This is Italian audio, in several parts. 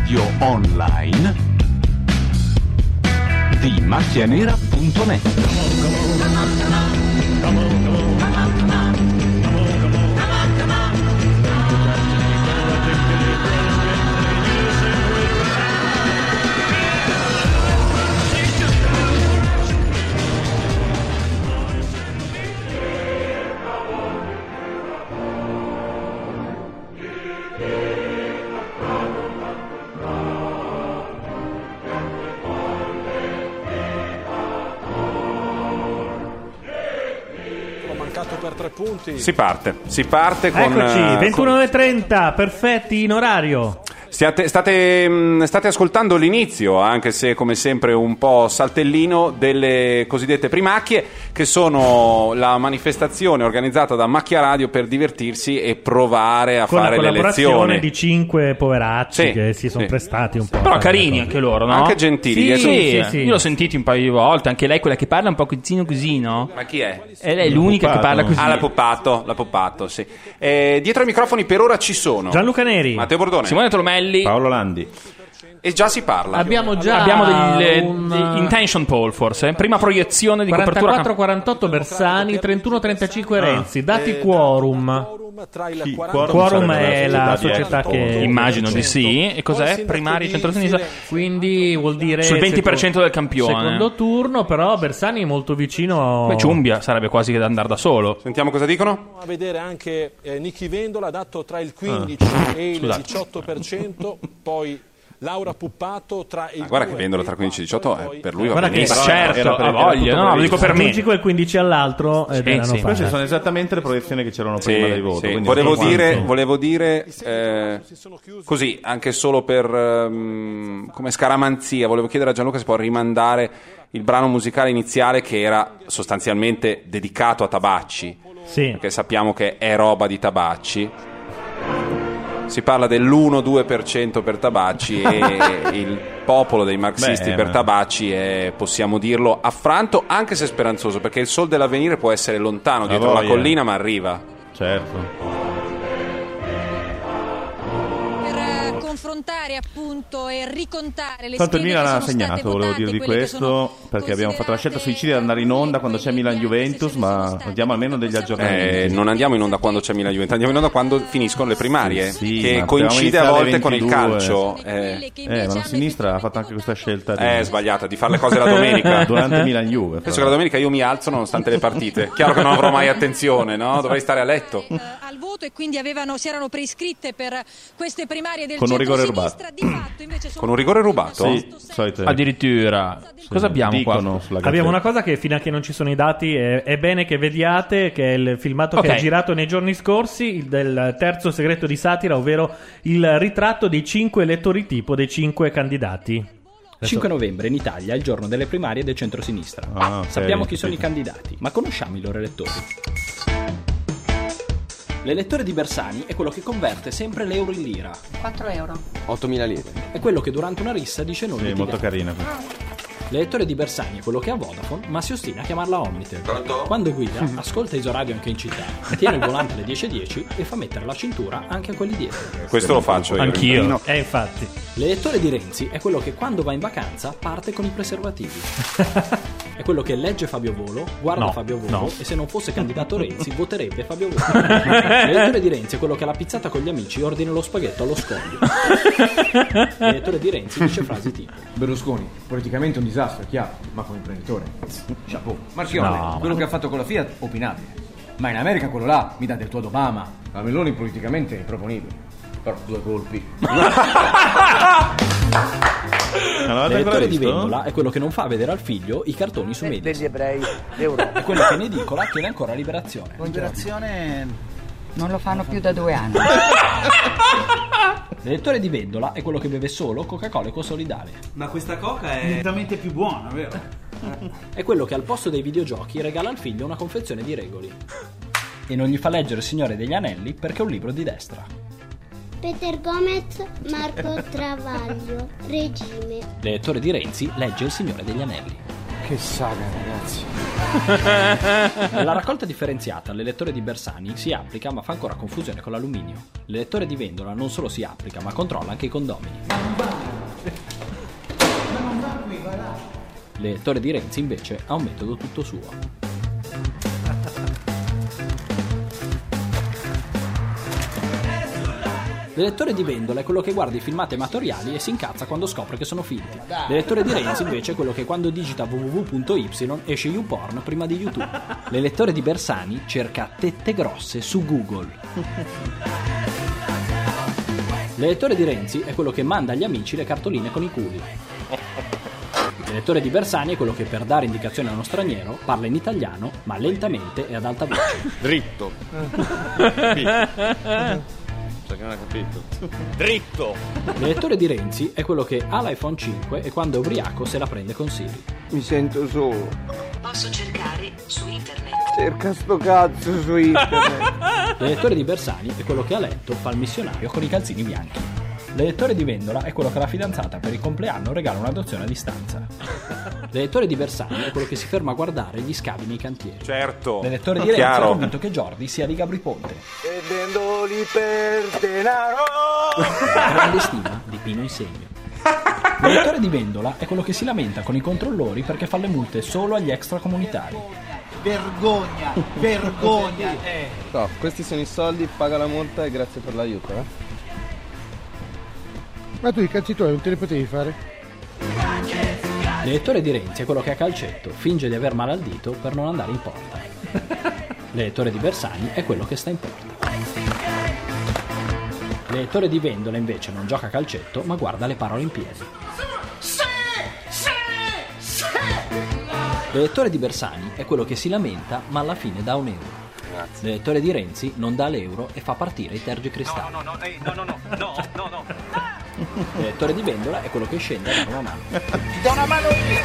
radio online di macchianera.net. Per 3 punti. Si parte con eccoci, 21:30, perfetti in orario. State ascoltando l'inizio, anche se come sempre un po' saltellino, delle cosiddette primacchie, che sono la manifestazione organizzata da Macchia Radio per divertirsi e provare a con fare le lezioni. Con la collaborazione di 5 poveracci, sì, che si sono prestati un po'. Però carini anche loro, no? Anche gentili. Sì. Io l'ho sentito un paio di volte. Anche lei, quella che parla un po' così, no? Ma chi è? È lei l'unica che parla così. Ah, la Puppato, sì. Dietro ai microfoni per ora ci sono Gianluca Neri, Matteo Bordone, Simone Tolomelli, Paolo Landi. e già si parla. abbiamo degli intention poll, forse. Prima proiezione di copertura. 44-48 Bersani, 31-35 Renzi. Dati quorum. Tra il Quorum è la società che Immagino di sì. E cos'è? Primari centro-sinistra. Quindi vuol dire Sul 20% del campione. Secondo turno, però Bersani è molto vicino. Beh, Ciumbia sarebbe quasi che da andare da solo. Sentiamo cosa dicono. A vedere anche Nichi Vendola, dato tra il 15 e il 18%, poi Laura Puppato tra il guarda che Vendola tra 15 e 18 per lui va Guarda che benissimo. Certo, ha voglia. No, lo dico per me. Il 15 e il 15 all'altro ed erano sì. Queste fatte. sono esattamente le proiezioni che c'erano prima del voto. Sì. Quindi Volevo dire così, anche solo per come scaramanzia, volevo chiedere a Gianluca se può rimandare il brano musicale iniziale, che era sostanzialmente dedicato a Tabacci, Sì. perché sappiamo che è roba di Tabacci. Si parla dell'1-2% per Tabacci e il popolo dei marxisti per Tabacci è, possiamo dirlo, affranto, anche se speranzoso, perché il sol dell'avvenire può essere lontano dietro la collina, ma arriva. Certo. Confrontare appunto e ricontare le Tanto il schede Milan che ha sono segnato, state volevo votate, dirvi quelle che sono questo, perché abbiamo fatto la scelta suicida di andare in onda quando c'è Milan-Juventus, ma diamo almeno degli aggiornamenti. Non andiamo in onda quando c'è Milan-Juventus, andiamo in onda quando finiscono le primarie, Sì, che ma coincide a potevamo volte con il iniziare alle calcio. Ma la sinistra ha fatto anche questa scelta È sbagliata, di fare le cose la domenica. durante Milan-Juve. Penso che la domenica io mi alzo nonostante le partite. Chiaro che non avrò mai attenzione, no? Dovrei stare a letto. Al voto, e quindi si erano preiscritte per queste primarie del Con un rigore centro-sinistra. Di fatto invece sono Con un rigore rubato? Sì, solite. Addirittura. Cosa abbiamo qua? Dicono sulla Abbiamo una Gazzetta. cosa che fino a che non ci sono i dati è bene che vediate, che è il filmato che Ok. è girato nei giorni scorsi, il del terzo segreto di satira, ovvero il ritratto dei 5 elettori tipo dei 5 candidati. 5 novembre in Italia è il giorno delle primarie del centro-sinistra. Ah, ok. Sappiamo chi sono i candidati, ma conosciamo i loro elettori. L'elettore di Bersani è quello che converte sempre l'euro in lira. 4 euro. 8.000 lire. È quello che durante una rissa dice non Sì, litigare. molto carina. L'elettore di Bersani è quello che ha Vodafone, ma si ostina a chiamarla Omnitel. Quando guida, ascolta Isoradio anche in città, tiene il volante alle 10:10 e fa mettere la cintura anche a quelli dietro. Questo lo faccio io. Anch'io. Infatti. L'elettore di Renzi è quello che quando va in vacanza parte con i preservativi. È quello che legge Fabio Volo, guarda No, Fabio Volo no. e se non fosse candidato Renzi voterebbe Fabio Volo. L'elettore di Renzi è quello che alla pizzata con gli amici ordina lo spaghetto allo scoglio. L'elettore di Renzi dice frasi tipo: Berlusconi, politicamente un disastro, è chiaro, ma come imprenditore. Chapeau. Marchione, No, quello che ha fatto con la Fiat, opinabile. Ma in America quello là mi dà del tuo Obama. A Meloni politicamente improponibile. Però 2 colpi. L'elettore di Vendola è quello che non fa vedere al figlio i cartoni su Mediaset. Degli ebrei d'Europa. È quello che in edicola tiene ancora Liberazione. Liberazione non lo fanno più da 2 anni. L'elettore di Vendola è quello che beve solo Coca-Cola Ecosolidale. Ma questa coca è nettamente più buona, vero? È quello che al posto dei videogiochi regala al figlio una confezione di regoli. E non gli fa leggere Il Signore degli Anelli perché è un libro di destra. Peter Gomez, Marco Travaglio, Regime. L'elettore di Renzi legge Il Signore degli Anelli. Che saga, ragazzi. La raccolta differenziata all'elettore di Bersani si applica ma fa ancora confusione con l'alluminio. L'elettore di Vendola non solo si applica ma controlla anche i condomini. L'elettore di Renzi invece ha un metodo tutto suo. L'elettore di Vendola è quello che guarda i filmati amatoriali e si incazza quando scopre che sono finti. L'elettore di Renzi invece è quello che quando digita www.y esce YouPorn prima di YouTube. L'elettore di Bersani cerca tette grosse su Google. L'elettore di Renzi è quello che manda agli amici le cartoline con i culi. L'elettore di Bersani è quello che per dare indicazioni a uno straniero parla in italiano ma lentamente e ad alta voce. Dritto. Che non ha capito. Dritto. L'elettore di Renzi è quello che ha l'iPhone 5 e quando è ubriaco se la prende con Siri. Mi sento solo. Posso cercare su internet. Cerca sto cazzo su internet. L'elettore di Bersani è quello che a letto fa il missionario con i calzini bianchi. L'elettore di Vendola è quello che alla fidanzata per il compleanno regala un'adozione a distanza. L'elettore di Bersani è quello che si ferma a guardare gli scavi nei cantieri. Certo. L'elettore di Renzi è convinto che Jordi sia di Gabri Ponte. E vendoli per denaro. La grande stima di Pino Insegno. L'elettore di Vendola è quello che si lamenta con i controllori perché fa le multe solo agli extracomunitari. Vergogna, vergogna. No, questi sono i soldi, paga la multa e grazie per l'aiuto. Ma tu i calciatori non te li potevi fare? L'elettore di Renzi è quello che a calcetto finge di aver male al dito per non andare in porta. L'elettore di Bersani è quello che sta in porta. L'elettore di Vendola invece non gioca a calcetto ma guarda le parole in piedi. L'elettore di Bersani è quello che si lamenta ma alla fine dà €1. L'elettore di Renzi non dà l'euro e fa partire i tergicristalli. No. L'elettore di Vendola è quello che scende a dare una mano. Ti do una mano io.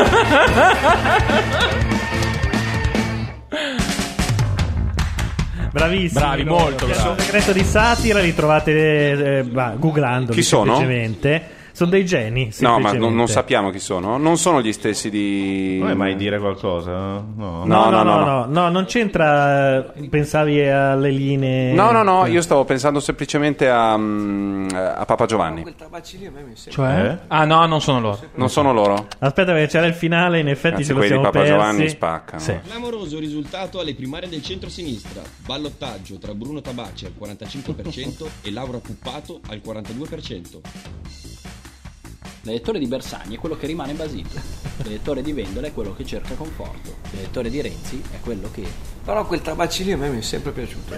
Bravissimi. Bravi, molto bravi. Il segreto di satira li trovate googlandoli. Chi sono? Semplicemente. Sono dei geni. No, ma non sappiamo chi sono. Non sono gli stessi di. Vuoi mai dire qualcosa? No, non c'entra. Pensavi alle linee. No, io stavo pensando semplicemente a Papa Giovanni. Cioè? Ah, no, non sono loro. Non sono loro? Aspetta, perché c'era il finale, in effetti ce lo siamo Papa persi. Giovanni spaccano. Sì. Clamoroso risultato alle primarie del centro-sinistra. Ballottaggio tra Bruno Tabacci al 45% e Laura Puppato al 42%. L'elettore di Bersani è quello che rimane basito. L'elettore di Vendola è quello che cerca conforto. L'elettore di Renzi è quello che... Però quel Tabacci lì a me mi è sempre piaciuto.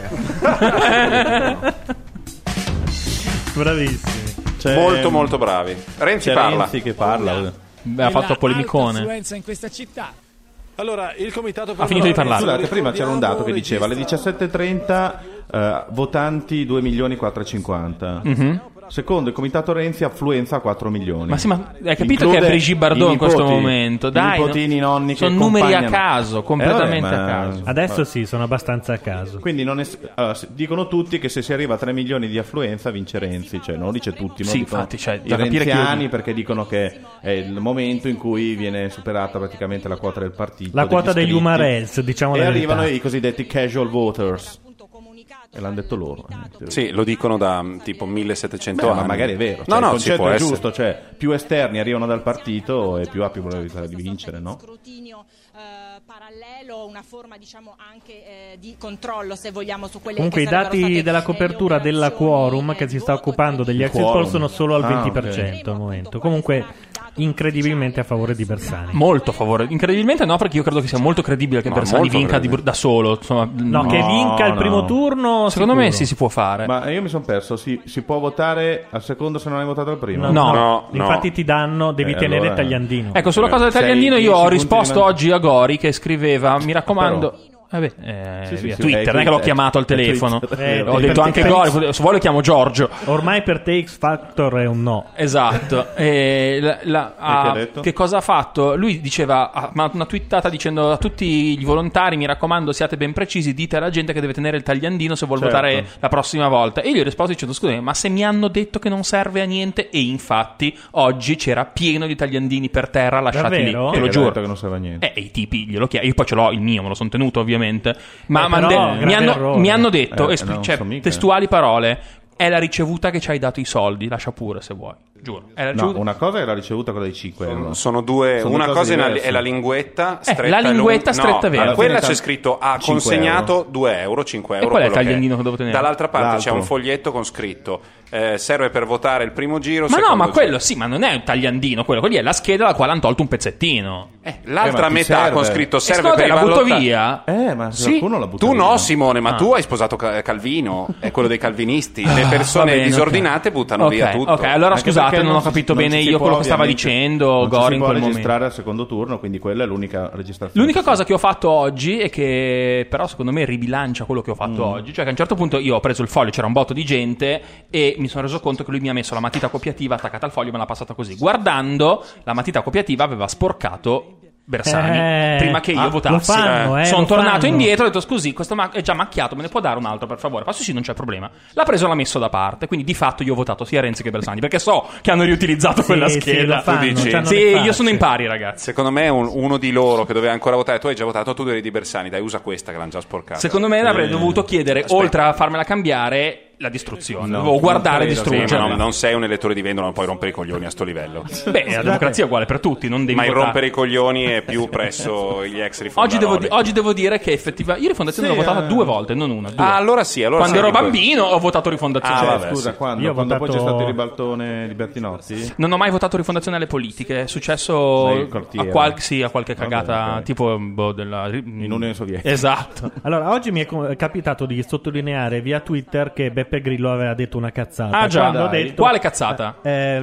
Bravissimi. Molto bravi. Renzi parla. Renzi che parla. Beh, ha fatto polemicone. Influenza in questa città. Allora, il comitato ha finito di parlare. Scusate, prima c'era un dato che diceva alle 17:30 votanti 2.450.000. Secondo il comitato Renzi affluenza a 4 milioni. Ma sì, ma hai capito che è Brigitte Bardot in questo momento? Dai, nipotini, nonni sono che numeri accompagnano. a caso, completamente a caso. Adesso sì, sono abbastanza a caso. Quindi dicono tutti che se si arriva a 3 milioni di affluenza vince Renzi, cioè non lo dice tutti, Sì, dicono infatti, cioè, i da capire renziani perché dicono che è il momento in cui viene superata praticamente la quota del partito. La quota degli Umarels, diciamo e la arrivano verità. i cosiddetti casual voters. E l'hanno detto loro. Sì, lo dicono da tipo 1700 anni. Ma magari è vero. No, il ci concetto può è essere. giusto, cioè più esterni arrivano dal partito e più ha più probabilità di vincere, no? Parallelo, una forma diciamo anche di controllo, se vogliamo, su quelle Comunque che i dati della copertura della Quorum, che si sta occupando degli exit poll, sono solo al 20% al momento. Comunque incredibilmente a favore di Bersani. Molto a favore. Incredibilmente no, perché io credo che sia molto credibile che Bersani vinca da solo. Insomma, che vinca il primo turno. Secondo me sì, si può fare. Ma io mi sono perso. Si può votare al secondo se non hai votato al primo? No. Infatti ti danno, devi tenere il tagliandino. Ecco, sulla cosa del tagliandino io ho risposto oggi a Gori che scriveva: mi raccomando. Via Twitter, non è che l'ho chiamato al telefono. Ho detto anche Gori, se vuole chiamo Giorgio. Ormai per te X Factor è un no. Esatto. Che cosa ha fatto? Lui diceva, una twittata dicendo a tutti i volontari: mi raccomando, siate ben precisi, dite alla gente che deve tenere il tagliandino se vuol votare la prossima volta. E io gli ho risposto dicendo: scusami, ma se mi hanno detto che non serve a niente. E infatti oggi c'era pieno di tagliandini per terra lasciati lì, te lo giuro. Che non serve a niente. I tipi glielo chiedo. Io poi ce l'ho il mio, me lo sono tenuto ovviamente. Ma però, mi hanno detto testuali parole: è la ricevuta che ci hai dato i soldi, lascia pure se vuoi. giuro. Una cosa è la ricevuta, quella dei 5 euro. Sono due. Una cosa è la linguetta stretta. La linguetta stretta vera. Quella c'è scritto ha consegnato 2 euro, 5 euro. E qual è il tagliandino che devo tenere? Dall'altra parte c'è un foglietto con scritto serve per votare il primo giro. Ma no, ma quello sì, ma non è un tagliandino, quello lì è la scheda alla quale hanno tolto un pezzettino. L'altra metà con scritto serve per la butto via. Ma qualcuno la butta tu via. No, Simone, ma tu hai sposato Calvino, è quello dei calvinisti. Le persone disordinate buttano via tutto. Ok, allora scusate, non ho capito bene io quello che stava dicendo Gori in quel momento. Non si può registrare al secondo turno, quindi quella è l'unica registrazione. L'unica cosa che ho fatto oggi e che però secondo me ribilancia quello che ho fatto oggi, cioè che a un certo punto io ho preso il foglio, c'era un botto di gente e mi sono reso conto che lui mi ha messo la matita copiativa attaccata al foglio e me l'ha passata così. Guardando, la matita copiativa aveva sporcato Bersani prima che io votassi. Sono tornato indietro e ho detto scusi, questo è già macchiato, me ne può dare un altro per favore? Passo sì, non c'è problema. L'ha preso e l'ha messo da parte, quindi di fatto io ho votato sia Renzi che Bersani perché so che hanno riutilizzato quella scheda. Tu dici? Sì, io sono in pari, ragazzi. Secondo me uno di loro che doveva ancora votare, tu hai già votato, tu eri di Bersani, dai, usa questa che l'hanno già sporcata. Secondo me avrei dovuto chiedere, oltre a farmela cambiare, la distruzione. Dovevo guardare e distruggere. Sì, ma non sei un elettore di Vendola, non puoi rompere i coglioni a sto livello. Beh, la democrazia è uguale per tutti, non devi ma il votare. rompere i coglioni è più presso gli ex rifondatori. Oggi devo dire che effettivamente io Rifondazione l'ho votata 2 volte, non una. 2. Allora sì, quando ero bambino ho votato Rifondazione. Scusa, quando poi c'è stato il ribaltone di Bertinotti? Non ho mai votato Rifondazione alle politiche. È successo a qualche cagata tipo della in Unione Sovietica. Esatto. Allora, oggi mi è capitato di sottolineare via Twitter che Beppe Grillo aveva detto una cazzata. Ah già, quale cazzata?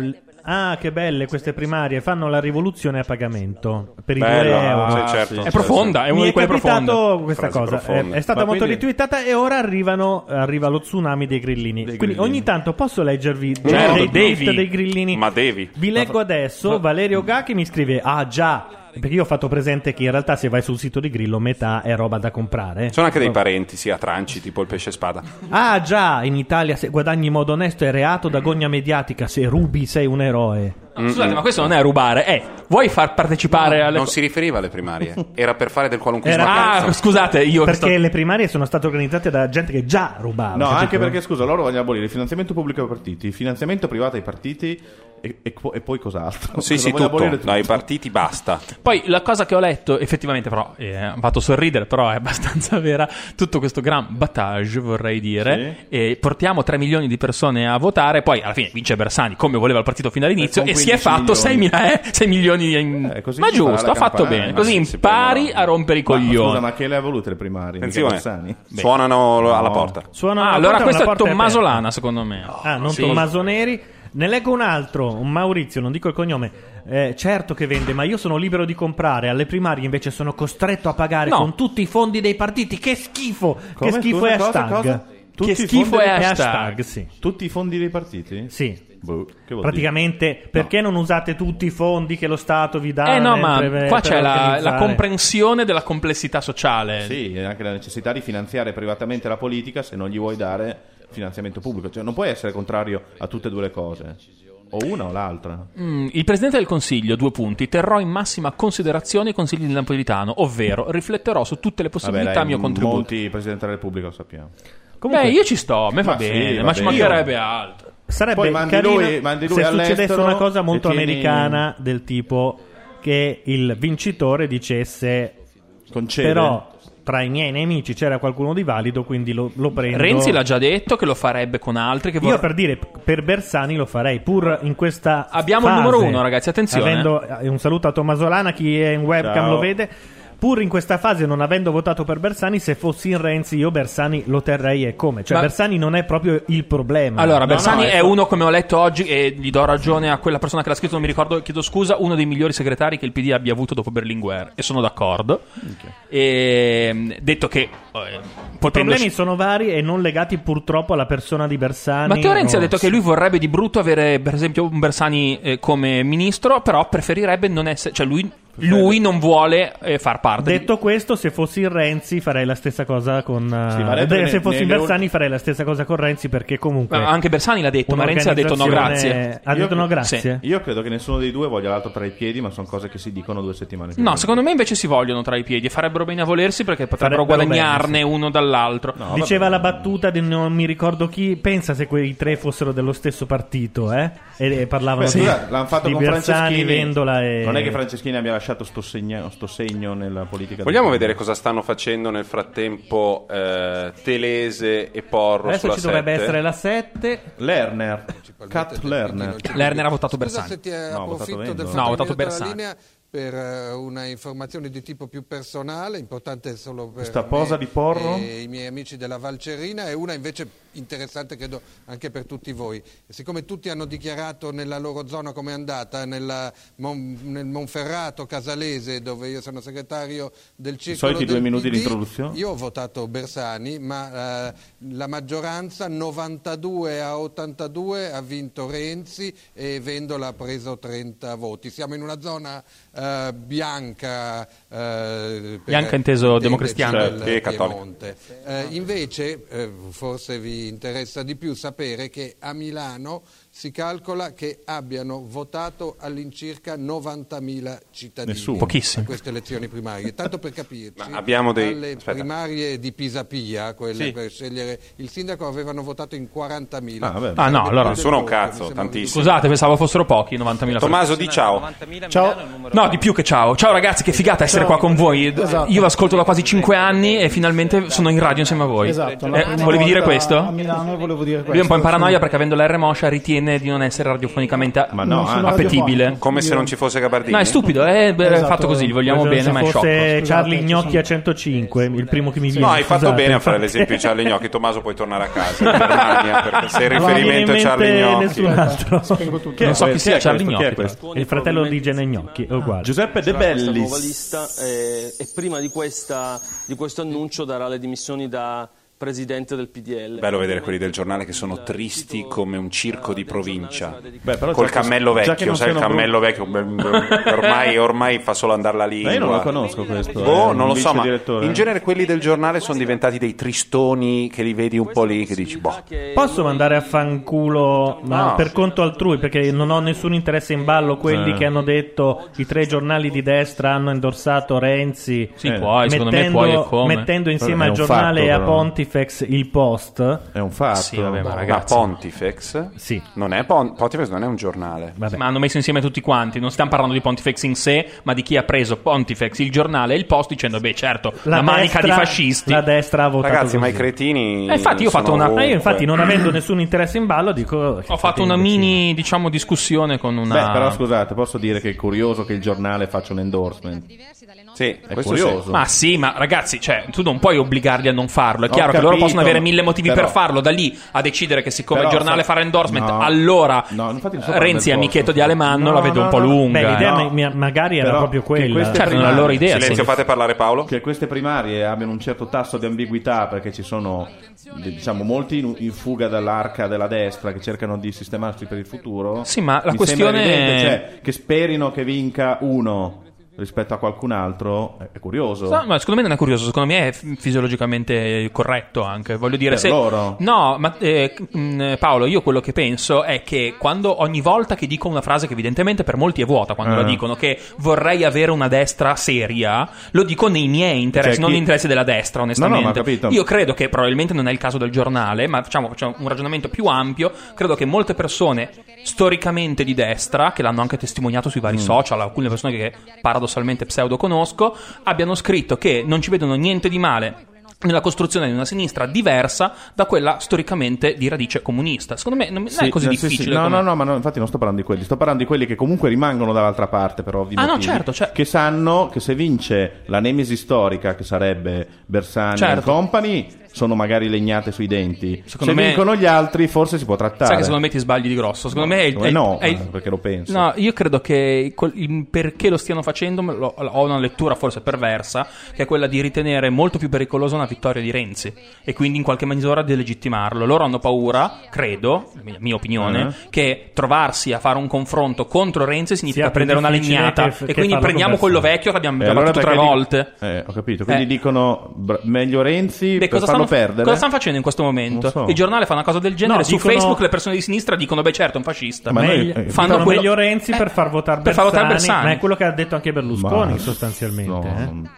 Che belle queste primarie, fanno la rivoluzione a pagamento per i 2 euro. Sì, certo. È profonda, è una di quelle profonde. Mi è capitato questa cosa, è stata molto ritwittata e ora arriva lo tsunami dei grillini. Quindi ogni tanto posso leggervi dei tweet dei grillini? Ma devi. Vi leggo adesso. Valerio Gacchi mi scrive: ah già, perché io ho fatto presente che in realtà se vai sul sito di Grillo metà è roba da comprare. Sono anche dei parenti, sì, a tranci, tipo il pesce spada. Ah già, in Italia se guadagni in modo onesto è reato da gogna mediatica, se rubi sei un eroe. Scusate, ma questo non è rubare, vuoi far partecipare alle... Non si riferiva alle primarie, era per fare del qualunquismo a cazzo. Scusate, io... Perché le primarie sono state organizzate da gente che già rubava. No, anche perché, scusa, loro vogliono abolire il finanziamento pubblico ai partiti, il finanziamento privato ai partiti e poi cos'altro? Sì, tutto. Dai partiti basta. Poi la cosa che ho letto, effettivamente però ha fatto sorridere, però è abbastanza vera, tutto questo gran battage, vorrei dire, e portiamo 3 milioni di persone a votare, poi alla fine vince Bersani come voleva il partito fino all'inizio e si è fatto 6 milioni ma giusto, ha fatto bene, così impari a rompere i coglioni. Scusa, ma che le ha volute le primarie? Attenzione, suonano alla porta. Allora questo è Tommaso Lana, secondo me. Non Tommaso Neri. Ne leggo un altro, un Maurizio, non dico il cognome. Certo che vende, ma io sono libero di comprare. Alle primarie invece sono costretto a pagare con tutti i fondi dei partiti. Che schifo! Come? Che schifo è hashtag. Che schifo è hashtag. Sì. Tutti i fondi dei partiti? Sì. Che praticamente perché non usate tutti i fondi che lo Stato vi dà? No, ma qua c'è la comprensione della complessità sociale. Sì, e anche la necessità di finanziare privatamente la politica se non gli vuoi dare finanziamento pubblico. Cioè non puoi essere contrario a tutte e due le cose, o una o l'altra. Il Presidente del Consiglio, 2 punti: terrò in massima considerazione i consigli di Napolitano, ovvero rifletterò su tutte le possibilità a mio contributo. Molti Presidente della Repubblica lo sappiamo. Comunque, io ci sto, a me va bene, ma ci mancherebbe altro. Sarebbe carino se succedesse una cosa molto americana del tipo che il vincitore dicesse però tra i miei nemici c'era qualcuno di valido, quindi lo prendo. Renzi l'ha già detto che lo farebbe con altri. Io per dire, per Bersani lo farei, pur in questa abbiamo fase, il numero 1, ragazzi, attenzione. Un saluto a Tommaso Lana, chi è in webcam lo vede. Pur in questa fase, non avendo votato per Bersani, se fossi in Renzi io Bersani lo terrei e come? Cioè Bersani non è proprio il problema. Allora, Bersani è uno, come ho letto oggi, e gli do ragione a quella persona che l'ha scritto, non mi ricordo, chiedo scusa, uno dei migliori segretari che il PD abbia avuto dopo Berlinguer, e sono d'accordo. E detto che i problemi sono vari e non legati purtroppo alla persona di Bersani. Matteo Renzi ha detto che lui vorrebbe di brutto avere per esempio un Bersani come ministro, però preferirebbe non essere, cioè lui non vuole far parte. Detto questo, se fossi in Renzi farei la stessa cosa con se fossi in Bersani farei la stessa cosa con Renzi, perché comunque anche Bersani l'ha detto, ma Renzi ha detto no grazie. Ha detto no grazie. Sì. Io credo che nessuno dei due voglia l'altro tra i piedi, ma sono cose che si dicono 2 settimane prima. No, secondo me invece si vogliono tra i piedi e farebbero bene a volersi, perché potrebbero guadagnarne uno dall'altro. Diceva la battuta di non mi ricordo chi, pensa se quei 3 fossero dello stesso partito, e parlavano l'hanno fatto di con Bersani, Franceschini. Vendola e... Non è che Franceschini abbia lasciato sto segno nella politica. Vogliamo vedere cosa stanno facendo nel frattempo Telese e Porro adesso sulla ci dovrebbe 7? essere la 7. Lerner. Cat Lerner. Lerner ha votato Bersani. Se ti approfitto del No, ho votato fatto che Bersani. linea per una informazione di tipo più personale, importante solo per questa posa di Porro e i miei amici della Valcerina, e una invece interessante credo anche per tutti voi. Siccome tutti hanno dichiarato nella loro zona come è andata, nel Monferrato Casalese, dove io sono segretario del circolo soliti del 2 minuti PD, di introduzione. io ho votato Bersani, ma la maggioranza 92-82 ha vinto Renzi e Vendola ha preso 30 voti. Siamo in una zona bianca inteso democristiano del Piemonte. Invece forse vi interessa di più sapere che a Milano si calcola che abbiano votato all'incirca 90.000 cittadini Pochissimi. a queste elezioni primarie. Tanto per capirci, abbiamo alle primarie di Pisapia, quelle per scegliere il sindaco, avevano votato in 40.000. No, allora nessuno un cazzo, tantissimo. Scusate, pensavo fossero pochi, 90.000. Tommaso, di ciao. Ciao. No, di più che ciao. Ciao ragazzi, che figata essere qua con voi. Esatto. Io vi ascolto da quasi 5 anni e finalmente sono in radio insieme a voi. Esatto. Volevi dire questo? A Milano volevo dire questo. Lui è un po' in paranoia perché avendo la R Moscia ritiene di non essere radiofonicamente appetibile. Come se non ci fosse Gabardini. No, è stupido, è fatto così, gli vogliamo bene, ma è sciocco. Se Charlie Gnocchi a 105, il primo che mi viene. No, hai fatto bene a fare l'esempio di Charlie Gnocchi. Tommaso, puoi tornare a casa in Germania, perché se il riferimento è Charlie Gnocchi. Nessun altro. Non so chi sia Charlie Gnocchi. Il fratello di Gene Gnocchi, è uguale. Giuseppe De Bellis. Lista, e prima di questo annuncio darà le dimissioni da presidente del PDL. Bello vedere quelli del giornale che sono tristi come un circo di provincia. Però col cammello vecchio, sai il cammello vecchio ormai fa solo andare la lingua. Ma io non lo conosco questo. Non lo so, ma in genere quelli del giornale sono diventati dei tristoni che li vedi un po' lì che dici posso mandare a fanculo per conto altrui, perché non ho nessun interesse in ballo quelli che hanno detto i 3 giornali di destra hanno endorsato Renzi, secondo me puoi e come. mettendo insieme al giornale e a Pontifex il Post. È un fatto. Sì, vabbè, ma ragazzi. Pontifex? Sì. Non è Pontifex non è un giornale. Vabbè. Ma hanno messo insieme tutti quanti. Non stiamo parlando di Pontifex in sé, ma di chi ha preso Pontifex, il giornale e il Post, dicendo certo, la manica di fascisti. La destra ha votato ragazzi, così. ma i cretini infatti io ho fatto io infatti non avendo nessun interesse in ballo dico ho fatto una mini discussione con una. Però scusate, posso dire che è curioso che il giornale faccia un endorsement. Sì, è curioso. Ma sì, ma ragazzi, tu non puoi obbligarli a non farlo. È chiaro che loro possono avere 1000 motivi per farlo, da lì a decidere che siccome il giornale farà endorsement, allora Renzi è amichetto di Alemanno, la vedo un po' lunga. Beh, l'idea magari era proprio quella. Certo, non è la loro idea. Silenzio, fate parlare Paolo. Che queste primarie abbiano un certo tasso di ambiguità, perché ci sono molti in fuga dall'arca della destra che cercano di sistemarsi per il futuro. Sì, ma la Mi questione sembra evidente, che sperino che vinca uno rispetto a qualcun altro è curioso. No, ma secondo me non è curioso, secondo me è fisiologicamente corretto anche. Voglio dire, per loro. No, ma Paolo, io quello che penso è che ogni volta che dico una frase che evidentemente per molti è vuota quando la dicono, che vorrei avere una destra seria, lo dico nei miei interessi, non negli interessi della destra, onestamente. No, capito. Io credo che probabilmente non è il caso del giornale, ma facciamo un ragionamento più ampio. Credo che molte persone storicamente di destra, che l'hanno anche testimoniato sui vari social, alcune persone che paradossalmente pseudo conosco, abbiano scritto che non ci vedono niente di male nella costruzione di una sinistra diversa da quella storicamente di radice comunista. Secondo me non è così difficile. No, ma infatti non sto parlando di quelli, sto parlando di quelli che comunque rimangono dall'altra parte per ovvi motivi. Certo. Che sanno che se vince la nemesi storica, che sarebbe Bersani e company, sono magari legnate sui denti. Se vincono gli altri forse si può trattare. Sai che secondo me ti sbagli di grosso. Secondo me perché lo penso. No, io credo che perché lo stiano facendo ho una lettura forse perversa, che è quella di ritenere molto più pericolosa una vittoria di Renzi e quindi in qualche misura delegittimarlo. Loro hanno paura, credo, mia opinione, che trovarsi a fare un confronto contro Renzi significa prendere una legnata e quindi prendiamo quello vecchio che abbiamo già battuto 3 volte. Ho capito, quindi dicono meglio Renzi per farlo perdere. Cosa stanno facendo in questo momento? Il giornale fa una cosa del genere, su Facebook le persone di sinistra dicono certo è un fascista. Ma fanno meglio Renzi per far votare Bersani, ma è quello che ha detto anche Berlusconi sostanzialmente.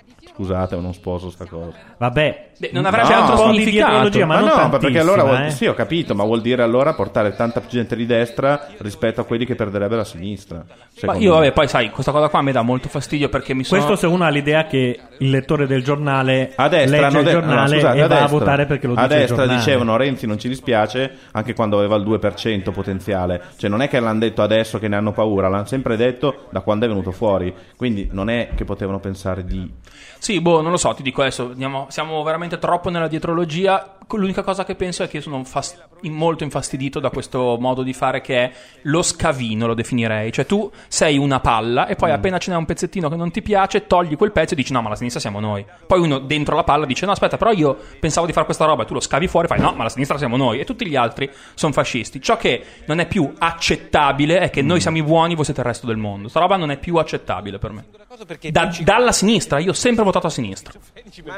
scusate, non sposo sta cosa. Vabbè, non avrebbe altro significato. Ma no, perché allora sì, ho capito, ma vuol dire allora portare tanta gente di destra rispetto a quelli che perderebbe la sinistra. Ma io, vabbè, poi sai, questa cosa qua mi dà molto fastidio perché mi sono... Questo se uno ha l'idea che il lettore del giornale a destra legge il giornale e va a votare perché lo dice il giornale. A destra dicevano Renzi non ci dispiace anche quando aveva il 2% potenziale. Cioè non è che l'hanno detto adesso che ne hanno paura, l'hanno sempre detto da quando è venuto fuori. Quindi non è che potevano pensare di... Sì, non lo so, ti dico adesso, siamo veramente troppo nella dietrologia. L'unica cosa che penso è che io sono molto infastidito da questo modo di fare che è lo scavino, lo definirei. Cioè tu sei una palla e poi appena ce n'è un pezzettino che non ti piace, togli quel pezzo e dici no, ma la sinistra siamo noi. Poi uno dentro la palla dice no, aspetta, però io pensavo di fare questa roba, e tu lo scavi fuori e fai no, ma la sinistra siamo noi. E tutti gli altri sono fascisti. Ciò che non è più accettabile è che noi siamo i buoni, voi siete il resto del mondo. Sta roba non è più accettabile per me. Dalla sinistra, io ho sempre votato a sinistra. Ma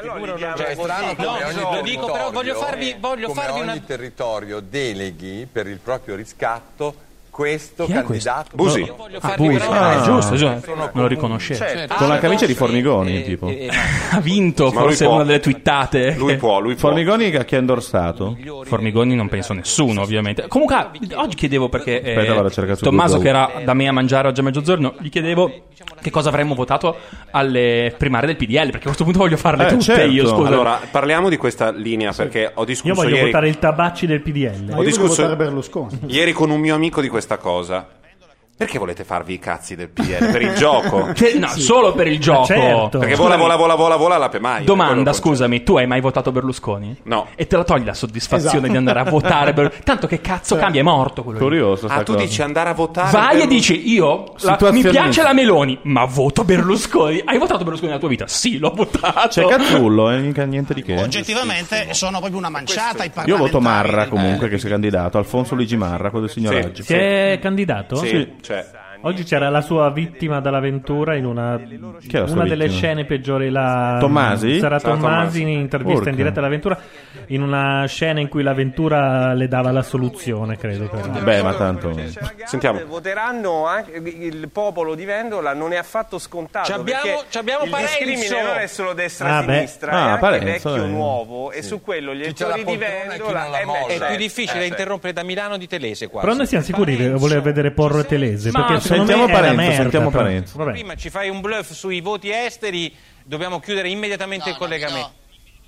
lo dico, però voglio farvi ogni territorio deleghi per il proprio riscatto questo candidato. Busi. Giusto, non lo riconoscete. Con la camicia di Formigoni, tipo. Ha vinto, forse una delle twittate. Lui può. Formigoni che ha indorsato? Formigoni non penso nessuno, ovviamente. Comunque, oggi chiedevo perché Tommaso Tommaso, che era da me a mangiare oggi a mezzogiorno, gli chiedevo che cosa avremmo votato alle primarie del PDL, perché a questo punto voglio farle tutte io, scusa. Allora, parliamo di questa linea, perché ho discusso Io voglio ieri... votare il Tabacci del PDL. Ho discusso ieri con un mio amico di questa cosa. Perché volete farvi i cazzi del PDL? Per il gioco? Solo per il gioco. Certo. Perché vola la mai. Domanda, scusami, tu hai mai votato Berlusconi? No. E te la togli la soddisfazione di andare a votare tanto che cazzo cambia, è morto quello. Curioso. Tu dici andare a votare? Vai e dici mi piace la Meloni, ma voto Berlusconi. Hai votato Berlusconi nella tua vita? Sì, l'ho votato. C'è Cazzullo, niente di che. Oggettivamente sono proprio una manciata i parlamentari. Io voto Marra comunque che si è candidato, Alfonso Luigi Marra, quello del signor Raggi. Si è candidato? Sì. Oggi c'era la sua vittima dall'avventura in una delle scene peggiori. Tommasi? Sarà Tommasi in intervista in diretta all'avventura, in una scena in cui l'avventura le dava la soluzione, credo. Beh, ma tanto... Sentiamo. Voteranno anche il popolo di Vendola, non è affatto scontato. Abbiamo il discrimine non è solo destra e sinistra, è anche Parenzo, vecchio nuovo, e su quello gli elettori di Vendola è più difficile interrompere da Milano di Telese quasi. Però noi siamo sicuri che voler vedere Porro e Telese, perché sentiamo Parenzo. Prima ci fai un bluff sui voti esteri, dobbiamo chiudere immediatamente il collegamento.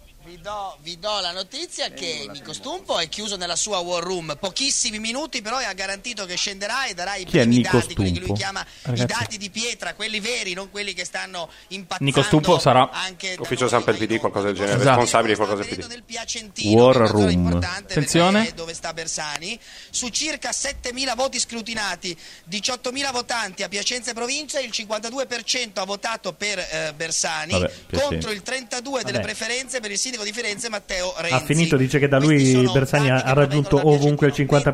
Vi do la notizia che Nico Stumpo è chiuso nella sua war room, pochissimi minuti, però ha garantito che scenderà e darà i primi dati, quelli che lui chiama i dati di pietra, quelli veri, non quelli che stanno impazzando. Nico Stumpo sarà ufficio Sampa del PD, qualcosa del genere, responsabile di qualcosa del PD. War room. Attenzione. Dove sta Bersani? Su circa 7.000 voti scrutinati, 18.000 votanti a Piacenza e provincia, il 52% ha votato per Bersani, contro il 32% delle preferenze per il sindaco di Firenze Matteo Renzi. Ha finito, dice che da lui Bersani ha raggiunto ovunque il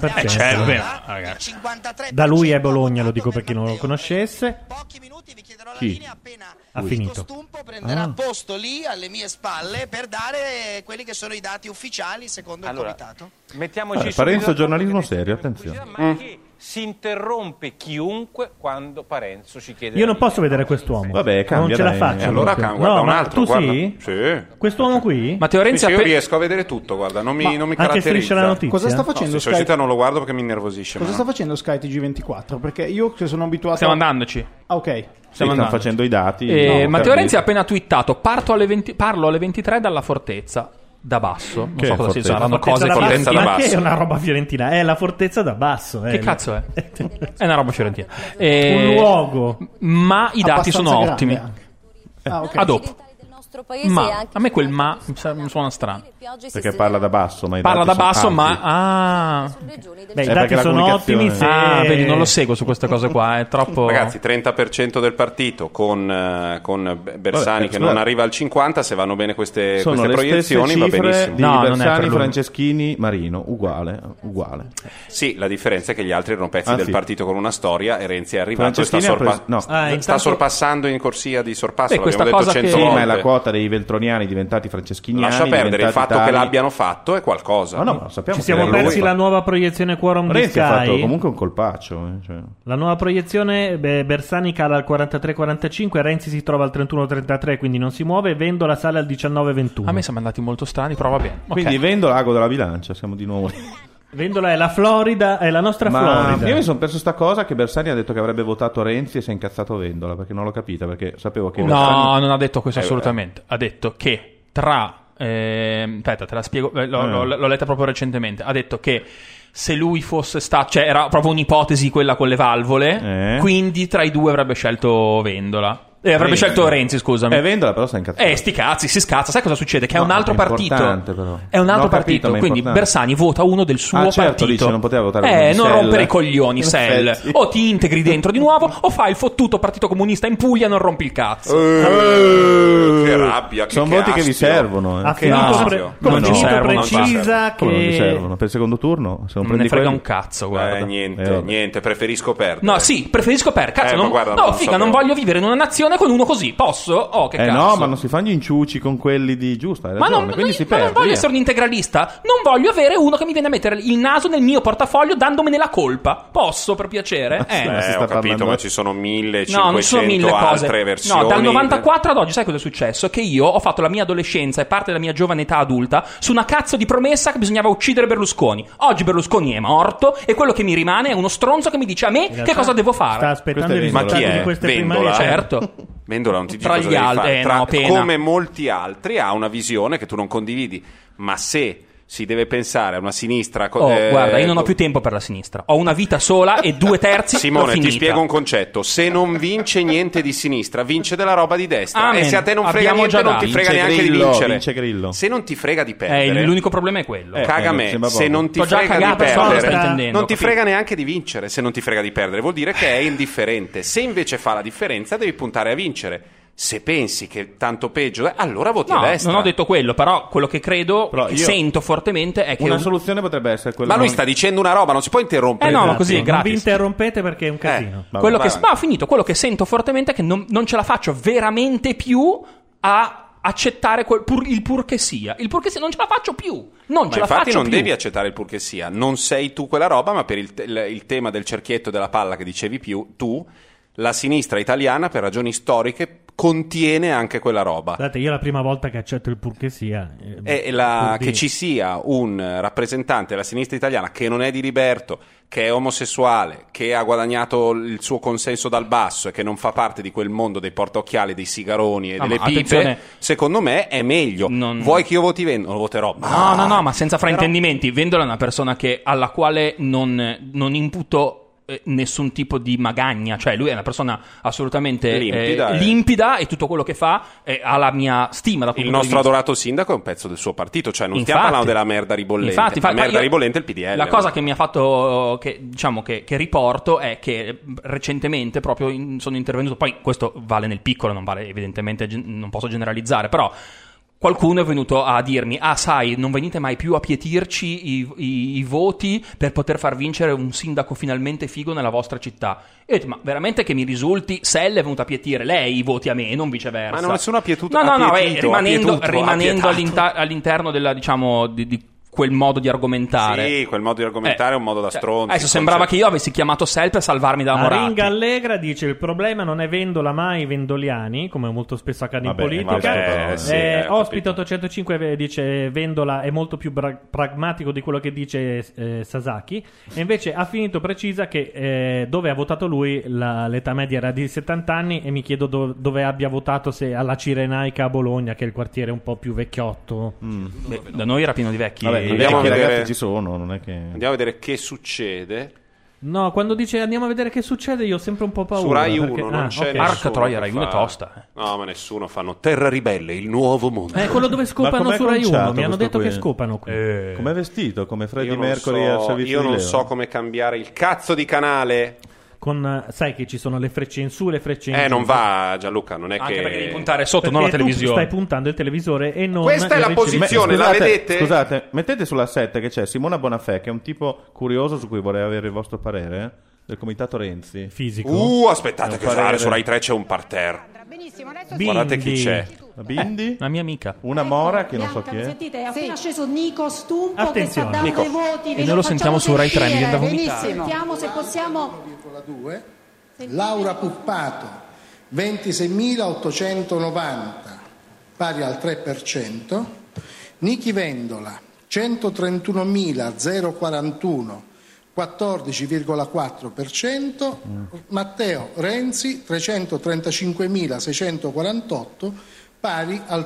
50%. Da lui è Bologna, lo dico per chi non lo conoscesse. Pochi minuti vi chiederò la Chi? linea appena Ha finito. Stumpo prenderà posto lì alle mie spalle per dare quelli che sono i dati ufficiali secondo il comitato. Mettiamoci Parenzo, giornalismo serio, attenzione. Si interrompe chiunque quando Parenzo ci chiede. Io non posso vedere quest'uomo. Vabbè, cambia, non ce la dai. faccio. Allora guarda un altro. Tu sì? Sì. Quest'uomo qui? Matteo Renzi io riesco a vedere tutto, guarda, non mi anche caratterizza. Striscia la notizia? Cosa sta facendo Se Sky... non lo guardo perché mi innervosisce. Cosa sta facendo Sky TG24? Perché io che sono abituato Stiamo andandoci. Ah, ok. Stanno facendo i dati. Matteo Renzi ha appena twittato: parlo alle 23 dalla fortezza da basso. Non so cosa sia, saranno cose fortezza da basso. Che è una roba fiorentina, è la fortezza da basso. Che cazzo è? È una roba fiorentina. Un luogo. Ma i dati sono ottimi. Okay. A dopo. Ma a me quel ma mi suona strano. Perché parla da basso, ma parla da basso, ma i dati sono ottimi. Vedi, non lo seguo su queste cose qua, è troppo. Ragazzi, 30% del partito con Bersani che non arriva al 50%. Se vanno bene queste proiezioni, va benissimo. No, Bersani, Franceschini, Marino, uguale. Sì, la differenza è che gli altri erano pezzi del partito con una storia e Renzi è arrivato e sta sorpassando in corsia di sorpasso. Questa l'abbiamo detto cosa 100 che... volte. Ma è la quota sorta dei veltroniani diventati franceschiniani. Lascia perdere, il fatto tali... che l'abbiano fatto è qualcosa. No, lo sappiamo. Ci siamo persi la nuova proiezione Quorum di Renzi Sky. ha fatto comunque un colpaccio. Cioè. La nuova proiezione, Bersani cala al 43-45, Renzi si trova al 31-33, quindi non si muove, Vendola sale al 19-21. A me siamo andati molto strani, però va bene. Quindi Vendola, ago della bilancia, siamo di nuovo. Vendola è la Florida, è la nostra Florida. Io mi sono perso sta cosa che Bersani ha detto che avrebbe votato Renzi e si è incazzato Vendola, perché non l'ho capita, perché sapevo che No, non ha detto questo assolutamente. Ha detto che aspetta, te la spiego, l'ho letta proprio recentemente. Ha detto che se lui fosse stato, cioè era proprio un'ipotesi quella con le valvole, quindi tra i due avrebbe scelto Vendola. Avrebbe scelto Renzi, scusami. Vendola però sta incazzato. Sti cazzi, si scazza. Sai cosa succede? Che è un altro partito. Però. È un altro partito. Capito, quindi Bersani vota uno del suo partito. Dice, non poteva votare non Sell. rompere i coglioni, Sell. O ti integri dentro di nuovo, o fai il fottuto partito comunista in Puglia e non rompi il cazzo. Che rabbia. Sono voti che vi servono. Ha finito precisa che... Come non vi servono? Per il secondo turno? Se non me ne frega un cazzo, guarda. Niente, preferisco perdere. No, sì, preferisco perdere. Cazzo, non voglio vivere in una nazione con uno così. Posso? Oh, che cazzo. No, ma non si fanno gli inciuci con quelli di giusta. Hai ragione. Quindi si perde. Non voglio essere un integralista. Non voglio avere uno che mi viene a mettere il naso nel mio portafoglio dandomene la colpa. Posso, per piacere? Ho capito, ma ci sono 1500 non sono 1000 cose. altre versioni. No, dal 94 ad oggi, sai cosa è successo? Che io ho fatto la mia adolescenza e parte della mia giovane età adulta su una cazzo di promessa che bisognava uccidere Berlusconi. Oggi Berlusconi è morto e quello che mi rimane è uno stronzo che mi dice a me che cosa devo fare. Sta aspettando il risultato di queste primarie. Certo. Vendola non ti dice tra cosa gli devi altri, fare. Come molti altri ha una visione che tu non condividi, ma se si deve pensare a una sinistra guarda, io non ho più tempo per la sinistra, ho una vita sola e 2/3 Simone, ti spiego un concetto: se non vince niente di sinistra, vince della roba di destra. Amen. E se a te non frega Abbiamo niente, non ti frega neanche di vincere. Se non ti frega di perdere, l'unico problema è quello. Caga me, se non ti frega di perdere, non ti frega neanche di vincere. Se non ti frega di perdere, vuol dire che è indifferente. Se invece fa la differenza, devi puntare a vincere. Se pensi che tanto peggio è, allora voti a destra. Non ho detto quello, però quello che credo, che sento fortemente è che una soluzione potrebbe essere quella. Ma lui sta dicendo una roba, non si può interrompere. No, ma così è gratis. Non vi interrompete perché è un casino. Ho finito. Quello che sento fortemente è che non ce la faccio veramente più a accettare il pur che sia. Il pur che sia non ce la faccio più. Infatti non devi accettare il pur che sia. Non sei tu quella roba, ma per il tema del cerchietto della palla che dicevi tu, la sinistra italiana, per ragioni storiche, contiene anche quella roba. Guardate, io la prima volta che accetto il pur che sia che ci sia un rappresentante della sinistra italiana che non è di Liberto, che è omosessuale, che ha guadagnato il suo consenso dal basso e che non fa parte di quel mondo dei portaocchiali, dei sigaroni e delle pipe, secondo me è meglio. Vuoi che io voti Vendola? Lo voterò. No, ma senza fraintendimenti. Vendola è una persona alla quale non imputo nessun tipo di magagna, cioè lui è una persona assolutamente limpida e tutto quello che fa ha la mia stima. Il nostro adorato sindaco è un pezzo del suo partito, cioè non stiamo parlando della merda ribollente. La merda ribollente è il PDL. La cosa che mi ha fatto che riporto è che recentemente proprio sono intervenuto, poi questo vale nel piccolo, non vale evidentemente, non posso generalizzare, però qualcuno è venuto a dirmi: sai, non venite mai più a pietirci i voti per poter far vincere un sindaco finalmente figo nella vostra città. E io ho detto: ma veramente che mi risulti Sell è venuta a pietire lei i voti a me, non viceversa? Ma nessuno ha pietuto. Rimanendo all'interno della, diciamo, di quel modo di argomentare. Sì, quel modo di argomentare è un modo da stronzi. Adesso sembrava che io avessi chiamato Sell per salvarmi da Moratti. Ringa Allegra dice: il problema non è Vendola ma i vendoliani, come molto spesso accade in politica. Ospite 805 dice: Vendola è molto più pragmatico di quello che dice Sasaki. E invece ha finito precisa che dove ha votato lui l'età media era di 70 anni e mi chiedo dove abbia votato, se alla Cirenaica a Bologna, che è il quartiere un po' più vecchiotto. Da noi era pieno di vecchi. Vabbè, andiamo a vedere, ci sono, non è che... Andiamo a vedere che succede. No, quando dice andiamo a vedere che succede io ho sempre un po' paura. Su Rai 1 non c'è nessuno. Marca Troia, Rai 1 è tosta. No, ma nessuno, fanno Terra Ribelle, il nuovo mondo. Quello dove scopano su Rai 1, mi hanno detto che scopano qui. Com'è vestito? Come Freddie Mercury al servizio di Leo? Io non so come cambiare il cazzo di canale. Sai che ci sono le frecce in su, le frecce in giù. Non va, Gianluca, non è anche che... perché devi puntare sotto, perché non la televisione. Stai puntando il televisore e non... Questa è la posizione, la vedete? Scusate, mettete sulla 7 che c'è Simona Bonafè, che è un tipo curioso su cui vorrei avere il vostro parere, del comitato Renzi. Fisico. Aspettate che su Rai 3 c'è un parterre. Guardate chi c'è. La Bindi? La mia amica. Una Mora che non so chi è. Sentite, è appena sceso Nico Stumpo Attenzione. che sta dando Nico. i voti. E noi lo sentiamo su Rai 3, mi viene da vomitare. Sentiamo se possiamo... Laura Puppato 26.890 pari al 3%, Nichi Vendola 131.041 14,4%, Matteo Renzi 335.648 pari al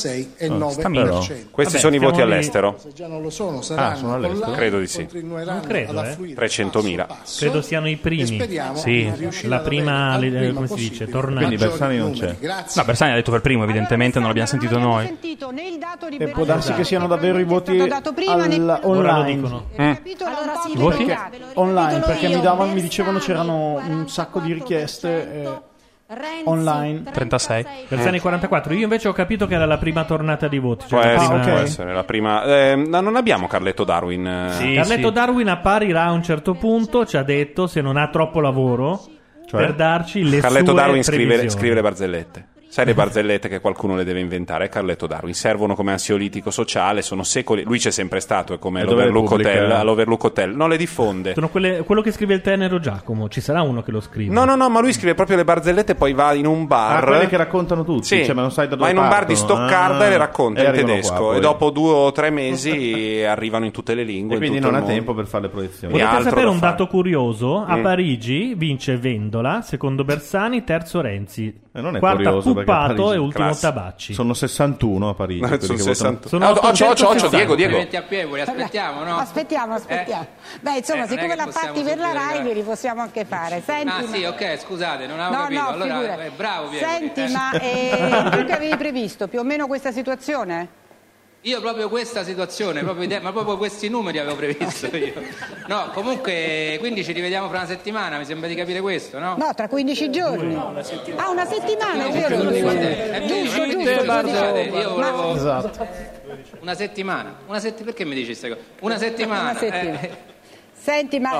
36,9%. Questi sono i voti all'estero? Se già non lo sono, saranno sono all'estero? online, Credo di sì. continueranno credo, ad affluire 300.000. Credo siano i primi. speriamo Sì, di riuscire la ad prima, avere al prima come si dice, possibile tornata. Quindi Bersani non c'è. Grazie. No, Bersani ha detto per primo, evidentemente non l'abbiamo sentito noi. Sentito né il dato di E può darsi che siano davvero i voti dato prima, né- online. Ora lo dicono. Allora sì, I voti? perché- Online, Ripetilo perché io. mi dicevano c'erano un sacco di richieste online. 36. Bersani 44. Io invece ho capito che era la prima tornata di voti. Può la essere, prima- può essere la prima. No, non abbiamo Carletto Darwin. Carletto Darwin apparirà a un certo punto, ci ha detto, se non ha troppo lavoro, per darci le Carletto sue Darwin previsioni. scrive le barzellette. Sai le barzellette che qualcuno le deve inventare? È Carletto Darwin. Servono come ansiolitico sociale, sono secoli. Lui c'è sempre stato, è come E dove le l'Overlook pubblica? Hotel. All'Overlook Hotel non le diffonde. Sono quello che scrive il tenero Giacomo. Ci sarà uno che lo scrive. No, ma lui scrive proprio le barzellette e poi va in un bar. Quelle che raccontano tutti, Sì, cioè, ma non sai da dove va in un bar di partono. Stoccarda e le racconta E in arrivano tedesco. qua, poi. E dopo 2 o 3 mesi arrivano in tutte le lingue. E quindi in tutto non il ha mondo. tempo per fare le proiezioni. Volete altro sapere da un fare. dato curioso? A Mm. Parigi vince Vendola, secondo Bersani, terzo Renzi, non è quarta curioso, perché Puppato Parigi- e ultimo Classe. Tabacci. Sono 61 a Parigi. No, quelli sono che votano. 60. Sono Occhio, 860. Diego. Complimenti a Pievoli, aspettiamo, no? Aspettiamo. Beh, insomma, non è siccome che l'ha possiamo fatti per la subire, Rai, dai. li possiamo anche fare. Senti, Ah sì, ok, scusate, non avevo No, capito. no, Allora, figurati. bravo Pievoli. Senti, ma tu che avevi previsto più o meno questa situazione? Io proprio questa situazione, ma proprio questi numeri avevo previsto io. No, comunque, quindi ci rivediamo fra una settimana, mi sembra di capire questo, no? No, tra 15 giorni. Ah, una settimana, è vero. Giusto, Scusate, io volevo... Esatto. Una settimana. Perché mi dici queste cose? Una settimana. Una settimana. Senti, ma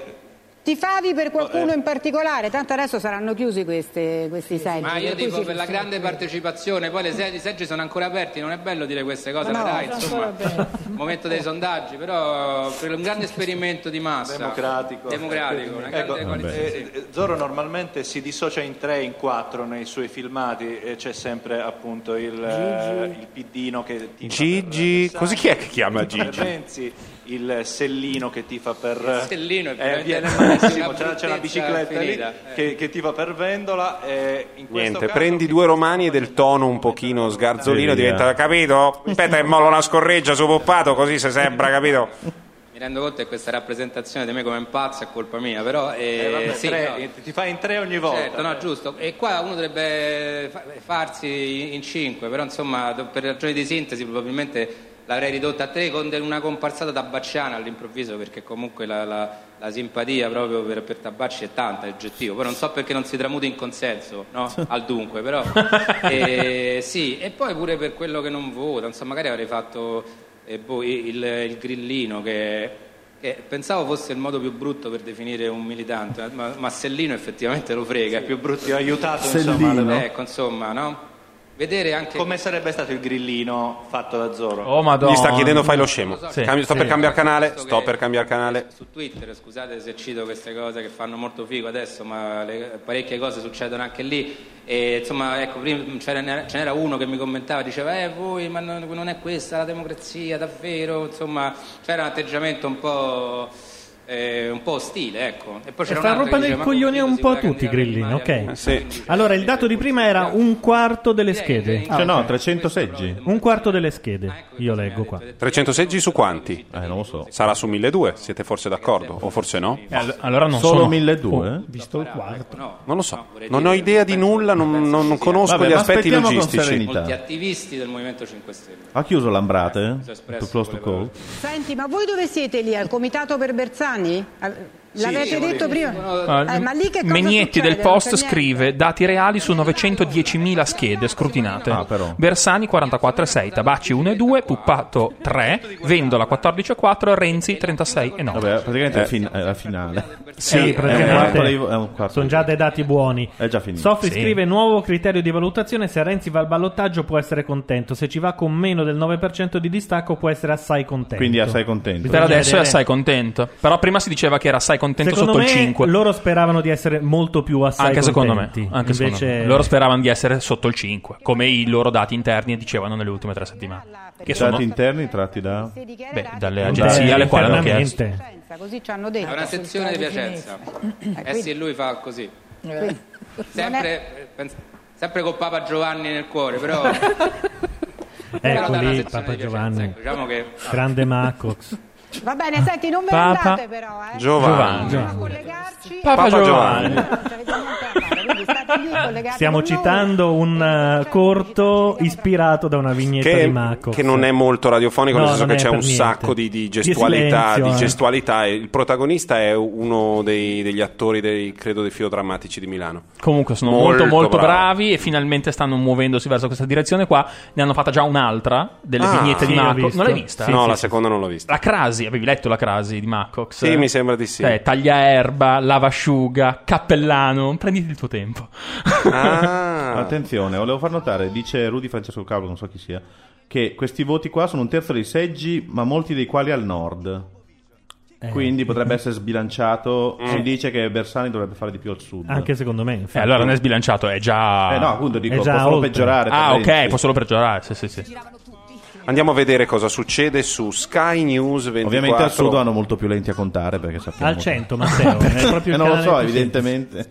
ti favi per qualcuno in particolare? Tanto adesso saranno chiusi questi seggi. Ma io per cui dico si- per la grande partecipazione, poi i seggi sono ancora aperti, non è bello dire queste cose, No, ma dai, sono insomma, ancora aperti. momento dei sondaggi, però per un grande esperimento di massa. Democratico, una grande coalizione, sì. Zorro normalmente si dissocia in 3, in 4 nei suoi filmati e c'è sempre appunto il piddino che tifa Gigi, per così chi è che chiama per Gigi? Renzi, il sellino che tifa per Il sellino è veramente viene una malissimo, c'è la bruttezza bicicletta finita, lì che tifa per Vendola e in questo Niente, caso prendi 2 romani e del tono un pochino sgarzolino, Sì, diventa, capito? Aspetta che mollo una scorreggia su Puppato, così si sembra, capito? Mi rendo conto che questa rappresentazione di me come un pazzo è colpa mia, però vabbè, sì, ti fai in 3 ogni volta. Certo, no, giusto. E qua uno dovrebbe farsi in 5, però insomma per ragioni di sintesi probabilmente l'avrei ridotta a 3 con una comparsata tabacciana all'improvviso, perché comunque la simpatia proprio per Tabacci è tanta, è oggettivo. Poi non so perché non si tramuti in consenso, no? Al dunque, però sì, e poi pure per quello che non vota, insomma, magari avrei fatto il grillino che pensavo fosse il modo più brutto per definire un militante, ma Sellino effettivamente lo frega, è più brutto. Ti ho aiutato, Sellino. insomma, Ecco, insomma, no? Vedere anche come sarebbe stato il grillino fatto da Zorro. Oh madonna. Gli sta chiedendo fai lo scemo. Sì, Sto per cambiare canale, sto per cambiare canale. su Twitter, scusate se cito queste cose che fanno molto figo adesso, ma parecchie cose succedono anche lì. E insomma, ecco, prima ce n'era uno che mi commentava, diceva voi, ma non è questa la democrazia davvero, insomma, c'era un atteggiamento un po' ostile, ecco. E poi c'era sta un altro rompendo che il diceva, coglione ma un po' a così tutti, Grillino, ok? Sì. Allora, il dato di prima era un quarto delle schede. Cioè no, 300 seggi. Un quarto delle schede, io leggo qua. 300 seggi su quanti? Non lo so. Sarà su 1200, siete forse d'accordo? O forse no? Allora non Solo sono 1200? Visto il quarto. Non lo so, non ho idea di nulla, non conosco Vabbè, gli ma aspetti aspettiamo con logistici. serenità. molti attivisti del Movimento 5 Stelle. Ha chiuso Lambrate? Si è espresso Too close to con le call? Senti, ma voi dove siete lì? Al comitato per Bersani? L'avete detto prima? Ma lì che cosa Megnetti succede? del Post Non so niente. scrive dati reali su 910.000 schede scrutinate. Bersani 44,6, Tabacci 1,2, Puppato 3, Vendola 14,4, Renzi 36,9. Vabbè, praticamente è la finale. Sì, praticamente sono già dei dati buoni. È già finito. Sofri scrive: nuovo criterio di valutazione: se Renzi va al ballottaggio può essere contento, se ci va con meno del 9% di distacco può essere assai contento. Quindi assai contento. Per adesso è assai contento. Però prima si diceva che era assai contento Secondo sotto me, il 5. loro speravano di essere molto più assai Anche secondo me. contenti. Anche Invece... secondo me. Loro speravano di essere sotto il 5, come i loro dati interni dicevano nelle ultime 3 settimane. Che sono Dati interni tratti da? dalle agenzie alle quali hanno chiesto. Così ci hanno detto. È una sezione di Piacenza. Sì, lui fa così. Sempre con Papa Giovanni nel cuore, però. Ecco lì Papa Giovanni, diciamo che... grande Macox. Va bene, senti, non ve ne Papa andate però, Giovanni. Papa Giovanni. Stiamo citando un corto ispirato da una vignetta di Macox. Che non è molto radiofonico, No, nel senso non che è c'è per un niente. sacco di gestualità, silenzio, di gestualità, e il protagonista è uno degli attori credo dei filodrammatici di Milano. Comunque sono molto bravi e finalmente stanno muovendosi verso questa direzione qua. Ne hanno fatta già un'altra delle vignette di Macox. Non l'hai vista? No, la seconda non l'ho vista. La Crasi, avevi letto la Crasi di Macox? Sì, mi sembra di sì. Tagliaerba, lavasciuga, cappellano, prenditi il tuo tempo. Attenzione, volevo far notare, dice Rudy Francesco Calvo, non so chi sia, che questi voti qua sono un terzo dei seggi, ma molti dei quali al nord. Quindi potrebbe essere sbilanciato. Si dice che Bersani dovrebbe fare di più al sud. Anche secondo me. Infatti. Allora non è sbilanciato, è già... no, appunto dico, È già può solo oltre. peggiorare. ok, può solo peggiorare, sì. Andiamo a vedere cosa succede su Sky News 24. Ovviamente al sud vanno molto più lenti a contare, perché sappiamo Al 100, Matteo. È proprio il non lo canale so, più evidentemente.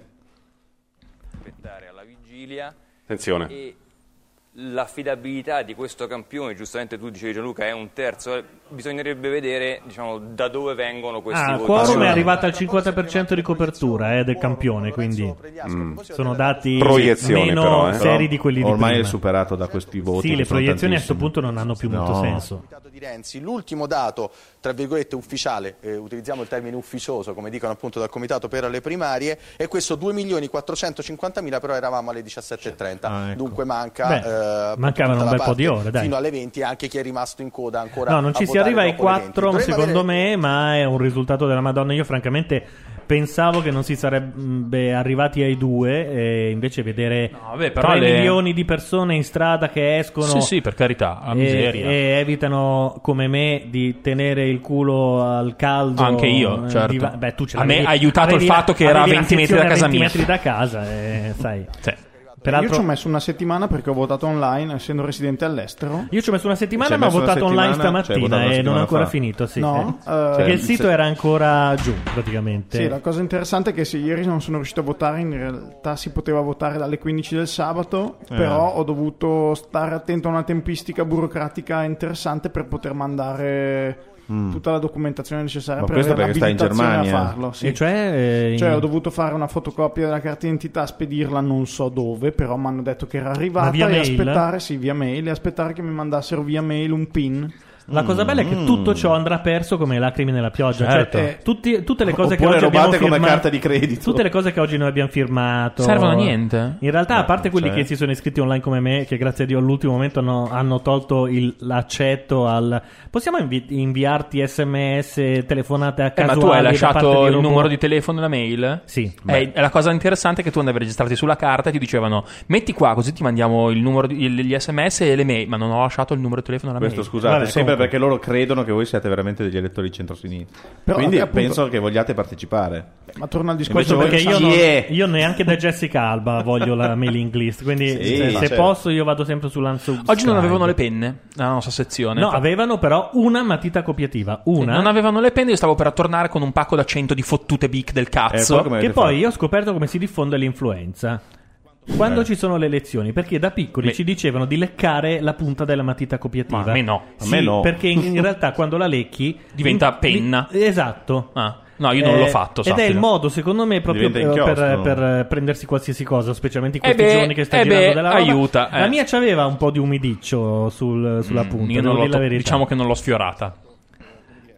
Aspettare alla vigilia. Attenzione. E l'affidabilità di questo campione, giustamente tu dicevi Gianluca, è un terzo. Bisognerebbe vedere, diciamo, da dove vengono questi voti. Quorum è arrivata al 50% di copertura del campione, quindi sono dati meno però, seri di quelli di ormai prima. è superato da questi voti. Sì, le sono proiezioni a tantissimi. questo punto non hanno più molto senso. Di Renzi. L'ultimo dato, tra virgolette, ufficiale, utilizziamo il termine ufficioso, come dicono appunto dal Comitato per le primarie, è questo 2.450.000, però eravamo alle 17.30, ecco. dunque manca mancavano un bel po' di ore, dai. fino alle 20, anche chi è rimasto in coda ancora. No, non ci a si votare arriva ai dopo le 20. 4 Dovremmo secondo avere- me, ma è un risultato della Madonna. Io francamente pensavo che non si sarebbe arrivati ai 2 e invece vedere però 3 milioni di persone in strada che escono Sì, per carità, a miseria. e evitano come me di tenere il culo al caldo. Anche io, certo. Beh, tu ce A me l'avevi- ha aiutato il avevi fatto che era a avevi la 20 metri da sezione a casa 20 mia. metri da casa, sai. Io Peraltro, ci ho messo una settimana perché ho votato online, essendo residente all'estero. io ci ho messo una settimana, Ci hai ma ho messo una votato online settimana? stamattina Cioè, hai votato una e non ho settimana ancora fa? finito. Sì, No? perché il sito era ancora giù praticamente. Sì, la cosa interessante è che se ieri non sono riuscito a votare, in realtà si poteva votare dalle 15 del sabato, però ho dovuto stare attento a una tempistica burocratica interessante per poter mandare tutta la documentazione necessaria Ma per questo avere perché stai in l'abilitazione Germania? a farlo. Sì. E cioè, Cioè, ho dovuto fare una fotocopia della carta d'identità, spedirla non so dove, però mi hanno detto che era arrivata, via e mail? aspettare, sì, via mail, e aspettare che mi mandassero via mail un PIN. La cosa bella è che tutto ciò andrà perso come lacrime nella pioggia. Certo. Cioè, tutte le cose che Oppure oggi abbiamo rubate come firmato, carta di credito. tutte le cose che oggi noi abbiamo firmato Servono a niente. In realtà, a parte quelli cioè. che si sono iscritti online come me, che grazie a Dio all'ultimo momento hanno tolto l'accetto al. Possiamo inviarti SMS, telefonate a casuali? Ma tu hai da parte lasciato di il robot? numero di telefono e la mail? Sì. È la cosa interessante è che tu andavi a registrarti sulla carta e ti dicevano metti qua così ti mandiamo il numero gli SMS e le mail, ma non ho lasciato il numero di telefono e la Questo mail. scusate, Vabbè, sempre comunque. perché loro credono che voi siate veramente degli elettori di centrosinistra. Però, Quindi appunto- penso che vogliate partecipare. Ma torna al discorso Invece Perché voi- io neanche da Jessica Alba voglio la mailing list, quindi Sì, se certo. posso io vado sempre sull'unsubscribe. Oggi non avevano le penne nella nostra sezione. No, avevano però una matita copiativa, una. Non avevano le penne, io stavo per tornare con un pacco da 100 di fottute bic del cazzo. Che poi io ho scoperto come si diffonde l'influenza. Quando ci sono le elezioni, perché da piccoli ci dicevano di leccare la punta della matita copiativa. Ma a me no. A me Sì, no. perché in realtà quando la lecchi Diventa penna. Esatto. No, io non l'ho fatto. Ed è sappilo. il modo, secondo me, proprio Diventa inchiostro. per prendersi qualsiasi cosa, specialmente in questi beh, giorni che sta girando della roba. aiuta, La mia c'aveva un po' di umidiccio sulla punta. Io devo non dire l'ho la verità. diciamo che non l'ho sfiorata.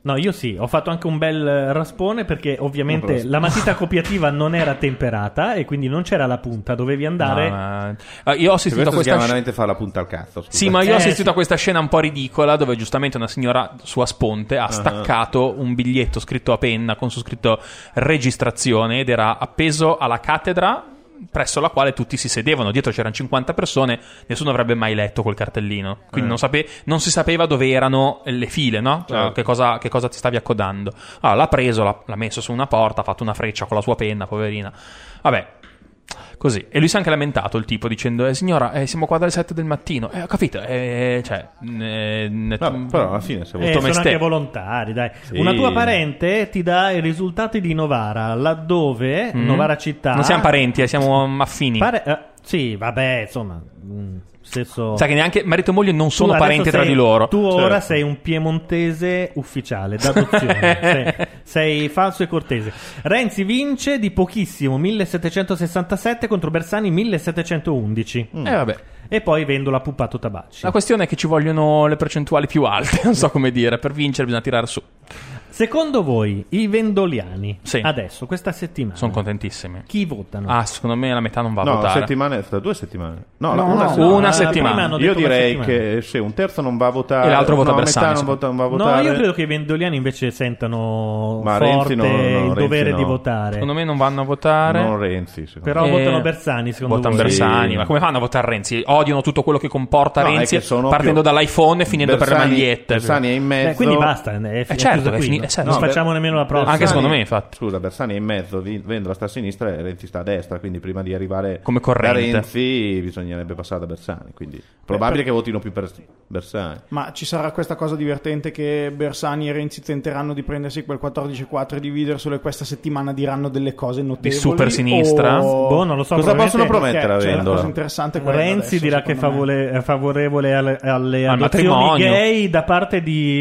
No, io sì, ho fatto anche un bel raspone perché ovviamente la matita copiativa non era temperata e quindi non c'era la punta, dovevi andare... Io ho assistito a questa veramente fa la punta al cazzo. Scusa. Sì, ma io ho assistito a questa scena un po' ridicola dove giustamente una signora su a sponte ha staccato un biglietto scritto a penna con su scritto registrazione ed era appeso alla cattedra presso la quale tutti si sedevano. Dietro c'erano 50 persone, nessuno avrebbe mai letto quel cartellino, quindi non si sapeva dove erano le file, no? Cioè, che cosa ti stavi accodando. Allora, l'ha preso, l'ha messo su una porta, ha fatto una freccia con la sua penna, poverina. Vabbè, così. E lui si è anche lamentato, il tipo, dicendo signora, siamo qua dalle 7 del mattino. Ho capito, no, però alla fine sono anche volontari, dai. Sì. Una tua parente ti dà i risultati di Novara, laddove Novara città... Non siamo parenti, siamo affini. Sì, vabbè, insomma... Stesso... Sai che neanche marito e moglie non sono parenti tra di loro. Tu ora sei un piemontese ufficiale d'adozione. sei falso e cortese. Renzi vince di pochissimo, 1767 contro Bersani 1711. Vabbè. E poi Vendola puppato Tabacci. La questione è che ci vogliono le percentuali più alte, non so come dire, per vincere bisogna tirare su. Secondo voi i vendoliani adesso, questa settimana, sono contentissimi. Chi votano? Secondo me la metà non va a votare. Settimane, fra 2 settimane. Una settimana. Io direi che se un terzo non va a votare e l'altro vota Bersani. Metà non va a votare. No, io credo che i vendoliani invece sentano forte il dovere di votare. Secondo me non vanno a votare. Non Renzi, però votano Bersani, secondo votano voi. Bersani, sì. Ma come fanno a votare Renzi? Odiano tutto quello che comporta Renzi, partendo dall'iPhone e finendo per le magliette. Bersani è in mezzo. Quindi basta, certo, non facciamo nemmeno la prossima. Anche secondo me, infatti. Scusa, Bersani è in mezzo, Vendola sta a sinistra e Renzi sta a destra, quindi prima di arrivare come corrente da Renzi bisognerebbe passare da Bersani, quindi probabile che votino più per Bersani. Ma ci sarà questa cosa divertente che Bersani e Renzi tenteranno di prendersi quel 14-4 e dividerselo, e questa settimana diranno delle cose notevoli di super sinistra. Non lo so. Cosa possono promettere a Vendola? La cosa interessante è Renzi dirà che è favorevole alle al adozioni matrimonio gay da parte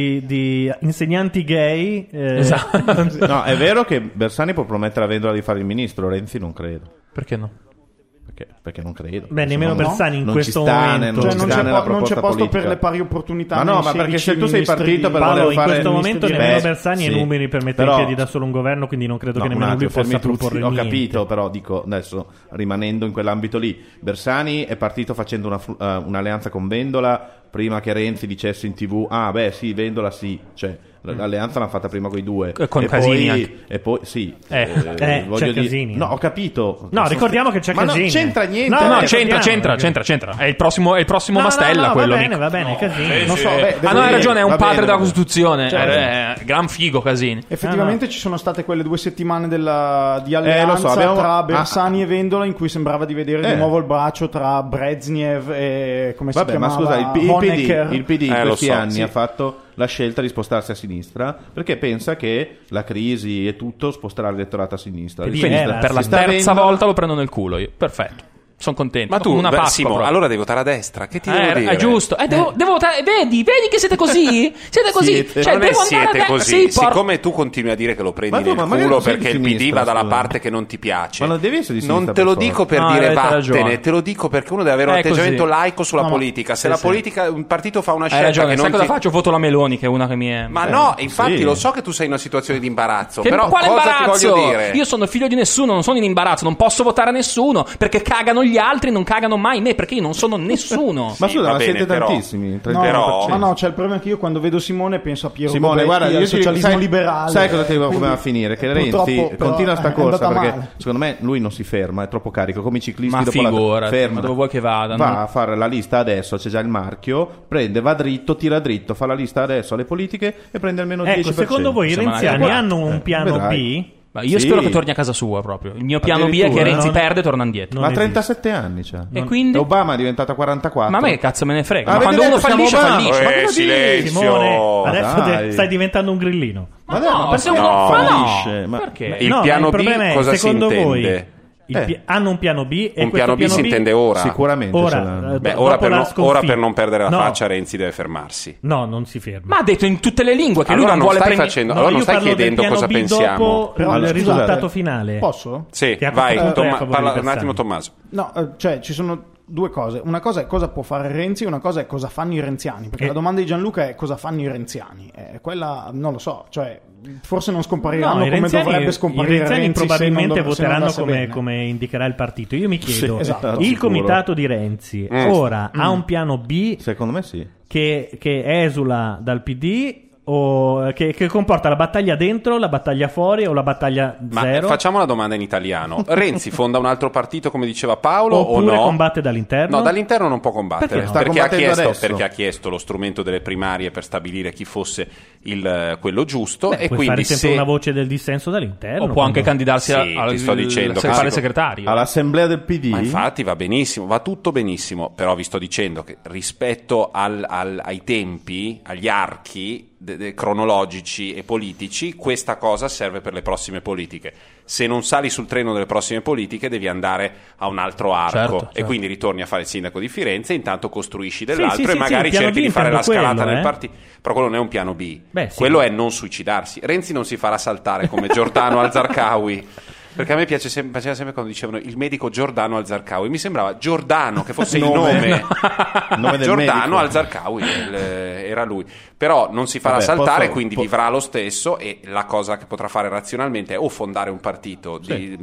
di insegnanti gay. Esatto. No, è vero che Bersani può promettere a Vendola di fare il ministro, Renzi non credo. Perché no? Perché non credo. Beh, nemmeno Bersani in questo momento. Non c'è posto per le pari opportunità. Ma no, ma perché se tu sei partito per Paolo, in questo momento nemmeno Bersani ha i numeri per mettere in piedi da solo un governo, quindi non credo che nemmeno lui possa proporre niente. Ho capito, però dico adesso, rimanendo in quell'ambito lì, Bersani è partito facendo un'alleanza con Vendola prima che Renzi dicesse in TV Vendola sì, cioè l'alleanza l'hanno fatta prima con i due con Casini e poi sì c'è Casini. No, ho capito. No, ricordiamo che c'è Casini. Ma non c'entra niente. No, c'entra. È il prossimo Mastella quello. Va bene, Casini. Non so, no, hai ragione, è un padre della Costituzione. Gran figo Casini. Effettivamente ci sono state quelle 2 settimane di alleanza tra Bersani e Vendola in cui sembrava di vedere di nuovo il braccio tra Brezhnev e come si chiamava? Ma scusa, il PD in questi anni ha fatto la scelta di spostarsi a sinistra perché pensa che la crisi e tutto sposterà l'elettorato a sinistra. Per la terza volta lo prendo nel culo io. Perfetto. Sono contento. Ma tu, Simo, allora devi votare a destra. Che ti devo dire? È giusto. Devo votare. Vedi che siete così? Siete così. Cioè, non siete così. Siccome tu continui a dire che lo prendi nel culo perché il PD va dalla parte che non ti piace. Ma non devi essere di sinistra. Non te lo dico per dire vattene, te lo dico perché uno deve avere un atteggiamento laico sulla politica. Se la politica, un partito fa una scelta che non cosa faccio? Voto la Meloni, che è una che mi è. Ma no, infatti lo so che tu sei in una situazione di imbarazzo. Però quale imbarazzo? Ti voglio dire? Io sono figlio di nessuno, non sono in imbarazzo, non posso votare a nessuno perché cagano gli altri, non cagano mai me perché io non sono nessuno. Ma scusa, ma siete tantissimi. Ma no, c'è il problema che io quando vedo Simone penso a Piero Simone, Gobetti, guarda, al socialismo liberale. Sai cosa ti dico come va a finire? Che Renzi continua sta corsa perché secondo me lui non si ferma, è troppo carico, come i ciclisti. Ma dopo ferma, dove vuoi che vadano? Va a fare la lista adesso, c'è già il marchio, va dritto, tira dritto, fa la lista adesso alle politiche e prende almeno 10%. Secondo voi i renziani hanno un piano B? Ma io spero che torni a casa sua proprio. Il mio piano B è che Renzi perde e torna indietro. Ma 37 anni c'ha. E quindi? Obama è diventata 44. Ma a me che cazzo me ne frega? Ma quando uno fallisce, fallisce. Silenzio. Simone, adesso stai diventando un grillino. Ma no, perché fallisce? Perché? Il piano B cosa si intende? Hanno un piano B e un piano B si intende ora sicuramente ora per non perdere la faccia Renzi deve fermarsi. No, non si ferma. Ma ha detto in tutte le lingue che allora lui non vuole prendere. Allora non stai chiedendo cosa pensiamo. Però il risultato finale. Posso? Sì, vai, parla un attimo Tommaso. No, cioè ci sono due cose. Una cosa è cosa può fare Renzi, una cosa è cosa fanno i renziani, perché la domanda di Gianluca è cosa fanno i renziani. Quella non lo so, cioè forse non scompariranno come dovrebbe scomparire i renziani Renzi, probabilmente voteranno come come indicherà il partito. Io mi chiedo, esatto, il comitato di Renzi ora ha un piano B? Secondo me sì. Che esula dal PD o che comporta la battaglia dentro, la battaglia fuori o la battaglia zero? Ma facciamo la domanda in italiano. Renzi fonda un altro partito come diceva Paolo oppure o no? Combatte dall'interno? No, dall'interno non può combattere perché perché ha chiesto lo strumento delle primarie per stabilire chi fosse quello giusto. E puoi quindi fare sempre se... una voce del dissenso dall'interno o può anche candidarsi ti sto dicendo a fare segretario all'assemblea del PD. Ma infatti va benissimo, va tutto benissimo, però vi sto dicendo che rispetto ai tempi, agli archi cronologici e politici, questa cosa serve per le prossime politiche. Se non sali sul treno delle prossime politiche devi andare a un altro arco e quindi ritorni a fare il sindaco di Firenze, intanto costruisci dell'altro e magari cerchi di fare la scalata nel partito, però quello non è un piano B. Quello è non suicidarsi. Renzi non si farà saltare come Giordano al-Zarqawi. Perché a me piaceva sempre quando dicevano il medico Giordano al-Zarqawi. Mi sembrava Giordano, che fosse il nome del Giordano medico. al-Zarqawi, era lui. Però non si farà saltare, quindi vivrà lo stesso, e la cosa che potrà fare razionalmente è o fondare un partito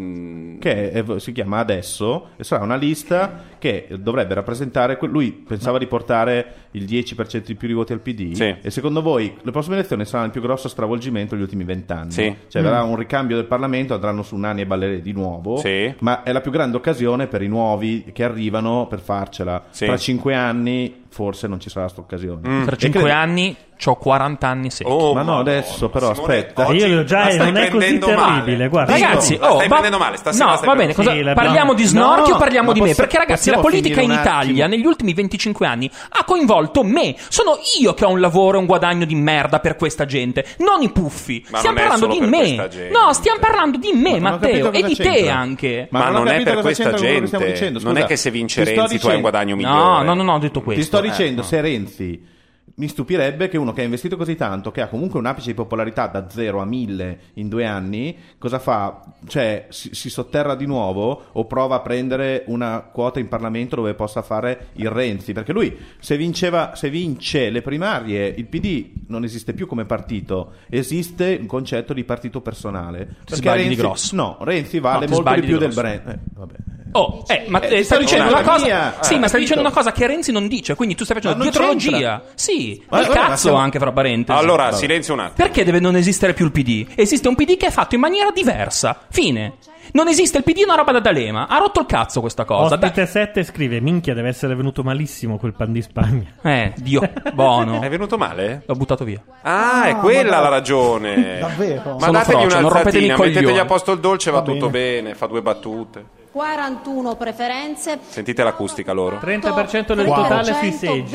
che si chiama Adesso, e sarà una lista che dovrebbe rappresentare lui pensava di portare il 10% di più di voti al PD, e secondo voi le prossime elezioni saranno il più grosso stravolgimento degli ultimi 20 anni? Cioè verrà un ricambio del Parlamento, andranno su Nani e Balleri di nuovo, ma è la più grande occasione per i nuovi che arrivano per farcela. Tra 5 anni forse non ci sarà questa occasione. Tra 5 anni c'ho 40 anni secchi. Ma no, adesso però aspetta. Io già non è così terribile, guarda. Ragazzi, stai prendendo male stasera. No, va bene, parliamo di Snorchi o parliamo di me? Perché ragazzi, la politica in Italia negli ultimi 25 anni ha coinvolto me. Sono io che ho un lavoro e un guadagno di merda per questa gente, non i puffi. Stiamo parlando di me. No, stiamo parlando di me, Matteo, e di te anche. Ma non è per questa gente. Non è che se vince Renzi tu hai un guadagno migliore. No, non ho detto questo. Ti sto dicendo, se Renzi, mi stupirebbe che uno che ha investito così tanto, che ha comunque un apice di popolarità da 0 a 1000 in 2 anni, cosa fa? Cioè si sotterra di nuovo o prova a prendere una quota in Parlamento dove possa fare il Renzi? Perché lui se vince le primarie, il PD non esiste più come partito, esiste un concetto di partito personale. Perché Renzi, di grosso. No, Renzi vale molto di più del brand. Vabbè. Ma stai dicendo una cosa? Sì, ma stai dicendo una cosa che Renzi non dice, quindi tu stai facendo dietrologia. Sì, ma cazzo anche fra parentesi. Allora, silenzio un attimo. Perché deve non esistere più il PD? Esiste un PD che è fatto in maniera diversa. Fine. Non esiste il PD, è una roba da D'Alema. Ha rotto il cazzo questa cosa. Ospite 7 scrive: minchia, deve essere venuto malissimo quel pan di Spagna. Dio, buono. È venuto male? L'ho buttato via. È quella la raggone. Davvero? Ma dategli un'alzatina, mettetegli a posto il dolce, va tutto bene, fa 2 battute. 41 preferenze. Sentite l'acustica loro. 30% del totale sui seggi,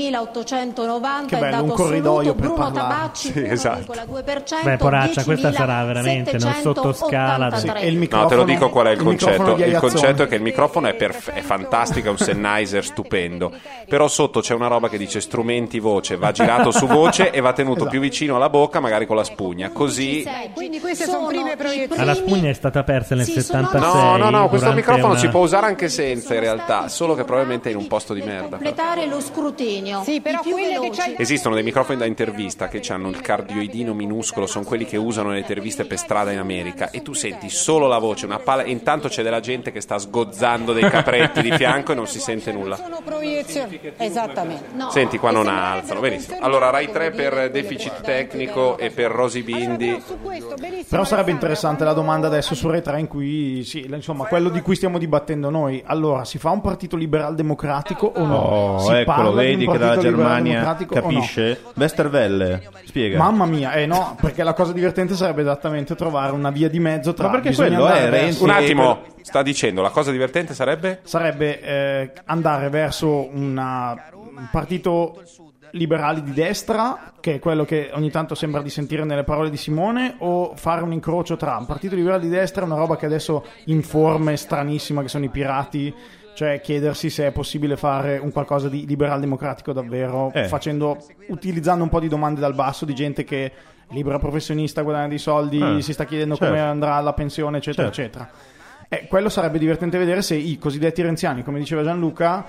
26.890 che bello, è dato un corridoio per Bruno parlare. Tabacci, sì, esatto. 1,2%. Beh, poraccia, questa sarà veramente nel sottoscala. No, te lo dico qual è il concetto. Il concetto è che il microfono è fantastico, è un Sennheiser stupendo. Però sotto c'è una roba che dice strumenti voce, va girato su voce e va tenuto più vicino alla bocca, magari con la spugna. Così. Quindi queste sono prime proiezioni. La spugna è stata persa nel 76. No, questo microfono si può usare anche senza, in realtà, solo che probabilmente è in un posto di merda. Completare lo scrutinio. Sì, però quelle che c'hai... Esistono dei microfoni da intervista che hanno il cardioidino minuscolo, sono quelli che usano le interviste per strada in America, e tu senti solo la voce, una palla, e intanto c'è della gente che sta sgozzando dei capretti di fianco e non si sente nulla. Sono proiezioni. Esattamente. No, senti qua non alzano, benissimo. Allora Rai 3 per deficit tecnico e per Rosy Bindi. Però sarebbe interessante la domanda adesso su Rai 3, in cui insomma quello di cui stiamo dibattendo noi. Allora, si fa un partito liberal democratico o no? Eccolo, vedi che dalla Germania capisce. No? Westerwelle, spiega. Mamma mia, no, perché la cosa divertente sarebbe esattamente trovare una via di mezzo tra... Ma perché quello è Renzi? Un attimo, sta dicendo, la cosa divertente sarebbe? Sarebbe andare verso un partito liberali di destra, che è quello che ogni tanto sembra di sentire nelle parole di Simone, o fare un incrocio tra un partito liberale di destra e una roba che adesso in forme stranissima che sono i pirati, cioè chiedersi se è possibile fare un qualcosa di liberal democratico davvero, utilizzando un po' di domande dal basso di gente che libera professionista, guadagna dei soldi, si sta chiedendo come andrà la pensione, eccetera eccetera. Quello sarebbe divertente vedere se i cosiddetti renziani, come diceva Gianluca,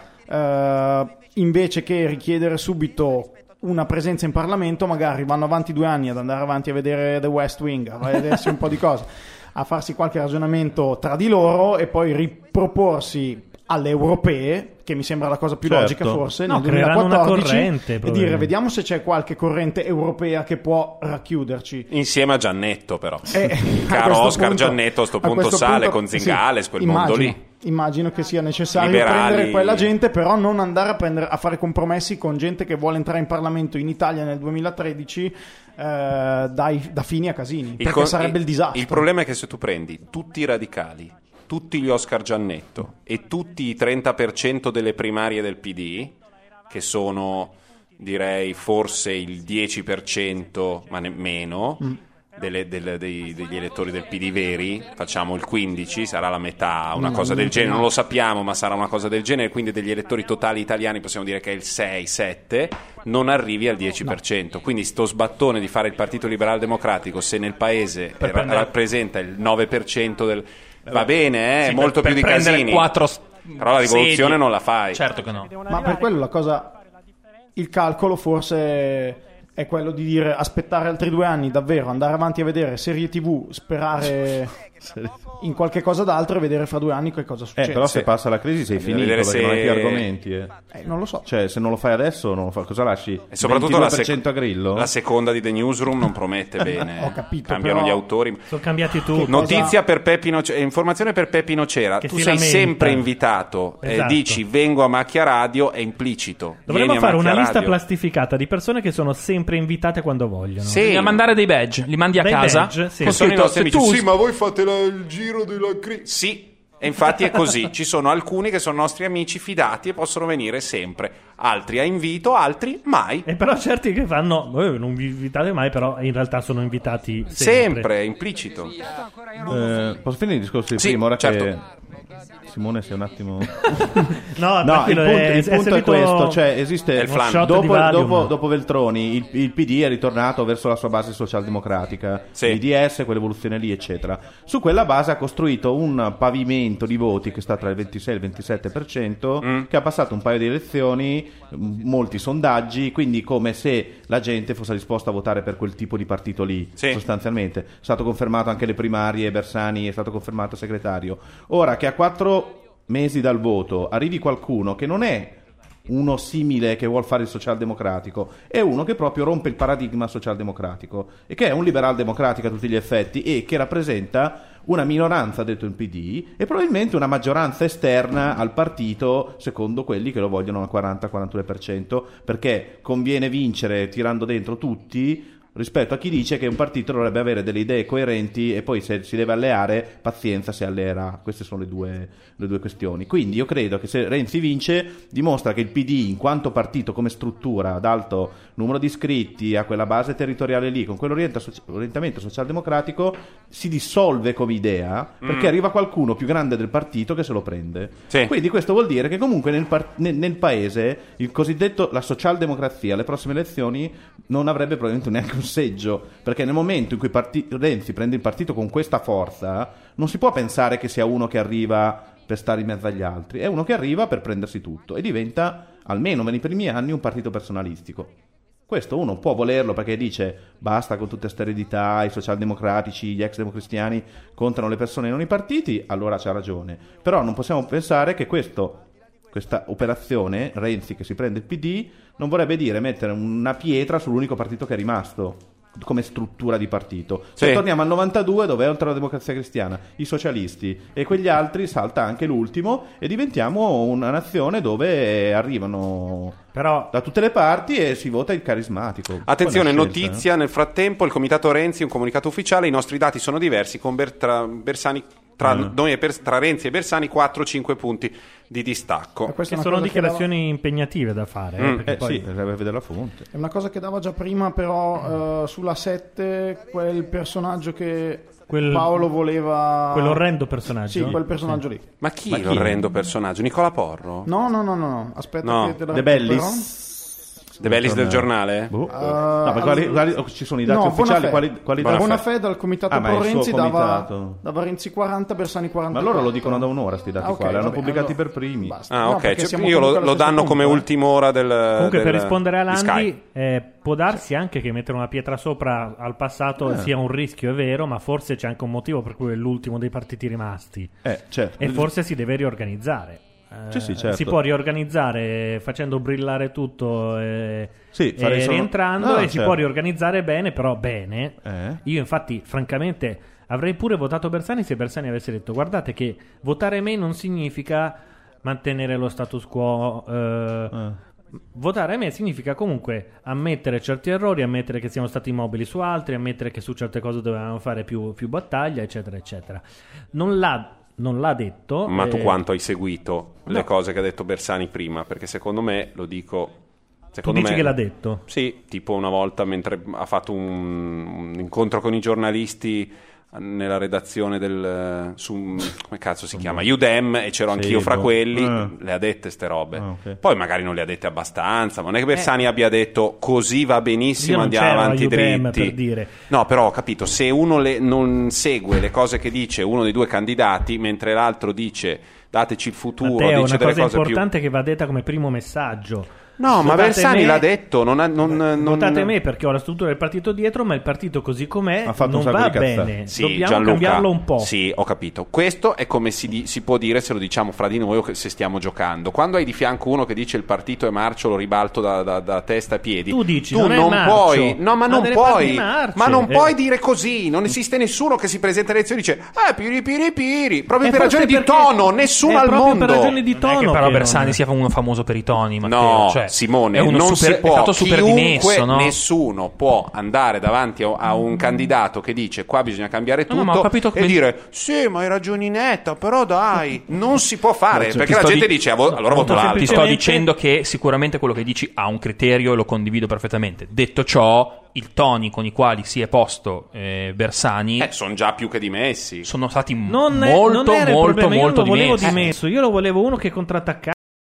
invece che richiedere subito una presenza in Parlamento, magari vanno avanti 2 anni ad andare avanti a vedere The West Wing, a vedersi un po' di cose, a farsi qualche ragionamento tra di loro e poi riproporsi alle europee, che mi sembra la cosa più logica forse, nel 2014, una corrente, e dire vediamo se c'è qualche corrente europea che può racchiuderci. Insieme a Giannetto però. Caro Oscar Giannetto a sto punto sale con Zingales, quel mondo lì. Immagino che sia necessario Liberali. prendere quella gente, però non andare a fare compromessi con gente che vuole entrare in Parlamento in Italia nel 2013 da Fini a Casini, perché sarebbe il disastro. Il problema è che se tu prendi tutti i radicali, tutti gli Oscar Giannetto e tutti i 30% delle primarie del PD, che sono direi forse il 10%, ma nemmeno, degli elettori del PD veri, facciamo il 15, sarà la metà, una cosa del genere, non lo sappiamo, ma sarà una cosa del genere, quindi degli elettori totali italiani possiamo dire che è il 6-7, non arrivi al 10%. Quindi sto sbattone di fare il Partito Liberal Democratico, se nel paese rappresenta il 9% del... Va bene, sì, molto più di Casini, 4 però la rivoluzione non la fai. Certo che no. Ma per quello il calcolo forse è quello di dire aspettare altri 2 anni, davvero andare avanti a vedere serie TV, sperare in qualche cosa d'altro e vedere fra 2 anni che cosa succede. Però se passa la crisi sei finito, perché non hai più argomenti. Non lo so. Cioè, se non lo fai adesso, non lo fa. Cosa lasci? E soprattutto 22% a Grillo? La seconda di The Newsroom non promette bene. Ho capito. Cambiano gli autori. Sono cambiati tutti. Notizia per Peppino, informazione per Peppino Cera. Tu sei sempre invitato. Esatto. Dici vengo a Macchia Radio, è implicito. Dovremmo fare una lista plastificata di persone che sono sempre invitate quando vogliono. Sì. Bisogna mandare dei badge, li mandi a casa. Badge, sì. Che sono i nostri amici. Sì, ma voi fate il giro della crisi. Sì, e infatti è così. Ci sono alcuni che sono nostri amici fidati e possono venire sempre. Altri a invito, altri mai. E però certi che fanno non vi invitate mai, però in realtà sono invitati sempre, è implicito. Posso finire il discorso di prima? Ora che Simone sei un attimo no, il punto è questo, cioè esiste dopo Veltroni il PD è ritornato verso la sua base socialdemocratica, l'IDS, quell'evoluzione lì eccetera. Su quella base ha costruito un pavimento di voti che sta tra il 26 e il 27%, che ha passato un paio di elezioni, molti sondaggi, quindi come se la gente fosse disposta a votare per quel tipo di partito lì, sostanzialmente. È stato confermato anche le primarie, Bersani è stato confermato segretario. Ora che a 4 mesi dal voto arrivi qualcuno che non è uno simile che vuol fare il socialdemocratico, è uno che proprio rompe il paradigma socialdemocratico e che è un liberal democratico a tutti gli effetti e che rappresenta una minoranza dentro il PD e probabilmente una maggioranza esterna al partito, secondo quelli che lo vogliono al 40-42%, perché conviene vincere tirando dentro tutti rispetto a chi dice che un partito dovrebbe avere delle idee coerenti e poi se si deve alleare, pazienza, si alleerà. Queste sono le due questioni. Quindi io credo che se Renzi vince dimostra che il PD in quanto partito come struttura ad alto numero di iscritti, a quella base territoriale lì, con quell'orientamento socialdemocratico, si dissolve come idea perché arriva qualcuno più grande del partito che se lo prende. Quindi questo vuol dire che comunque nel paese il cosiddetto la socialdemocrazia alle prossime elezioni non avrebbe probabilmente neanche un seggio, perché nel momento in cui Renzi prende il partito con questa forza non si può pensare che sia uno che arriva per stare in mezzo agli altri, è uno che arriva per prendersi tutto e diventa, almeno nei primi anni, un partito personalistico. Questo uno può volerlo perché dice basta con tutte queste eredità, i socialdemocratici, gli ex democristiani contano le persone e non i partiti, allora c'ha ragione, però non possiamo pensare che questa operazione, Renzi che si prende il PD, non vorrebbe dire mettere una pietra sull'unico partito che è rimasto come struttura di partito. Se torniamo al 92, dove è oltre la Democrazia Cristiana, i socialisti e quegli altri, salta anche l'ultimo e diventiamo una nazione dove arrivano da tutte le parti e si vota il carismatico. Attenzione, notizia, nel frattempo il comitato Renzi, un comunicato ufficiale, i nostri dati sono diversi con Bersani tra Renzi e Bersani 4-5 punti di distacco. Che sono dichiarazioni impegnative da fare. Perché poi deve vedere la fonte. È una cosa che dava già prima, però sulla 7 quel personaggio che Paolo voleva... Quell'orrendo personaggio? Sì, quel personaggio lì. Ma chi l'orrendo personaggio? Nicola Porro? No. Aspetta che te la De Bellis? De Bellis del giornale? No, ci sono i dati ufficiali. Quali Bonafè dal comitato pro Renzi dava Renzi 40, Bersani 40. Ma loro lo dicono da un'ora sti dati qua, li hanno pubblicati per primi. Io lo danno come ultima ora del... Comunque per rispondere a Landi, può darsi anche che mettere una pietra sopra al passato sia un rischio, è vero, ma forse c'è anche un motivo per cui è l'ultimo dei partiti rimasti. Certo. E forse si deve riorganizzare. Sì, certo. Si può riorganizzare facendo brillare tutto rientrando si può riorganizzare bene, però bene. Io infatti francamente avrei pure votato Bersani se Bersani avesse detto: guardate che votare me non significa mantenere lo status quo, votare me significa comunque ammettere certi errori, ammettere che siamo stati immobili su altri, ammettere che su certe cose dovevamo fare più battaglia, eccetera eccetera. Non l'ha detto. Ma tu quanto hai seguito le cose che ha detto Bersani prima? Perché secondo me, lo dico... Tu dici che l'ha detto? Sì, tipo una volta mentre ha fatto un incontro con i giornalisti nella redazione del... come cazzo si chiama? Udem, e c'ero anch'io fra quelli. Le ha dette ste robe. Poi magari non le ha dette abbastanza. Ma non è che Bersani abbia detto così va benissimo, andiamo avanti dritti. Per dire. No, però ho capito, se uno non segue le cose che dice uno dei due candidati, mentre l'altro dice dateci il futuro, Matteo, dice una delle cosa cose importante che va detta come primo messaggio. No, ma Bersani l'ha detto. Votate me perché ho la struttura del partito dietro, ma il partito così com'è non va bene. Sì, dobbiamo Gianluca, cambiarlo un po'. Sì, ho capito. Questo è come si può dire se lo diciamo fra di noi o se stiamo giocando. Quando hai di fianco uno che dice il partito è marcio, lo ribalto da testa a piedi. Tu dici tu non puoi. No, ma non puoi. Ma non puoi dire così. Non esiste nessuno che si presenta alle elezioni e dice piri. Proprio per ragioni di tono. Nessuno al mondo. Per ragioni di tono. Non è che però Bersani sia uno famoso per i toni, Matteo. No, cioè, Simone, non si può. È stato super dimesso, no? Nessuno può andare davanti a un candidato che dice qua bisogna cambiare tutto e dire sì, ma hai ragioni netta, però dai, non si può fare, perché la gente dice allora voto l'altro. Ti sto dicendo che sicuramente quello che dici ha un criterio e lo condivido perfettamente. Detto ciò, i toni con i quali si è posto Bersani sono già più che dimessi. Sono stati molto dimesso. Io lo volevo uno che contrattacca.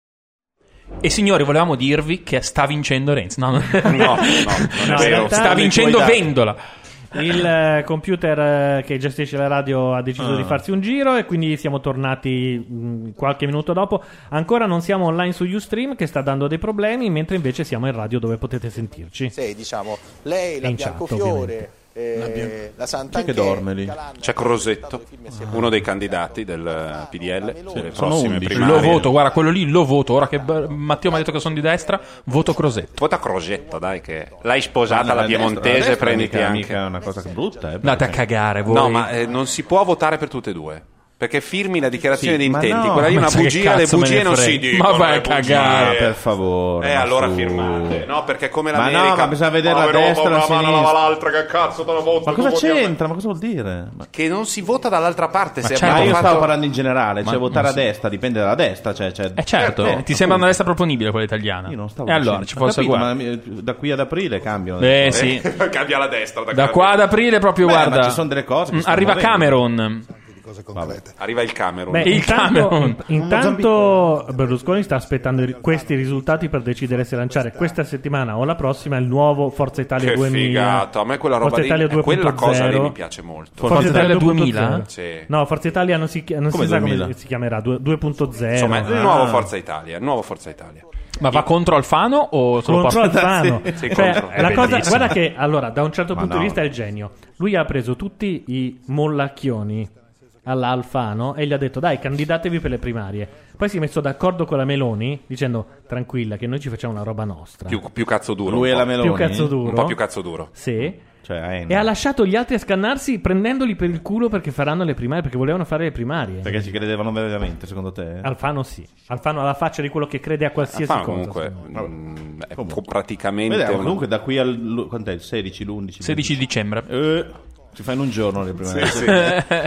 E signori, volevamo dirvi che sta vincendo Renzi. No, non è vero. Sta vincendo Vendola. Il computer che gestisce la radio ha deciso di farsi un giro e quindi siamo tornati qualche minuto dopo. Ancora non siamo online su Ustream, che sta dando dei problemi, mentre invece siamo in radio dove potete sentirci. Sì, diciamo, lei, la Biancofiore, la Sant'Anchè, che dorme lì. C'è Crosetto, uno dei candidati del PDL. Sono 11. Lo voto, guarda, quello lì lo voto. Ora che Matteo mi ha detto che sono di destra, voto Crosetto. Vota Crosetto, dai, che l'hai sposata la piemontese, prenditi anche. È una cosa brutta. Andate a cagare voi. No, ma non si può votare per tutte e due. Perché firmi la dichiarazione di intenti, quella lì è una bugia, le bugie non si dicono. Ma vai a cagare, per favore. Allora firmate. No, perché come l'America. Ma no, ma bisogna vedere la destra, la sinistra. Una mano l'altra, che cazzo te la voto. Ma cosa c'entra? Ma cosa vuol dire? Che non si vota dall'altra parte. Io stavo parlando in generale, cioè votare a destra dipende dalla destra. Certo, ti sembra una destra proponibile quella italiana? Io non stavo e allora ci fosse ma da qui ad aprile cambiano. Sì. Cambia la destra. Da qua ad aprile proprio, guarda. Ma ci sono delle cose. Arriva Cameron. Arriva il Cameron. Intanto Berlusconi sta aspettando questi risultati per decidere se lanciare questa settimana o la prossima il nuovo Forza Italia che 2000. Figato. A me quella roba Forza Italia 2.0. Quella cosa lì mi piace molto. Forza Italia 2000? Sì. No, Forza Italia non si sa come si chiamerà, 2.0. Insomma, il nuovo Forza Italia, Ma va contro Alfano o solo contro Alfano? Sì, la cosa, guarda che allora da un certo punto di vista è il genio. Lui ha preso tutti i mollacchioni alla Alfano e gli ha detto dai, candidatevi per le primarie. Poi si è messo d'accordo con la Meloni dicendo tranquilla che noi ci facciamo una roba nostra. Più cazzo duro. Lui e la Meloni? Più cazzo duro. Un po' più cazzo duro. Sì. E ha lasciato gli altri a scannarsi prendendoli per il culo perché faranno le primarie, perché volevano fare le primarie. Perché ci credevano veramente, secondo te? Alfano sì. Alfano ha la faccia di quello che crede a qualsiasi cosa. Comunque è praticamente Vediamo, comunque da qui al quant'è? Il 16, l'11? 16 dicembre. Si fa in un giorno le primarie.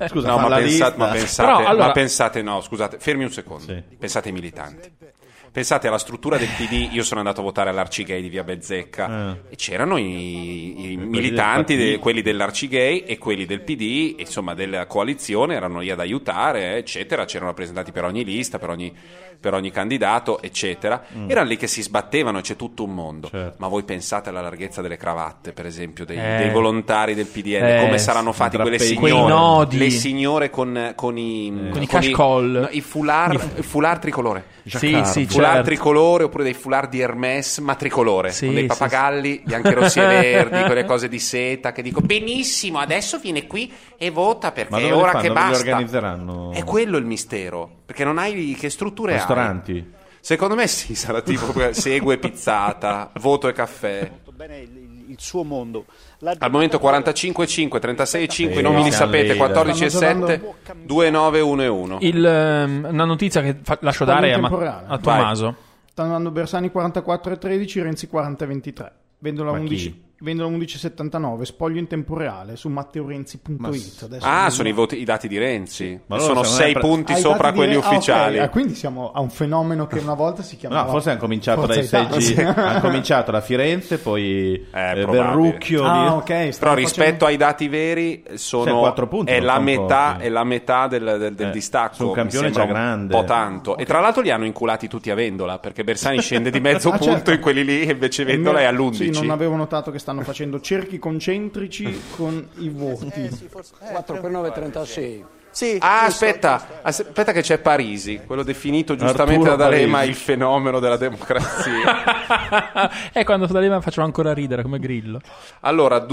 Scusa, no, ma Però, pensate, no, scusate, fermi un secondo. Sì. Pensate ai militanti. Pensate alla struttura del PD. Io sono andato a votare all'Arcigay di Via Bezzecca e c'erano i militanti, quelli dell'Arcigay e quelli del PD, e, insomma, della coalizione, erano lì ad aiutare, eccetera. C'erano rappresentanti per ogni lista, per ogni candidato, eccetera. Erano lì che si sbattevano, c'è tutto un mondo. Certo. Ma voi pensate alla larghezza delle cravatte, per esempio, dei volontari del PDL, come saranno fatti quelle signore, le signore con i cashcall, i foulard tricolore. Sì, Foulard tricolore, oppure dei foulard di Hermès ma tricolore, con dei pappagalli bianchi, rossi e verdi, quelle cose di seta che dico benissimo, adesso viene qui e vota perché è ora che basta. Dove li organizzeranno? È quello il mistero, perché non hai che strutture ristoranti? Hai. Secondo me sì, sarà tipo Segue Pizzata, Voto e Caffè. Il suo mondo. Al momento 45,5, 36,5, i nomi li sapete, 14,7, 2,9, 1,1. Una notizia che lascio dare a Tommaso. Stanno andando Bersani 44,13, Renzi 40,23. Vendono a 11,79, spoglio in tempo reale su matteorenzi.it. Sono i dati di Renzi. Ma sono 6 punti sopra quelli ufficiali. Okay. Quindi siamo a un fenomeno che una volta si chiamava. No, forse hanno cominciato dai seggi. Hanno cominciato da Firenze, poi Verrucchio. Però rispetto ai dati veri sono 4 punti, è la metà del distacco. Su un campione già grande. Un po' tanto. E tra l'altro li hanno inculati tutti a Vendola, perché Bersani scende di mezzo punto in quelli lì, e invece Vendola è all'11. Sì, non avevo notato che stanno facendo cerchi concentrici con i voti. 4 per 9, 36. Sì, aspetta che c'è Parisi, quello definito giustamente da D'Alema il fenomeno della democrazia. E quando D'Alema facciamo ancora ridere come Grillo. Allora,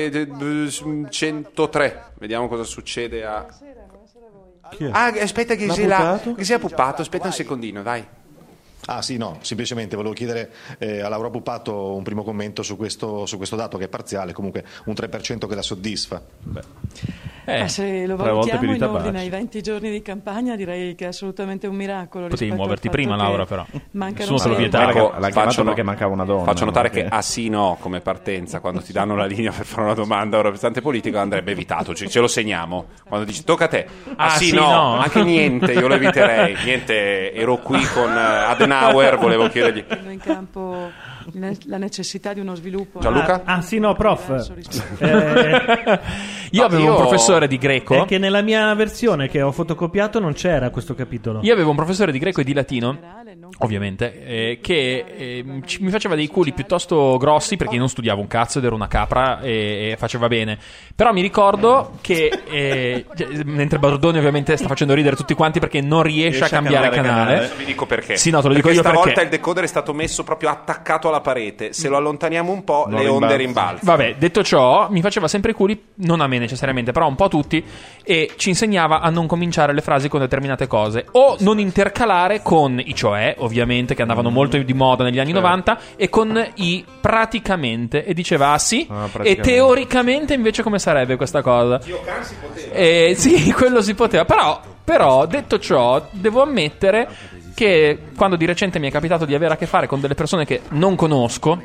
103, vediamo cosa succede a... aspetta che sia puppato, aspetta un secondino, dai. Sì, no, semplicemente volevo chiedere a Laura Puppato un primo commento su questo dato che è parziale, comunque un 3% che la soddisfa. Se lo valutiamo in ordine ai 20 giorni di campagna, direi che è assolutamente un miracolo. Potevi muoverti prima, Laura, però. Mancano l'ha chiamato perché mancava una donna. Faccio notare che sì no come partenza, quando ti danno la linea per fare una domanda a un rappresentante politico, andrebbe evitato, ce lo segniamo. Quando dici tocca a te, sì no, anche niente, io lo eviterei. Niente, ero qui con Adenauer, volevo chiedergli. In campo la necessità di uno sviluppo. Gianluca? Sì no, prof. Io avevo un professore di greco. È che nella mia versione che ho fotocopiato non c'era questo capitolo. Io avevo un professore di greco e di latino, ovviamente, che mi faceva dei culi piuttosto grossi, perché io non studiavo un cazzo ed ero una capra e faceva bene. Però mi ricordo che mentre Bordoni ovviamente sta facendo ridere tutti quanti perché non riesce a cambiare canale. Vi dico perché. Sì, no, te lo dico io perché. Stavolta il decoder è stato messo proprio attaccato alla parete. Se lo allontaniamo un po', le onde rimbalzano. Vabbè, detto ciò, mi faceva sempre i culi, non a me necessariamente, però un po' a tutti, e ci insegnava a non cominciare le frasi con determinate cose, o non intercalare con i cioè, ovviamente, che andavano molto di moda negli anni 90, e con i praticamente, e diceva e teoricamente invece come sarebbe questa cosa? Si poteva. Sì, quello si poteva, però detto ciò, devo ammettere che quando di recente mi è capitato di avere a che fare con delle persone che non conosco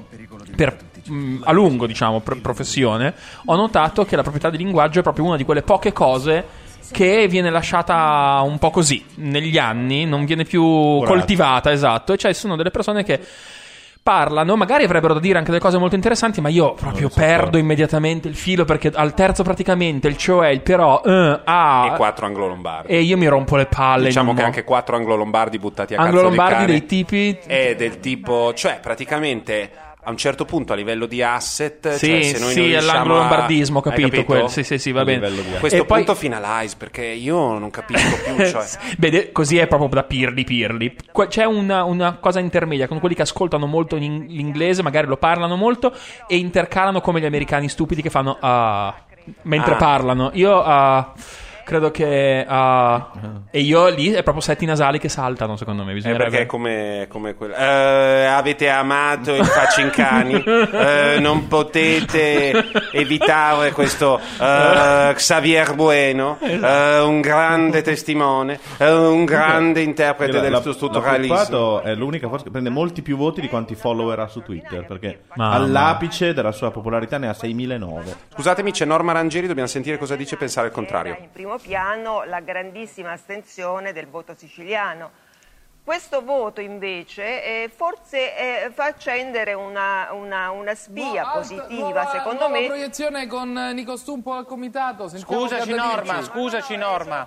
a lungo, diciamo, professione, ho notato che la proprietà di linguaggio è proprio una di quelle poche cose che viene lasciata un po' così negli anni, non viene più coltivata, esatto, e cioè sono delle persone che parlano, magari avrebbero da dire anche delle cose molto interessanti, ma io proprio perdo immediatamente il filo, perché al terzo praticamente il cioè, il però, e 4 anglo-lombardi. E io mi rompo le palle. Diciamo che anche 4 anglo-lombardi buttati a cazzo di anglo-lombardi cane. Dei tipi... È del tipo, cioè praticamente... a un certo punto a livello di asset, sì, cioè se noi sì, non all'anglo-lombardismo, capito? Quello, sì, va bene. A questo punto finalize, perché io non capisco più, cioè. Beh, così è proprio da pirli. C'è una cosa intermedia con quelli che ascoltano molto l'inglese, magari lo parlano molto e intercalano come gli americani stupidi che fanno mentre parlano. Io credo che e io lì è proprio setti nasali che saltano, secondo me. Perché è come quello. Avete amato il Facincani, non potete evitare questo Xavier Bueno, un grande testimone, un grande interprete del strutturalismo. È l'unica forse che prende molti più voti di quanti follower ha su Twitter, perché all'apice della sua popolarità ne ha 6.009. Scusatemi, c'è Norma Rangieri, dobbiamo sentire cosa dice, pensare il contrario. In primo piano la grandissima astensione del voto siciliano. Questo voto invece forse fa accendere una spia positiva, secondo me. La proiezione con Nico Stumpo al comitato. Scusaci Norma.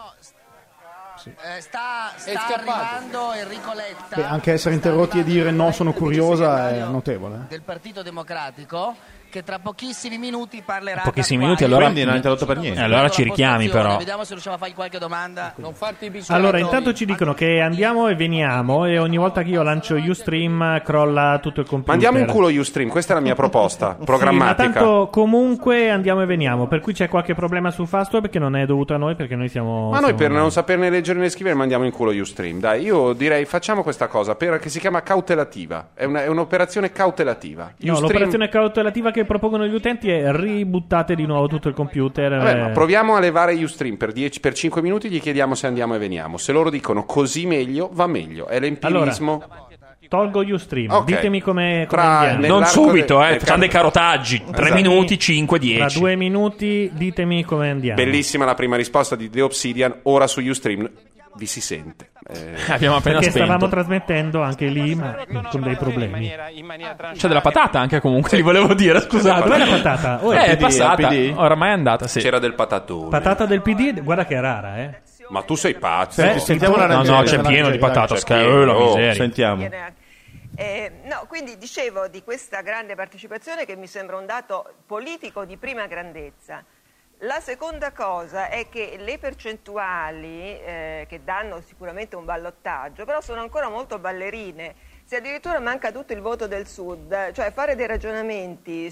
Sta arrivando Enrico Letta. Beh, anche essere interrotti e dire no, sono curiosa è notevole. Del Partito Democratico, che tra pochissimi minuti parlerà. Pochissimi minuti, allora quindi non ha interrotto per niente. Allora ci richiami, però. Vediamo se riusciamo a fargli qualche domanda. Non farti bisogno. Allora, intanto ci dicono che andiamo e veniamo, e ogni volta che io lancio Ustream crolla tutto il computer. Mandiamo in culo Ustream, questa è la mia proposta programmatica. Sì, ma tanto comunque andiamo e veniamo, per cui c'è qualche problema su Fastweb che non è dovuto a noi, perché noi siamo. Ma noi per non saperne leggere né scrivere mandiamo in culo Ustream. Dai, io direi facciamo questa cosa che si chiama cautelativa. È un'operazione cautelativa. No, l'operazione cautelativa che propongono gli utenti è ributtate di nuovo tutto il computer. Vabbè, ma proviamo a levare Ustream per 5 minuti, gli chiediamo se andiamo e veniamo. Se loro dicono così meglio, va meglio. È l'empirismo. Allora, tolgo Ustream, okay. Ditemi come andiamo. Non subito, facciamo dei carotaggi. 3 minuti, 5, 10. Tra 2 minuti ditemi come andiamo. Bellissima la prima risposta di The Obsidian. Ora su Ustream vi si sente. Abbiamo appena perché spento. Stavamo trasmettendo anche lì, ma con dei problemi. C'è della patata anche, comunque, li volevo dire, scusate. Dov'è la patata? È passata, oramai è andata, sì. C'era del patatone. Patata del PD, guarda che è rara, Ma tu sei pazzo. Sentiamo la No, c'è pieno di patata, la miseria. Sentiamo. No, quindi dicevo di questa grande partecipazione che mi sembra un dato politico di prima grandezza. La seconda cosa è che le percentuali che danno sicuramente un ballottaggio, però sono ancora molto ballerine. Se addirittura manca tutto il voto del Sud, cioè fare dei ragionamenti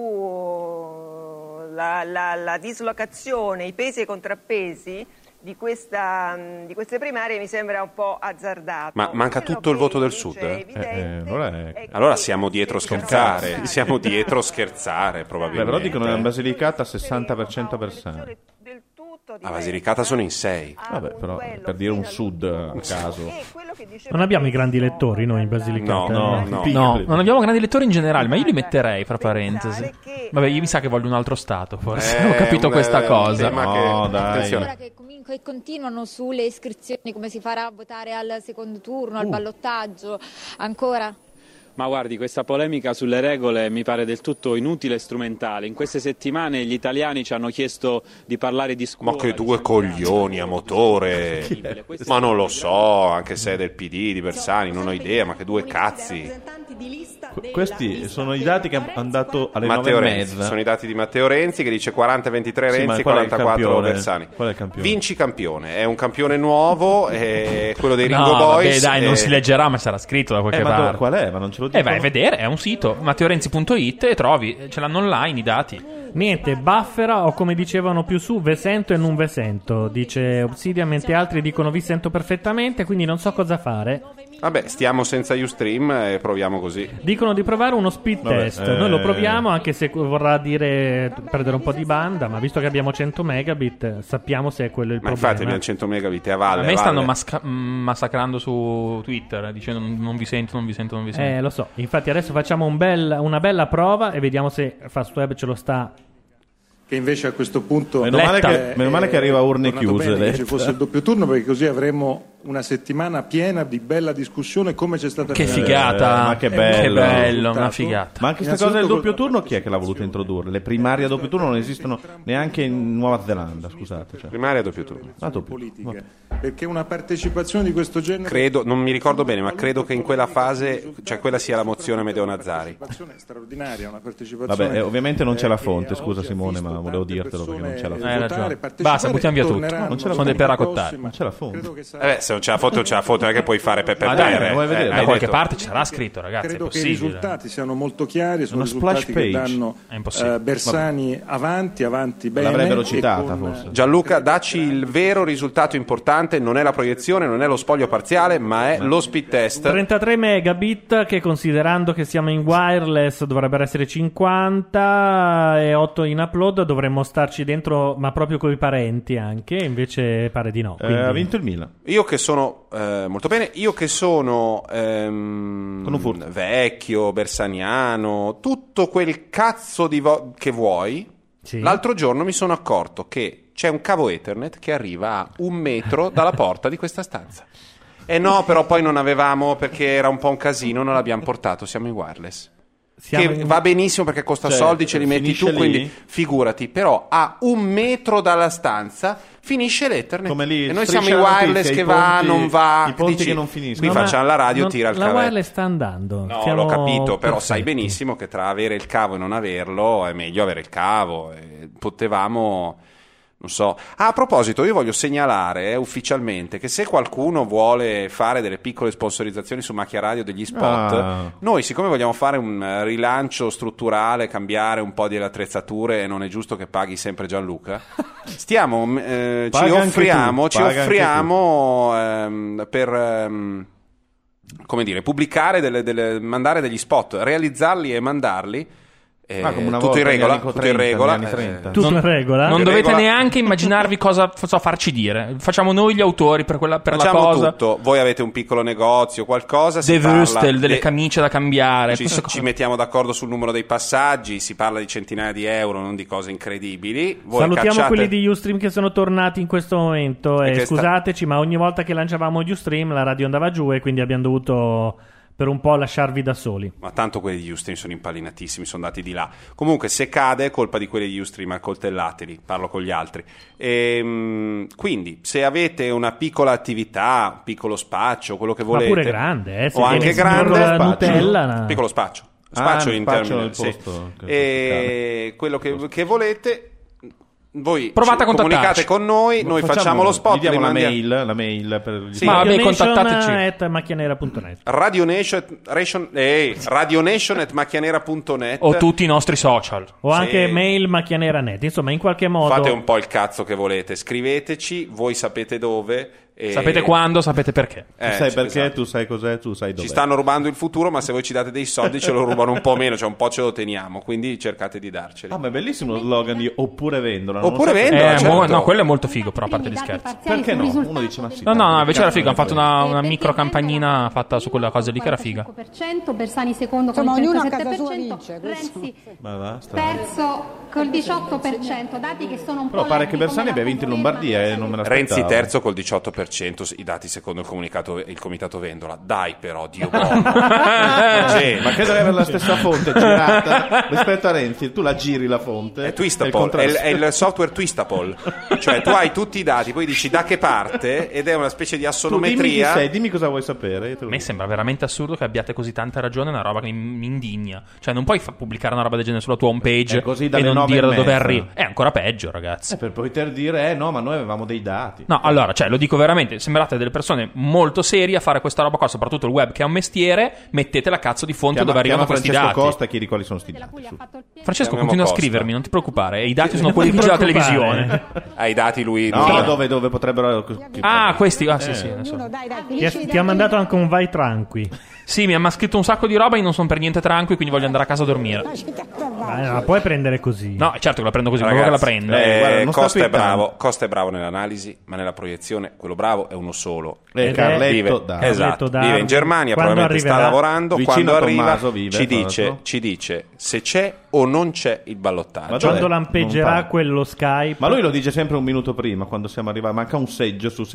su la dislocazione, i pesi e i contrappesi di queste primarie mi sembra un po' azzardato. Ma manca tutto il voto del Sud? Allora siamo dietro scherzare. Siamo dietro scherzare, probabilmente. Però dicono che in Basilicata 60% Bersani. A Basilicata sono in 6. Vabbè, però per dire un Sud a caso. Non abbiamo i grandi lettori noi in Basilicata. No, non abbiamo grandi lettori in generale, ma io li metterei fra parentesi. Vabbè, io mi sa che voglio un altro stato, forse. Ho capito questa cosa. No, dai. Ora che comunque continuano sulle iscrizioni, come si farà a votare al secondo turno, al ballottaggio, ancora? Ma guardi, questa polemica sulle regole mi pare del tutto inutile e strumentale. In queste settimane gli italiani ci hanno chiesto di parlare di scuola. Ma che due coglioni a motore! Ma non lo so, anche se è del PD, di Bersani, non ho idea, ma che due cazzi! Questi sono i dati che hanno dato alle Matteo 9:30. Renzi. Sono i dati di Matteo Renzi che dice 40-23 Renzi, 44 Bersani. Qual è il campione? Vinci campione, è un campione nuovo, è quello dei Ringo Boys. Vabbè, dai, non si leggerà, ma sarà scritto da qualche parte. Qual è? Ma non ce lo dicono. Vai a vedere, è un sito, matteorenzi.it, e trovi, ce l'hanno online i dati. Niente, buffera, o come dicevano più su, ve sento e non ve sento, dice Obsidian, mentre altri dicono vi sento perfettamente, quindi non so cosa fare. Vabbè, stiamo senza Ustream e proviamo così. Dicono di provare uno speed test. Noi lo proviamo, anche se vorrà dire perdere un po' di banda, ma visto che abbiamo 100 megabit, sappiamo se è quello il problema. Ma infatti abbiamo 100 megabit a valle. A me stanno massacrando su Twitter, dicendo non vi sento. Lo so, infatti adesso facciamo una bella prova e vediamo se Fastweb ce lo sta. Che invece a questo punto meno male che arriva a urne chiuse che ci fosse il doppio turno, perché così avremo una settimana piena di bella discussione come c'è stata che figata, ma che bello, una figata. Ma anche questa cosa del doppio turno chi è che l'ha voluto introdurre? Le primarie a doppio turno non esistono neanche in Nuova Zelanda, scusate, primarie a doppio turno. Politiche, perché una partecipazione di questo genere, credo, non mi ricordo bene, ma credo che in quella fase, cioè quella sia la mozione Amedeo Nazzari. Straordinaria, una partecipazione. Vabbè, ovviamente non c'è la fonte, scusa Simone, ma volevo dirtelo perché non c'è la fonte. Basta, buttiamo via tutto. Sono dei peracottari. Non c'è la fonte. Se non c'è la foto, non è che puoi fare Peppe Pere. Da qualche parte ci sarà scritto, ragazzi. Credo che i risultati siano molto chiari, sono risultati che danno Bersani avanti bene. L'avrebbero citata forse. Gianluca, dacci il vero risultato importante, non è la proiezione, non è lo spoglio parziale, ma è lo speed test. 33 megabit, che considerando che siamo in wireless dovrebbero essere 50, e 8 in upload, dovremmo starci dentro, ma proprio coi parenti anche, invece pare di no. Ha vinto il Milan. Io che sono molto bene, io che sono vecchio, bersaniano, tutto quel cazzo che vuoi, Sì. L'altro giorno mi sono accorto che c'è un cavo Ethernet che arriva a 1 metro dalla porta di questa stanza. No, però poi non avevamo, perché era un po' un casino, non l'abbiamo portato, siamo in wireless. Va benissimo perché costa soldi, ce li metti tu, lì? Quindi figurati, però a 1 metro dalla stanza finisce l'Ethernet. Come lì, e noi siamo in wireless che va, non va. I ponti dici, che non finiscono. Qui facciamo la radio, tira il cavo. La wireless sta andando. No, l'ho capito, però sai benissimo che tra avere il cavo e non averlo è meglio avere il cavo. Potevamo... Non so. A proposito, io voglio segnalare ufficialmente che se qualcuno vuole fare delle piccole sponsorizzazioni su Macchia Radio, degli spot, noi siccome vogliamo fare un rilancio strutturale, cambiare un po' delle attrezzature, e non è giusto che paghi sempre Gianluca, ci offriamo per come dire, pubblicare mandare degli spot, realizzarli e mandarli. Come una tutto in regola, tutto in regola. Tutto in regola. Non dovete neanche immaginarvi cosa farci dire. Facciamo noi gli autori per la cosa. Tutto. Voi avete un piccolo negozio, qualcosa. De Würstel, delle camicie da cambiare. Ci mettiamo d'accordo sul numero dei passaggi. Si parla di centinaia di euro, non di cose incredibili. Voi salutiamo quelli di Ustream che sono tornati in questo momento. Scusateci, ma ogni volta che lanciavamo Ustream la radio andava giù e quindi abbiamo dovuto per un po' lasciarvi da soli. Ma tanto quelli di Ustream sono impallinatissimi, sono andati di là. Comunque se cade è colpa di quelli di Ustream, accoltellateli, parlo con gli altri. Quindi se avete una piccola attività, un piccolo spaccio, quello che volete, ma pure grande, o anche grande, Nutella, piccolo spaccio in termini, e quello che volete. Voi provate a comunicate con noi, noi facciamo lo spot, diamo la mail per gli sì. contattateci @macchianera.net radionation@macchianera.net o tutti i nostri social o anche mail macchianera.net, insomma in qualche modo fate un po' il cazzo che volete, scriveteci, voi sapete dove. Sapete quando, sapete perché. Tu sai perché, esatto. Tu sai cos'è, tu sai dov'è. Ci stanno rubando il futuro, ma se voi ci date dei soldi ce lo rubano un po' meno, cioè un po' ce lo teniamo, quindi cercate di darceli. Ma è bellissimo lo slogan di oppure vendono. Oppure vendono, certo. No, quello è molto figo, però a parte gli scherzi. Perché no? Uno dice ma sì. No, invece era figo, hanno fatto una micro campagnina fatta su quella cosa lì che era figa. Bersani secondo con il 37%, Renzi terzo col 18%, dati che sono un po'. Però pare che Bersani abbia vinto in Lombardia, non me l'aspettavo. Renzi terzo col 18%, i dati secondo il comitato Vendola. Dai però, Dio buono. Ma credo di avere la stessa fonte girata rispetto a Renzi. Tu la giri la fonte. È Twistable, è il software Twistable. Cioè tu hai tutti i dati, poi dici da che parte ed è una specie di assonometria. Dimmi chi sei, dimmi cosa vuoi sapere. A me sembra veramente assurdo che abbiate così tanta ragione, è una roba che mi indigna. Cioè non puoi pubblicare una roba del genere sulla tua homepage e non dire da dove arriva. È ancora peggio, ragazzi. Per poter dire no, ma noi avevamo dei dati. No, allora, cioè lo dico veramente, sembrate delle persone molto serie a fare questa roba qua, soprattutto il web che è un mestiere, mettete la cazzo di fonte dove arrivano questi dati. Costa, chiedi quali sono sti dati. Francesco continua a scrivermi, non ti preocupare, i dati sono quelli che dice la televisione. I dati lui dove potrebbero questi, sì. Ti ha mandato anche un vai tranqui. Sì, mi ha scritto un sacco di roba e io non sono per niente tranqui, quindi voglio andare a casa a dormire. La puoi prendere così? No, certo che la prendo così, ragazzi, che la prendo. Costa è bravo nell'analisi, ma nella proiezione quello bravo è uno solo. Carletto vive in Germania, probabilmente sta lavorando. Quando arriva ci dice se c'è o non c'è il ballottaggio. Quando lampeggerà quello Skype. Ma lui lo dice sempre un minuto prima, quando siamo arrivati. Manca un seggio su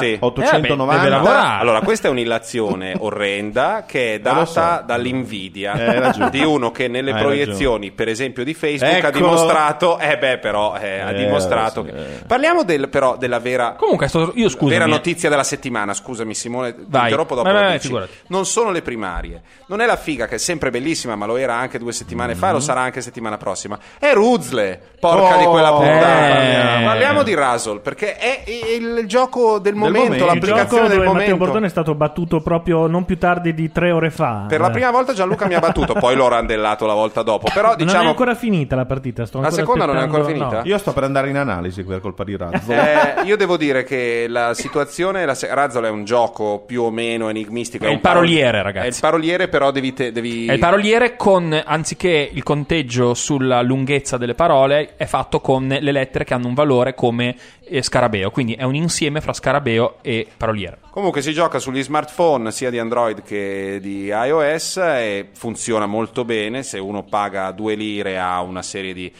6.890. Allora questa è un'illazione orrenda che è data dall'invidia di uno che nelle proiezioni, per esempio di Facebook, ha dimostrato ha dimostrato che... Parliamo della vera vera notizia della settimana. Scusami Simone, ti interrompo dopo. Non sono le primarie, non è la figa che è sempre bellissima, ma lo era anche 2 settimane fa, lo sarà anche settimana prossima. È Ruzle, porca di quella puntata. Parliamo di Rasol, perché è il gioco del momento, l'applicazione del momento. Matteo Bordone è stato battuto proprio non più tardi di 3 ore fa. Per la prima volta Gianluca mi ha battuto, poi l'ho randellato la volta dopo. Però non è ancora finita la partita. La seconda non è ancora finita? No. Io sto per andare in analisi per colpa di Razzol. Io devo dire che la situazione, Razzol è un gioco più o meno enigmistico. È il paroliere, ragazzi. È il paroliere, però devi... È il paroliere con, anziché il conteggio sulla lunghezza delle parole, è fatto con le lettere che hanno un valore come scarabeo. Quindi è un insieme fra scarabeo e paroliere. Comunque si gioca sugli smartphone sia di Android che di iOS e funziona molto bene. Se uno paga 2 lire ha una serie di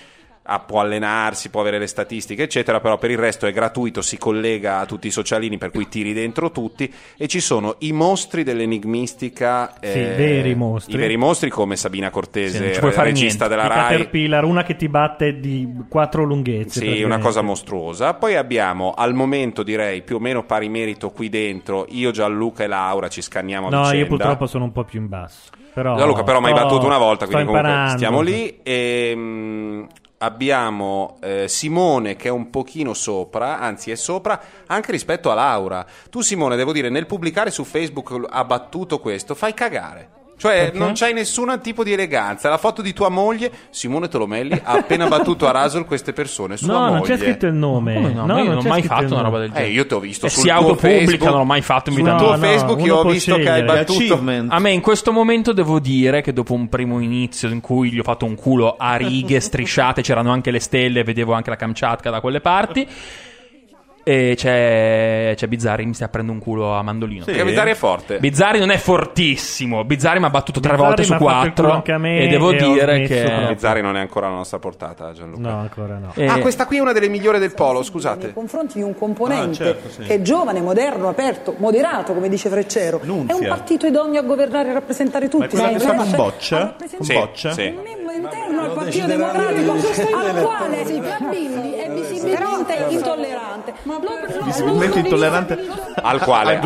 può allenarsi, può avere le statistiche eccetera, però per il resto è gratuito, si collega a tutti i socialini per cui tiri dentro tutti, e ci sono i mostri dell'enigmistica, veri mostri. I veri mostri come Sabina Cortese, sì, regista della Rai, Caterpillar, una che ti batte di 4 lunghezze, sì, una cosa mostruosa. Poi abbiamo al momento, direi più o meno pari merito qui dentro, io, Gianluca e Laura ci scanniamo a vicenda. No, io purtroppo sono un po' più in basso. Gianluca però mi hai battuto una volta, quindi comunque stiamo lì. E abbiamo Simone che è un pochino sopra, anzi è sopra anche rispetto a Laura. Tu, Simone, devo dire, nel pubblicare su Facebook ha battuto questo, fai cagare. Cioè, perché? Non c'hai nessun tipo di eleganza. La foto di tua moglie, Simone Tolomelli, ha appena battuto a Rasol queste persone. Sua moglie. Non c'è scritto il nome. No, io non ho mai fatto una roba del genere. Io ti ho visto sul si tuo autopubblica, Facebook. non l'ho mai fatto in vita mia. Sul tuo Facebook io ho visto che hai battuto. A me in questo momento devo dire che dopo un primo inizio in cui gli ho fatto un culo a righe strisciate, c'erano anche le stelle, vedevo anche la Kamchatka da quelle parti. E c'è Bizzarri, mi stai aprendo un culo a mandolino. Sì. Perché Bizzarri è forte. Bizzarri non è fortissimo. Bizzarri mi ha battuto 3 volte su 4. E devo dire che Bizzarri non è ancora alla nostra portata, Gianluca. No, ancora no. Questa qui è una delle migliori del Polo, scusate. Nei confronti di un componente che è giovane, moderno, aperto, moderato, come dice Freccero. Nunzia. È un partito idoneo a governare e rappresentare tutti. Ma è quella che sta con Boccia? Sì, Boccia? sì. Un membro interno al Partito Democratico al quale Cabilli è visibilmente intollerante. Visibilmente intollerante al quale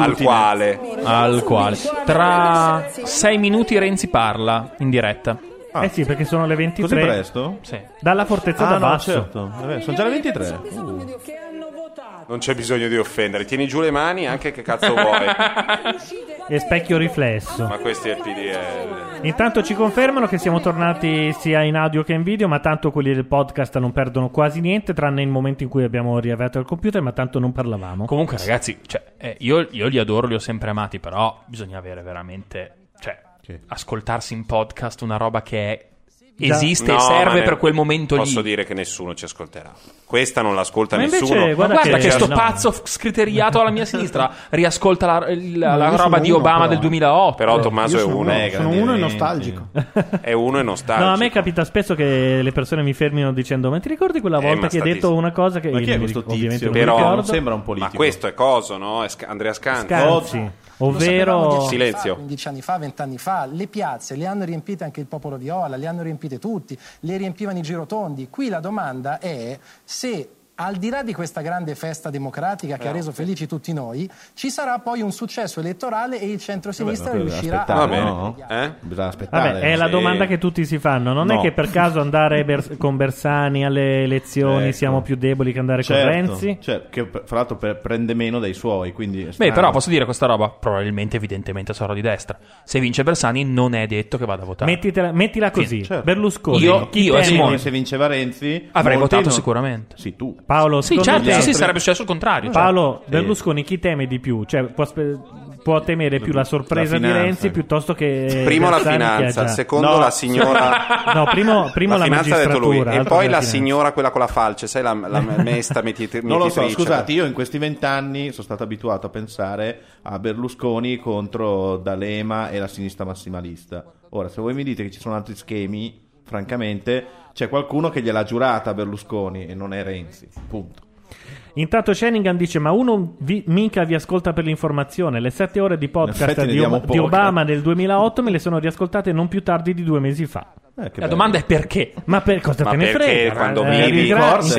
tra 6 minuti Renzi parla in diretta. Sì, perché sono le 23. Così presto? Sì. Dalla fortezza da basso. Certo. Sono già le 23. Non c'è bisogno di offendere, tieni giù le mani anche, che cazzo vuoi. E specchio riflesso. Ma questo è il PDL. Intanto ci confermano che siamo tornati sia in audio che in video, ma tanto quelli del podcast non perdono quasi niente, tranne il momento in cui abbiamo riavviato il computer, ma tanto non parlavamo. Comunque ragazzi, io li adoro, li ho sempre amati, però bisogna avere veramente, ascoltarsi in podcast una roba che esiste e serve per quel momento lì. Posso dire che nessuno ci ascolterà. Questa non l'ascolta ma invece, nessuno. Guarda che sto pazzo scriteriato alla mia sinistra riascolta la roba di Obama del 2008. Però Tommaso è uno. Sono uno e nostalgico. È uno e nostalgico. No, a me capita spesso che le persone mi fermino dicendo: ma ti ricordi quella volta che hai detto una cosa che... Ma chi è questo tizio? Però non sembra un politico. Ma questo è coso, no? Andrea Scanzi. Ovvero silenzio. 15 anni fa, 20 anni fa, le piazze le hanno riempite anche il popolo viola, le hanno riempite tutti, le riempivano i girotondi. Qui la domanda è se, al di là di questa grande festa democratica che ha reso felici tutti noi, ci sarà poi un successo elettorale e il centro-sinistra riuscirà a... Bisogna aspettare. È la domanda che tutti si fanno. Non è che per caso andare con Bersani alle elezioni siamo più deboli che andare con Renzi? Che fra l'altro prende meno dai suoi, quindi però posso dire questa roba probabilmente, evidentemente sarà di destra. Se vince Bersani non è detto che vada a votare. Mettila così. Certo. Berlusconi. Io e Simone, se vinceva Renzi avrei votato sicuramente. Sì, tu. Paolo, sì, certo, sì, sarebbe successo il contrario. Paolo, Berlusconi chi teme di più? Cioè, può temere più la sorpresa di Renzi piuttosto che primo la finanza, secondo la signora. No, primo la magistratura e poi la signora quella con la falce, sai, la mesta mietitrice. Non lo so, scusate, io in questi 20 anni sono stato abituato a pensare a Berlusconi contro D'Alema e la sinistra massimalista. Ora, se voi mi dite che ci sono altri schemi, francamente c'è qualcuno che gliel'ha giurata a Berlusconi e non è Renzi, punto. Intanto Sheringham dice: ma uno mica vi ascolta per l'informazione. Le 7 ore di podcast di Obama del 2008 me le sono riascoltate non più tardi di 2 mesi fa. La domanda è perché? Ma per cosa te ne frega? Quando vivi,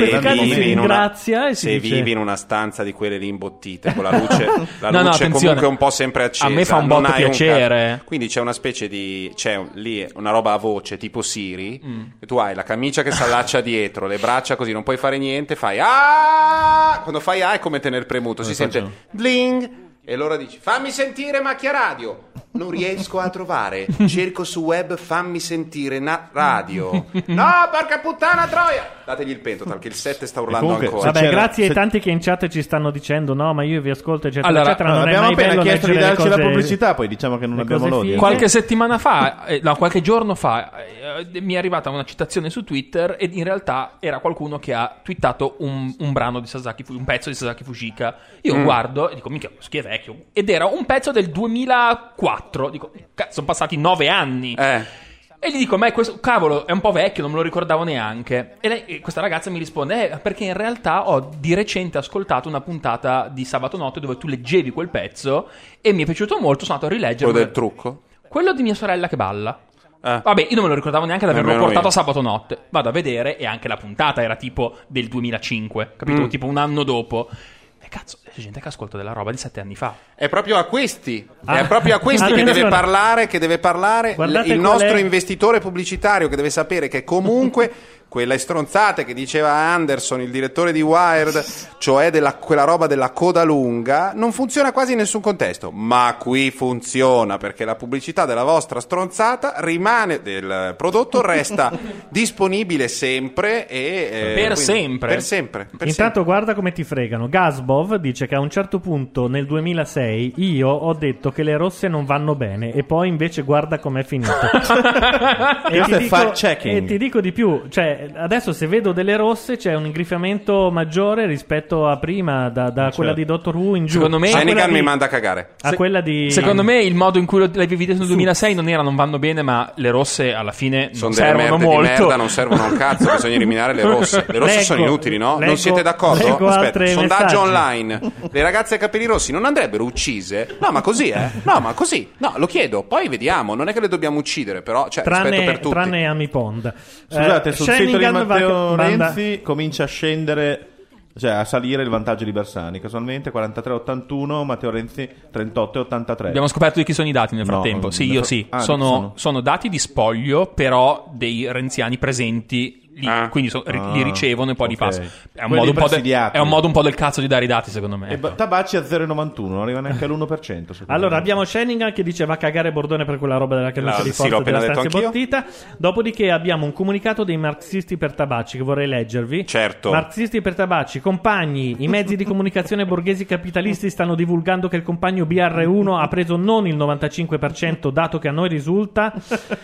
se vivi in una stanza di quelle lì imbottite con la luce, luce comunque un po' sempre accesa, a me fa un botto piacere. Quindi c'è una specie di lì una roba a voce tipo Siri, e tu hai la camicia che si allaccia dietro, le braccia così, non puoi fare niente, fai quando fai è come tener premuto, si sente bling. E allora dici: fammi sentire Macchia Radio. Non riesco a trovare. Cerco su web fammi sentire radio. No, porca puttana troia. Dategli il pentotal che il 7 sta urlando ancora. Vabbè, grazie ai tanti che in chat ci stanno dicendo: no, ma io vi ascolto eccetera, allora, eccetera. Non abbiamo è mai appena chiesto di darci cose, la pubblicità, poi diciamo che non abbiamo l'odio. Qualche settimana fa, qualche giorno fa, mi è arrivata una citazione su Twitter e in realtà era qualcuno che ha twittato un brano di Sasaki, un pezzo di Sasaki Fujika. Io guardo e dico: minchia, chi è vecchio? Ed era un pezzo del 2004. Dico: sono passati 9 anni. E gli dico, ma questo cavolo è un po' vecchio, non me lo ricordavo neanche. E questa ragazza mi risponde, perché in realtà ho di recente ascoltato una puntata di Sabato Notte dove tu leggevi quel pezzo e mi è piaciuto molto, sono andato a rileggerlo. Quello del trucco? Quello di mia sorella che balla. Vabbè, io non me lo ricordavo neanche di averlo portato a Sabato Notte. Vado a vedere e anche la puntata era tipo del 2005, capito? Tipo un anno dopo. Cazzo, c'è gente che ascolta della roba di 7 anni fa. È proprio a questi che deve parlare il nostro investitore pubblicitario, che deve sapere che comunque quelle stronzate che diceva Anderson, il direttore di Wired, cioè quella roba della coda lunga, non funziona quasi in nessun contesto, ma qui funziona, perché la pubblicità della vostra stronzata rimane, del prodotto resta disponibile sempre e per sempre. Intanto guarda come ti fregano. Gazbov dice che a un certo punto nel 2006 io ho detto che le rosse non vanno bene e poi invece guarda com'è finito. E ti dico di più, cioè adesso se vedo delle rosse c'è un ingrifamento maggiore rispetto a prima, da quella di Doctor Who in giù. Secondo me mi manda a cagare. Secondo me il modo in cui l'avevi visto nel 2006 non vanno bene, ma le rosse alla fine non servono molto. Di merda, non servono un cazzo, bisogna eliminare le rosse. Le rosse sono inutili, no? Non siete d'accordo? Aspetta, sondaggio online. Le ragazze ai capelli rossi non andrebbero uccise? No, ma così, No, ma così. No, lo chiedo, poi vediamo. Non è che le dobbiamo uccidere, però rispetto per tutti. Tranne Amy Pond. Scusate, sul sito di Matteo Renzi comincia a scendere, cioè a salire il vantaggio di Bersani. Casualmente 43-81, Matteo Renzi 38-83. Abbiamo scoperto di chi sono i dati nel frattempo. Io sì. Sono dati di spoglio, però dei renziani presenti lì, quindi li ricevono e poi li passano. È un modo un po' del cazzo di dare i dati, secondo me. E Tabacci a 0,91, non arriva neanche all'1%. Allora abbiamo Sheringham che dice va a cagare Bordone per quella roba della camicia di forza della stanza bottita. Dopodiché abbiamo un comunicato dei marxisti per Tabacci che vorrei leggervi. Certo. Marxisti per Tabacci, compagni, i mezzi di comunicazione borghesi capitalisti stanno divulgando che il compagno BR1 ha preso non il 95%, dato che a noi risulta,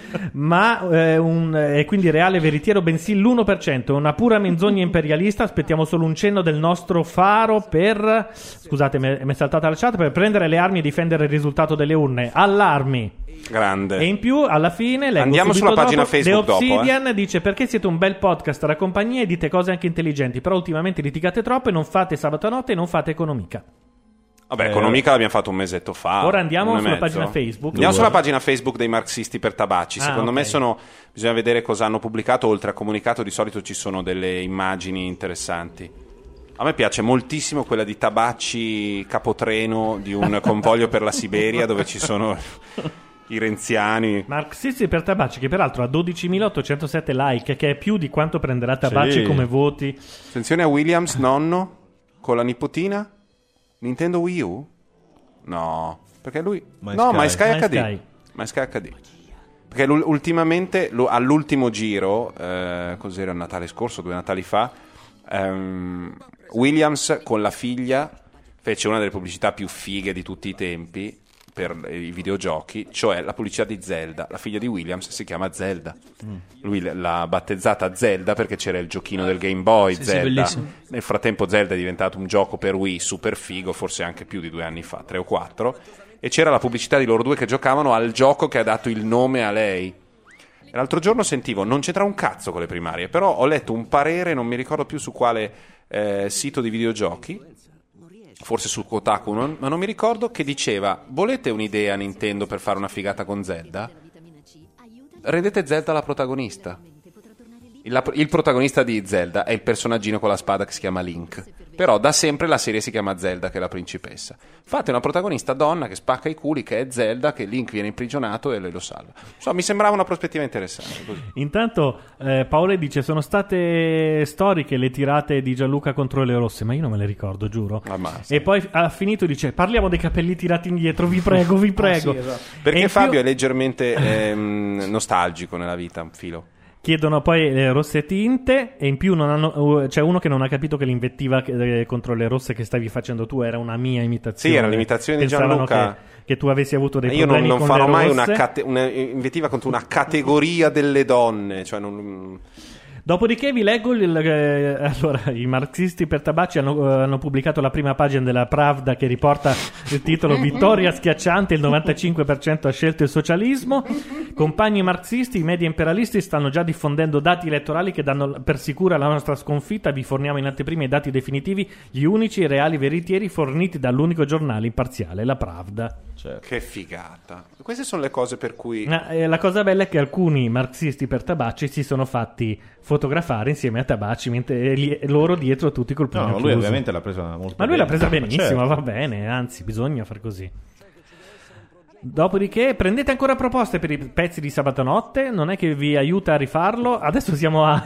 ma è quindi reale veritiero, bensì l'1%, è una pura menzogna imperialista. Aspettiamo solo un cenno del nostro faro per, scusate mi è saltata la chat, per prendere le armi e difendere il risultato delle urne. Allarmi. Grande. E in più alla fine andiamo sulla pagina dopo, Facebook The Obsidian dice perché siete un bel podcast da compagnia e dite cose anche intelligenti, però ultimamente litigate troppo e non fate Sabato Notte e non fate Economica. Vabbè, Economica l'abbiamo fatto un mesetto fa. Ora andiamo sulla pagina Facebook. Andiamo sulla pagina Facebook dei marxisti per Tabacci. Secondo me bisogna vedere cosa hanno pubblicato. Oltre a comunicato di solito ci sono delle immagini interessanti. A me piace moltissimo quella di Tabacci capotreno di un convoglio per la Siberia dove ci sono i renziani. Marxisti per Tabacci, che peraltro ha 12.807 like, che è più di quanto prenderà Tabacci come voti. Attenzione a Williams, nonno, con la nipotina. Nintendo Wii U? No, perché lui... My Sky HD. My Sky HD. Perché ultimamente, all'ultimo giro, cos'era il Natale scorso, 2 Natali fa, Williams con la figlia fece una delle pubblicità più fighe di tutti i tempi per i videogiochi, cioè la pubblicità di Zelda. La figlia di Williams si chiama Zelda. Lui l'ha battezzata Zelda perché c'era il giochino del Game Boy, Zelda. Sì, nel frattempo Zelda è diventato un gioco per Wii super figo, forse anche più di 2 anni fa, 3 o 4, e c'era la pubblicità di loro due che giocavano al gioco che ha dato il nome a lei. E l'altro giorno sentivo, non c'entra un cazzo con le primarie, però ho letto un parere, non mi ricordo più su quale sito di videogiochi, forse su Kotaku, ma non mi ricordo, che diceva: volete un'idea Nintendo per fare una figata con Zelda? Rendete Zelda la protagonista. Il protagonista di Zelda è il personaggino con la spada che si chiama Link, però da sempre la serie si chiama Zelda, che è la principessa. Fate una protagonista donna che spacca i culi, che è Zelda, che Link viene imprigionato e lei lo salva. Mi sembrava una prospettiva interessante così. Intanto Paolo dice: sono state storiche le tirate di Gianluca contro le rosse, ma io non me le ricordo, giuro. Sì. E poi ha finito e dice: parliamo dei capelli tirati indietro, vi prego, vi prego. Sì, esatto. Perché Fabio è leggermente nostalgico nella vita, un filo. Chiedono poi le rosse tinte, e in più c'è uno che non ha capito che l'invettiva contro le rosse che stavi facendo tu era una mia imitazione. Sì, era l'imitazione di Gianluca. Che tu avessi avuto dei problemi con le rosse. Io non farò mai una invettiva contro una categoria delle donne, cioè non... Dopodiché vi leggo allora, i marxisti per Tabacci hanno pubblicato la prima pagina della Pravda che riporta il titolo "Vittoria schiacciante, il 95% ha scelto il socialismo". Compagni marxisti, i media imperialisti stanno già diffondendo dati elettorali che danno per sicura la nostra sconfitta. Vi forniamo in anteprima i dati definitivi, gli unici e reali veritieri forniti dall'unico giornale imparziale, la Pravda. Certo. Che figata. Queste sono le cose per cui... La cosa bella è che alcuni marxisti per Tabacci si sono fatti fotografare insieme a Tabacci, mentre loro dietro tutti col pugno chiuso. Lui ovviamente l'ha presa molto bene. Ma lui l'ha presa benissimo, certo. Va bene, anzi bisogna far così. Dopodiché prendete ancora proposte per i pezzi di sabato notte, non è che vi aiuta a rifarlo, adesso siamo a...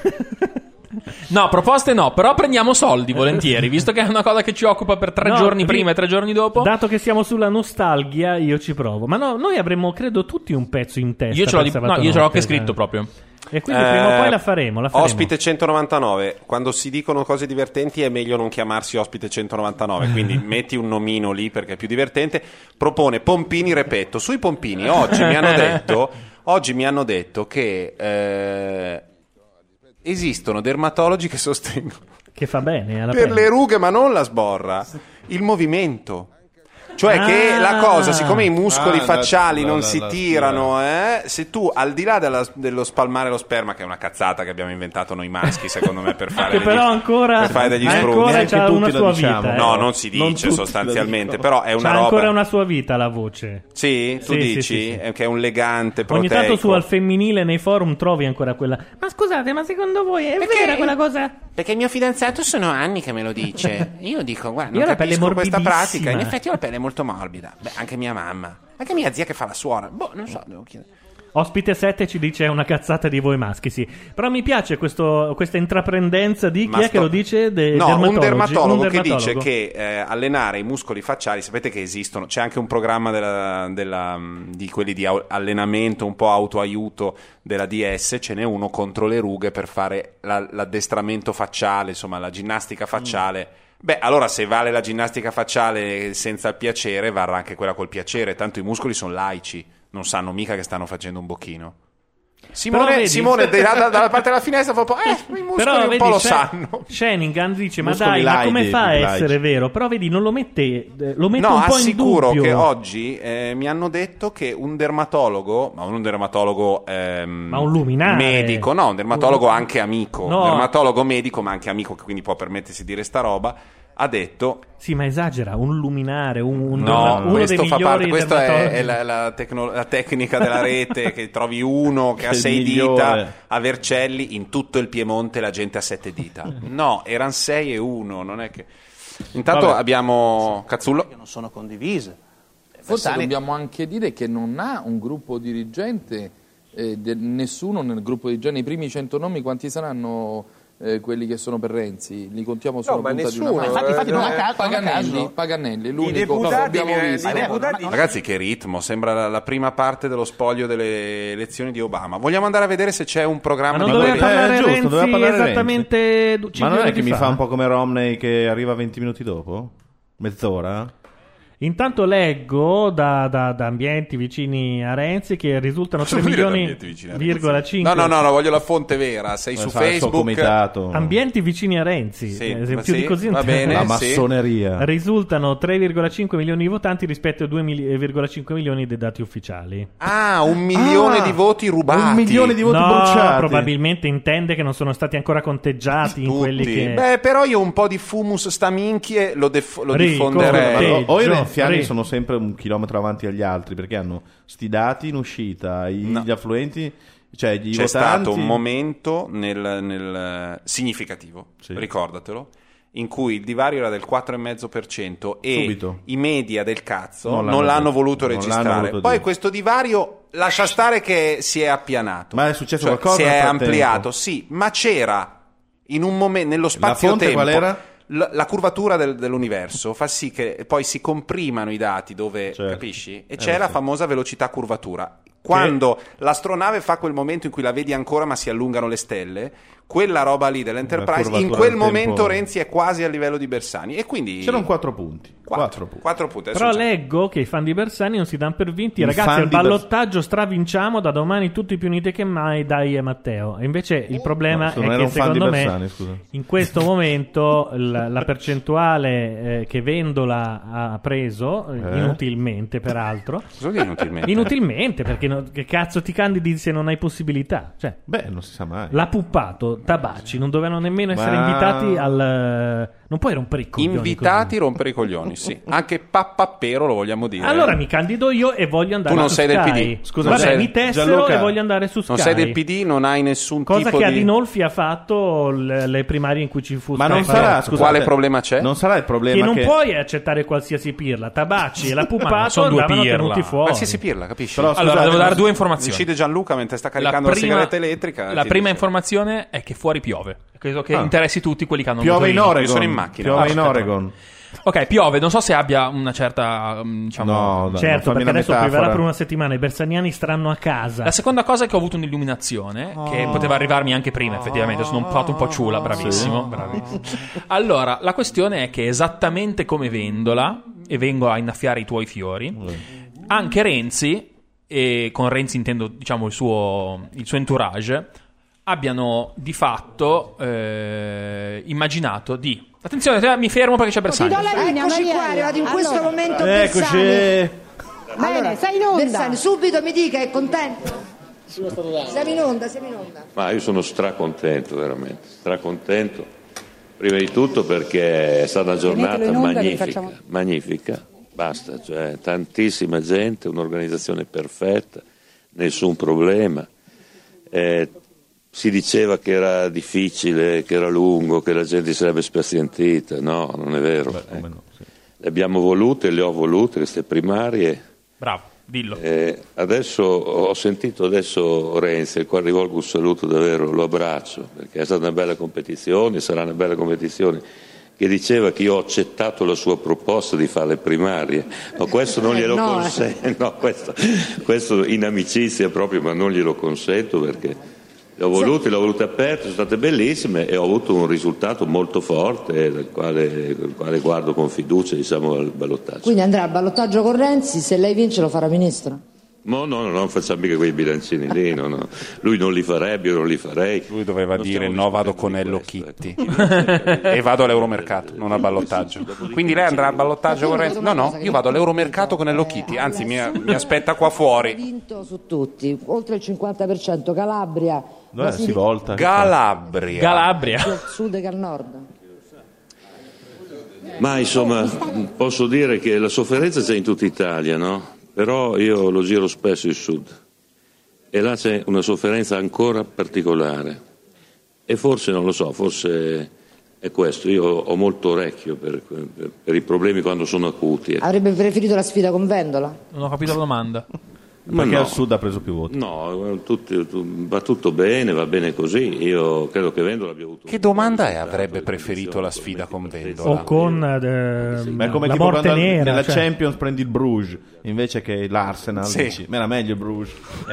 No, proposte no, però prendiamo soldi volentieri, visto che è una cosa che ci occupa per 3 giorni prima e 3 giorni dopo. Dato che siamo sulla nostalgia, io ci provo. Ma no, noi avremmo, credo, tutti un pezzo in testa. Io ce l'ho anche scritto proprio. E quindi prima o poi la faremo. Ospite 199. Quando si dicono cose divertenti è meglio non chiamarsi ospite 199, quindi metti un nomino lì perché è più divertente. Propone Pompini Repetto. Sui Pompini oggi mi hanno detto che esistono dermatologi che sostengono che fa bene alla per pelle. le rughe, ma non la sborra, il movimento. Cioè che la cosa, siccome i muscoli facciali non si tirano, se tu al di là dello spalmare lo sperma, che è una cazzata che abbiamo inventato noi maschi, secondo me, per fare degli spruzzi, c'ha una sua vita. No, non si dice sostanzialmente, però è una roba. C'ha ancora una sua vita la voce. Sì, tu dici sì. Che è un legante proteico. Ogni tanto su al femminile nei forum trovi ancora quella. Ma scusate, ma secondo voi è vera quella cosa? Perché il mio fidanzato sono anni che me lo dice. Io dico, guarda, non la pelle capisco questa pratica. In morbidissima. effetti ho la pelle molto morbida. Beh, anche mia mamma. Anche mia zia che fa la suora. Boh, non so, devo chiedere. Ospite 7 ci dice è una cazzata di voi maschi, sì. Però mi piace questa intraprendenza di chi è che lo dice? Un dermatologo che dice che allenare i muscoli facciali, sapete che esistono, c'è anche un programma di quelli di allenamento un po' autoaiuto della DS, ce n'è uno contro le rughe per fare l'addestramento facciale, insomma la ginnastica facciale. Beh, allora se vale la ginnastica facciale senza il piacere, varrà anche quella col piacere, tanto i muscoli sono laici, non sanno mica che stanno facendo un bocchino. Simone dalla parte della finestra fa un po', i muscoli un po' lo sanno. Sheringham dice, ma come fa a essere vero? Però vedi, non lo mette un po' in dubbio. No, assicuro che oggi mi hanno detto che un dermatologo, ma non un dermatologo ma un luminare medico, no, un dermatologo anche amico, un dermatologo medico ma anche amico, che quindi può permettersi di dire sta roba, ha detto... Sì, ma esagera, un luminare, uno questo dei fa parte, migliori questa è la tecnica della rete, che trovi uno che ha 6 dita a Vercelli, in tutto il Piemonte la gente ha 7 dita. No, erano 6 e 1, non è che... Intanto abbiamo Cazzullo. Non sono condivise. Forse dobbiamo anche dire che non ha un gruppo dirigente, nessuno nel gruppo dirigente, i primi 100 nomi quanti saranno... quelli che sono per Renzi li contiamo sulla punta di una mano. Infatti non a caso. Paganelli, l'unico che abbiamo visto. Ragazzi, che ritmo, sembra la prima parte dello spoglio delle elezioni di Obama. Vogliamo andare a vedere se c'è un programma di doveva parlare Renzi esattamente. Ma non è che mi fa un po' come Romney che arriva 20 minuti dopo? Mezz'ora? Intanto leggo da ambienti vicini a Renzi che risultano 3 milioni,5. No, voglio la fonte vera. Sei su Facebook. Ambienti vicini a Renzi. Sì, più di così va bene, la massoneria. Risultano 3,5 milioni di votanti rispetto a 2,5 milioni dei dati ufficiali. 1 milione di voti rubati. 1 milione di voti bruciati. Probabilmente intende che non sono stati ancora conteggiati in quelli che... Beh, però io un po' di fumus sta minchie lo diffonderei. I renziani sono sempre un chilometro avanti agli altri perché hanno sti dati in uscita, gli affluenti, cioè gli votanti. C'è stato un momento nel significativo, ricordatelo, in cui il divario era del 4,5% e subito i media del cazzo non l'hanno voluto registrare. Poi questo divario lascia stare che si è appianato. Ma è successo qualcosa? Si è ampliato, sì, ma c'era in un momento nello spazio-tempo. Qual era? La curvatura dell'universo fa sì che poi si comprimano i dati dove, capisci? E c'è la famosa velocità curvatura. Quando l'astronave fa quel momento in cui la vedi ancora ma si allungano le stelle, quella roba lì dell'Enterprise, in quel momento Renzi è quasi a livello di Bersani e quindi... C'erano 4 punti. 4 punti. Però leggo che i fan di Bersani non si danno per vinti. Ragazzi, al ballottaggio stravinciamo, da domani tutti più uniti che mai, dai e Matteo. E invece il problema è che secondo me in questo momento la percentuale che Vendola ha preso inutilmente, peraltro. Inutilmente, perché che cazzo ti candidi se non hai possibilità? Cioè, non si sa mai. L'ha puppato Tabacci, non dovevano nemmeno essere invitati al... Non puoi rompere i coglioni. Invitati rompere i coglioni, sì. Anche Pappappero lo vogliamo dire. Allora mi candido io e voglio andare su Sky. Tu non sei del PD. Scusa, vabbè, mi tessero e voglio andare su Sky. Non sei del PD, non hai nessun cosa tipo che di... Adinolfi ha fatto le primarie in cui ci fu Ma Sky. non sarà, scusate, quale problema c'è? Non sarà il problema che non puoi accettare qualsiasi pirla. Tabacci e la puppato andavano tenuti fuori. Qualsiasi pirla, capisci? Però, allora devo dare due informazioni. Decide Gianluca mentre sta caricando la sigaretta elettrica. La prima informazione è che fuori piove. Credo che interessi tutti quelli che hanno piove in Oregon. Sono in macchina. Piove in Oregon. Ok, piove, non so se abbia una certa diciamo... certo, perché adesso pioverà per una settimana, i bersaniani staranno a casa. La seconda cosa è che ho avuto un'illuminazione che poteva arrivarmi anche prima, effettivamente. Sono fatto un po' ciula, bravissimo, bravissimo. Allora, la questione è che esattamente come Vendola, e vengo a innaffiare i tuoi fiori, anche Renzi, e con Renzi intendo diciamo il suo entourage, abbiano di fatto immaginato di... Attenzione, mi fermo perché c'è Bersani. Eccoci qua, arrivati in questo momento Eccoci. Bene, Allora, sei in onda. Bersani, subito mi dica, è contento? Siamo in onda. Ma io sono stracontento, veramente, stracontento. Prima di tutto perché è stata una giornata magnifica, basta, cioè tantissima gente, un'organizzazione perfetta, nessun problema. Si diceva che era difficile, che era lungo, che la gente si sarebbe spazientita. No, non è vero. Le abbiamo volute, le ho volute queste primarie. Bravo, dillo. Adesso ho sentito Renzi, al quale rivolgo un saluto davvero, lo abbraccio, perché è stata una bella competizione, sarà una bella competizione, che diceva che io ho accettato la sua proposta di fare le primarie. Ma questo non glielo consento, no, questo in amicizia proprio, ma non glielo consento perché... Le ho volute aperte, sono state bellissime e ho avuto un risultato molto forte dal quale guardo con fiducia, diciamo, al ballottaggio. Quindi andrà al ballottaggio con Renzi, se lei vince lo farà ministro? No, non facciamo mica quei bilancini lì, no. Lui non li farebbe, io non li farei. Lui doveva dire no, vado con Hello Kitty e vado all'Euromercato, non al ballottaggio. Quindi lei andrà al ballottaggio con Renzi? No, io vado all'Euromercato con Hello Kitty, anzi mi aspetta qua fuori. Ha vinto su tutti, oltre il 50%, Calabria. Si volta. Calabria. Sia al sud che al nord. Ma insomma, posso dire che la sofferenza c'è in tutta Italia, no? Però io lo giro spesso il sud e là c'è una sofferenza ancora particolare e forse, non lo so, forse è questo. Io ho molto orecchio per i problemi quando sono acuti. Avrebbe preferito la sfida con Vendola? Non ho capito la domanda. Perché al sud ha preso più voti? No, va tutto bene, va bene così. Io credo che Vendola abbia avuto... Che domanda è? Avrebbe preferito la sfida con Vendola? O con è come la tipo morte nera, nella cioè. Champions prendi il Bruges invece che l'Arsenal. Sì. Dici, ma era meglio il Bruges.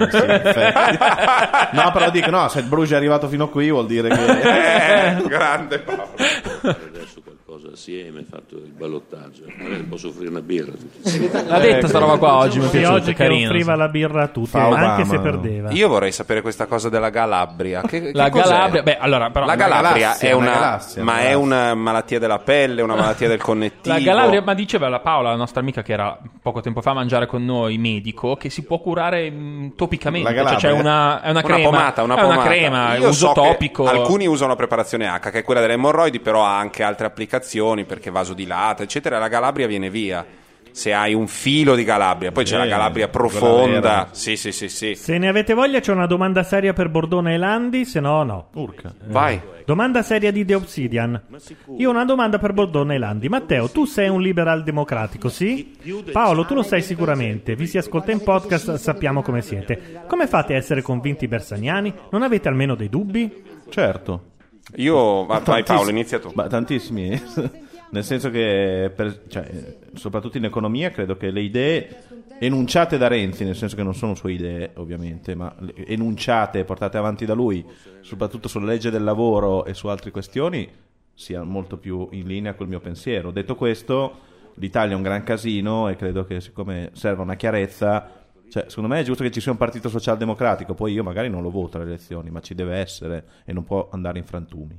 No, però dico, no, se il Bruges è arrivato fino qui vuol dire che... grande Paolo. Adesso qualcosa assieme, fatto il ballottaggio. Magari posso offrire una birra a tutti. L'ha detta sta roba qua oggi, mi è Sì, piaciuta, oggi che carino. offriva la birra a tutti, Obama. anche se perdeva. Io vorrei sapere questa cosa della Galabria. Che La cos'è? Galabria, beh, allora, però La Galabria galassia, è una una, galassia, ma una è galassia. una malattia della pelle, una malattia del connettivo. La Galabria, ma diceva la Paola, la nostra amica che era poco tempo fa a mangiare con noi, medico, che si può curare topicamente. La Galabria? Cioè c'è una crema, Una è pomata. una crema, Io uso so che topico. alcuni usano la preparazione H, che è quella delle emorroidi, però ha anche altre applicazioni perché vasodilata, eccetera. La Galabria viene via se hai un filo di Calabria. Poi c'è la Calabria profonda. Sì. Se ne avete voglia c'è una domanda seria per Bordone e Landi, se no no. Urca. Vai. Domanda seria di The Obsidian. Io ho una domanda per Bordone e Landi. Matteo, tu sei un liberal democratico, sì? Paolo, tu lo sai sicuramente. Vi si ascolta in podcast, sappiamo come siete. Come fate a essere convinti bersaniani? Non avete almeno dei dubbi? Certo. Io vai Paolo, inizia tu. Tantissimi. Nel senso che, soprattutto in economia, credo che le idee enunciate da Renzi, nel senso che non sono sue idee, ovviamente, ma enunciate e portate avanti da lui, soprattutto sulla legge del lavoro e su altre questioni, siano molto più in linea col mio pensiero. Detto questo, l'Italia è un gran casino e credo che siccome serve una chiarezza, cioè, secondo me è giusto che ci sia un partito socialdemocratico, poi io magari non lo voto alle elezioni, ma ci deve essere e non può andare in frantumi.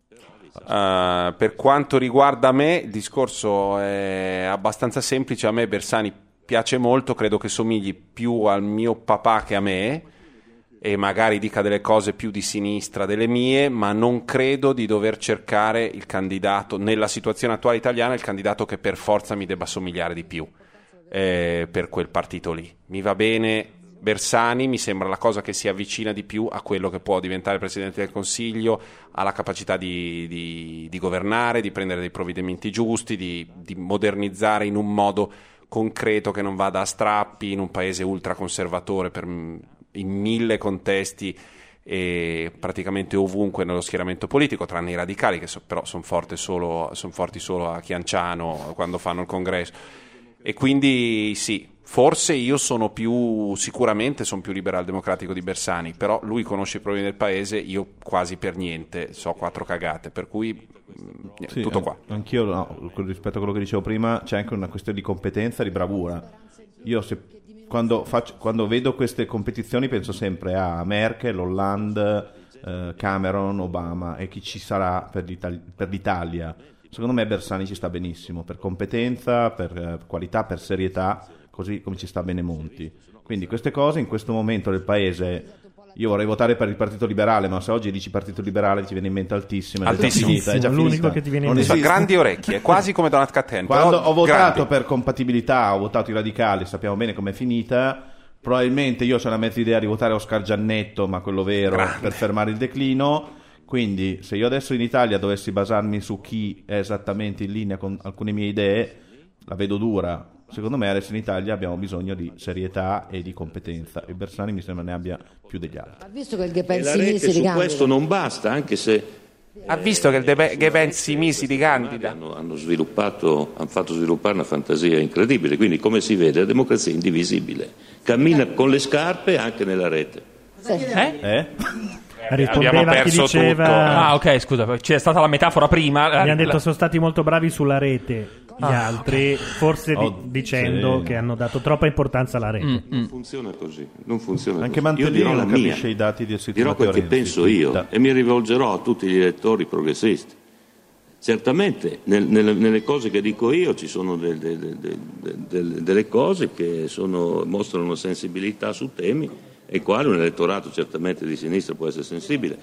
Per quanto riguarda me, il discorso è abbastanza semplice. A me Bersani piace molto, credo che somigli più al mio papà che a me e magari dica delle cose più di sinistra delle mie, ma non credo di dover cercare il candidato, nella situazione attuale italiana, il candidato che per forza mi debba somigliare di più per quel partito lì. Mi va bene Bersani, mi sembra la cosa che si avvicina di più a quello che può diventare Presidente del Consiglio, ha la capacità di governare, di prendere dei provvedimenti giusti, di modernizzare in un modo concreto che non vada a strappi in un paese ultraconservatore in 1000 contesti e praticamente ovunque nello schieramento politico, tranne i radicali che però sono forti solo a Chianciano quando fanno il congresso. E quindi sì, forse io sicuramente sono più liberal-democratico di Bersani, però lui conosce i problemi del paese, io quasi per niente, so 4 cagate, per cui sì, tutto qua. Anch'io, rispetto a quello che dicevo prima, c'è anche una questione di competenza, di bravura. Io quando vedo queste competizioni penso sempre a Merkel, Hollande, Cameron, Obama e chi ci sarà per l'Italia. Secondo me Bersani ci sta benissimo per competenza, per qualità, per serietà, così come ci sta bene Monti. Quindi queste cose in questo momento del paese, io vorrei votare per il Partito Liberale, ma se oggi dici Partito Liberale ti viene in mente Altissimo. È già l'unico finita. che ti viene in mente. Ha grandi orecchie, quasi come Donat Catten. Quando ho votato per compatibilità, ho votato i radicali, sappiamo bene com'è finita. Probabilmente io c'ho una mezza idea di votare Oscar Giannetto, ma quello vero, per fermare il declino. Quindi se io adesso in Italia dovessi basarmi su chi è esattamente in linea con alcune mie idee, la vedo dura. Secondo me adesso in Italia abbiamo bisogno di serietà e di competenza e Bersani mi sembra ne abbia più degli altri. Ha visto che il Gepelsi si ricandida? Su questo non basta, anche se ha visto che il Gepelsi si ricandida? Hanno fatto sviluppare una fantasia incredibile, quindi come si vede la democrazia è indivisibile, cammina con le scarpe anche nella rete. Rispondeva chi diceva tutto. Ok, scusa, c'è stata la metafora prima. Mi hanno detto sono stati molto bravi sulla rete gli altri, forse dicendo che hanno dato troppa importanza alla rete. Non funziona così, non funziona anche così. Io dirò la mia, i dati di dirò quel che penso io e mi rivolgerò a tutti gli elettori progressisti. Certamente nelle cose che dico io ci sono delle cose che mostrano una sensibilità su temi ai quali un elettorato certamente di sinistra può essere sensibile,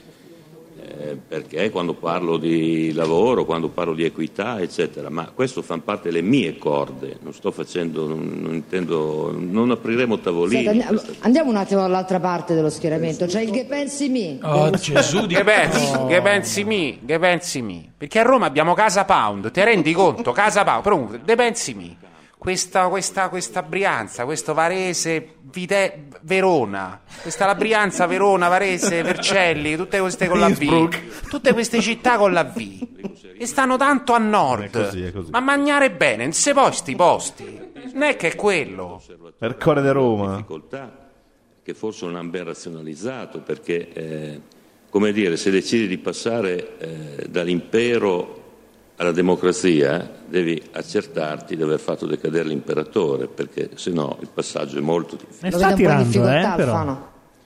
perché quando parlo di lavoro, quando parlo di equità, eccetera, ma questo fa parte delle mie corde, non sto facendo, non intendo, non apriremo tavolini. Andiamo un attimo dall'altra parte dello schieramento, c'è il Gepelsi mi. Oh Gesù di Gepelsi mi, perché a Roma abbiamo Casa Pound, ti rendi conto? Casa Pound, però Gepelsi mi. Questa Brianza, questo Varese, Verona, questa la Brianza, Verona, Varese, Vercelli, tutte queste con la V, tutte queste città con la V, e stanno tanto a nord, è così. ma mangiare bene, non si può sti posti, non è che è quello. Per Core di Roma. Difficoltà che forse non hanno ben razionalizzato, perché, come dire, se decidi di passare dall'impero alla democrazia devi accertarti di aver fatto decadere l'imperatore, perché se no il passaggio è molto difficile. Ne sta tirando, però.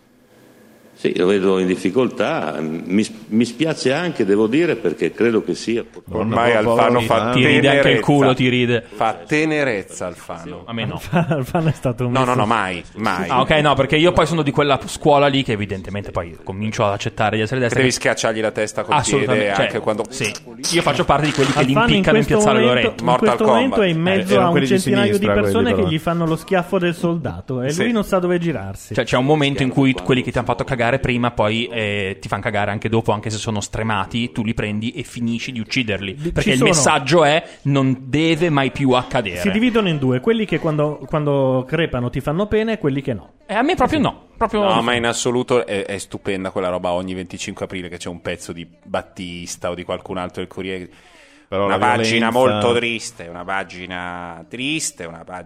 Sì, lo vedo in difficoltà, mi spiace anche, devo dire, perché credo che sia ormai Alfano fa ti ride anche il culo, ti ride, fa tenerezza Alfano. A me no. Alfano è stato no, mai. Ok, no, perché io poi sono di quella scuola lì che evidentemente poi comincio ad accettare di essere destra. Devi schiacciargli la testa col piede anche quando sì. Io faccio parte di quelli che Alfano l'impiccano in Piazzale Loreto. In questo momento è in mezzo a un centinaio di persone che gli fanno lo schiaffo del soldato e lui non sa dove girarsi. Cioè c'è un momento in cui quelli che ti hanno fatto cagare prima poi ti fanno cagare anche dopo, anche se sono stremati, tu li prendi e finisci di ucciderli, perché il messaggio è non deve mai più accadere. Si dividono in due, quelli che quando crepano ti fanno pena e quelli che no. A me proprio no. No, ma in assoluto è stupenda quella roba ogni 25 aprile che c'è un pezzo di Battista o di qualcun altro del Corriere. Però una pagina molto triste, una pagina triste,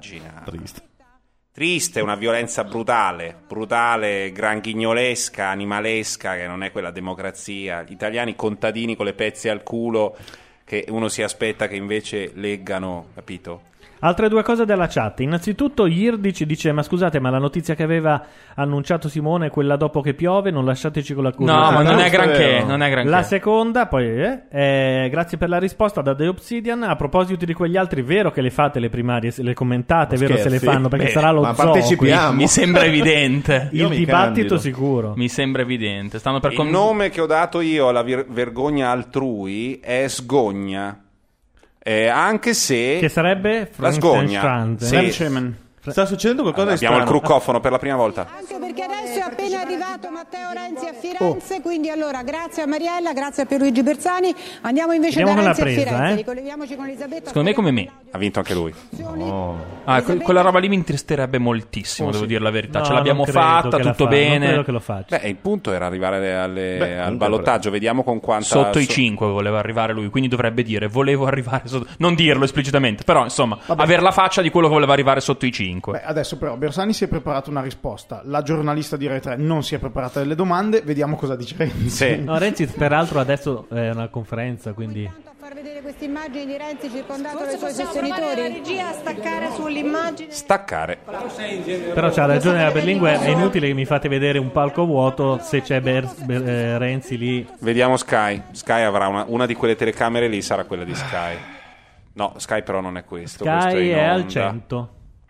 una violenza brutale, granchignolesca, animalesca, che non è quella democrazia. Gli italiani contadini con le pezze al culo che uno si aspetta che invece leggano, capito? Altre due cose della chat. Innanzitutto Irdic dice: ma scusate, ma la notizia che aveva annunciato Simone è quella dopo che piove, non lasciateci con la curiosità. No, ma non è granché, non è granché. La seconda, poi grazie per la risposta da The Obsidian. A proposito di quegli altri, vero che le fate le primarie, le commentate, vero se le fanno, perché sarà lo zoo. Partecipiamo. Mi sembra evidente. Il dibattito sicuro. Mi sembra evidente. Stanno per il nome che ho dato io alla vergogna altrui è sgogna. Anche se che sarebbe la sgogna. Sta succedendo qualcosa di strano. Abbiamo il cruccofono per la prima volta. Anche perché adesso è appena arrivato Matteo Renzi a Firenze, quindi allora grazie a Mariella, grazie a Pierluigi Bersani. Andiamo invece da Renzi a Firenze, ricolleghiamoci con Elisabetta. Secondo me come me. Ha vinto anche lui. Quella roba lì mi intristerebbe moltissimo, devo dire la verità. Ce l'abbiamo fatta, tutto bene. Non credo che lo faccia. Il punto era arrivare al ballottaggio, vediamo con quanta... Sotto i 5 voleva arrivare lui, quindi dovrebbe dire volevo arrivare sotto... Non dirlo esplicitamente, però insomma, avere la faccia di quello che voleva arrivare sotto i 5. Adesso però Bersani si è preparato una risposta, la giornalista di Rai 3 non si è preparata delle domande, vediamo cosa dice Renzi. No, Renzi peraltro adesso è una conferenza, quindi... far vedere queste immagini di Renzi circondato dai suoi sostenitori. La regia a staccare sull'immagine. Staccare. Però c'ha ragione la Berlinguer, è inutile che mi fate vedere un palco vuoto se c'è Renzi lì. Vediamo Sky avrà una di quelle telecamere lì, sarà quella di Sky. No, Sky però non è questo. Sky questo è al 100.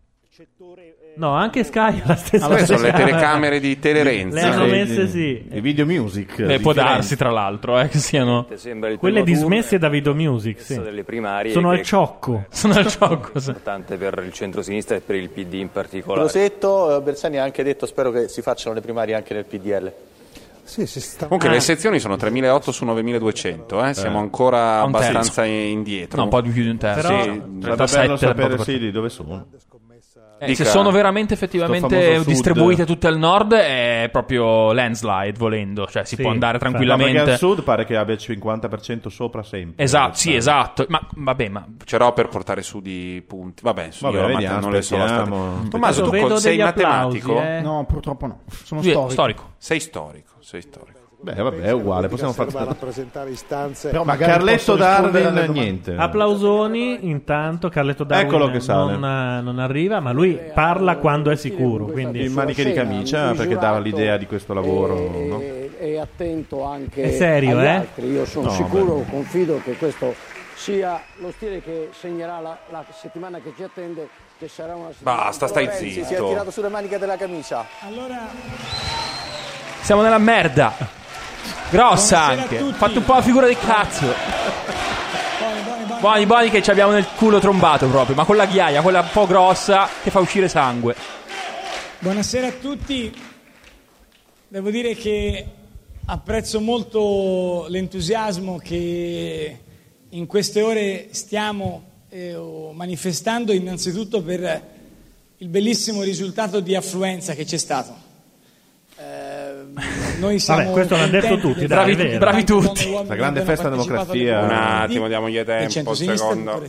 No, anche Sky è la stessa cosa. Sono le telecamere di Telerenzi. Le hanno messe i video music. Può darsi, tra l'altro, che siano quelle dismesse da video music. Sì. Delle primarie sono al ciocco. Sono al ciocco. Importante per il centro-sinistra e per il PD in particolare. Rosetto, Bersani ha anche detto: spero che si facciano le primarie anche nel PDL. Comunque le sezioni sono 3.800 su 9.200, siamo ancora abbastanza indietro. No, un po' di più di un terzo. Però sarebbe bello sapere di dove sono. Se sono veramente effettivamente distribuite tutte al nord è proprio landslide, volendo, cioè si può andare tranquillamente. Perché al sud pare che abbia il 50% sopra sempre. Esatto, sì, esatto. Ma vabbè, c'erò per portare su di punti. Vabbè, io vediamo, non le so. Tommaso, tu sei matematico? No, purtroppo no. Sono storico. Sei storico. Vabbè, è uguale, possiamo fare rappresentare istanze. Però ma Carletto Darwin niente. Applausoni intanto, Carletto Darwin eccolo che sale. Non arriva, ma lui parla quando è sicuro, quindi in maniche di camicia perché dava l'idea di questo lavoro, no? E attento anche è serio, agli altri. Io sono sicuro, confido che questo sia lo stile che segnerà la settimana che ci attende, che sarà una settimana. Basta, stai zitto. Si è tirato sulle maniche della camicia. Allora siamo nella merda. Grossa anche, fatto un po' la figura del cazzo. Buoni che ci abbiamo nel culo trombato proprio, ma con la ghiaia, quella un po' grossa che fa uscire sangue. Buonasera a tutti. Devo dire che apprezzo molto l'entusiasmo che in queste ore stiamo manifestando, innanzitutto per il bellissimo risultato di affluenza che c'è stato. Noi siamo questo l'hanno detto tutti, bravi tutti. La grande festa democrazia. Un attimo, diamogli tempo, un secondo.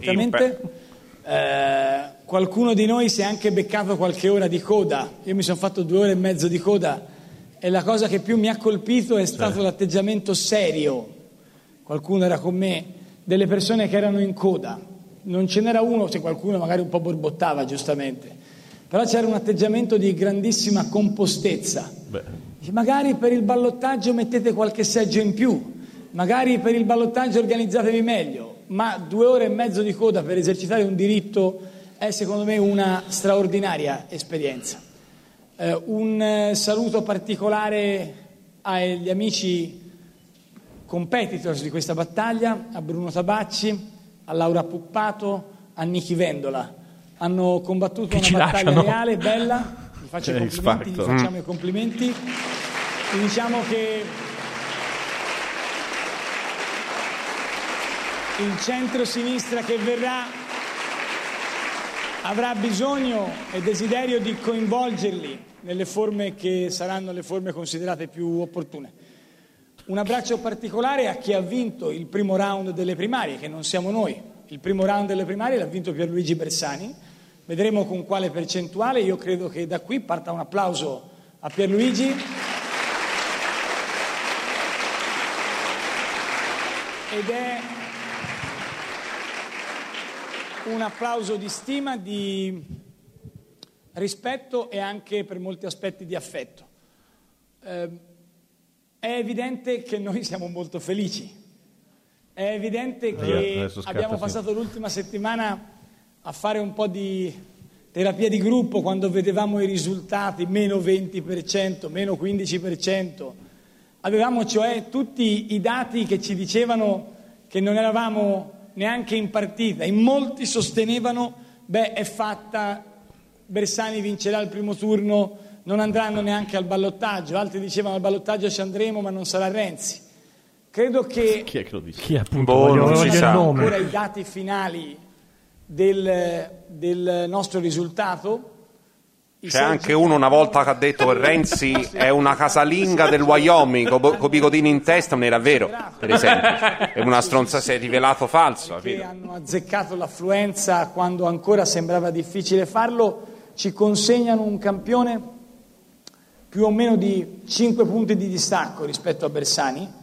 Qualcuno di noi si è anche beccato qualche ora di coda. Io mi sono fatto 2 ore e mezzo di coda e la cosa che più mi ha colpito è stato l'atteggiamento serio. Qualcuno era con me, delle persone che erano in coda. Non ce n'era uno, se qualcuno magari un po' borbottava, giustamente. Però c'era un atteggiamento di grandissima compostezza. Magari per il ballottaggio mettete qualche seggio in più, magari per il ballottaggio organizzatevi meglio, ma 2 ore e mezzo di coda per esercitare un diritto è secondo me una straordinaria esperienza. Un saluto particolare agli amici competitors di questa battaglia, a Bruno Tabacci, a Laura Puppato, a Nichi Vendola. Hanno combattuto una battaglia reale, bella. Gli facciamo i complimenti. E diciamo che il centro-sinistra che verrà avrà bisogno e desiderio di coinvolgerli nelle forme che saranno le forme considerate più opportune. Un abbraccio particolare a chi ha vinto il primo round delle primarie, che non siamo noi. Il primo round delle primarie l'ha vinto Pierluigi Bersani. Vedremo con quale percentuale. Io credo che da qui parta un applauso a Pierluigi. un applauso di stima, di rispetto e anche per molti aspetti di affetto. È evidente che noi siamo molto felici, è evidente che abbiamo passato l'ultima settimana a fare un po' di terapia di gruppo quando vedevamo i risultati, meno 20%, meno 15%. Avevamo cioè tutti i dati che ci dicevano che non eravamo neanche in partita. In molti sostenevano, è fatta, Bersani vincerà il primo turno, non andranno neanche al ballottaggio. Altri dicevano al ballottaggio ci andremo ma non sarà Renzi. Credo che chi è che lo dice? Chi appunto non si sa ancora i dati finali del nostro risultato. C'è anche uno una volta che ha detto che Renzi è una casalinga del Wyoming con bigodini in testa, non era vero, per esempio. È una stronza, si è rivelato falso. Che hanno azzeccato l'affluenza quando ancora sembrava difficile farlo, ci consegnano un campione più o meno di 5 punti di distacco rispetto a Bersani.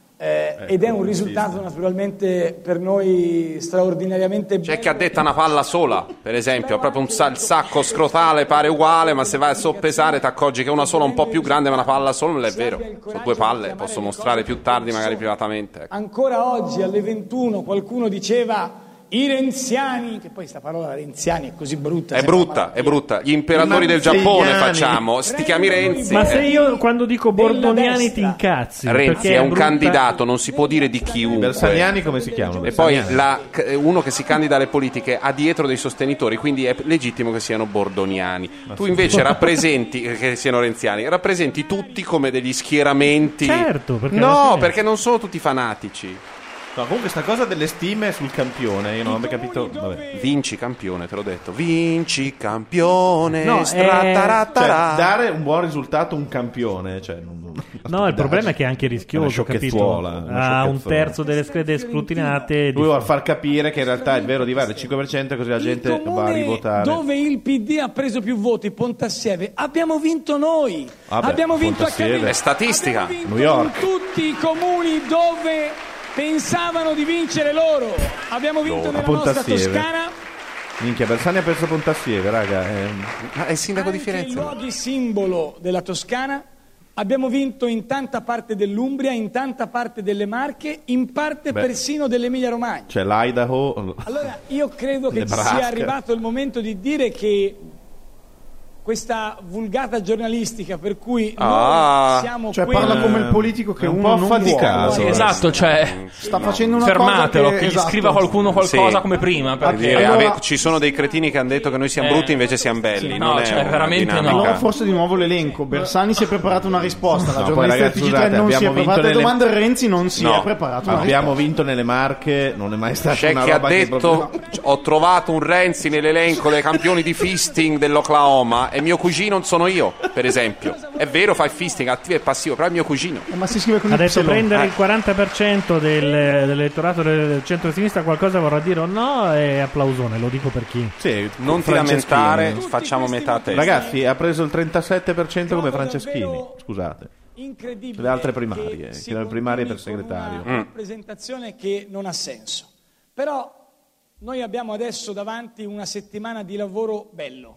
Ed è un risultato naturalmente per noi straordinariamente bello. C'è chi ha detto una palla sola, per esempio, proprio il sacco scrotale pare uguale, ma se vai a soppesare ti accorgi che una sola è un po' più grande, ma una palla sola non è vero. Sono 2 palle, posso mostrare più tardi magari privatamente. Ancora oggi alle 21 qualcuno diceva i renziani, che poi sta parola renziani è così brutta. È brutta. Gli imperatori del Giappone facciamo, ti chiami Renzi. Ma se io quando dico bordoniani ti incazzi. Renzi è un candidato, non si può dire di chiunque. Bersaniani come si chiamano? E poi uno che si candida alle politiche ha dietro dei sostenitori, quindi è legittimo che siano bordoniani. Tu invece rappresenti, che siano renziani, rappresenti tutti come degli schieramenti. Certo, perché non sono tutti fanatici. No, comunque sta cosa delle stime sul campione, io non ho mai capito. Vabbè. Vinci campione, te l'ho detto. Vinci campione. Cioè, dare un buon risultato a un campione, cioè, no, il problema è che è anche rischioso, capito? A un terzo delle schede scrutinate. Lui vuole far capire che in realtà è vero di avere il 5%, così la gente va a rivotare. Dove il PD ha preso più voti, Pontassieve, abbiamo vinto noi. Abbiamo vinto a Cavillo. È statistica. New York. Tutti i comuni dove pensavano di vincere loro. Abbiamo vinto nella nostra Toscana. Minchia, Bersani ha perso Pontassieve, raga. È il sindaco di Firenze. I luoghi simbolo della Toscana. Abbiamo vinto in tanta parte dell'Umbria, in tanta parte delle Marche, in parte persino dell'Emilia Romagna. C'è l'Idaho. Allora io credo che sia arrivato il momento di dire che questa vulgata giornalistica per cui noi siamo parla come il politico che uno non vuole. Sì, esatto, sta facendo una fermatelo, cosa che gli scriva qualcuno qualcosa come prima per dire. Allora, ci sono dei cretini che hanno detto che noi siamo brutti invece siamo belli, non è veramente dinamica. Allora forse di nuovo l'elenco. Bersani si è preparato una risposta, la giornalista del TG3 non si è preparata le domande, Renzi non si è preparato una abbiamo vinto nelle Marche, non è mai stato c'è una chi roba ha detto ho trovato un Renzi nell'elenco dei campioni di fisting dell'Oklahoma e mio cugino sono io, per esempio. È vero, fa il fisting attivo e passivo, però è mio cugino. Ma si scrive con ha detto prendere il 40% dell'elettorato del centro-sinistra qualcosa vorrà dire o no, è applausone, lo dico per chi. Sì, non ti lamentare, facciamo metà a testa. Ragazzi, ha preso il 37% come Franceschini, scusate. Incredibile. Le altre primarie, che erano primarie per segretario. Una rappresentazione che non ha senso. Però noi abbiamo adesso davanti una settimana di lavoro bello.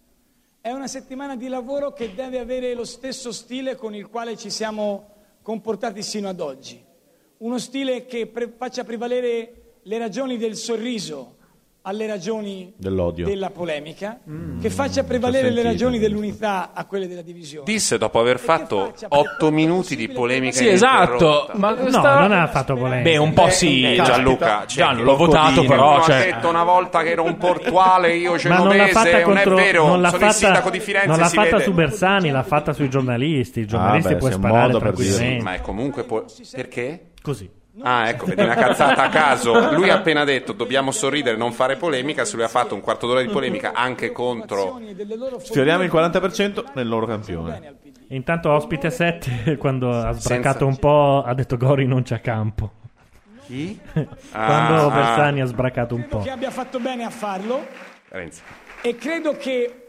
È una settimana di lavoro che deve avere lo stesso stile con il quale ci siamo comportati sino ad oggi. Uno stile che faccia prevalere le ragioni del sorriso alle ragioni dell'odio, della polemica, che faccia prevalere le ragioni dell'unità a quelle della divisione. Disse dopo aver fatto 8 minuti di polemica. Sì, esatto. Ma non ha fatto polemica. Beh, un po' sì. Gianluca, l'ho votato, però. Ha detto una volta che ero un portuale, io genovese, non è vero. Sono il sindaco di Firenze. Non l'ha fatta vede. su Bersani, l'ha fatta sui giornalisti. I giornalisti puoi sparare tranquillamente. Ma è comunque perché? Così. Ah, ecco, vedi una cazzata a caso. Lui ha appena detto dobbiamo sorridere, non fare polemica. Se lui ha fatto un quarto d'ora di polemica anche contro. Sfioriamo il 40% nel loro campione. Intanto ospite 7 quando ha sbracato un po' ha detto Gori non c'è campo. Chi? Quando Bersani ha sbracato un po'. Credo che abbia fatto bene a farlo. Renzi. E credo che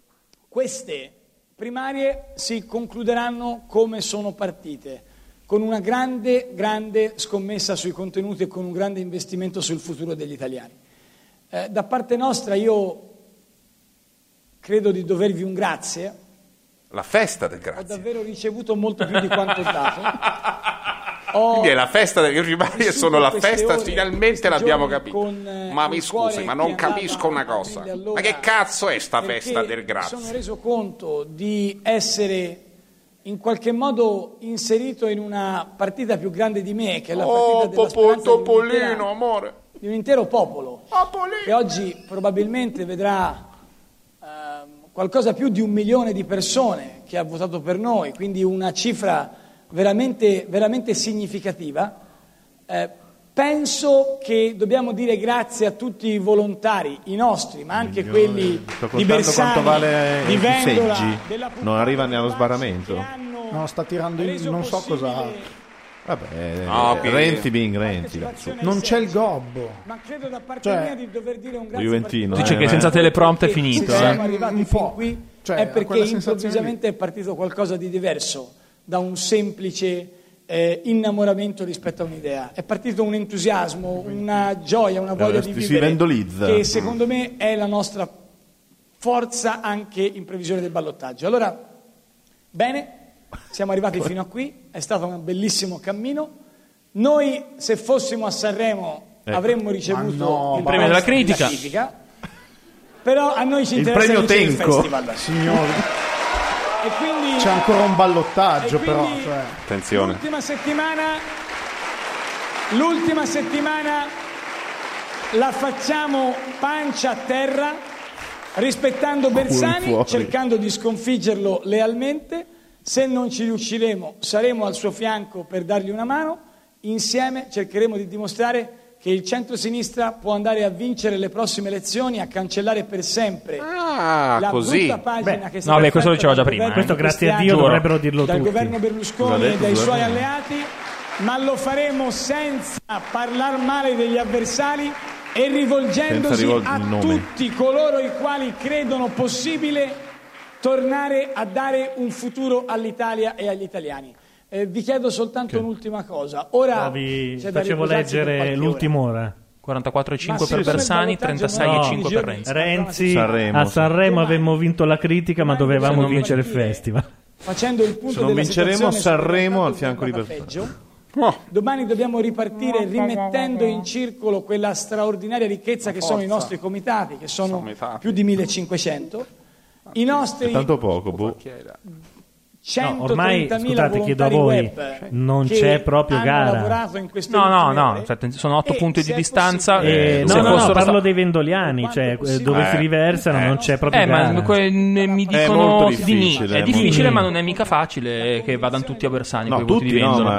queste primarie si concluderanno come sono partite, con una grande scommessa sui contenuti e con un grande investimento sul futuro degli italiani. Da parte nostra io credo di dovervi un grazie. La festa del grazie. Ho davvero ricevuto molto più di quanto ho dato. Quindi è la festa del Ribaria, sono la festa, finalmente l'abbiamo capito. Ma mi scusi, ma non capisco una cosa. Ma che cazzo è sta festa del grazie? Mi sono reso conto di essere in qualche modo inserito in una partita più grande di me, che è la partita della speranza Topolino, amore. Di un intero popolo, che oggi probabilmente vedrà qualcosa più di 1 milione di persone che ha votato per noi, quindi una cifra veramente, veramente significativa. Penso che dobbiamo dire grazie a tutti i volontari, i nostri, ma anche quelli di Bersani, quanto vale di Vendola, seggi. Non arriva neanche allo sbarramento. No, sta tirando non so cosa. Vabbè, Renzi. Non c'è il gobbo. Ma credo da parte mia di dover dire un grazie Juventino. Dice che senza teleprompter è finito. Se siamo arrivati fin qui è perché improvvisamente è partito qualcosa di diverso da un semplice innamoramento rispetto a un'idea. È partito un entusiasmo, una gioia, una voglia di vivere che secondo me è la nostra forza anche in previsione del ballottaggio. Allora, bene, siamo arrivati fino a qui, è stato un bellissimo cammino. Noi, se fossimo a Sanremo, avremmo ricevuto il premio della critica. Però a noi ci interessa il premio il festival, signori. E quindi c'è ancora un ballottaggio, però. Attenzione. L'ultima settimana la facciamo pancia a terra, rispettando Bersani, cercando di sconfiggerlo lealmente. Se non ci riusciremo, saremo al suo fianco per dargli una mano. Insieme cercheremo di dimostrare che il centro-sinistra può andare a vincere le prossime elezioni, a cancellare per sempre la brutta pagina che è stata questo lo diceva già prima. Questo grazie a Dio dovrebbero dirlo dal tutti. governo Berlusconi e dai suoi alleati, ma lo faremo senza parlare male degli avversari e rivolgendosi a tutti coloro i quali credono possibile tornare a dare un futuro all'Italia e agli italiani. Vi chiedo soltanto un'ultima cosa. Ora vi facevo leggere l'ultima ora. 44,5 per Bersani, 36,5 per Renzi. A Sanremo avemmo vinto la critica, ma dovevamo vincere il festival. Facendo il punto se non vinceremo Sanremo al fianco di Bersani. Domani dobbiamo ripartire rimettendo in circolo quella straordinaria ricchezza che sono i nostri comitati, che sono più di 1500. I nostri tanto poco, 130.000 ormai, scusate, chiedo a voi, non c'è proprio gara. No, sono 8 punti di distanza. Parlo dei vendoliani, cioè dove si riversano non c'è proprio gara. Mi dicono è difficile, ma non è mica facile che vadano tutti a Bersani con i voti di Vendola.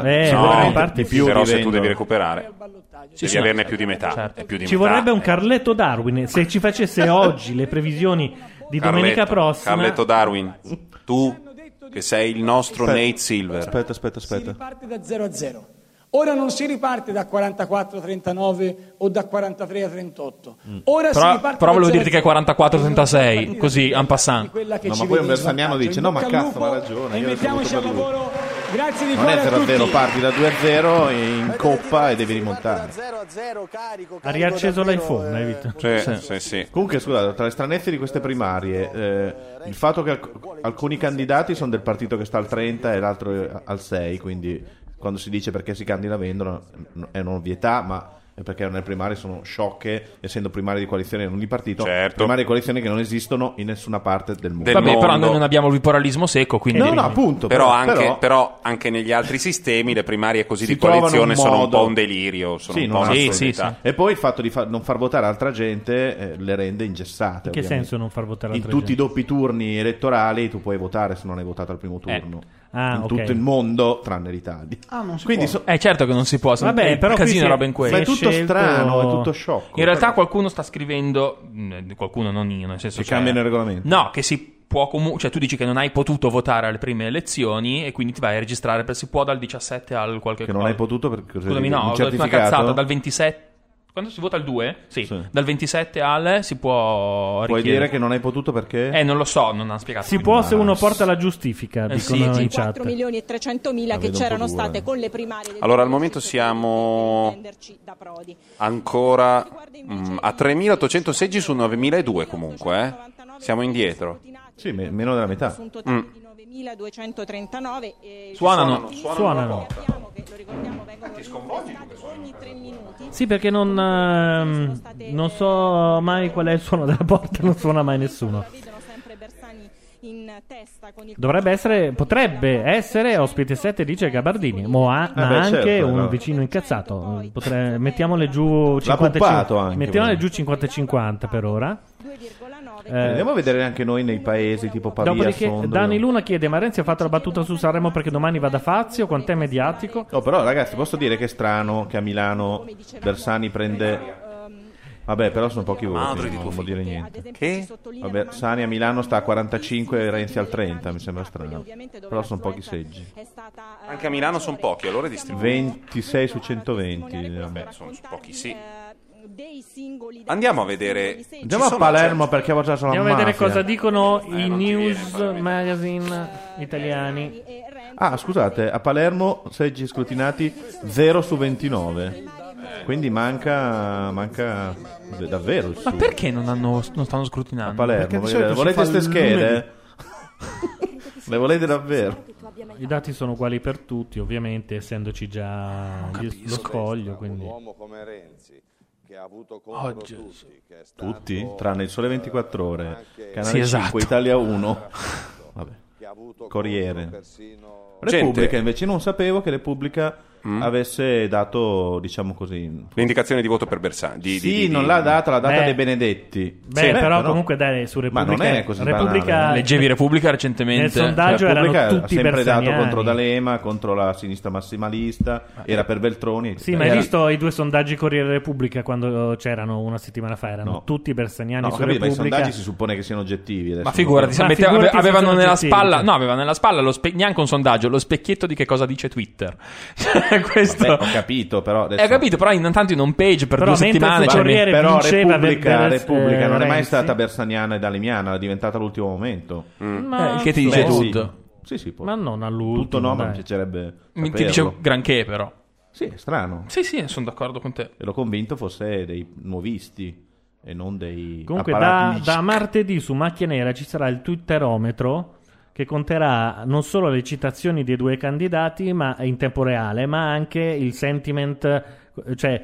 Però se tu devi recuperare devi averne più di metà. Ci vorrebbe un Carletto Darwin. Se ci facesse oggi le previsioni di domenica prossima. Carletto Darwin, tu che sei il nostro Nate Silver. Aspetta. Si riparte da 0-0. Ora non si riparte da 44-39 o da 43-38. Ora si riparte però volevo dirti che è 44-36, così en passant. Ma poi un bersaniano dice no, ma cazzo, ma ha ragione. E mettiamoci al lavoro. Grazie di non cuore è 0-0, parti da 2-0 in coppa e devi rimontare. Ha riacceso l'iPhone, hai visto? Sì. Comunque, scusate, tra le stranezze di queste primarie, il fatto che alcuni candidati sono del partito che sta al 30 e l'altro al 6, quindi quando si dice perché si candida Vendola è un'ovvietà, ma è perché nelle primarie sono sciocche, essendo primarie di coalizione e non di partito, primarie di coalizione che non esistono in nessuna parte del mondo. Vabbè, però noi non abbiamo il biporalismo secco, quindi appunto. Però anche negli altri sistemi le primarie così di coalizione sono un po' un delirio, sono un po' un'assurdità. E poi il fatto di non far votare altra gente le rende ingessate. In che senso non far votare altra gente? In tutti i doppi turni elettorali tu puoi votare se non hai votato al primo turno. Tutto il mondo tranne l'Italia. Non si può. Certo che non si può. Vabbè, però casino roba in questo. Ma è tutto strano, è tutto sciocco. In realtà qualcuno sta scrivendo, qualcuno non io, nel senso che cambiano il regolamento. No, che si può cioè tu dici che non hai potuto votare alle prime elezioni e quindi ti vai a registrare si può dal 17 al qualche che non hai potuto perché scusami, no, una cazzata dal 27. Quando si vota il 2? Sì. Dal 27 al si può richiedere. Puoi dire che non hai potuto perché? Non lo so, non ha spiegato. Si può se uno porta la giustifica, dicono in chat. 4.300.000 che c'erano state con le primarie. Allora, al momento siamo ancora a 3.800 seggi su 9.002 comunque, Siamo indietro. Sì, meno della metà. 9.239. Suonano. Ti sconvolgi ogni 3 minuti. Sì, perché non so mai qual è il suono della porta, non suona mai nessuno. Potrebbe essere ospite 7, dice Gabardini, ma anche certo, un vicino incazzato. Mettiamole giù 50 mettiamole giù 50-50 per ora. Andiamo a vedere anche noi nei paesi tipo Pavia. Dopodiché Dani Luna chiede: ma Renzi ha fatto la battuta su Sanremo perché domani va da Fazio? Quant'è mediatico? No, però ragazzi, posso dire che è strano che a Milano Bersani prende... Vabbè, però sono pochi voti, non vuol dire niente. Che? Vabbè, Sani a Milano sta a 45 e Renzi al 30, mi sembra strano. Però sono pochi seggi. Anche a Milano sono pochi, allora è distribuito. 26 su 120. Vabbè, sono pochi, sì. Andiamo a vedere. Andiamo a Palermo perché avevo già andiamo a vedere cosa dicono i news magazine italiani. Ah, scusate, a Palermo seggi scrutinati 0 su 29. Quindi manca davvero il Ma perché non stanno scrutinando? A Palermo, volete queste schede? Le volete davvero? I dati sono uguali per tutti, ovviamente, essendoci già lo scoglio, quindi... Un uomo come Renzi che ha avuto contro tutti, che è stato... Tutti? Tranne il Sole 24 Ore, Canale 5, esatto. Italia 1. Vabbè. Corriere. Repubblica, invece non sapevo che Repubblica avesse dato, diciamo così, l'indicazione di voto per Bersani. Sì, non l'ha data, l'ha data dei Benedetti. Però comunque dai, su Repubblica. Ma non è così banale. Leggevi Repubblica recentemente. Nel sondaggio erano tutti ha sempre bersaniani. dato contro D'Alema, contro la sinistra massimalista, era per Veltroni. Sì, ma hai visto i 2 sondaggi Corriere Repubblica quando c'erano una settimana fa? Erano tutti bersaniani su Repubblica. Ma i sondaggi si suppone che siano oggettivi adesso. Ma figurati, avevano nella spalla, aveva nella spalla neanche un sondaggio, lo specchietto di che cosa dice Twitter. Questo. Vabbè, ho capito, però adesso... Ho capito, però intanto in home page per 2 settimane. Però Repubblica non è mai stata bersaniana e dalemiana, è diventata all'ultimo momento. Che ti dice tutto? Sì, ma non all'ultimo. Tutto no, ma mi piacerebbe ti dice granché, però. Sì, è strano. Sì, sono d'accordo con te. Ero convinto fosse dei nuovisti e non dei comunque da martedì su Macchia Nera ci sarà il Twitterometro che conterà non solo le citazioni dei 2 candidati ma in tempo reale, ma anche il sentiment, cioè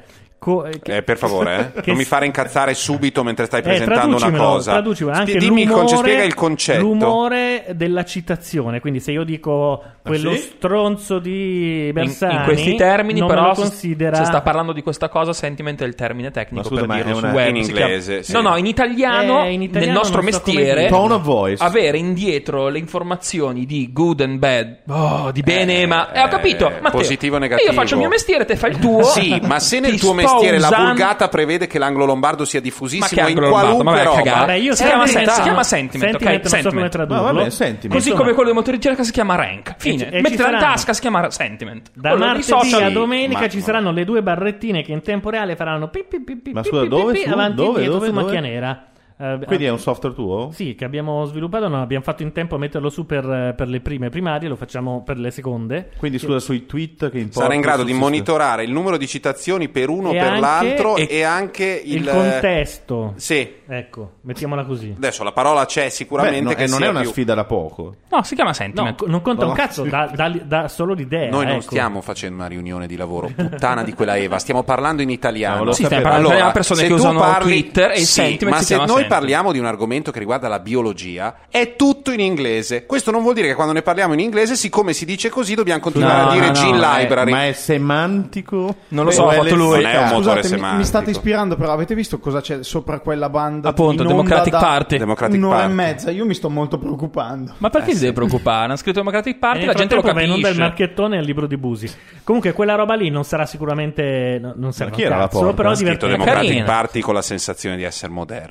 per favore, non mi fare incazzare subito mentre stai presentando una cosa. Anche spiega il concetto. L'umore della citazione, quindi se io dico quello stronzo di Bersani in questi termini, non però me lo considera... se sta parlando di questa cosa, sentiment è il termine tecnico per dirlo su web in inglese. Sì. No, in italiano nel nostro mestiere tone of voice, avere indietro le informazioni di good and bad, di bene ma ho capito, Matteo, positivo e negativo. Io faccio il mio mestiere, te fai il tuo. Sì, ma se nel tuo mestiere la vulgata prevede che l'anglo-lombardo sia diffusissimo in qualunque roba. Si chiama sentiment, ok? Sentiment. Così come quello di motori di ricerca si chiama rank. Fine. Mettila in tasca, si chiama sentiment. Da martedì a domenica ci saranno le 2 barrettine che in tempo reale faranno ma scusa, dove? Avanti e indietro su Macchia Nera. Quindi è un software tuo? Sì, che abbiamo sviluppato, non abbiamo fatto in tempo a metterlo su per le prime primarie, lo facciamo per le seconde. Quindi scusa, sui tweet che importa, sarà in grado di monitorare il numero di citazioni per uno o per l'altro e anche il contesto. Sì. Ecco, mettiamola così. Adesso la parola c'è sicuramente. Che non è una sfida da poco. No, si chiama sentiment. No, non conta un cazzo, dà solo l'idea. Noi non stiamo facendo una riunione di lavoro, puttana di quella Eva, stiamo parlando in italiano. Stiamo parlando di persone che usano Twitter e il sentiment. Ma se noi parliamo di un argomento che riguarda la biologia, è tutto in inglese. Questo non vuol dire che quando ne parliamo in inglese, siccome si dice così, dobbiamo continuare a dire Gene Library. Ma è semantico? Non lo so, ha fatto lui. Non è un motore semantico. Mi state ispirando, però avete visto cosa c'è sopra quella banda? Appunto, Democratic Party. Un'ora e mezza, io mi sto molto preoccupando. Ma perché si deve preoccupare? Hanno scritto Democratic Party, la gente lo capisce. Non del marchettone al libro di Busi. Comunque quella roba lì non sarà sicuramente non sarà chi era la porta? Però divertente. Democratic Party con la sensazione di essere moderni, e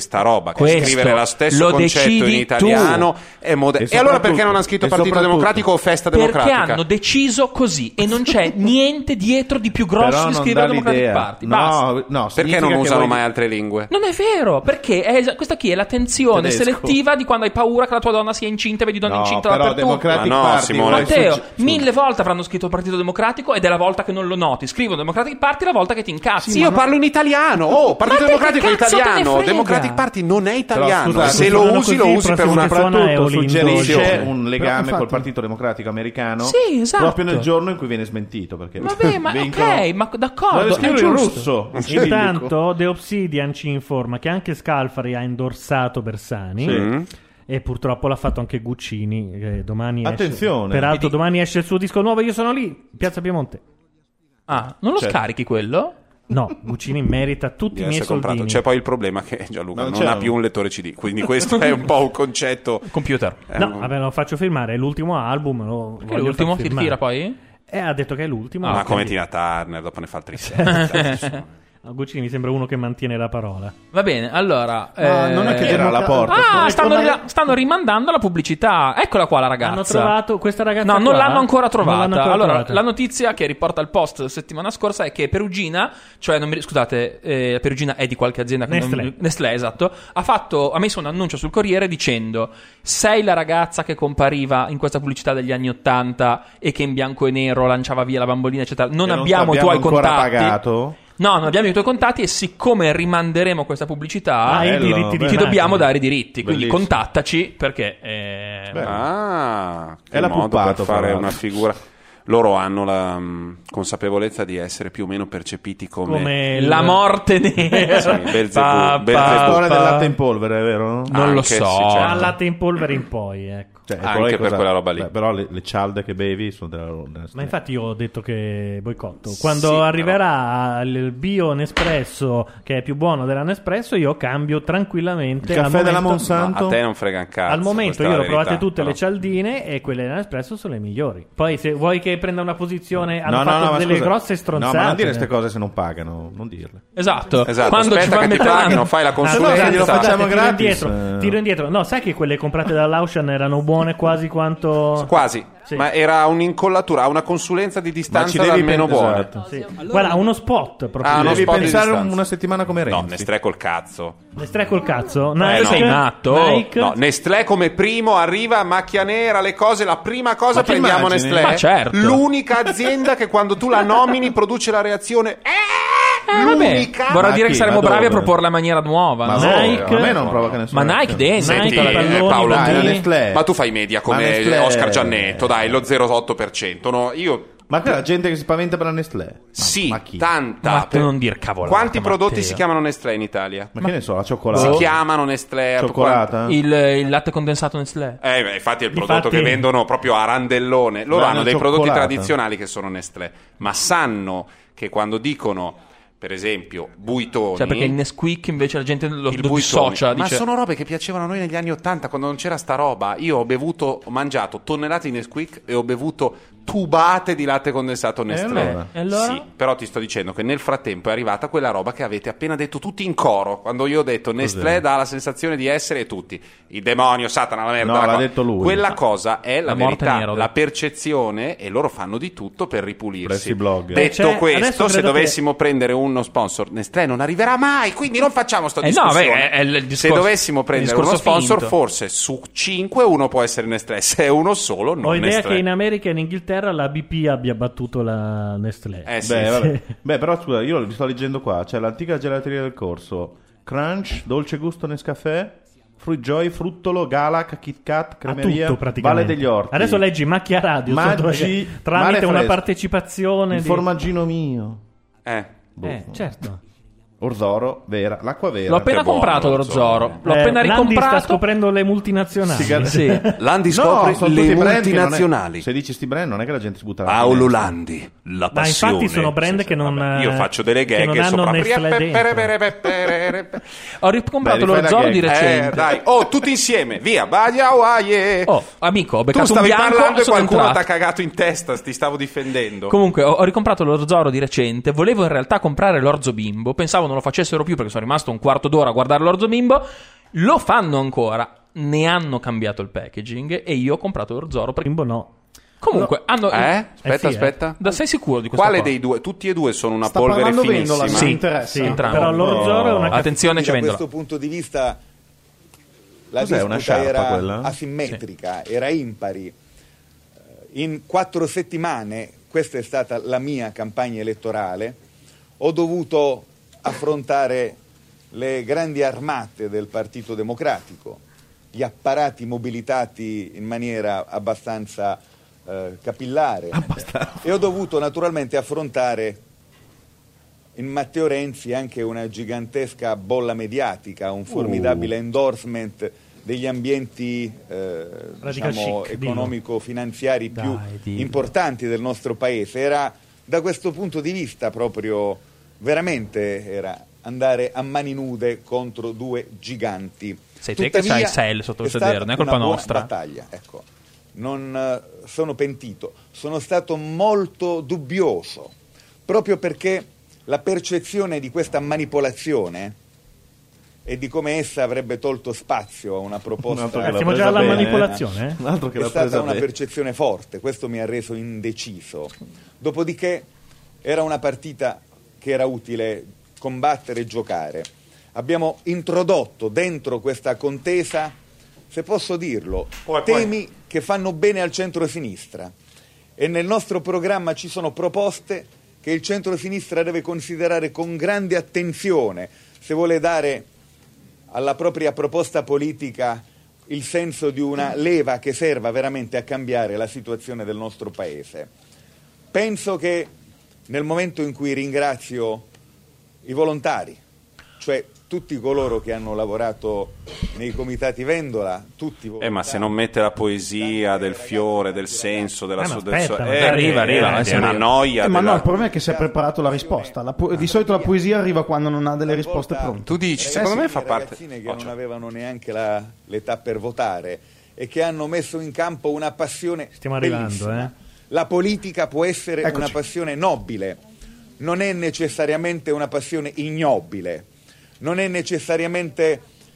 questa roba, che scrivere lo stesso concetto in italiano è e allora perché non hanno scritto Partito Democratico o Festa Democratica? Perché hanno deciso così e non c'è niente dietro di più grosso di scrivere Democratic Party. Perché non usano mai altre lingue? Non è vero, perché questa qui è la tensione selettiva di quando hai paura che la tua donna sia incinta e vedi donne incinte dappertutto. Simone, Matteo, 1000 volte avranno scritto Partito Democratico ed è la volta che non lo noti. Scrivono Democratic Party la volta che ti incazzi. Sì, io parlo in italiano. Partito Democratico è italiano. Democratic Party non è italiano. Però, se lo usi per una soprattutto suggerisce un legame col Partito Democratico americano. Sì, esatto. Proprio nel giorno in cui viene smentito. Perché vabbè, ma ok, ma d'accordo. È in russo. Intanto The Obsidian ci informa che anche Scalfari ha indorsato Bersani. Sì. E purtroppo l'ha fatto anche Guccini. Domani attenzione. Esce. Peraltro, domani esce il suo disco nuovo. Io sono lì, Piazza Piemonte. Ah, non lo scarichi quello? No, Guccini merita tutti i miei soldini. C'è poi il problema che Gianluca non ha più un lettore CD, quindi questo è un po' un concetto. Computer. Vabbè, lo faccio filmare. È l'ultimo album. L'ultimo che tira poi? Ha detto che è l'ultimo. Ma come Tina Turner, dopo ne fa altri 7. Guccini mi sembra uno che mantiene la parola. Va bene, allora non è che era alla porta. Stanno rimandando la pubblicità. Eccola qua la ragazza. Hanno trovato questa ragazza? No, non l'hanno ancora trovata. La notizia che riporta il Post settimana scorsa è che Perugina, cioè Perugina è di qualche azienda, Nestlé, esatto, ha messo un annuncio sul Corriere dicendo: sei la ragazza che compariva in questa pubblicità degli anni '80 e che in bianco e nero lanciava via la bambolina, eccetera. Non abbiamo i tuoi contatti. Pagato? No, non abbiamo i tuoi contatti e siccome rimanderemo questa pubblicità ti dobbiamo dare i diritti. Quindi contattaci perché è la modo per fare una figura. Loro hanno la consapevolezza di essere più o meno percepiti come la morte nera. Sì, la storia del latte in polvere, è vero? Non lo so. Dal latte in polvere in poi, ecco. Anche per quella roba lì. Però le cialde che bevi sono della Ma infatti io ho detto che boicotto. Quando arriverà il bio Nespresso, che è più buono della Nespresso, io cambio tranquillamente. Il caffè della Monsanto? A te non frega un cazzo. Al momento io l'ho provate tutte le cialdine e quelle della Nespresso sono le migliori. Poi se vuoi che prenda una posizione, hanno fatto delle grosse stronzate. No, ma non dire queste cose se non pagano, non dirle. Esatto. Quando aspetta che ti paghino, fai la consulenza, glielo facciamo gratis. Tiro indietro. No, sai che quelle comprate dall'Auchan erano buone quasi quanto... Quasi, sì. Ma era un'incollatura, una consulenza di distanza dal meno buona. Sì. Guarda, uno spot proprio. Devi pensare una settimana come Renzi. No, Nestlé col cazzo. Nestlé col cazzo? Sei matto? No, Nestlé come primo arriva, macchia nera, le cose, la prima cosa prendiamo Nestlé. Ma certo. L'unica azienda che quando tu la nomini produce la reazione... l'unica. Vorrà dire che saremo bravi a proporla in maniera nuova. Ma Nike, a me non provoca nessuno. Ma Nike dentro. Paolo, ma tu fai media come Oscar Giannetto, dai, lo 0,8%. No, Ma la gente che si spaventa per la Nestlé? Sì, tanta. Ma non dir cavolate. Quanti prodotti si chiamano Nestlé in Italia? Ma che ne so, la cioccolata. Si chiamano Nestlé. Cioccolata? Il latte condensato Nestlé. Infatti è il prodotto che vendono proprio a randellone. Loro hanno dei prodotti tradizionali che sono Nestlé, ma sanno che quando dicono... Per esempio, Buitoni. Cioè, perché il Nesquik invece la gente lo dissocia. Ma sono robe che piacevano a noi negli anni '80, quando non c'era sta roba. Io ho mangiato tonnellate di Nesquik e ho bevuto tubate di latte condensato Nestlé. E allora? Sì, però ti sto dicendo che nel frattempo è arrivata quella roba che avete appena detto tutti in coro. Quando io ho detto Nestlé dà la sensazione di essere tutti il demonio, Satana, la merda. No, l'ha detto lui. Quella cosa è la verità, nera, la percezione, e loro fanno di tutto per ripulirsi. Blog. Detto questo, se dovessimo prendere uno sponsor, Nestlé non arriverà mai, quindi non facciamo sto discussione. È il discorso, se dovessimo prendere uno sponsor, finto. Forse su 5 uno può essere Nestlé, se è uno solo non Nestlé. Ho idea che in America e in Inghilterra la BP abbia battuto la Nestlé. Beh, però scusa, io li sto leggendo qua. C'è l'antica gelateria del Corso, Crunch, Dolce Gusto Nescafè, Fruit Joy, Fruttolo, Galac, Kit Kat, Cremeria, tutto, Valle degli Orti. Adesso leggi Macchia Radio tramite una partecipazione il formaggino mio. Certo. Orzoro, vera, l'acqua vera. L'ho appena comprato l'Orzoro. L'ho appena Landi ricomprato. sta scoprendo le multinazionali. Sì. Landi scopre le multinazionali. Se dici sti brand non è che la gente si butta Paolo Landi, la passione. Ma infatti sono brand che non io faccio delle gag che non hanno Ho ricomprato l'Orzoro di recente. Dai, tutti insieme, via. Amico, ho beccato tu stavi un bianco parlando e qualcuno entrato. ti ha cagato in testa, ti stavo difendendo. Comunque ho ricomprato l'Orzoro di recente. Volevo in realtà comprare l'Orzo Bimbo. Pensavo non lo facessero più, perché sono rimasto un quarto d'ora a guardare l'Orzo Bimbo. Lo fanno ancora, ne hanno cambiato il packaging e io ho comprato l'Orzoro perché Bimbo no. Comunque hanno Aspetta. Sei sicuro di questa Quale cosa? dei due? Tutti e due sono una Sta polvere parlando finissima. Vendola, mi interessa. entrambi. Però l'Orzoro è una Attenzione, ci Da vendola. questo punto di vista la Cos'è, una disputa sciarpa era quella? asimmetrica, era impari. In 4 settimane, questa è stata la mia campagna elettorale, ho dovuto affrontare le grandi armate del Partito Democratico, gli apparati mobilitati in maniera abbastanza capillare, e ho dovuto naturalmente affrontare in Matteo Renzi anche una gigantesca bolla mediatica, un formidabile endorsement degli ambienti diciamo, economico-finanziari più importanti del nostro paese. Era da questo punto di vista proprio veramente era andare a mani nude contro due giganti. Sei te che sai Sell sotto il sedere, non è colpa nostra. Battaglia, ecco. Non sono pentito, sono stato molto dubbioso, proprio perché la percezione di questa manipolazione e di come essa avrebbe tolto spazio a una proposta siamo già alla manipolazione, Un altro che è l'ha stata presa una bene. percezione forte, questo mi ha reso indeciso. Dopodiché era una partita che era utile combattere e giocare. Abbiamo introdotto dentro questa contesa, se posso dirlo, temi che fanno bene al centro-sinistra, e nel nostro programma ci sono proposte che il centro-sinistra deve considerare con grande attenzione se vuole dare alla propria proposta politica il senso di una leva che serva veramente a cambiare la situazione del nostro Paese. Penso che nel momento in cui ringrazio i volontari, cioè tutti coloro che hanno lavorato nei comitati Vendola, tutti volontari. Ma se non mette la poesia del fiore, del senso, della arriva, è una noia. Ma no, il problema è che si è preparato la risposta. Di solito la poesia arriva quando non ha delle risposte pronte. Tu dici, secondo me fa parte. Ragazzine che non avevano neanche l'età per votare e che hanno messo in campo una passione bellissima. La politica può essere una passione nobile, non è necessariamente una passione ignobile. Non è necessariamente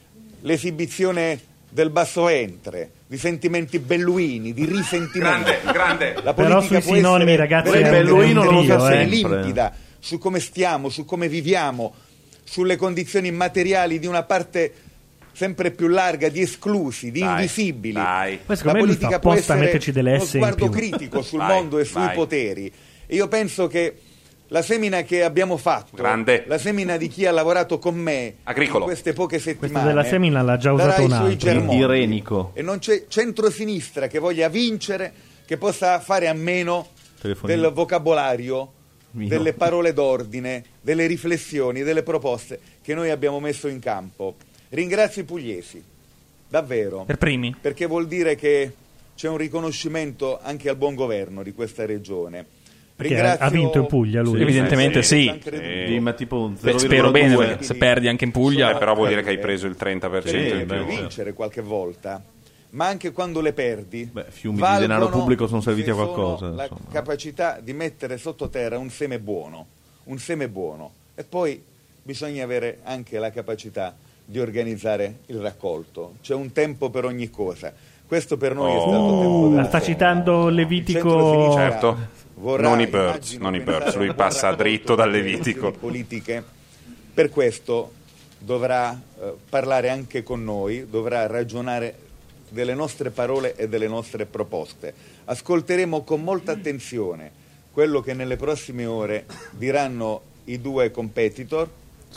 l'esibizione del basso ventre, di sentimenti belluini, di risentimenti. Grande. La però politica sui sinonimi, ragazzi, è belluino un trio, limpida su come stiamo, su come viviamo, sulle condizioni materiali di una parte sempre più larga di esclusi, di invisibili. La politica può essere delle uno sguardo critico sul mondo e sui poteri. E io penso che la semina che abbiamo fatto, la semina di chi ha lavorato con me in queste poche settimane, questa della semina l'ha già usato un altro, Irenico. E non c'è centrosinistra che voglia vincere che possa fare a meno del vocabolario, delle parole d'ordine, delle riflessioni, delle proposte che noi abbiamo messo in campo. Ringrazio i pugliesi, davvero, per primi, perché vuol dire che c'è un riconoscimento anche al buon governo di questa regione. Perché ha vinto in Puglia lui? Evidentemente sì. Ma tipo spero bene, perché se perdi anche in Puglia però vuol dire che hai preso il 30% in più. Vincere qualche volta, ma anche quando le perdi, fiumi di denaro pubblico sono serviti a qualcosa. La capacità di mettere sottoterra un seme buono, e poi bisogna avere anche la capacità di organizzare il raccolto. C'è un tempo per ogni cosa. Questo per noi è stato tempo della sta citando Levitico. Certo. Non i Birds, lui passa dritto dal Levitico. Politiche. Per questo dovrà parlare anche con noi, dovrà ragionare delle nostre parole e delle nostre proposte. Ascolteremo con molta attenzione quello che nelle prossime ore diranno i due competitor.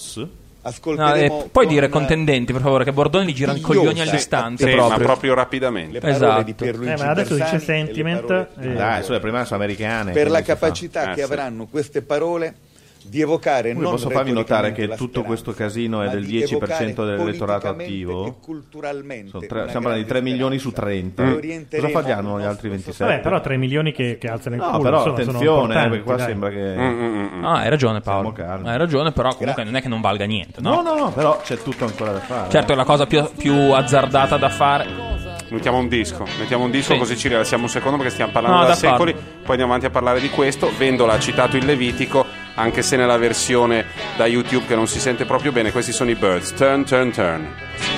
Puoi dire contendenti, per favore, che Bordoni li girano i coglioni all'istante. Ma proprio rapidamente. Le parole di Pierluigi ma adesso Bersani dice sentiment. Dai, sulle prime sono americane. Per la capacità che avranno queste parole di evocare. Non posso farvi notare che tutto questo casino è del 10% dell'elettorato attivo. Stiamo parlando di 3 milioni su 30. Cosa faranno gli altri 27? Vabbè, però 3 milioni che alzano il culo. No, però sono attenzione, perché qua sembra che. Hai ragione, Paolo. Hai ragione, però comunque non è che non valga niente. No, però c'è tutto ancora da fare. Certo, è la cosa più azzardata da fare. Mettiamo un disco così ci rilassiamo un secondo, perché stiamo parlando da secoli. Poi andiamo avanti a parlare di questo. Vendola ha citato il Levitico. anche se nella versione da YouTube che non si sente proprio bene. Questi sono i Birds. Turn, turn, turn.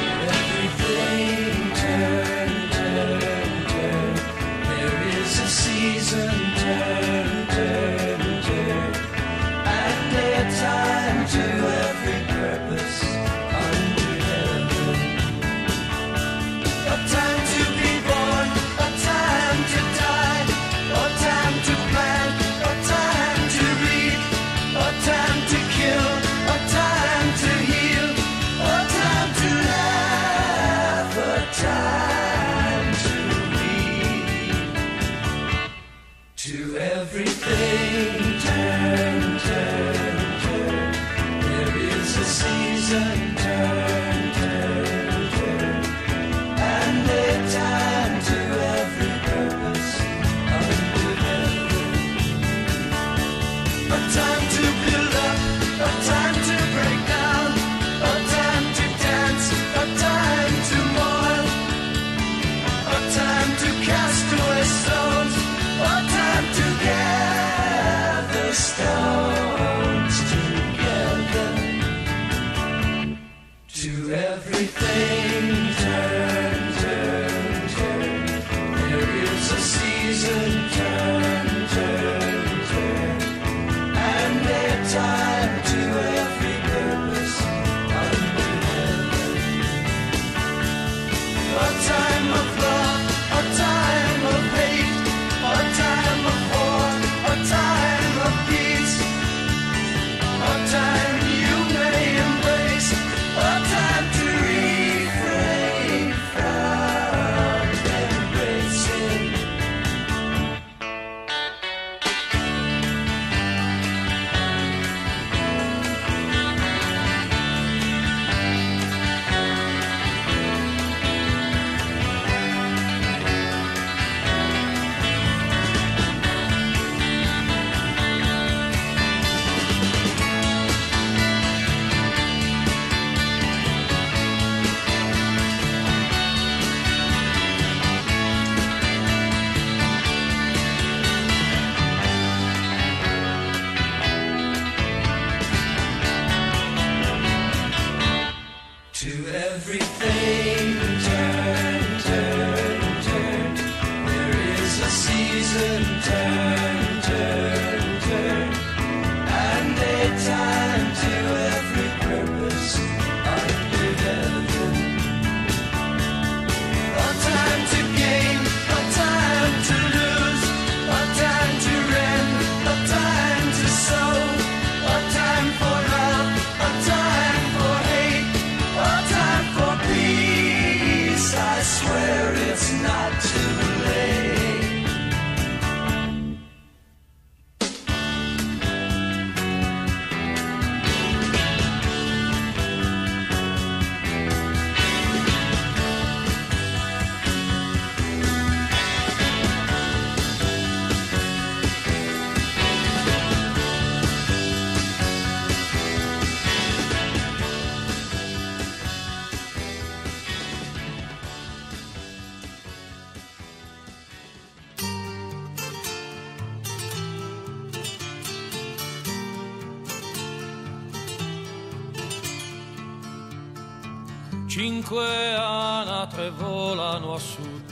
Cinque anatre volano a sud,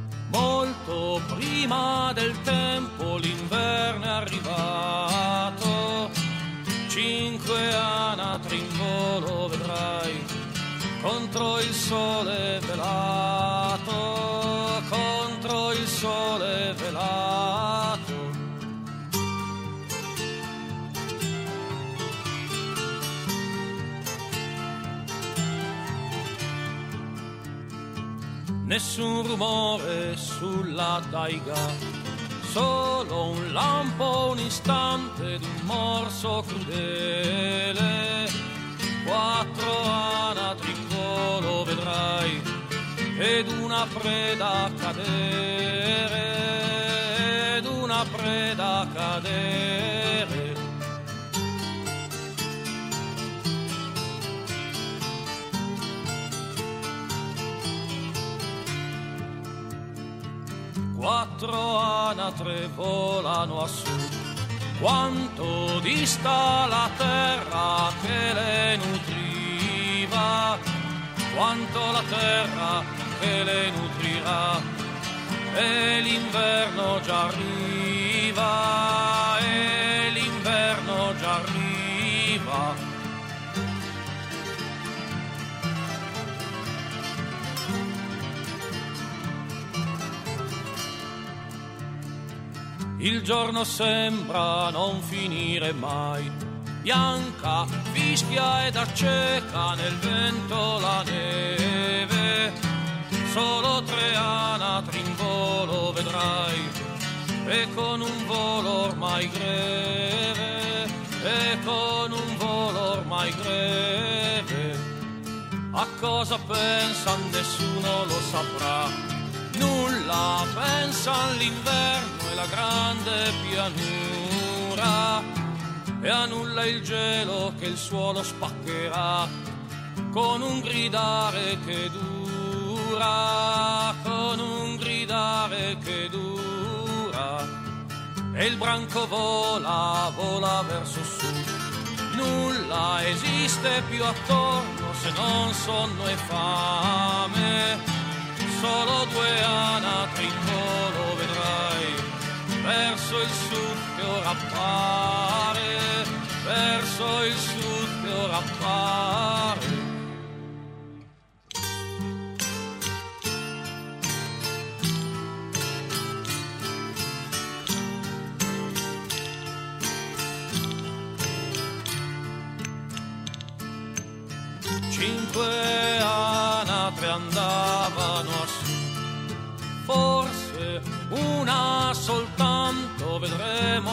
molto prima del tempo l'inverno è arrivato. Cinque anatre in volo vedrai, contro il sole velato, contro il sole velato. Nessun rumore sulla taiga, solo un lampo, un istante ed un morso crudele. Quattro anatri in volo vedrai, ed una preda cadere, ed una preda cadere. Quattro anatre volano a sud, quanto dista la terra che le nutriva, quanto la terra che le nutrirà, e l'inverno già arriva, e l'inverno già arriva. Il giorno sembra non finire mai, bianca fischia ed acceca nel vento la neve, solo 3 anatri in volo vedrai, e con un volo ormai greve, e con un volo ormai greve. A cosa pensa nessuno lo saprà, nulla pensa all'inverno e la grande pianura, e annulla il gelo che il suolo spaccherà con un gridare che dura, con un gridare che dura, e il branco vola, vola verso sud, nulla esiste più attorno se non sonno e fame, solo 2 anatri in volo vedrai, verso il sud che ora appare, verso il sud che ora appare. Cinque anatre andavano a sud, forse una soltanto vedremo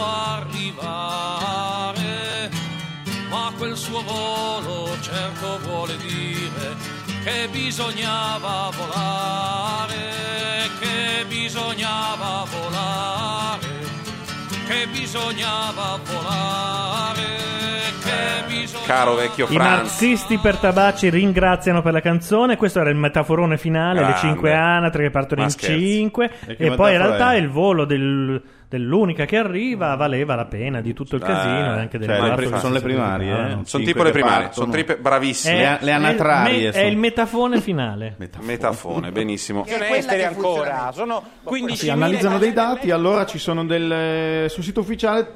arrivare, ma quel suo volo certo vuole dire che bisognava volare, che bisognava volare, che bisognava volare. Caro vecchio I Franz, marxisti per Tabacci ringraziano per la canzone. Questo era il metaforone finale, grande. le 5 anatre che partono in 5, e poi in realtà il volo dell'unica che arriva valeva la pena di tutto il casino e anche sono le primarie, sono tipo le primarie, sono bravissime. Le anatrarie è il metafone finale. Metafone, benissimo. Esteri ancora sono 15.000. Si analizzano dei dati, allora ci sono sul sito ufficiale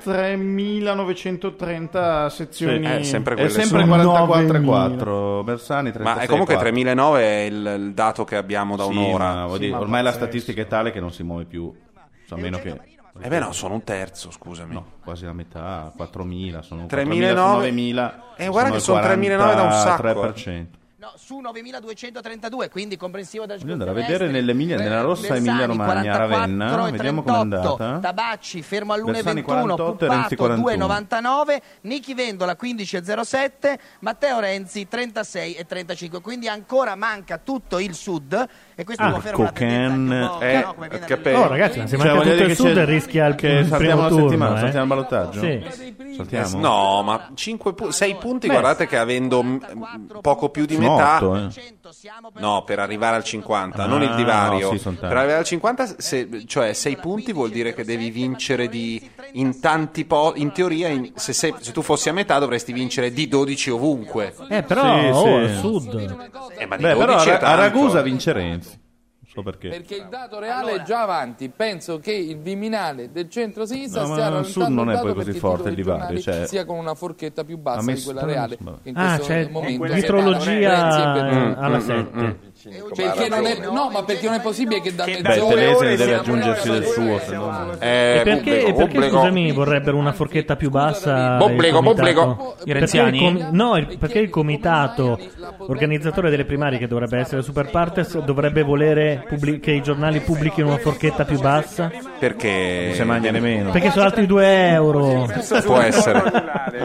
3.930 sezioni. È sempre è sempre 44,4 Bersani 36,4. Ma è comunque 3.009 è il dato che abbiamo da un'ora. Ormai la statistica è tale che non si muove più, a meno che no, sono un terzo, scusami. No, quasi la metà, 4.000, sono 3.009. Guarda che sono 3.009 da un sacco. 3%. No, su 9.232, quindi comprensivo della Voglio andare a vedere nella rossa Emilia Romagna, Ravenna, vediamo com'è andata. Tabacci fermo all'1,21, Puppato 2,99, Nichi Vendola 15,07, Matteo Renzi 36,35, quindi ancora manca tutto il sud, e questo conferma la tendenza ragazzi, ma se manca tutto il sud rischia il primo turno, saltiamo il ballottaggio? Sì. Saltiamo? No, ma 6 punti, guardate che avendo poco più di metà, no, per arrivare al 50, non il divario, per arrivare al 50, cioè 6 punti vuol dire che devi vincere in tanti in teoria, se tu fossi a metà dovresti vincere di 12 ovunque. Però al sud. Ma di 12 però a Ragusa vince Renzi. Perché il dato reale è già avanti. Penso che il Viminale del centro-sinistra stia rallentando sud non è poi così forte il divario, sia con una forchetta più bassa di quella reale. In questo c'è momento litrologia alla 7. Perché non è, no, ma perché non è possibile che da Telese deve aggiungersi del suo, se no. Perché scusami, vorrebbero una forchetta più bassa? Obbligo. I renziani? Perché il comitato organizzatore delle primarie, che dovrebbe essere Super Partes, dovrebbe volere che i giornali pubblichino una forchetta più bassa? Perché non si mangia nemmeno. Perché sono altri 2 euro. Può essere.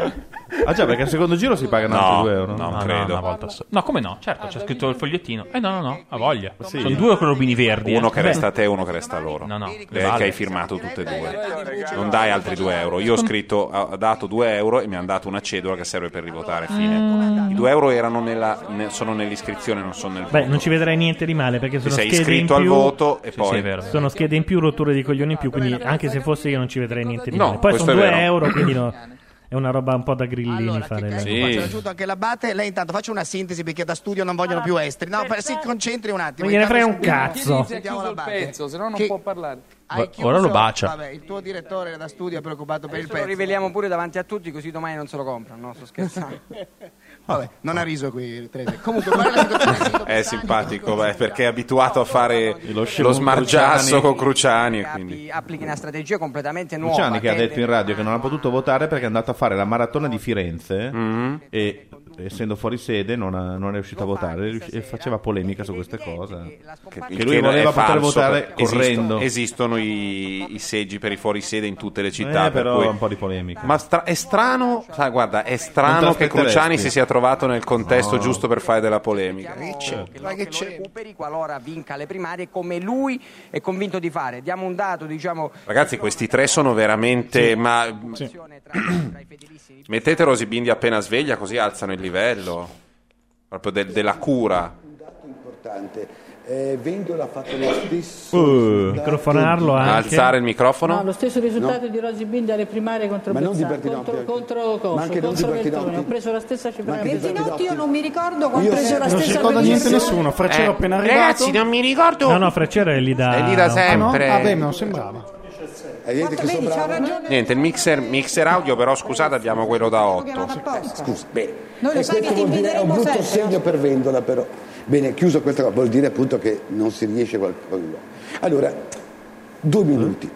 Ah già, perché al secondo giro si pagano altri 2 euro. No, non credo. Una volta no, come no? Certo, c'è scritto il fogliettino. No, a voglia. Sì. Sono 2 robini verdi. Uno che resta a te e uno che resta a loro. No. Che hai firmato tutte e 2. Non dai altri 2 euro. Io ho scritto, ho dato 2 euro e mi hanno dato una cedola che serve per rivotare. Fine. I 2 euro erano sono nell'iscrizione, non sono nel voto. Non ci vedrai niente di male perché sono sei schede in iscritto più. Al voto e poi sono schede in più, rotture di coglioni in più. Quindi anche se fosse io non ci vedrei niente di No, male. Poi questo sono è 2 vero. euro, quindi è una roba un po' da grillini fare. Faccio raggiunto anche l'Abate. Lei intanto faccia una sintesi perché da studio non vogliono più esteri. No, si concentri un attimo. Non gliene frega un cazzo. Sentiamo l'Abate. Pezzo, se no non può parlare. Ora lo bacia. Vabbè, il tuo direttore da studio è preoccupato per il pezzo. Lo riveliamo pure davanti a tutti, così domani non se lo comprano. No, sto scherzando. Vabbè, non ha riso qui, Trese. Comunque, qual è la situazione? È simpatico, perché è abituato a fare lo smargiasso con Cruciani. E quindi applichi una strategia completamente nuova. Cruciani che ha detto in radio che non ha potuto votare perché è andato a fare la maratona di Firenze e essendo fuori sede non è riuscito a votare e faceva polemica su queste cose. Che lui voleva poter votare correndo. Esistono i seggi per i fuorisede in tutte le città, però per cui un po' di polemica. Ma è strano, guarda, è strano che Cruciani si sia trovato nel contesto giusto per fare della polemica. Che recuperi qualora vinca le primarie come lui è convinto di fare. Diamo un dato, diciamo. Ragazzi, questi 3 sono veramente mettete Rosy Bindi appena sveglia, così alzano il livello proprio della cura. Un dato importante. Vendola ha fatto lo stesso microfonarlo anche. Alzare il microfono. No, lo stesso risultato di Rosy Bindi alle primarie contro Bertoni. Ho preso la stessa cifra. Bertinotti io non mi ricordo quando ho preso la non stessa. Non si ricorda niente nessuno. Freccero appena arrivato. Ragazzi, non mi ricordo. No, Freccero è lì da sempre. Vabbè, non sembrava. Niente, il mixer audio, però scusate, abbiamo quello da 8. Scusa, bene. Questo vuol dire è un brutto segno per Vendola, però. Bene, chiuso questa cosa, vuol dire appunto che non si riesce Allora, 2 minuti.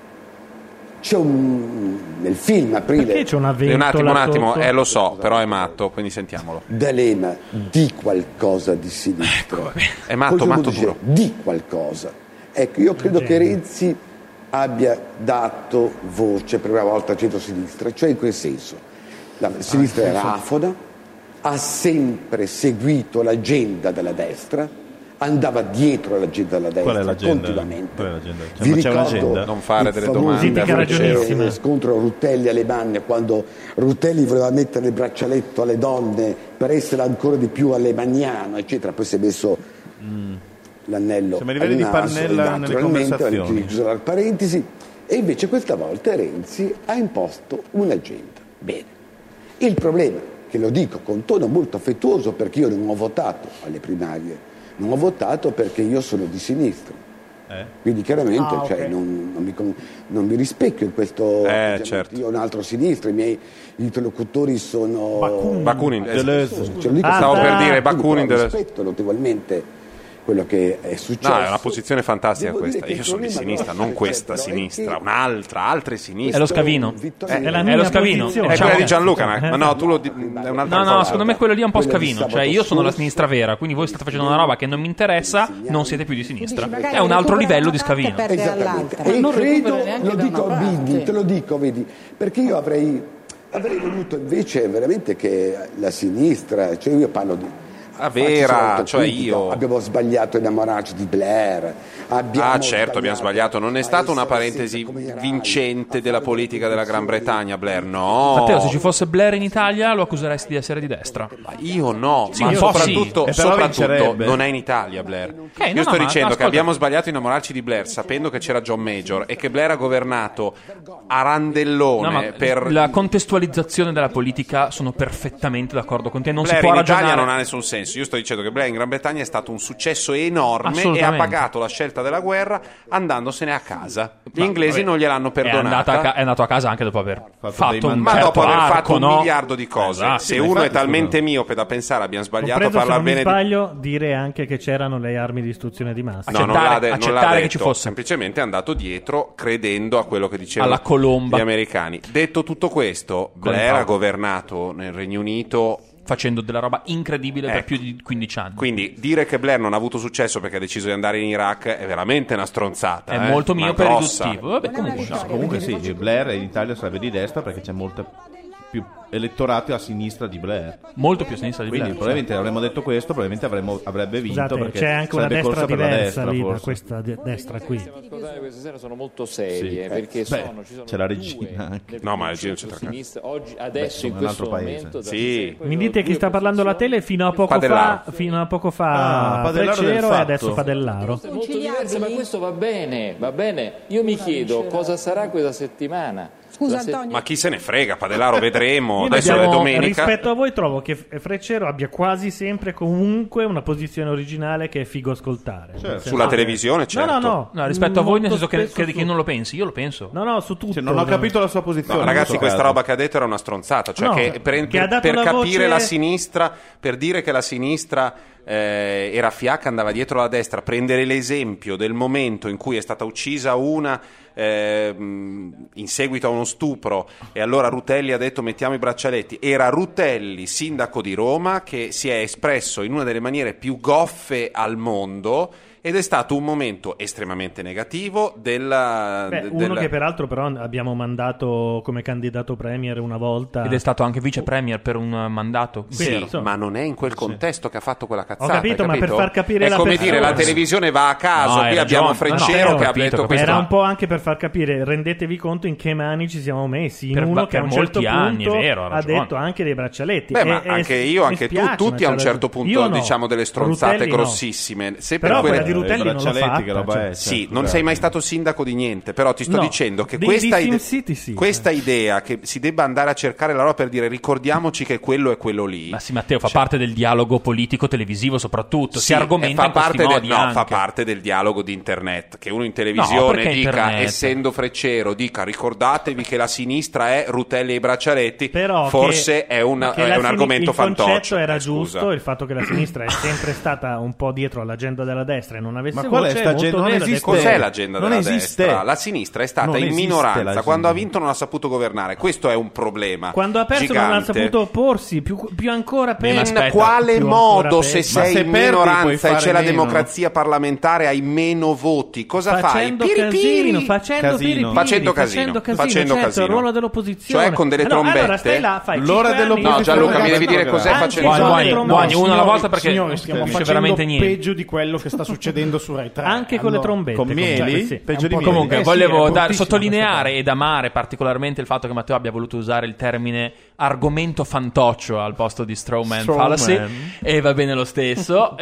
C'è nel film Aprile. Perché c'è una ventola un attimo, lo so, però è matto, quindi sentiamolo. D'Alema, di qualcosa di sinistra. È matto duro. Di qualcosa. Ecco, io credo che Renzi abbia dato voce per una volta al centro-sinistra, cioè in quel senso. La sinistra era afona, ha sempre seguito l'agenda della destra, andava dietro l'agenda della destra continuamente. Vi ricordo non fare delle domande. Scontro Rutelli-Alemannia, quando Rutelli voleva mettere il braccialetto alle donne per essere ancora di più alemanniano, eccetera, poi si è messo l'anello al naso, di Pannella nelle conversazioni. Chiuso la parentesi, e invece questa volta Renzi ha imposto un'agenda. Bene, il problema, che lo dico con tono molto affettuoso perché io non ho votato alle primarie, non ho votato perché io sono di sinistra, quindi chiaramente non mi rispecchio in questo certo. Io ho un altro sinistra, i miei interlocutori sono Bakunin, stavo per dire Bakunin, rispetto notevolmente quello che è successo. No, è una posizione fantastica questa. Io sono di sinistra, non questa sinistra, altre sinistre. È lo Scavino. È lo Scavino. È quella di Gianluca, ma no, tu è un'altra cosa. No, secondo me quello lì è un po' Scavino. Cioè, io sono la sinistra vera, quindi voi state facendo una roba che non mi interessa, non siete più di sinistra. È un altro livello di Scavino. Esattamente. E credo, lo dico a Bindi, te lo dico, vedi, perché io avrei voluto invece veramente che la sinistra, cioè io parlo di vera, cioè io abbiamo sbagliato a innamorarci di Blair, certo abbiamo sbagliato, non è stata una parentesi vincente della politica della Gran Bretagna Blair, no. Matteo, se ci fosse Blair in Italia lo accuseresti di essere di destra. Ma io no, sì, ma soprattutto vincerebbe. non è in Italia Blair. Io sto dicendo che abbiamo sbagliato a innamorarci di Blair sapendo che c'era John Major e che Blair ha governato a randellone per la contestualizzazione della politica. Sono perfettamente d'accordo con te, non Blair si può in ragionare. Italia non ha nessun senso. Io sto dicendo che Blair in Gran Bretagna è stato un successo enorme e ha pagato la scelta della guerra andandosene a casa. Gli inglesi non gliel'hanno perdonata. È andato a casa anche dopo aver fatto un dopo aver fatto arco, un miliardo di cose. Esatto, se uno è talmente miope da pensare abbiamo sbagliato a parlare bene se non mi sbaglio, dire anche che c'erano le armi di distruzione di massa. No, non l'ha detto, che ci fosse. semplicemente è andato dietro credendo a quello che dicevano alla colomba gli americani. Detto tutto questo, Blair ha governato nel Regno Unito facendo della roba incredibile per più di 15 anni. Quindi dire che Blair non ha avuto successo perché ha deciso di andare in Iraq è veramente una stronzata. È molto miope e riduttivo. Vabbè, comunque sì, Blair in Italia sarebbe di destra perché c'è molta più elettorato a sinistra di Blair. Molto più a sinistra di Quindi Blair. probabilmente avremmo detto questo, probabilmente avrebbe vinto. Scusate, perché c'è anche una sarebbe destra corsa per la diversa destra, lì da forse. questa destra qui. Queste sere sono molto serie, perché ci sono c'è la regina anche. No, ma la regina c'è sinistra oggi, adesso, in un questo altro momento. paese. Sì. Mi dite chi sta parlando alla tele fino a poco fa Padellaro del Freccero e Fatto. adesso Padellaro. È molto diverso, ma questo va bene. Io mi chiedo cosa sarà questa settimana. Scusa Antonio. Ma chi se ne frega, Padellaro, vedremo. Io Adesso è abbiamo- domenica. Rispetto a voi trovo che Freccero abbia quasi sempre comunque una posizione originale che è figo ascoltare. Nel senso Sulla che- televisione, certo. No, rispetto a voi, nel molto senso che spesso credi che non lo pensi, io lo penso. No, su tutto. Non ho capito la sua posizione. No, ragazzi, in questa caso. roba che ha detto era una stronzata. Cioè, No, che che ha dato per la capire voce- la sinistra, per dire che la sinistra era fiacca, andava dietro la destra. Prendere l'esempio del momento in cui è stata uccisa una in seguito a uno stupro, e allora Rutelli ha detto mettiamo i braccialetti. Era Rutelli, sindaco di Roma, che si è espresso in una delle maniere più goffe al mondo. Ed è stato un momento estremamente negativo uno che peraltro però abbiamo mandato come candidato premier una volta. Ed è stato anche vice premier per un mandato. Sì, ma non è in quel contesto che ha fatto quella cazzata. Ho capito, hai ma per far capire è la come persona. dire la televisione va a caso. No, Qui hai abbiamo ragione. Freccero No, che ha capito, detto questo. Era un po' anche per far capire, rendetevi conto in che mani ci siamo messi. In Per- uno che a per un certo molti anni, punto è vero, ha ha ragione. detto anche dei braccialetti. Beh, ma E- anche e- io, mi anche spiace, tu, tutti a ma un c'ha certo ragione. punto Io no. diciamo delle stronzate Rutelli no. grossissime. Se Però per quella di Rutelli non l'ho braccialetti, che fatta. roba cioè. è? Sì, non sei mai stato sindaco di niente, però ti sto No, dicendo che di questa, SimCity sì. questa idea che si debba andare a cercare la roba per dire ricordiamoci che quello è quello lì. Ma sì, Matteo, fa parte del dialogo politico televisivo soprattutto. Sì, si argomenta fa in questi parte modi no, anche. fa parte del dialogo di internet. Che uno in No, televisione perché dica, internet? essendo Freccero, dica ricordatevi che la sinistra è Rutelli e i braccialetti. Però forse è un argomento il concetto fantoccio. era Scusa. giusto, il fatto che la sinistra è sempre stata un po' dietro all'agenda della destra e non avesse Ma qual è voce sta è molto agenda? Non vero ed è esiste. Cos'è corretto. l'agenda Non della esiste. destra? La sinistra è stata Non in esiste minoranza. l'agenda. Quando ha vinto non ha saputo governare. Questo è un problema. Quando ha perso gigante. non ha saputo opporsi, più ancora per In quale più ancora modo, peggio. se Ma sei se in perdi, puoi minoranza e fare c'è la meno. democrazia parlamentare, hai meno voti? Cosa Facendo fai? casino, facendo Casino. piripiri, Facendo casino. Facendo certo, casino. il ruolo dell'opposizione. Cioè con delle Allora trombette? stai là, fai L'ora 5 anni dell'opposizione. No, Gianluca, mi Ragazzi, devi dire cos'è anche facendo con le Buoni, trombette. una alla volta perché Signori, non stiamo dice facendo veramente niente. peggio di quello che sta succedendo su Rai 3. Anche con le trombette. Con Mieli? sì. Peggio di un po' Mieli. Comunque, sì, volevo è bruttissima sottolineare questa ed amare particolarmente il fatto che Matteo abbia voluto usare il termine argomento fantoccio al posto di strawman fallacy, e va bene lo stesso.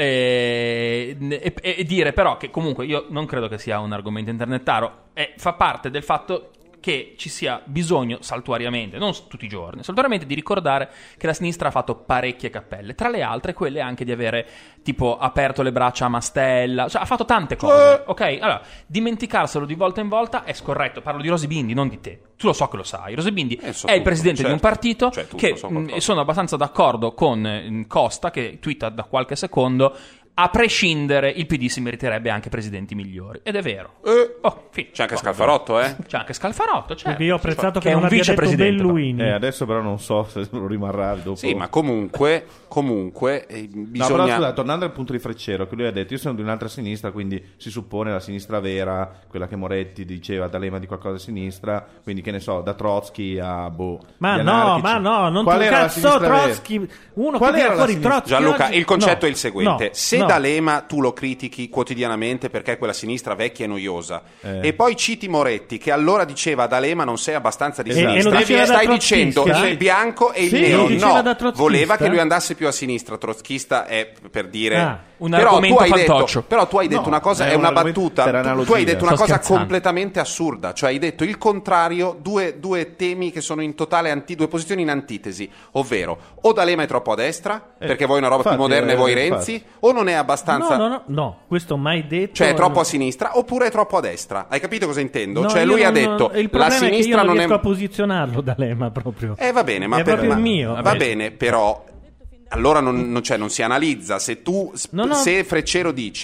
e dire però che comunque io non credo che sia un argomento internettaro, fa parte del fatto che ci sia bisogno saltuariamente, non tutti i giorni, saltuariamente di ricordare che la sinistra ha fatto parecchie cappelle, tra le altre quelle anche di avere tipo aperto le braccia a Mastella, cioè ha fatto tante cose, ok? Allora, dimenticarselo di volta in volta è scorretto. Parlo di Rosy Bindi, non di te. Tu lo so che lo sai. Rosy Bindi So è il tutto, presidente di un certo. partito Cioè, tutto, che so qualcosa. e sono abbastanza d'accordo con Costa, che twitta da qualche secondo: a prescindere, il PD si meriterebbe anche presidenti migliori. Ed è vero. C'è anche Scalfarotto, C'è anche Scalfarotto, certo. Perché io ho apprezzato Che che è non un abbia detto vicepresidente. Belluini. Adesso però non so se lo rimarrà dopo. Sì, ma comunque No, però bisogna... scusa, tornando al punto di Freccero, che lui ha detto io sono di un'altra sinistra, quindi si suppone la sinistra vera, quella che Moretti diceva D'Alema di qualcosa di sinistra, quindi che ne so, da Trotsky a Ma gli no, anarchici. non Qual tu era la cazzo sinistra vera? Trotsky, uno Qual che tira era la fuori sinistra? Trotsky Gianluca, oggi- il concetto no, è il seguente: no, se no. D'Alema tu lo critichi quotidianamente perché è quella sinistra vecchia e noiosa, e poi citi Moretti che allora diceva D'Alema non sei abbastanza di E lo sinistra, diceva da stai trotzkista? dicendo il bianco e il Sì, nero. lo diceva No, da trotzkista? voleva che lui andasse più a sinistra. Trotskista è per dire un però argomento tu hai fantoccio. detto, però tu hai detto No, una cosa, è è un una argomento battuta. per Tu analogia. hai detto una Sto cosa scherzando. completamente assurda, cioè hai detto il contrario, due temi che sono in totale due posizioni in antitesi, ovvero o D'Alema è troppo a destra perché vuoi una roba più infatti, moderna e vuoi infatti. Renzi, o non è abbastanza No, questo mai detto. cioè è troppo a sinistra oppure è troppo a destra. Hai capito cosa intendo? No, cioè io lui ha non- detto il la problema è che io sinistra non non riesco è a posizionarlo D'Alema proprio. va bene, ma è proprio il mio. va bene, però allora non si analizza. Se tu No. se Freccero dice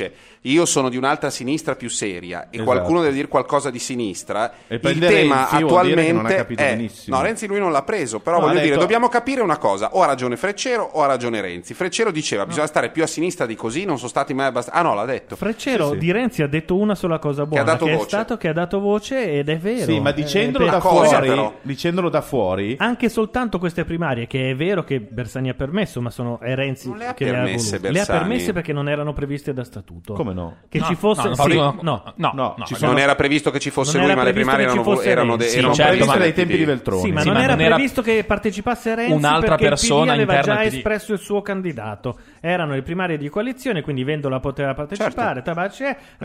io sono di un'altra sinistra più seria e Esatto. qualcuno deve dire qualcosa di sinistra, E il prende tema Renzi vuol dire che non ha attualmente capito benissimo. no, Renzi lui non l'ha preso, però No, voglio ha dire, detto- dobbiamo capire una cosa, o ha ragione Freccero o ha ragione Renzi. Freccero diceva bisogna stare più a sinistra di così, non sono stati mai abbastanza. Ah no, l'ha detto. Freccero di Renzi ha detto una sola cosa buona, dato che è voce. stato che ha dato voce, ed è vero. Sì, ma dicendolo Per da cosa, fuori, però? dicendolo da fuori, Anche soltanto queste primarie, che è vero che Bersani ha permesso, ma è Renzi Non le ha che le ha permesse volute. Le ha Bersani. permesse perché non erano previste da statuto. come no? Che No, ci fosse no, sì, no, ci Non era previsto che ci fosse Non lui, era ma le previsto primarie che ci fosse erano Renzi. erano certo, previste ma dai ai tempi PD. di Veltroni. Sì, ma Sì, non ma era non era previsto che partecipasse Renzi un'altra perché persona il PD aveva all'interno già del PD. espresso il suo candidato. Erano le primarie di coalizione, quindi Vendola poteva partecipare, Tabacci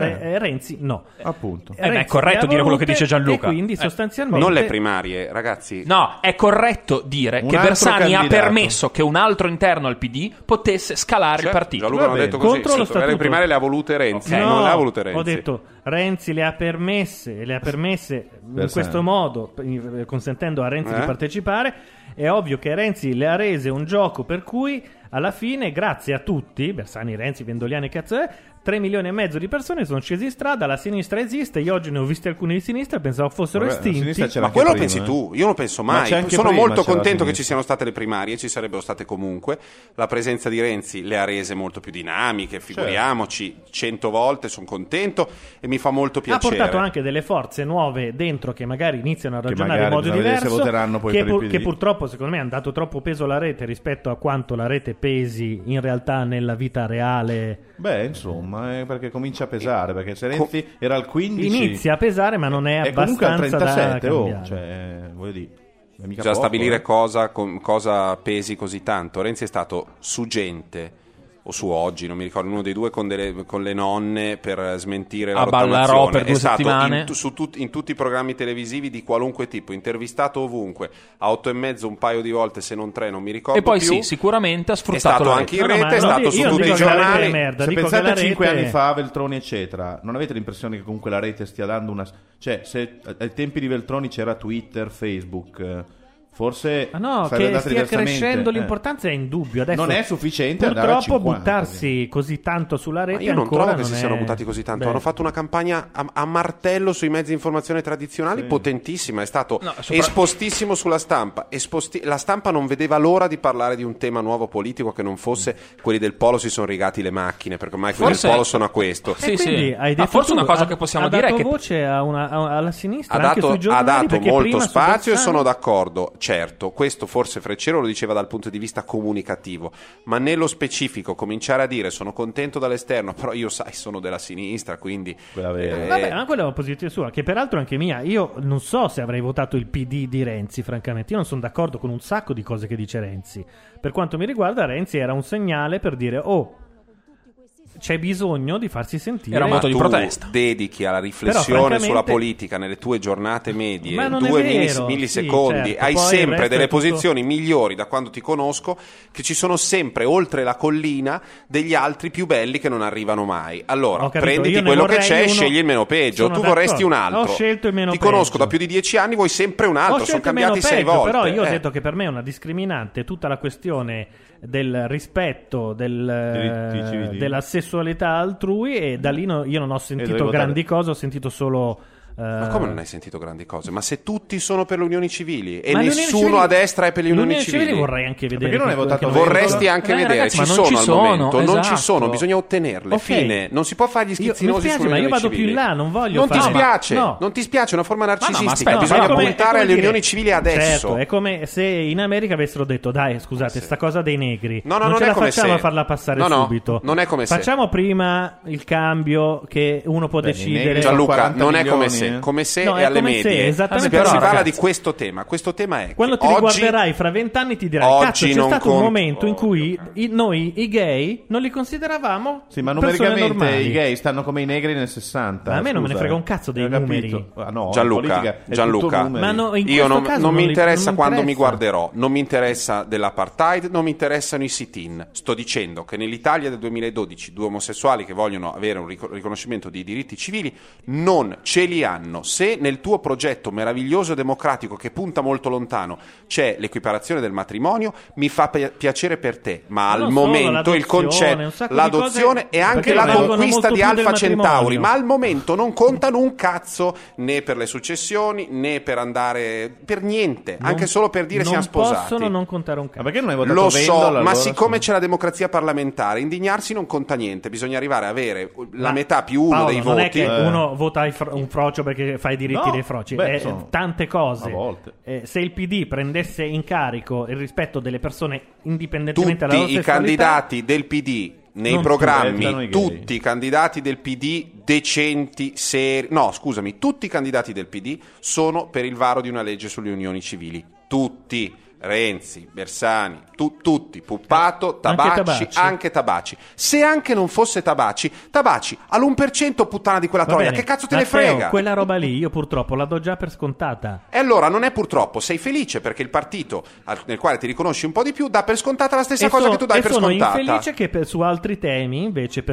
Renzi no. Appunto. ma è Renzi corretto le ha dire quello che volute dice Gianluca. E quindi sostanzialmente Non le primarie, ragazzi. No, è corretto dire Un che altro Bersani ha candidato. permesso che un altro interno al PD potesse scalare il partito. Gianluca non ha detto così. Contro lo Sì, le statuto. primarie le ha volute Renzi, No, non le ha volute Renzi. ho detto Renzi le ha permesse in Bersani. questo modo, consentendo a Renzi di partecipare. È ovvio che Renzi le ha rese un gioco per cui alla fine, grazie a tutti, Bersani, Renzi, Vendoliani, cazzo è, 3 milioni e mezzo di persone sono scesi in strada, la sinistra esiste, io oggi ne ho visti alcuni di sinistra e pensavo fossero Vabbè, la sinistra estinti. c'era Ma anche quello prima, pensi tu, io non penso Ma mai. c'è anche Sono prima, molto c'era la contento che sinistra. ci siano state le primarie, ci sarebbero state comunque. La presenza di Renzi le ha rese molto più dinamiche, figuriamoci, 100 volte, sono contento e mi fa molto Ha piacere. portato anche delle forze nuove dentro che magari iniziano a ragionare in magari modo bisogna vedere se diverso, voteranno poi che, per il PD. che purtroppo secondo me hanno dato troppo peso alla rete rispetto a quanto la rete pesi in realtà nella vita reale. Beh, insomma, perché comincia a pesare, perché se Renzi era al 15 Inizia a pesare, ma non è comunque al abbastanza 37, da cambiare. cioè, voglio dire, è mica Bisogna poco, stabilire cosa pesi così tanto. Renzi è stato su Gente o su Oggi, non mi ricordo, uno dei due con le nonne per smentire la A Ballarò rottamazione. per 2 è stato settimane. in tutti i programmi televisivi di qualunque tipo, intervistato ovunque, a 8:30 un paio di volte, se non 3, non mi ricordo E poi più. sì, sicuramente ha È sfruttato stato la anche in rete. rete, è stato su tutti i giornali. Se pensate a 5 anni fa, Veltroni eccetera, non avete l'impressione che comunque la rete stia dando una... Cioè, se ai tempi di Veltroni c'era Twitter, Facebook... Forse Ma no, sarebbe che andata stia diversamente. crescendo l'importanza è indubbio. Adesso, Non è sufficiente andare a purtroppo 50, buttarsi così tanto sulla rete Ma io non ancora trovo che si non siano è- buttati così tanto. Beh. Hanno fatto una campagna a martello sui mezzi di informazione tradizionali potentissima. È stato espostissimo sulla stampa. La stampa non vedeva l'ora di parlare di un tema nuovo politico che non fosse quelli del Polo si sono rigati le macchine, perché ormai quelli Forse- del Polo sono a questo. E quindi hai detto forse tu, una cosa che possiamo dire è ha che dato voce alla sinistra Ha anche dato, sui giornali, ha dato perché molto prima su spazio e Bersani- sono d'accordo, certo, questo forse Freccero lo diceva dal punto di vista comunicativo, ma nello specifico cominciare a dire sono contento dall'esterno, però io sai sono della sinistra, quindi Vabbè, ma quella è una posizione sua, che peraltro anche mia. Io non so se avrei votato il PD di Renzi, francamente. Io non sono d'accordo con un sacco di cose che dice Renzi. Per quanto mi riguarda, Renzi era un segnale per dire c'è bisogno di farsi sentire. Era un moto di tu protesta. dedichi alla Però, riflessione francamente- sulla politica nelle tue giornate medie Ma non è 2 vero, millisecondi, sì, certo. hai Poi il sempre resto delle è tutto- posizioni migliori da quando ti conosco, che ci sono sempre oltre la collina degli altri più belli che non arrivano mai. Allora Ho capito, prenditi io ne quello che vorrei c'è e uno- scegli il meno peggio. Sono Tu vorresti un d'accordo. altro. Ho scelto il meno ti peggio. conosco da più di 10 anni, vuoi sempre un altro. Ho Sono scelto il meno cambiati 6 peggio, volte. però io ho detto che per me è una discriminante tutta la questione del rispetto Diritti civili. della sessualità altrui, e da lì io non ho sentito dovevo grandi cose, ho sentito solo Ma come non hai sentito grandi cose? Ma se tutti sono per le unioni civili e Ma le unioni nessuno civili- a destra è per le unioni civili, vorrei anche vedere. Perché non hai votato vorresti anche vedere, ragazzi, ci ma non sono ci al sono, momento, non ci esatto. sono, bisogna ottenerle, Ok. fine, non si può fare gli Mi schizzinosi spiace, sulle ma io unioni vado più in civili. là, non voglio Non ti fare- spiace, no. non ti spiace, è una forma narcisistica, aspetta, bisogna è come puntare alle dire- unioni civili adesso. Certo, è come se in America avessero detto dai, scusate, sta cosa dei negri No, non non ce è la come facciamo se. a farla passare No, no, subito. non è come se. Facciamo prima il cambio che uno può decidere. Gianluca, non è come se, come se No, è è alle come se, medie. esattamente. Si Però, parla ragazzi, di questo tema. Questo tema è quando che ti oggi riguarderai fra 20 anni ti dirai oggi cazzo, c'è non stato un conta- momento in cui noi i gay non li consideravamo Sì, ma persone numericamente normali. i gay stanno come i negri nel 60. Ma a me non me ne scusa, frega un cazzo dei ho capito. numeri. Ah, no, in politica è tutto Gianluca, numeri. Ma no, in io questo non, caso non mi non li- interessa non mi quando mi interessa. guarderò, non mi interessa dell'apartheid, non mi interessano i sit-in. Sto dicendo che nell'Italia del 2012 due omosessuali che vogliono avere un riconoscimento di diritti civili non ce li anno, se nel tuo progetto meraviglioso e democratico che punta molto lontano c'è l'equiparazione del matrimonio, mi fa piacere per te, ma al momento il concetto, l'adozione e anche la conquista di Alfa Centauri, ma al momento non contano un cazzo né per le successioni né per andare per niente, anche solo per dire siamo sposati. Non possono non contare un cazzo. Ma perché non hai votato Lo Vendola, so, allora? ma siccome c'è la democrazia parlamentare, indignarsi non conta niente, bisogna arrivare a avere la metà più uno dei non voti. è che uno vota un frocio perché fa i diritti dei froci, tante cose. A volte. Se il PD prendesse in carico il rispetto delle persone indipendentemente dalla loro Tutti i sessualità, candidati del PD nei Non programmi, tutti i candidati del PD decenti, seri, no scusami, tutti i candidati del PD sono per il varo di una legge sulle unioni civili, tutti. Renzi, Bersani, tutti, Puppato, Tabacci, anche Tabacci. Se anche non fosse Tabacci all'1% puttana di quella troia, che cazzo te ne frega? Quella roba lì io purtroppo la do già per scontata. E allora non è purtroppo, sei felice perché il partito nel quale ti riconosci un po' di più dà per scontata la stessa cosa che tu dai per scontata. Sono infelice che su altri temi invece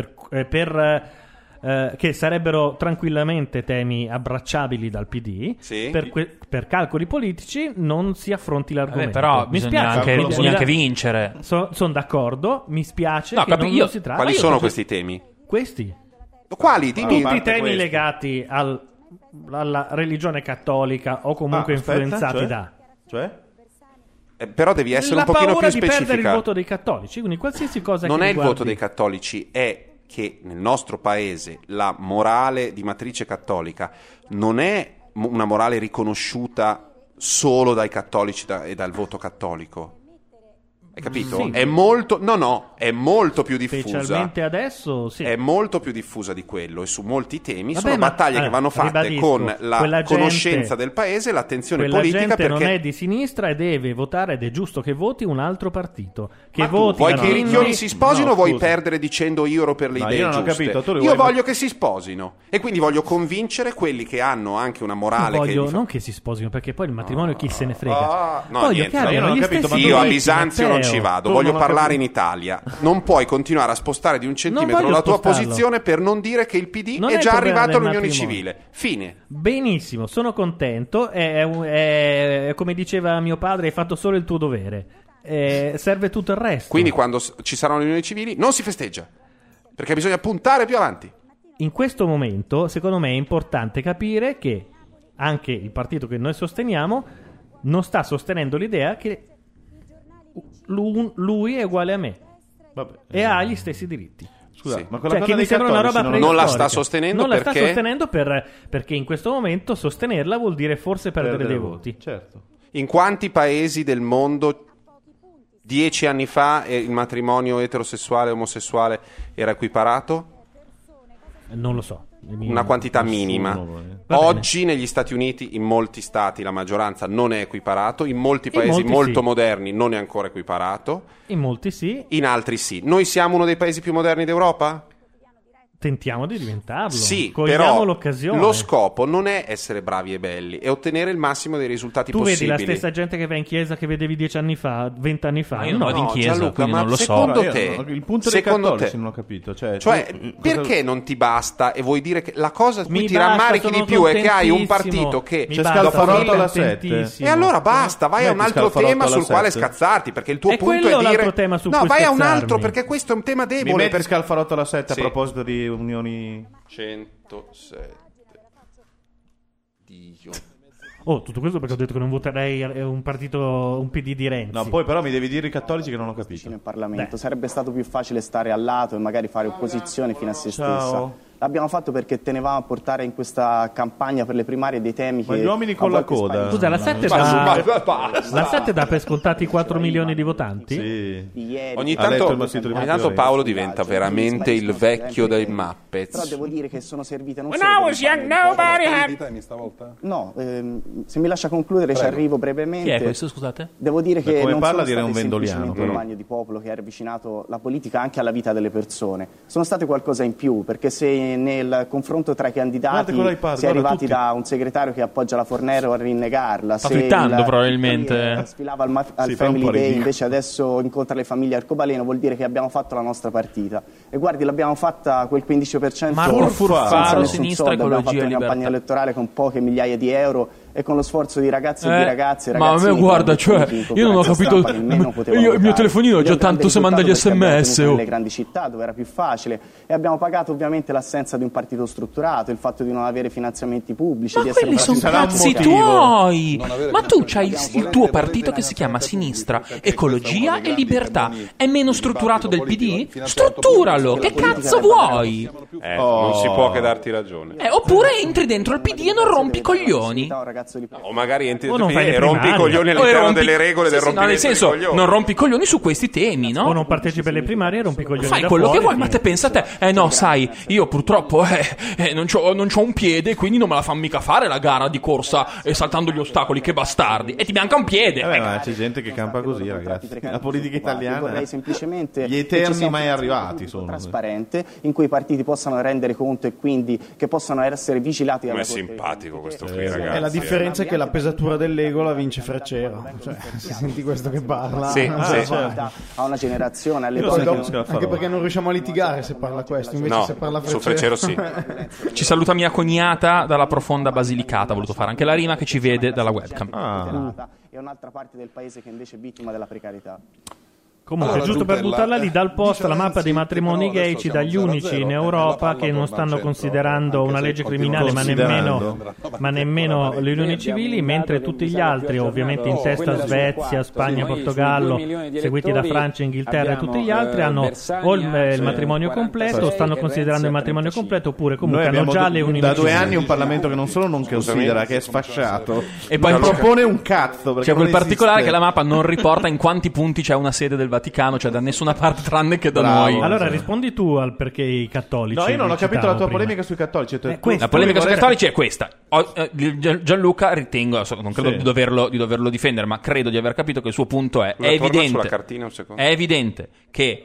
che sarebbero tranquillamente temi abbracciabili dal PD, per calcoli politici non si affronti l'argomento. Però bisogna anche vincere. Sono d'accordo, mi spiace che non si tratta. Quali sono questi temi? Questi? Quali? Dimmi. Tutti i temi legati alla religione cattolica o comunque influenzati da... Cioè? Però devi essere un pochino più specifica. La paura di perdere il voto dei cattolici, quindi qualsiasi cosa non che è il voto dei cattolici, è che nel nostro paese la morale di matrice cattolica non è una morale riconosciuta solo dai cattolici e dal voto cattolico. Hai capito? Sì. È molto è molto più diffusa. Specialmente adesso, sì. È molto più diffusa di quello e su molti temi sono battaglie che vanno fatte con la conoscenza del paese e l'attenzione politica, gente perché non è di sinistra e deve votare ed è giusto che voti un altro partito. Che vuoi che i ricchioni si sposino o vuoi perdere dicendo io ero per le idee io non giuste? ho capito. Io voglio che si sposino e quindi voglio convincere quelli che hanno anche una morale non che si sposino, perché poi il matrimonio chi se ne frega. No, niente, io a Bisanzio non ci vado, voglio parlare in Italia. Non puoi continuare a spostare di un centimetro la tua posizione per non dire che il PD è già arrivato all'unione civile. Fine. Benissimo, sono contento. È come diceva mio padre, hai fatto solo il tuo dovere. Serve tutto il resto. Quindi quando ci saranno le unioni civili non si festeggia, perché bisogna puntare più avanti. In questo momento, secondo me, è importante capire che anche il partito che noi sosteniamo non sta sostenendo l'idea che lui è uguale a me. E ha gli stessi diritti. Scusa, ma quella cosa che mi sembra una roba non la sta sostenendo non perché? La sta sostenendo perché in questo momento sostenerla vuol dire forse perdere dei voti. Certo. In quanti paesi del mondo 10 anni fa il matrimonio eterosessuale e omosessuale era equiparato? Non lo so. Una quantità minima. Oggi negli Stati Uniti, in molti stati, la maggioranza non è equiparato. In molti paesi molto moderni non è ancora equiparato. In molti sì. In altri sì. Noi siamo uno dei paesi più moderni d'Europa? Tentiamo di diventarlo. Sì, cogliamo però l'occasione. Lo scopo non è essere bravi e belli, è ottenere il massimo dei risultati possibili. Tu vedi la stessa gente che va in chiesa che vedevi 10 anni fa, 20 anni fa. Io non vado in chiesa, Gianluca, quindi non lo so. Secondo te, il punto dei cattolici non ho capito. Perché non ti basta e vuoi dire che la cosa che ti rammarichi di più è che hai un partito che c'è Scalfarotto alla 7. E allora basta, vai a un altro tema sul quale scazzarti, perché il tuo punto è dire no, vai a un altro, perché questo è un tema debole. Mi metti Scalfarotto alla 7 a proposito di unioni 107. Dio. Tutto questo perché ho detto che non voterei un PD di Renzi. No, poi però mi devi dire i cattolici che non ho capito. Nel Parlamento sarebbe stato più facile stare al lato e magari fare opposizione fino a se stessa. L'abbiamo fatto perché tenevamo a portare in questa campagna per le primarie dei temi ma gli uomini con la coda. Scusa, la 7 dà per scontati 4 milioni di votanti? Sì. Ogni tanto Paolo diventa veramente il vecchio dei Muppets. Però devo dire che sono servite non stavolta? No, se mi lascia concludere ci arrivo brevemente. Chi è questo, scusate? Devo dire che come non parla sono direi un state vendoliano, semplicemente un bagno di popolo che ha avvicinato la politica anche alla vita delle persone. Sono state qualcosa in più, perché se nel confronto tra i candidati si è arrivati da un segretario che appoggia la Fornero a rinnegarla. Sta twittando probabilmente. Sfilava al Family Day, invece adesso incontra le famiglie arcobaleno, vuol dire che abbiamo fatto la nostra partita. E guardi, l'abbiamo fatta quel 15% senza nessun soldo, abbiamo fatto una campagna elettorale con poche migliaia di euro e con lo sforzo di ragazzi e di ragazze. Ma a me guarda, cioè, io non ho capito. Il mio telefonino già tanto se manda gli sms. Nelle grandi città dove era più facile, e abbiamo pagato ovviamente l'assenza di un partito strutturato, il fatto di non avere finanziamenti pubblici. Ma di essere quelli sono cazzi tuoi. Ma tu c'hai il tuo partito che si chiama Sinistra, Ecologia e Libertà. È meno strutturato del PD? Strutturalo. Che cazzo vuoi? Non si può che darti ragione. Oppure entri dentro il PD e non rompi i coglioni. O magari entri dentro il PD e rompi i coglioni all'interno delle regole del rompimento. Nel senso, non rompi i coglioni su questi temi, no? O non partecipi alle primarie e rompi i coglioni. Fai quello che vuoi, ma te pensa te. No, sai, io purtroppo non c'ho un piede, quindi non me la fanno mica fare la gara di corsa saltando gli ostacoli, che bastardi. E ti manca un piede. Ma c'è gente che campa così, ragazzi. La politica italiana. Vorrei semplicemente gli eterni mai arrivati sono trasparente, in cui i partiti possano rendere conto e quindi che possano essere vigilati dalla Corte. È simpatico questo qui, ragazzi. E la differenza è che la pesatura dell'ego la vince Freccero. Cioè, se senti questo che parla. Sì. A una generazione, alle anche perché non riusciamo a litigare se parla questo, invece se parla Freccero sì. Ci saluta mia cognata dalla profonda Basilicata, ha voluto fare anche la rima, che ci vede dalla webcam. E un'altra parte del paese che invece è vittima della precarietà. Comunque, giusto per buttarla lì, dal post la mappa dei matrimoni gay ci dà gli unici in Europa che non stanno considerando una legge criminale, ma nemmeno le unioni civili, mentre tutti gli altri, ovviamente in testa Svezia, Spagna, Portogallo, seguiti da Francia, Inghilterra e tutti gli altri, hanno o il matrimonio completo, o stanno considerando il matrimonio completo, oppure comunque hanno già le unioni da 2 civili. anni un Parlamento che non solo non considera, che è sfasciato, e poi propone un cazzo. C'è quel particolare che la mappa non riporta in quanti punti c'è una sede del Vaticano, cioè da nessuna parte tranne che da noi. Allora rispondi tu al perché i cattolici. No, io non ho capito la tua polemica sui cattolici. La polemica sui cattolici è questa. Gianluca, ritengo, non credo di doverlo difendere, ma credo di aver capito che il suo punto è evidente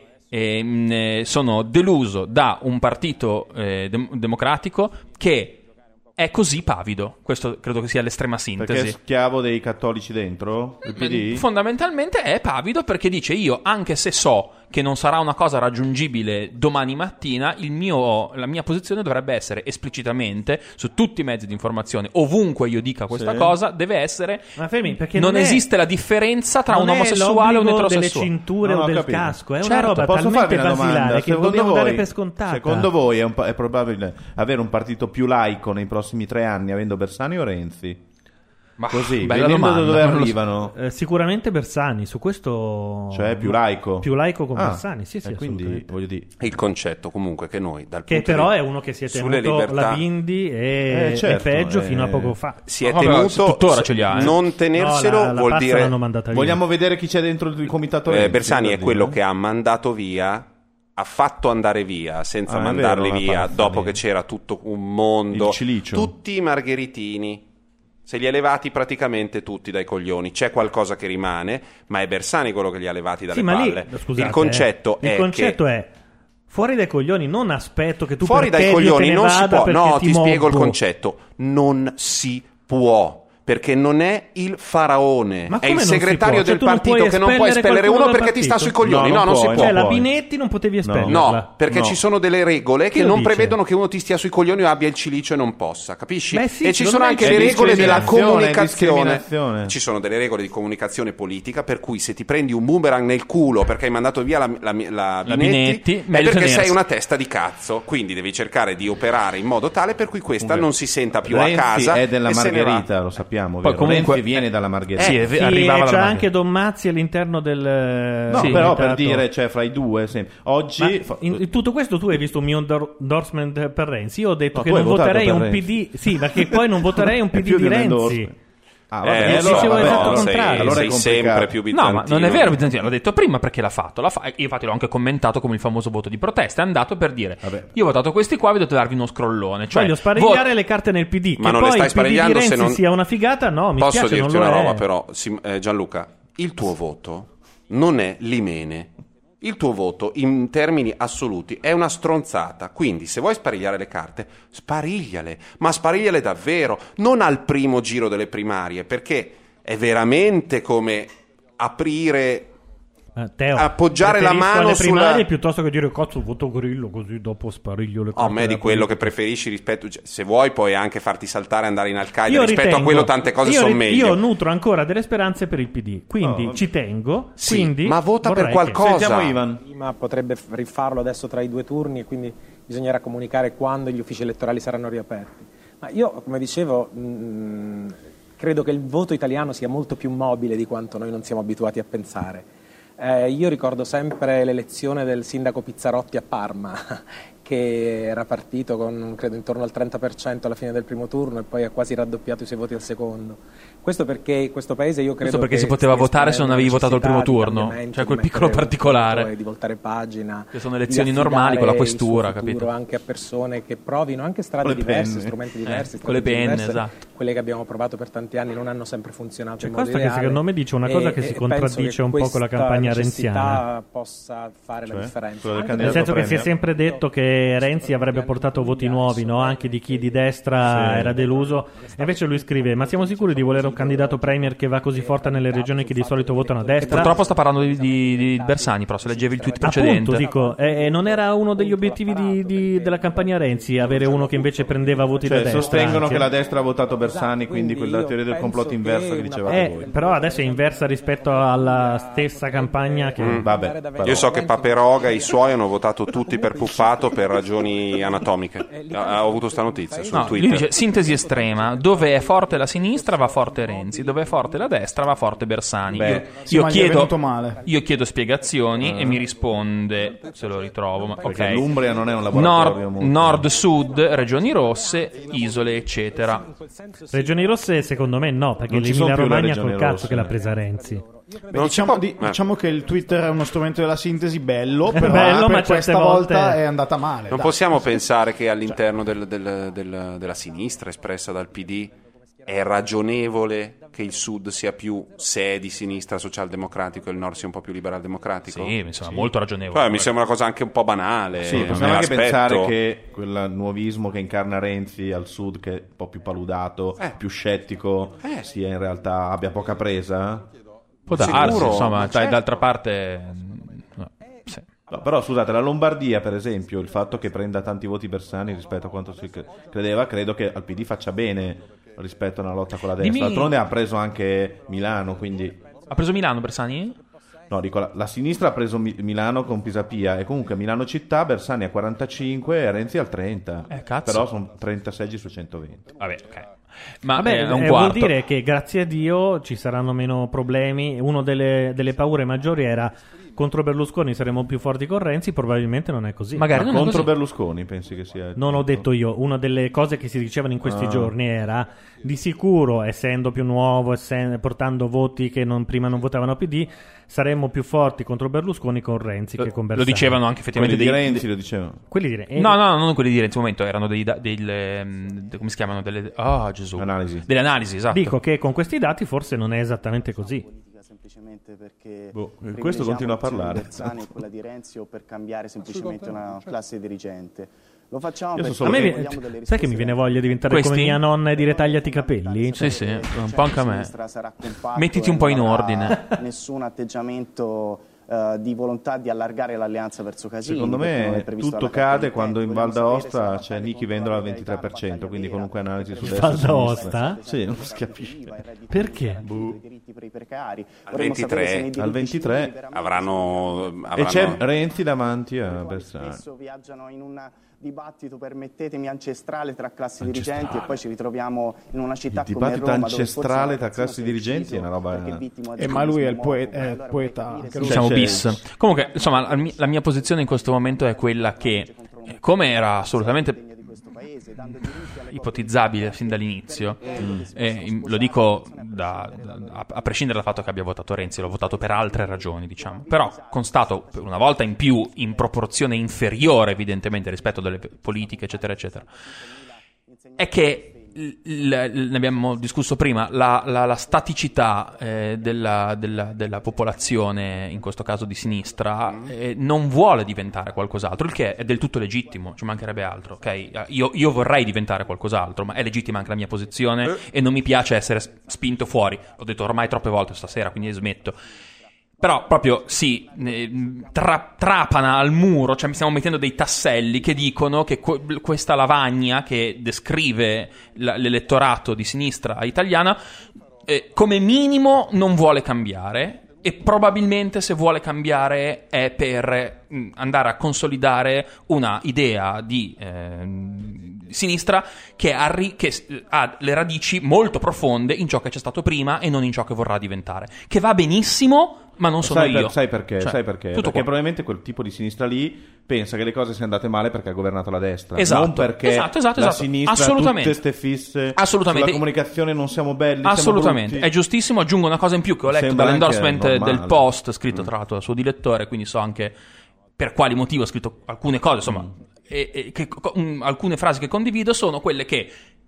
che sono deluso da un partito democratico che è così pavido. Questo credo che sia l'estrema sintesi. Perché è schiavo dei cattolici dentro il PD? Fondamentalmente è pavido perché dice: io, anche se so che non sarà una cosa raggiungibile domani mattina, la mia posizione dovrebbe essere esplicitamente su tutti i mezzi di informazione, ovunque io dica questa cosa, deve essere. Ma fermi, perché non esiste la differenza tra un omosessuale e un eterosessuale. Delle cinture o del casco, è una roba talmente basilare che dobbiamo dare per scontata. Secondo voi è probabile avere un partito più laico nei prossimi 3 anni, avendo Bersani o Renzi? Ma così, bella vedendo domanda, dove arrivano. Sicuramente Bersani, su questo. Cioè più laico. Più laico con Bersani, sì, quindi voglio dire. Il concetto comunque che noi dal che punto però di... è uno che si è tenuto la Bindi e peggio fino a poco fa. Si è tenuto, tuttora ce li ha. Non tenerselo la vuol dire. Vogliamo vedere chi c'è dentro il comitato. Bersani è quello che ha mandato via. Ha fatto andare via senza mandarli via dopo che c'era tutto un mondo, tutti i margheritini. Se li ha levati praticamente tutti dai coglioni. C'è qualcosa che rimane, ma è Bersani quello che li ha levati dalle palle. Scusate, il concetto è fuori dai coglioni, non aspetto che tu fuori dai coglioni non si può. No, ti spiego il concetto. Non si può. Perché non è il faraone, è il segretario del partito che non può espellere uno perché ti sta sui coglioni. No, non si può. Cioè la Binetti non potevi espellerla. No, perché ci sono delle regole che non prevedono che uno ti stia sui coglioni o abbia il cilicio e non possa, capisci? Sì, e ci sono anche le regole della comunicazione. Ci sono delle regole di comunicazione politica per cui se ti prendi un boomerang nel culo perché hai mandato via la Binetti è perché sei una testa di cazzo. Quindi devi cercare di operare in modo tale per cui questa non si senta più a casa. È della Margherita, lo sappiamo. Poi comunque viene dalla Margherita. Arrivava c'è anche Don Mazzi all'interno del. No, però per dire, cioè fra i due. Oggi. In tutto questo tu hai visto un mio endorsement per Renzi. Io ho detto che non voterei un PD. Sì, perché poi non voterei un PD di Renzi. Dicevo esatto il contrario. Allora sei sempre più bizantino. No, ma non è vero bizantino, l'ho detto prima perché l'ha fatto. Io infatti l'ho anche commentato come il famoso voto di protesta. È andato per dire: io ho votato questi qua, vi dovete darvi uno scrollone. Cioè, voglio sparigliare le carte nel PD. Ma che non poi le stai il PD di sparigliando Renzi se non sia una figata? No, mi posso piace, dirti non una lo roba è. però Gianluca, il tuo voto non è l'Imene. il tuo voto in termini assoluti è una stronzata. Quindi se vuoi sparigliare le carte, sparigliale, ma sparigliale davvero, non al primo giro delle primarie, perché è veramente come aprire... Teo, appoggiare la mano alle primarie sulla... piuttosto che dire cazzo voto Grillo così dopo spariglio le carte. A me di quello che preferisci rispetto, se vuoi puoi anche farti saltare e andare in Al-Qaeda, rispetto a quello tante cose sono meglio. Io nutro ancora delle speranze per il PD, quindi ci tengo, sì, quindi ma vota per qualcosa. Sentiamo Ivan. Ma potrebbe rifarlo adesso tra i 2 turni e quindi bisognerà comunicare quando gli uffici elettorali saranno riaperti. Ma io, come dicevo, credo che il voto italiano sia molto più mobile di quanto noi non siamo abituati a pensare. Io ricordo sempre l'elezione del sindaco Pizzarotti a Parma, che era partito con credo intorno al 30% alla fine del primo turno e poi ha quasi raddoppiato i suoi voti al secondo. Questo perché questo paese, io credo, questo perché che si poteva votare se non avevi votato il primo turno, cioè quel piccolo particolare di voltare pagina, che sono elezioni normali con la questura, capito? Anche a persone che provino anche strade diverse, strumenti diversi, con le penne, diverse. Esatto. Quelle che abbiamo provato per tanti anni non hanno sempre funzionato in modo questo ideale. Che secondo me dice una cosa che si contraddice un po' con la campagna renziana, possa fare la differenza, nel senso che si è sempre detto che Renzi avrebbe portato voti nuovi, no? Anche di chi di destra era deluso, e invece lui scrive: ma siamo sicuri di volere un candidato premier che va così forte nelle regioni che di solito votano a destra? Purtroppo sta parlando di Bersani, però se leggevi il tweet precedente. Appunto, dico, non era uno degli obiettivi della campagna Renzi avere uno che invece prendeva voti da destra? Sostengono che la destra ha votato Bersani, quindi quella teoria del complotto inversa che dicevate voi. Però adesso è inversa rispetto alla stessa campagna che... Vabbè, io so che Paperoga e i suoi hanno votato tutti per Puffato per ragioni anatomiche. Ho avuto sta notizia su Twitter. Lui dice sintesi estrema: dove è forte la sinistra va forte Renzi, dove è forte la destra va forte Bersani. Io chiedo spiegazioni e mi risponde, se lo ritrovo, ma perché l'Umbria non è un laboratorio nord-sud, regioni rosse, isole eccetera. Regioni rosse secondo me no, perché l'Emilia Romagna col cazzo che l'ha presa Renzi. Diciamo che il Twitter è uno strumento della sintesi bello, però bello, per ma questa volta è andata male. Non possiamo pensare che all'interno della sinistra espressa dal PD è ragionevole che il sud sia più, se è di sinistra socialdemocratico, e il nord sia un po' più liberal-democratico? Sì, mi sembra molto ragionevole. Mi sembra una cosa anche un po' banale. Sì, possiamo anche pensare che quel nuovismo che incarna Renzi al sud, che è un po' più paludato, più scettico, sia in realtà abbia poca presa? Può darsi, insomma, d'altra parte... Sì. No, però scusate, la Lombardia per esempio, il fatto che prenda tanti voti Bersani rispetto a quanto si credeva, credo che al PD faccia bene rispetto a una lotta con la destra. D'altronde ha preso anche Milano, quindi... Ha preso Milano Bersani? No, dico, la sinistra ha preso Milano con Pisapia, e comunque Milano città, Bersani a 45 e Renzi al 30. Cazzo. Però sono 30 seggi su 120. Vabbè, ok. Ma vuol dire che grazie a Dio ci saranno meno problemi. Una delle paure maggiori era contro Berlusconi saremo più forti con Renzi, probabilmente non è così. Magari non contro Berlusconi pensi che sia? Non ho detto io, una delle cose che si dicevano in questi giorni era di sicuro, essendo più nuovo, portando voti che prima non votavano PD, saremmo più forti contro Berlusconi con Renzi che con Bersani. Lo dicevano anche effettivamente quelli di Renzi, lo dicevano. Quelli di Renzi. No, non quelli di Renzi, un momento erano come si chiamano, delle analisi. Delle analisi, esatto. Dico che con questi dati forse non è esattamente così. Semplicemente perché questo continua a parlare. Bersani, quella di Renzi, o per cambiare semplicemente una classe dirigente. Lo facciamo sai che mi viene voglia di diventare come mia nonna e dire tagliati i capelli? Sì, un po' anche a me. Mettiti un po' in ordine. Nessun atteggiamento di volontà di allargare l'alleanza verso Casini. Secondo me tutto cade quando in Val d'Aosta c'è Nichi Vendola al 23%, quindi qualunque analisi su destra. Val d'Aosta? Sì, non si capisce. Perché? Al 23 avranno... E c'è Renzi davanti a Bersani. Adesso viaggiano in un dibattito, permettetemi, ancestrale tra classi dirigenti, e poi ci ritroviamo in una città come Roma. Il dibattito ancestrale tra classi dirigenti è una roba... ma lui è il poeta. Diciamo bis. Comunque, insomma, la mia posizione in questo momento è quella che, come era assolutamente ipotizzabile fin dall'inizio, lo dico a prescindere dal fatto che abbia votato Renzi, l'ho votato per altre ragioni, diciamo, però constato per una volta in più, in proporzione inferiore evidentemente rispetto alle politiche eccetera eccetera, è che ne abbiamo discusso prima, la staticità della popolazione, in questo caso di sinistra, non vuole diventare qualcos'altro, il che è del tutto legittimo, ci mancherebbe altro, ok? Io vorrei diventare qualcos'altro, ma è legittima anche la mia posizione e non mi piace essere spinto fuori. L'ho detto ormai troppe volte stasera, quindi smetto. Però proprio trapana al muro, cioè stiamo mettendo dei tasselli che dicono che questa lavagna che descrive l'elettorato di sinistra italiana come minimo non vuole cambiare, e probabilmente se vuole cambiare è per andare a consolidare una idea di sinistra che ha le radici molto profonde in ciò che c'è stato prima e non in ciò che vorrà diventare, che va benissimo, ma non sono io. Sai perché? Perché probabilmente quel tipo di sinistra lì pensa che le cose siano andate male perché ha governato la destra, non perché la sinistra tutte ste fisse, assolutamente, sulla comunicazione non siamo belli, assolutamente, siamo è giustissimo. Aggiungo una cosa in più che ho letto dall'endorsement del Post, scritto tra l'altro dal suo direttore, quindi so anche per quali motivi ho scritto alcune cose, insomma, alcune frasi che condivido sono quelle che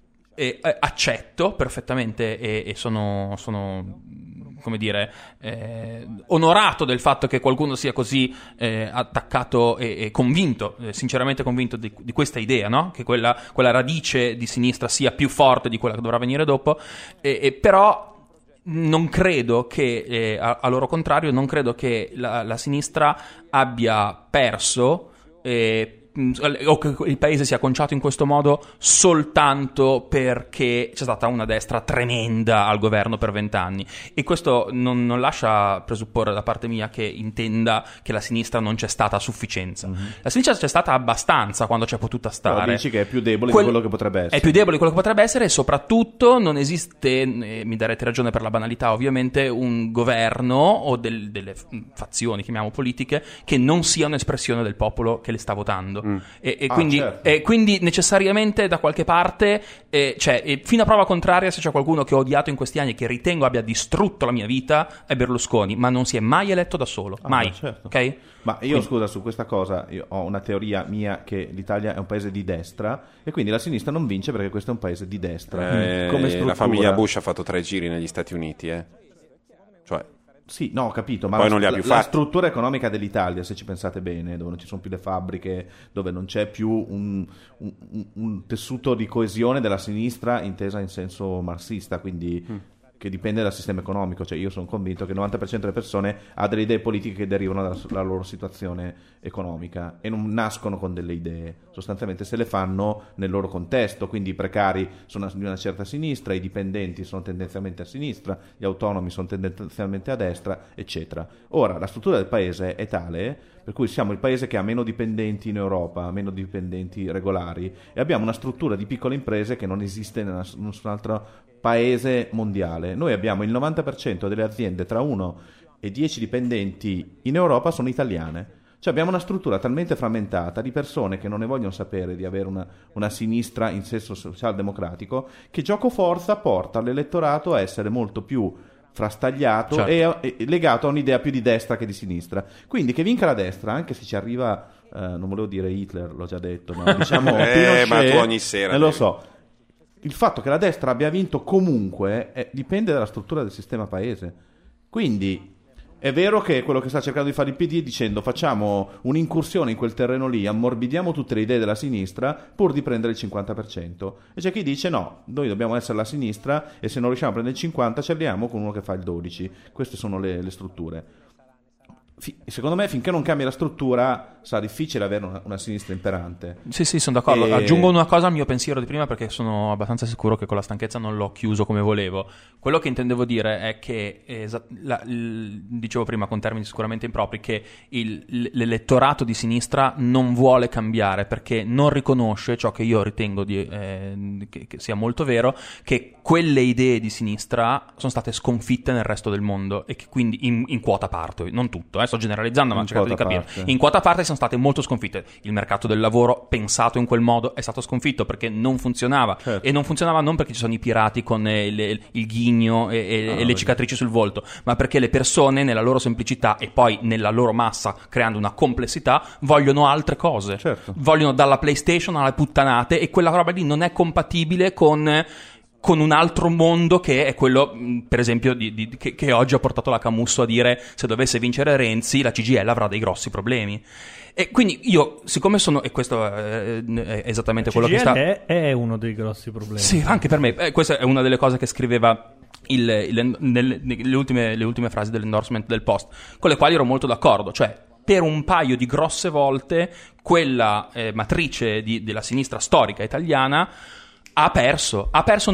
accetto perfettamente e sono come dire, onorato del fatto che qualcuno sia così attaccato e convinto, sinceramente convinto di questa idea, no? Che quella radice di sinistra sia più forte di quella che dovrà venire dopo, però non credo che, a loro contrario, non credo che la sinistra abbia perso o che il paese sia conciato in questo modo soltanto perché c'è stata una destra tremenda al governo per 20 anni, e questo non lascia presupporre da parte mia che intenda che la sinistra non c'è stata a sufficienza. La sinistra c'è stata abbastanza quando c'è potuta stare. Però dici che è più debole di quello che potrebbe essere. È più debole di quello che potrebbe essere, e soprattutto non esiste, mi darete ragione per la banalità ovviamente, un governo o delle fazioni, chiamiamo politiche, che non sia un'espressione del popolo che le sta votando. Quindi, certo. Quindi necessariamente da qualche parte fino a prova contraria, se c'è qualcuno che ho odiato in questi anni e che ritengo abbia distrutto la mia vita, è Berlusconi, ma non si è mai eletto da solo, mai, certo. Ok? Ma io scusa, su questa cosa io ho una teoria mia, che l'Italia è un paese di destra e quindi la sinistra non vince perché questo è un paese di destra. Come struttura. La famiglia Bush ha fatto 3 giri negli Stati Uniti, cioè sì, no, ho capito, ma poi non li ha più la fatti. struttura economica dell'Italia, se ci pensate bene, dove non ci sono più le fabbriche, dove non c'è più un tessuto di coesione della sinistra intesa in senso marxista, quindi che dipende dal sistema economico. Cioè io sono convinto che il 90% delle persone ha delle idee politiche che derivano dalla loro situazione economica e non nascono con delle idee, sostanzialmente se le fanno nel loro contesto, quindi i precari sono di una certa sinistra, i dipendenti sono tendenzialmente a sinistra, gli autonomi sono tendenzialmente a destra, eccetera. Ora la struttura del paese è tale per cui siamo il paese che ha meno dipendenti in Europa, meno dipendenti regolari, e abbiamo una struttura di piccole imprese che non esiste in nessun altro paese mondiale. Noi abbiamo il 90% delle aziende tra 1 e 10 dipendenti in Europa sono italiane. Cioè abbiamo una struttura talmente frammentata di persone che non ne vogliono sapere di avere una sinistra in senso socialdemocratico, che gioco forza porta l'elettorato a essere molto più frastagliato, certo, e legato a un'idea più di destra che di sinistra. Quindi che vinca la destra, anche se ci arriva, non volevo dire Hitler, l'ho già detto, ma diciamo Pinochet, ma tu ogni sera lo so. Il fatto che la destra abbia vinto comunque dipende dalla struttura del sistema paese. Quindi è vero che quello che sta cercando di fare il PD è dicendo facciamo un'incursione in quel terreno lì, ammorbidiamo tutte le idee della sinistra pur di prendere il 50%. E c'è chi dice no, noi dobbiamo essere la sinistra e se non riusciamo a prendere il 50% ci arriviamo con uno che fa il 12%. Queste sono le strutture. Secondo me finché non cambia la struttura sarà difficile avere una sinistra imperante. Sì, sono d'accordo. Aggiungo una cosa al mio pensiero di prima, perché sono abbastanza sicuro che con la stanchezza non l'ho chiuso come volevo. Quello che intendevo dire è che dicevo prima con termini sicuramente impropri, che l'elettorato di sinistra non vuole cambiare perché non riconosce ciò che io ritengo che sia molto vero, che quelle idee di sinistra sono state sconfitte nel resto del mondo e che quindi in quota parte, non tutto, sto generalizzando, ma cercate di capire, in quota parte sono sono state molto sconfitte. Il mercato del lavoro pensato in quel modo è stato sconfitto perché non funzionava, e non funzionava non perché ci sono i pirati con il ghigno e le cicatrici sul volto, ma perché le persone nella loro semplicità e poi nella loro massa, creando una complessità, vogliono altre cose, vogliono dalla PlayStation alle puttanate, e quella roba lì non è compatibile con un altro mondo, che è quello, per esempio, che oggi ha portato la Camusso a dire: se dovesse vincere Renzi, la CGIL avrà dei grossi problemi. E quindi io, siccome sono, e questo è esattamente quello che sta... è uno dei grossi problemi. Sì, anche per me. Questa è una delle cose che scriveva le ultime frasi dell'endorsement del Post, con le quali ero molto d'accordo. Cioè, per un paio di grosse volte quella matrice della sinistra storica italiana ha perso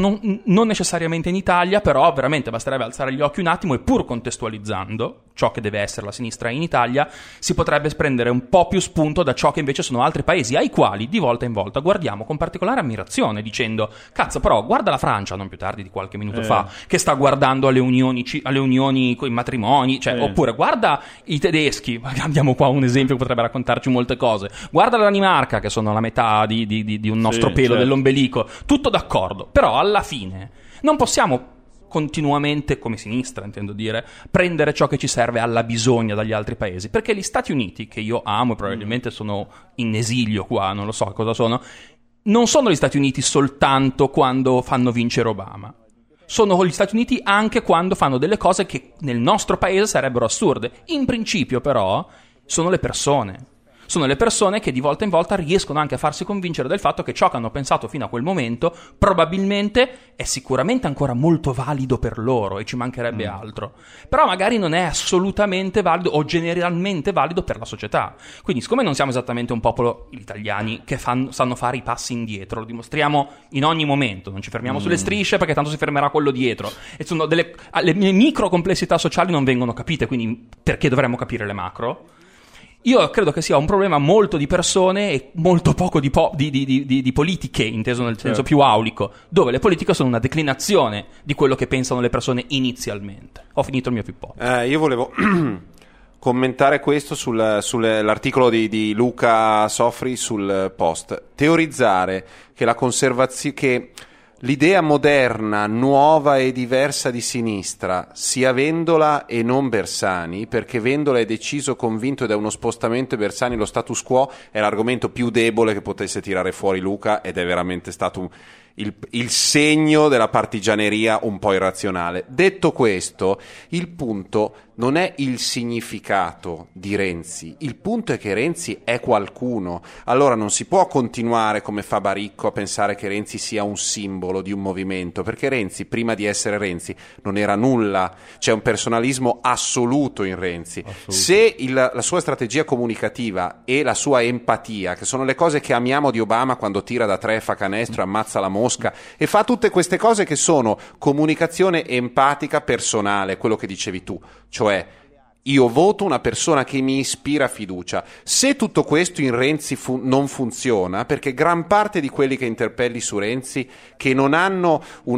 non necessariamente in Italia, però veramente basterebbe alzare gli occhi un attimo e, pur contestualizzando ciò che deve essere la sinistra in Italia, si potrebbe prendere un po' più spunto da ciò che invece sono altri paesi ai quali di volta in volta guardiamo con particolare ammirazione, dicendo: cazzo, però guarda la Francia, non più tardi di qualche minuto fa, che sta guardando alle unioni con i matrimoni, cioè, oppure guarda i tedeschi, abbiamo qua un esempio che potrebbe raccontarci molte cose, guarda la Danimarca, che sono la metà di un nostro pelo dell'ombelico. Tutto d'accordo, però alla fine non possiamo continuamente, come sinistra intendo dire, prendere ciò che ci serve alla bisogna dagli altri paesi, perché gli Stati Uniti, che io amo e probabilmente sono in esilio qua, non lo so cosa sono, non sono gli Stati Uniti soltanto quando fanno vincere Obama, sono gli Stati Uniti anche quando fanno delle cose che nel nostro paese sarebbero assurde. In principio però sono le persone che di volta in volta riescono anche a farsi convincere del fatto che ciò che hanno pensato fino a quel momento probabilmente è sicuramente ancora molto valido per loro, e ci mancherebbe altro, però magari non è assolutamente valido o generalmente valido per la società. Quindi, siccome non siamo esattamente un popolo, gli italiani, che sanno fare i passi indietro, lo dimostriamo in ogni momento, non ci fermiamo sulle strisce perché tanto si fermerà quello dietro, e sono le micro complessità sociali non vengono capite, quindi perché dovremmo capire le macro? Io credo che sia un problema molto di persone e molto poco di politiche, inteso nel senso più aulico, dove le politiche sono una declinazione di quello che pensano le persone inizialmente. Ho finito il mio pippotto. Io volevo commentare questo sull'articolo di Luca Sofri sul Post. Teorizzare che la conservazione... che l'idea moderna, nuova e diversa di sinistra sia Vendola e non Bersani, perché Vendola è deciso, convinto, ed è uno spostamento, e Bersani lo status quo, è l'argomento più debole che potesse tirare fuori Luca, ed è veramente stato il segno della partigianeria un po' irrazionale. Detto questo, il punto non è il significato di Renzi, il punto è che Renzi è qualcuno. Allora non si può continuare, come fa Baricco, a pensare che Renzi sia un simbolo di un movimento, perché Renzi, prima di essere Renzi, non era nulla. C'è un personalismo assoluto in Renzi. Se la sua strategia comunicativa e la sua empatia, che sono le cose che amiamo di Obama, quando tira da tre, fa canestro, ammazza la mosca e fa tutte queste cose che sono comunicazione empatica personale, quello che dicevi tu, cioè io voto una persona che mi ispira fiducia. Se tutto questo in Renzi non funziona, perché gran parte di quelli che interpelli su Renzi, che non hanno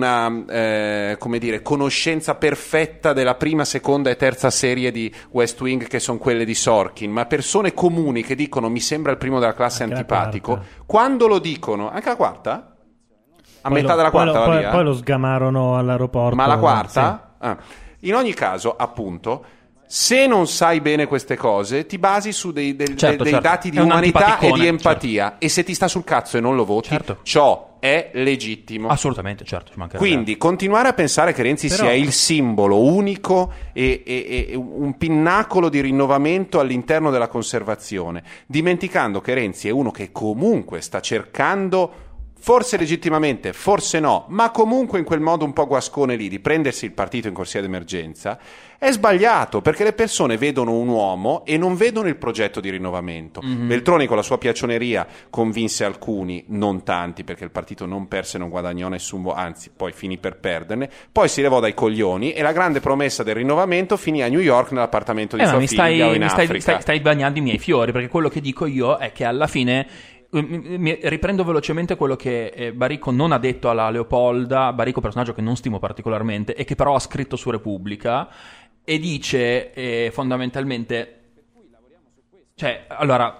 una conoscenza perfetta della prima, seconda e terza serie di West Wing, che sono quelle di Sorkin, ma persone comuni che dicono mi sembra il primo della classe anche antipatico, quando lo dicono, anche la quarta? A poi metà della quarta poi lo sgamarono all'aeroporto. Ma la quarta? Sì. In ogni caso, appunto, se non sai bene queste cose, ti basi su dei dati di umanità e di empatia, e se ti sta sul cazzo e non lo voti, ciò è legittimo. Assolutamente, certo. Quindi continuare a pensare che Renzi sia il simbolo unico e un pinnacolo di rinnovamento all'interno della conservazione, dimenticando che Renzi è uno che comunque sta cercando, forse legittimamente, forse no, ma comunque in quel modo un po' guascone lì, di prendersi il partito in corsia d'emergenza, è sbagliato, perché le persone vedono un uomo e non vedono il progetto di rinnovamento. Veltroni con la sua piaccioneria convinse alcuni, non tanti, perché il partito non perse, non guadagnò nessun anzi poi finì per perderne, poi si levò dai coglioni e la grande promessa del rinnovamento finì a New York nell'appartamento di sua figlia o in Africa. Stai bagnando i miei fiori, perché quello che dico io è che alla fine... riprendo velocemente quello che Baricco non ha detto alla Leopolda. Baricco, personaggio che non stimo particolarmente e che però ha scritto su Repubblica, e dice fondamentalmente: Cioè, allora,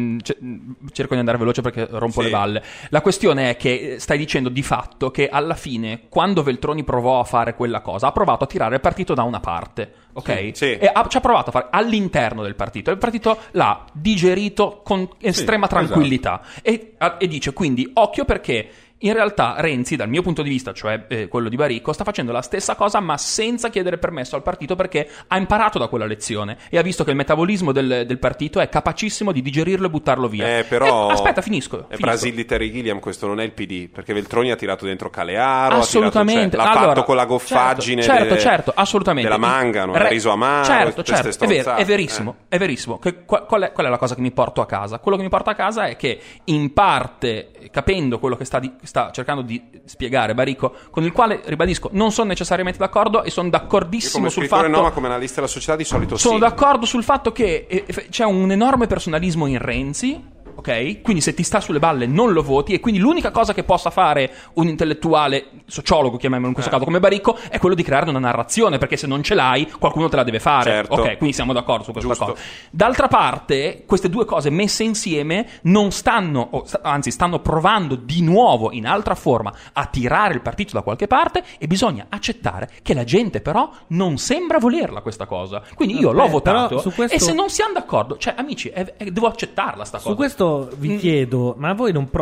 cerco di andare veloce perché rompo le balle. La questione è che stai dicendo di fatto che alla fine, quando Veltroni provò a fare quella cosa, ha provato a tirare il partito da una parte, ok? Sì. E ci ha provato a fare all'interno del partito. E il partito l'ha digerito con estrema tranquillità. Esatto. E dice, quindi, occhio perché... In realtà Renzi, dal mio punto di vista, cioè quello di Baricco, sta facendo la stessa cosa ma senza chiedere permesso al partito, perché ha imparato da quella lezione e ha visto che il metabolismo del partito è capacissimo di digerirlo e buttarlo via. Però aspetta, finisco. Brasil di Terry Gilliam, questo non è il PD, perché Veltroni ha tirato dentro Calearo, assolutamente. l'ha fatto con la goffaggine certo, assolutamente. della Mangano, il riso amaro, certo, è verissimo. Qual è la cosa che mi porto a casa? Quello che mi porta a casa è che in parte, capendo quello che sta cercando di spiegare Baricco, con il quale, ribadisco, non sono necessariamente d'accordo e sono d'accordissimo sul fatto... No, ma come analista della società di solito sono d'accordo sul fatto che c'è un enorme personalismo in Renzi, ok? Quindi se ti sta sulle balle non lo voti, e quindi l'unica cosa che possa fare un intellettuale, sociologo chiamiamolo in questo caso, come Baricco, è quello di creare una narrazione, perché se non ce l'hai qualcuno te la deve fare. Certo. Ok, quindi siamo d'accordo su questa cosa. D'altra parte, queste due cose messe insieme non anzi stanno provando di nuovo in altra forma a tirare il partito da qualche parte, e bisogna accettare che la gente però non sembra volerla questa cosa. Quindi io l'ho votato, e se non siamo d'accordo, cioè amici, devo accettarla sta cosa. Su questo vi chiedo, ma voi non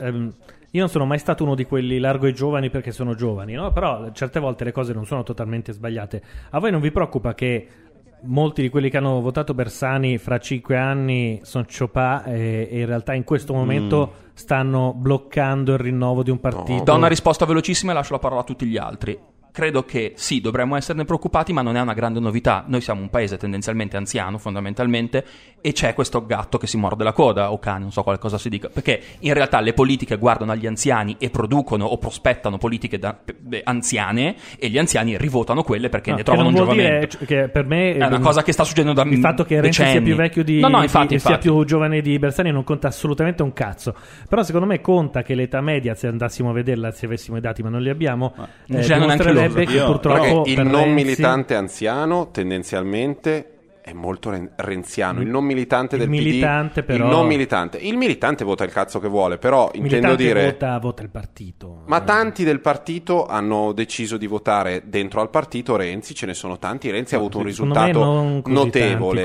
io non sono mai stato uno di quelli largo ai giovani perché sono giovani, no? Però certe volte le cose non sono totalmente sbagliate. A voi non vi preoccupa che molti di quelli che hanno votato Bersani fra 5 anni sono ciopà e in realtà in questo momento stanno bloccando il rinnovo di un partito? Do una risposta velocissima e lascio la parola a tutti gli altri. Credo che sì, dovremmo esserne preoccupati, ma non è una grande novità. Noi siamo un paese tendenzialmente anziano, fondamentalmente, e c'è questo gatto che si morde la coda, o cane, non so qualcosa si dica, perché in realtà le politiche guardano agli anziani e producono o prospettano politiche anziane, e gli anziani rivotano quelle perché ne trovano un giovamento. Che per me è una cosa che sta succedendo da il fatto che Renzi sia più vecchio infatti. sia più giovane di Bersani non conta assolutamente un cazzo. Però secondo me conta che l'età media, se andassimo a vederla, se avessimo i dati, ma non li abbiamo, dimostrerebbe che purtroppo il non militante anziano tendenzialmente è molto renziano. Il non militante del militante PD, però... il militante vota il cazzo che vuole, però intendo dire vota il partito. Ma tanti del partito hanno deciso di votare dentro al partito Renzi, ce ne sono tanti. Renzi ha avuto un risultato notevole.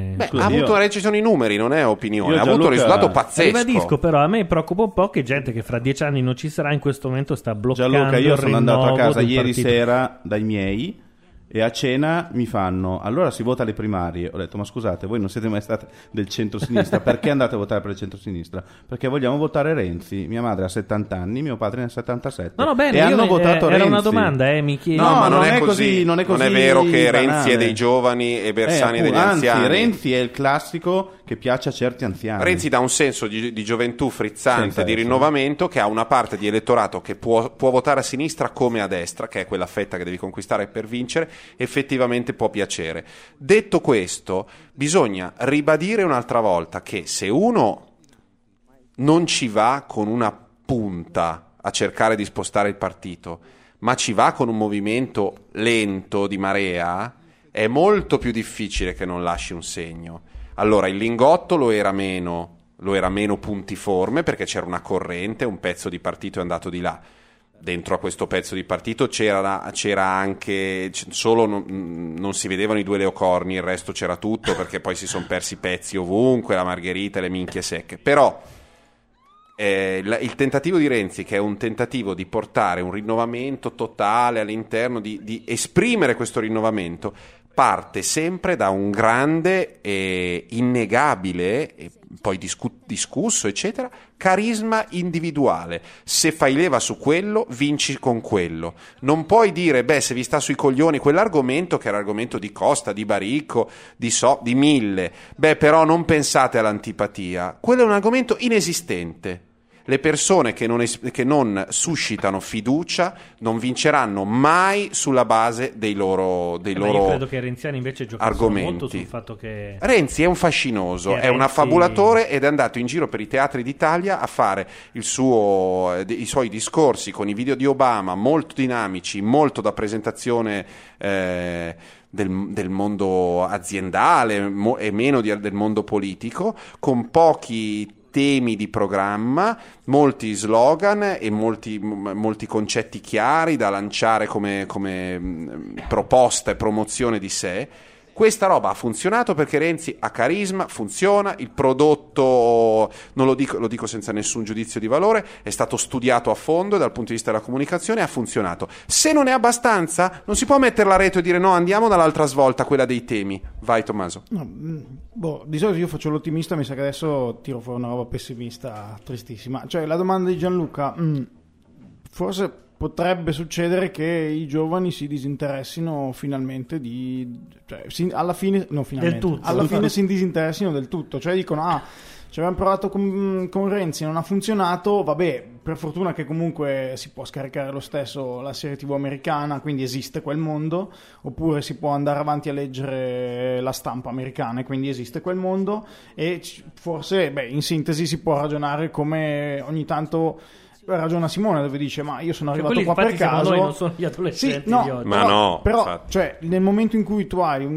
Ci sono i numeri, non è opinione. Ha avuto un risultato pazzesco. Ribadisco, però a me preoccupa un po' che gente che fra 10 anni non ci sarà in questo momento sta bloccando. Gianluca, io sono andato a casa ieri partito. sera dai miei, e a cena mi fanno: allora si vota alle primarie. Ho detto: ma scusate, voi non siete mai stati del centro-sinistra, perché andate a votare per il centro-sinistra? Perché vogliamo votare Renzi. Mia madre ha 70 anni, mio padre ne ha 77. No, bene, e hanno votato Renzi. Era una domanda, mi chiedo. No, ma non è così. Non è vero che Renzi è dei giovani e Bersani degli anziani. Anzi, Renzi è il classico che piace a certi anziani. Renzi dà un senso di gioventù frizzante, di rinnovamento, che ha una parte di elettorato che può votare a sinistra come a destra, che è quella fetta che devi conquistare per vincere. Effettivamente può piacere. Detto questo, bisogna ribadire un'altra volta che se uno non ci va con una punta a cercare di spostare il partito, ma ci va con un movimento lento di marea, è molto più difficile che non lasci un segno. Allora, il Lingotto lo era meno puntiforme, perché c'era una corrente, un pezzo di partito è andato di là. Dentro a questo pezzo di partito c'era anche solo non si vedevano i due leocorni, il resto c'era tutto, perché poi si sono persi pezzi ovunque, la margherita e le minchie secche. Però il tentativo di Renzi, che è un tentativo di portare un rinnovamento totale all'interno, di esprimere questo rinnovamento, parte sempre da un grande e innegabile, e poi discusso, eccetera, carisma individuale. Se fai leva su quello, vinci con quello. Non puoi dire, se vi sta sui coglioni quell'argomento, che era argomento di Costa, di Baricco, di Mille, però non pensate all'antipatia. Quello è un argomento inesistente. Le persone che non suscitano fiducia non vinceranno mai sulla base dei loro io credo che Renziani invece giocassero molto sul fatto che Renzi è un fascinoso, è un affabulatore, ed è andato in giro per i teatri d'Italia a fare i suoi discorsi con i video di Obama, molto dinamici, molto da presentazione del mondo aziendale e meno del mondo politico, con pochi temi di programma, molti slogan e molti concetti chiari da lanciare come proposta e promozione di sé. Questa roba ha funzionato perché Renzi ha carisma, funziona, il prodotto, non lo dico senza nessun giudizio di valore, è stato studiato a fondo dal punto di vista della comunicazione e ha funzionato. Se non è abbastanza, non si può mettere la rete e dire no, andiamo dall'altra svolta, quella dei temi. Vai Tommaso. No, di solito io faccio l'ottimista, mi sa che adesso tiro fuori una roba pessimista, tristissima. Cioè, la domanda di Gianluca, forse potrebbe succedere che i giovani si disinteressino finalmente alla fine si disinteressino del tutto, cioè dicono ci abbiamo provato con Renzi, non ha funzionato, vabbè, per fortuna che comunque si può scaricare lo stesso la serie TV americana, quindi esiste quel mondo, oppure si può andare avanti a leggere la stampa americana e quindi esiste quel mondo, e forse in sintesi si può ragionare come ogni tanto ragiona Simone, dove dice ma io sono arrivato qua per caso, noi non sono gli adolescenti di oggi. Però cioè, nel momento in cui tu hai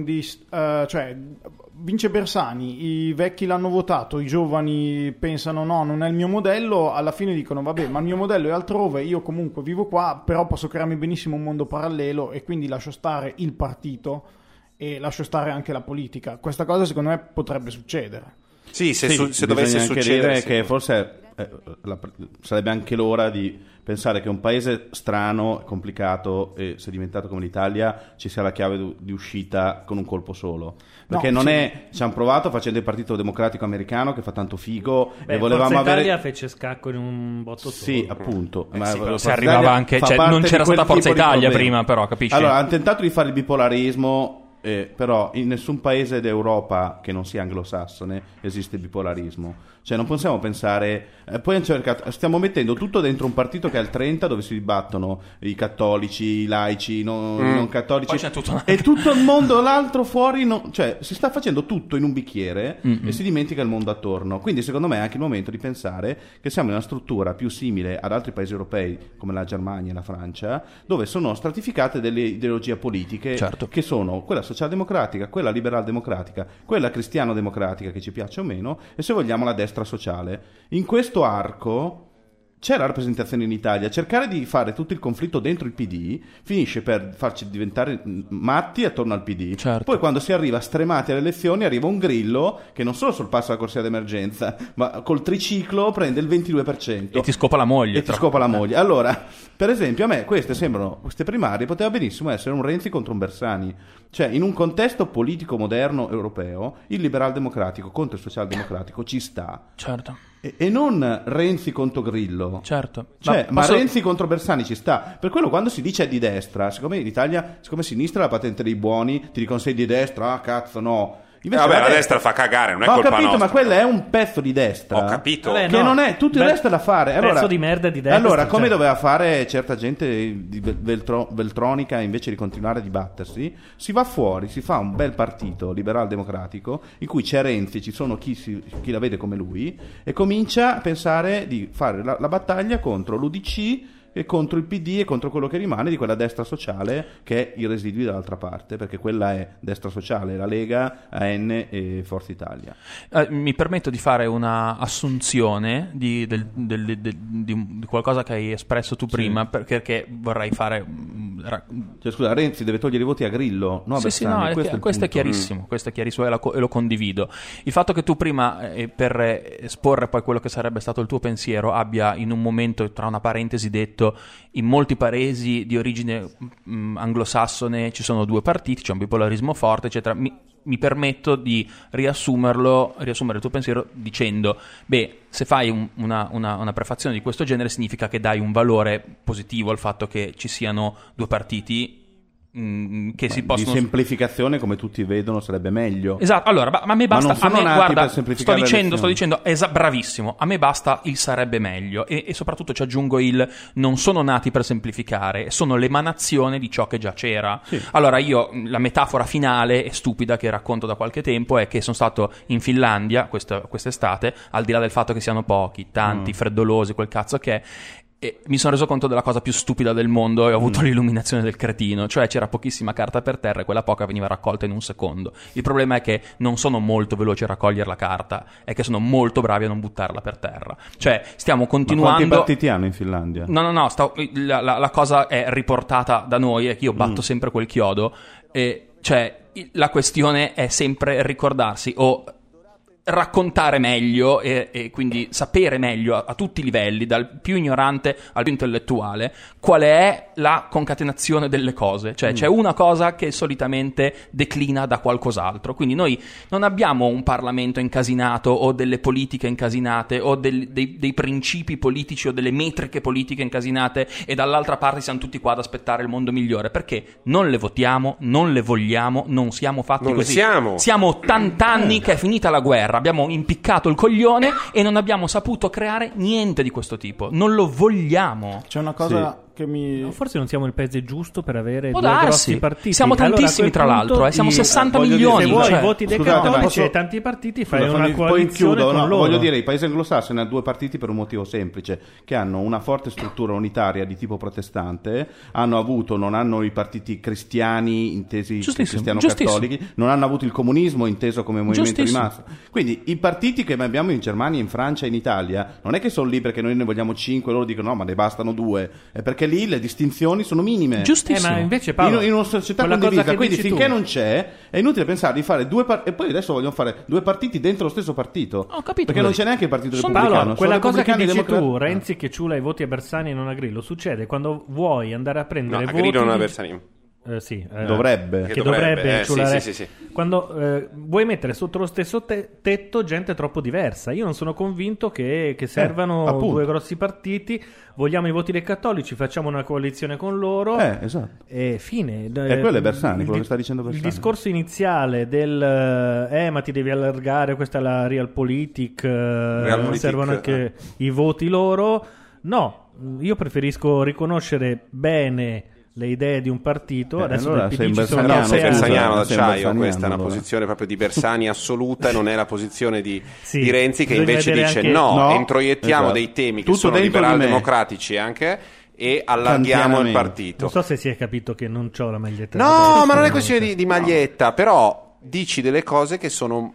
vince Bersani, i vecchi l'hanno votato, i giovani pensano no, non è il mio modello, alla fine dicono vabbè, ma il mio modello è altrove, io comunque vivo qua, però posso crearmi benissimo un mondo parallelo e quindi lascio stare il partito e lascio stare anche la politica. Questa cosa secondo me potrebbe succedere. Sì, se dovesse succedere, che forse sarebbe anche l'ora di pensare che un paese strano, complicato e sedimentato come l'Italia ci sia la chiave di uscita con un colpo solo, perché ci hanno provato facendo il Partito Democratico americano che fa tanto figo e volevamo Forza Italia fece scacco in un botto solo. Sì, appunto, ma si arrivava anche, non c'era stata Forza Italia prima, però capisci? Allora hanno tentato di fare il bipolarismo, però in nessun paese d'Europa che non sia anglosassone esiste il bipolarismo. Cioè non possiamo pensare poi stiamo mettendo tutto dentro un partito che è al 30, dove si dibattono i cattolici, i laici, i non cattolici, e tutto il mondo l'altro fuori, cioè si sta facendo tutto in un bicchiere e si dimentica il mondo attorno. Quindi secondo me è anche il momento di pensare che siamo in una struttura più simile ad altri paesi europei come la Germania e la Francia, dove sono stratificate delle ideologie politiche, che sono quella socialdemocratica, quella liberal-democratica, quella cristiano-democratica, che ci piace o meno, e se vogliamo la destra sociale. In questo arco c'è la rappresentazione in Italia. Cercare di fare tutto il conflitto dentro il PD finisce per farci diventare matti attorno al PD. Poi quando si arriva stremati alle elezioni arriva un Grillo che non solo sorpassa la corsia d'emergenza, ma col triciclo prende il 22% e ti scopa la moglie. Allora, per esempio, a me queste primarie poteva benissimo essere un Renzi contro un Bersani. Cioè, in un contesto politico moderno europeo, il liberal democratico contro il social democratico ci sta. E non Renzi contro Grillo. Ma Renzi contro Bersani ci sta. Per quello quando si dice è di destra, siccome in Italia, siccome sinistra la patente dei buoni, ti dicono sei di destra, cazzo no. La destra fa cagare, non è colpa nostra. Ma quella è un pezzo di destra. Ho capito. Che non è tutto il resto è da fare. Pezzo di merda di destra. Allora, come doveva fare certa gente di Veltronica, invece di continuare a dibattersi, si va fuori, si fa un bel partito liberal democratico in cui c'è Renzi, ci sono chi la vede come lui, e comincia a pensare di fare la battaglia contro l'UDC e contro il PD e contro quello che rimane di quella destra sociale che è i residui dall'altra parte, perché quella è destra sociale, la Lega, AN e Forza Italia. Mi permetto di fare una assunzione di qualcosa che hai espresso tu prima, perché vorrei fare scusa, Renzi deve togliere i voti a Grillo, no a Bersani. Questo è chiarissimo, questo è chiarissimo e lo condivido. Il fatto che tu prima, per esporre poi quello che sarebbe stato il tuo pensiero, abbia in un momento, tra una parentesi, detto in molti paesi di origine anglosassone ci sono due partiti, c'è un bipolarismo forte, eccetera. Mi permetto di riassumere il tuo pensiero dicendo, se fai una prefazione di questo genere significa che dai un valore positivo al fatto che ci siano due partiti che si possono... Di semplificazione, come tutti vedono, sarebbe meglio. Esatto, allora, ma a me basta... guarda, sto dicendo bravissimo, a me basta il sarebbe meglio e soprattutto ci aggiungo il non sono nati per semplificare, sono l'emanazione di ciò che già c'era. Allora la metafora finale e stupida che racconto da qualche tempo è che sono stato in Finlandia quest'estate, al di là del fatto che siano pochi, tanti, freddolosi, quel cazzo che è, E mi sono reso conto della cosa più stupida del mondo e ho avuto l'illuminazione del cretino, cioè c'era pochissima carta per terra e quella poca veniva raccolta in un secondo. Il problema è che non sono molto veloci a raccogliere la carta, è che sono molto bravi a non buttarla per terra. Cioè stiamo continuando... Ma quanti partiti hanno in Finlandia? No, la cosa è riportata da noi e che io batto sempre quel chiodo, e cioè la questione è sempre ricordarsi o raccontare meglio e quindi sapere meglio a tutti i livelli, dal più ignorante al più intellettuale, qual è la concatenazione delle cose. Cioè c'è una cosa che solitamente declina da qualcos'altro, quindi noi non abbiamo un Parlamento incasinato o delle politiche incasinate o dei principi politici o delle metriche politiche incasinate e dall'altra parte siamo tutti qua ad aspettare il mondo migliore, perché non le votiamo, non le vogliamo, non siamo fatti non così. Siamo 80 anni che è finita la guerra, abbiamo impiccato il coglione e non abbiamo saputo creare niente di questo tipo. Non lo vogliamo. C'è una cosa che mi... No, forse non siamo il paese giusto per avere Può due darsi. grossi partiti. Siamo tantissimi, tra l'altro, siamo 60 milioni. Se vuoi cioè... i voti dei cattolici e tanti partiti, fai una coalizione con loro. Voglio dire, i paesi anglosassoni hanno due partiti per un motivo semplice, che hanno una forte struttura unitaria di tipo protestante, non hanno i partiti cristiani intesi cristiano-cattolici, non hanno avuto il comunismo inteso come movimento di massa. Quindi i partiti che abbiamo in Germania, in Francia e in Italia non è che sono lì perché noi ne vogliamo 5 e loro dicono no, ma ne bastano 2, è perché lì le distinzioni sono minime. Giustissimo. Ma invece Paolo, in una società condivisa, quindi finché non c'è è inutile pensare di fare e poi adesso vogliono fare due partiti dentro lo stesso partito. Ho capito. Perché non c'è neanche il partito repubblicano. Paolo, quella cosa che dici democratici. tu, Renzi che ciula i voti a Bersani e non a Grillo, succede quando vuoi andare a prendere voti. A Grillo non a Bersani. Dovrebbe. Che dovrebbe ciulare. Sì. Quando vuoi mettere sotto lo stesso tetto gente troppo diversa. Io non sono convinto che servano due grossi partiti. Vogliamo i voti dei cattolici, facciamo una coalizione con loro. Esatto. E fine. E quello è Bersani, quello che sta dicendo Bersani. Il discorso iniziale del ma ti devi allargare, questa è la realpolitik, servono anche i voti loro. No, io preferisco riconoscere bene le idee di un partito. Adesso allora sei bersaniano d'acciaio. Questa è una posizione proprio di Bersani assoluta, non è la posizione di Renzi, che invece dice introiettiamo dei temi che sono liberal-democratici anche e allarghiamo il partito. Non so se si è capito che non c'ho la maglietta. No, ma non è questione di maglietta, però dici delle cose che sono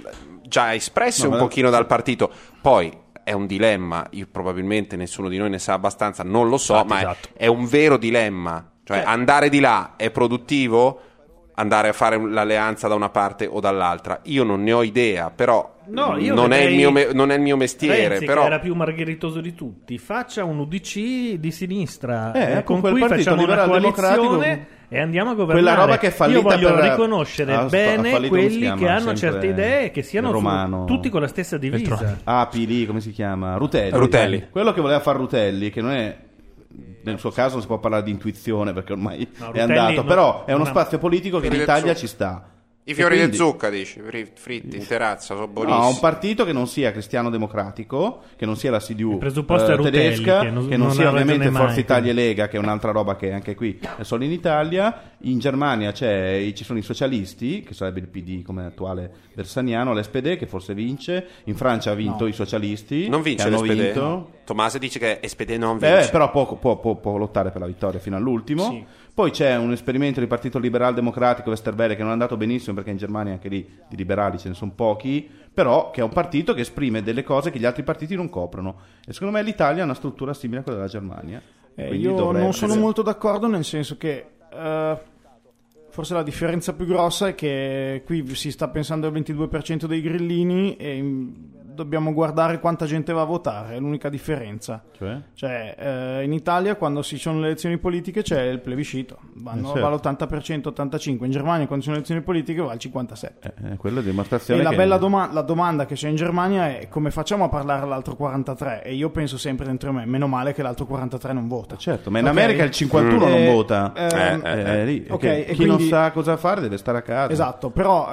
già espresse un pochino dal partito. Poi è un dilemma, probabilmente nessuno di noi ne sa abbastanza, non lo so, ma è un vero dilemma. Cioè, andare di là è produttivo? Andare a fare l'alleanza da una parte o dall'altra? Io non ne ho idea, però non è il mio mestiere. Renzi, però che era più margheritoso di tutti, faccia un UDC di sinistra con cui facciamo una coalizione e andiamo a governare. Quella roba che è fallita. Io voglio riconoscere bene quelli che hanno certe idee e che siano tutti con la stessa divisa. Pili, come si chiama? Rutelli. Quello che voleva fare Rutelli, che non è... Nel suo caso non si può parlare di intuizione perché ormai è andato, però è uno spazio politico che in Italia ci sta. I fiori di zucca, dici, fritti in terrazza, sono buonissimi. No, un partito che non sia cristiano-democratico, che non sia la CDU Rutelli, tedesca, che non sia ovviamente Forza Italia e Lega, che è un'altra roba che anche qui è solo in Italia. In Germania ci sono i socialisti, che sarebbe il PD come attuale bersaniano, l'SPD che forse vince, in Francia ha vinto i socialisti. Non vince l'SPD. Tommaso dice che SPD non vince. Però può lottare per la vittoria fino all'ultimo. Sì. Poi c'è un esperimento di partito liberal democratico Westerwelle che non è andato benissimo perché in Germania anche lì di liberali ce ne sono pochi, però che è un partito che esprime delle cose che gli altri partiti non coprono, e secondo me l'Italia ha una struttura simile a quella della Germania. Io non sono molto d'accordo, nel senso che forse la differenza più grossa è che qui si sta pensando al 22% dei grillini e dobbiamo guardare quanta gente va a votare, è l'unica differenza. Cioè in Italia quando ci sono le elezioni politiche c'è il plebiscito, va all'80%, 85%, in Germania quando ci sono le elezioni politiche va al 57%. Quello è dimostrazione. E la domanda che c'è in Germania è come facciamo a parlare all'altro 43%, e io penso sempre dentro me, meno male che l'altro 43% non vota. Certo, ma in America il 51% non vota. Lì, chi quindi, non sa cosa fare deve stare a casa. Esatto, però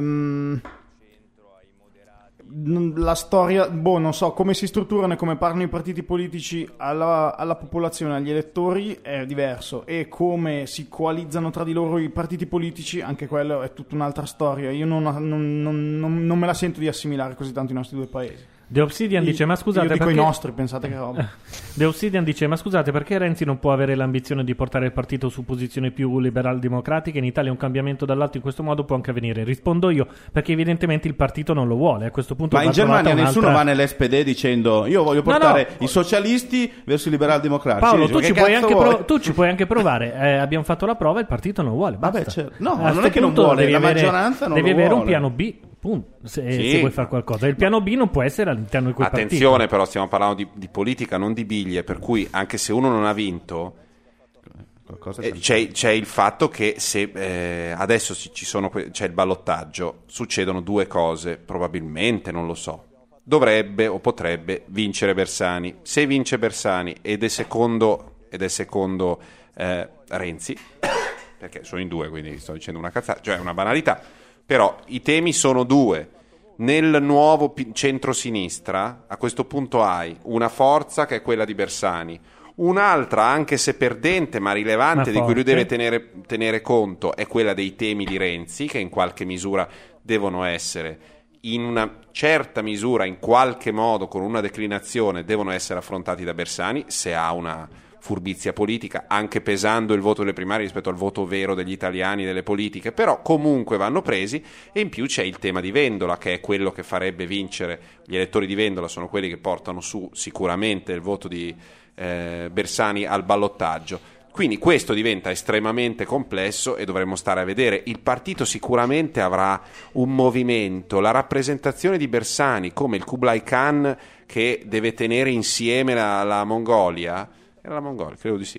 la storia, non so come si strutturano e come parlano i partiti politici alla popolazione, agli elettori è diverso, e come si coalizzano tra di loro i partiti politici, anche quello è tutta un'altra storia. Io non me la sento di assimilare così tanto i nostri due paesi. The Obsidian dice: ma scusate, io dico perché... i nostri, pensate che roba. The Obsidian dice: ma scusate, perché Renzi non può avere l'ambizione di portare il partito su posizioni più liberal-democratiche? In Italia un cambiamento dall'alto in questo modo può anche avvenire. Rispondo io, perché evidentemente il partito non lo vuole. A questo punto ma in Germania nessuno va nell'SPD dicendo io voglio portare i socialisti verso i liberal-democratici. Paolo, tu ci puoi anche provare. Abbiamo fatto la prova, il partito non vuole. Basta. Vabbè, certo. No, non è che non vuole, la maggioranza non lo vuole. Devi avere un piano B. Se vuoi fare qualcosa, il piano B non può essere all'interno di quel attenzione partito. Però stiamo parlando di politica, non di biglie, per cui anche se uno non ha vinto c'è il fatto che se adesso c'è il ballottaggio, succedono due cose probabilmente, non lo so. Dovrebbe o potrebbe vincere Bersani. Se vince Bersani ed è secondo Renzi, perché sono in due, quindi sto dicendo una cazzata, cioè una banalità. Però i temi sono due. Nel nuovo centrosinistra a questo punto hai una forza che è quella di Bersani, un'altra anche se perdente ma rilevante di cui lui deve tenere conto è quella dei temi di Renzi, che in qualche misura devono essere, in una certa misura, in qualche modo, con una declinazione, devono essere affrontati da Bersani se ha una furbizia politica, anche pesando il voto delle primarie rispetto al voto vero degli italiani delle politiche, però comunque vanno presi. E in più c'è il tema di Vendola, che è quello che farebbe vincere. Gli elettori di Vendola sono quelli che portano su sicuramente il voto di Bersani al ballottaggio. Quindi questo diventa estremamente complesso e dovremmo stare a vedere. Il partito sicuramente avrà un movimento, la rappresentazione di Bersani come il Kublai Khan che deve tenere insieme la Mongolia. Era la Mongolia, credo di sì.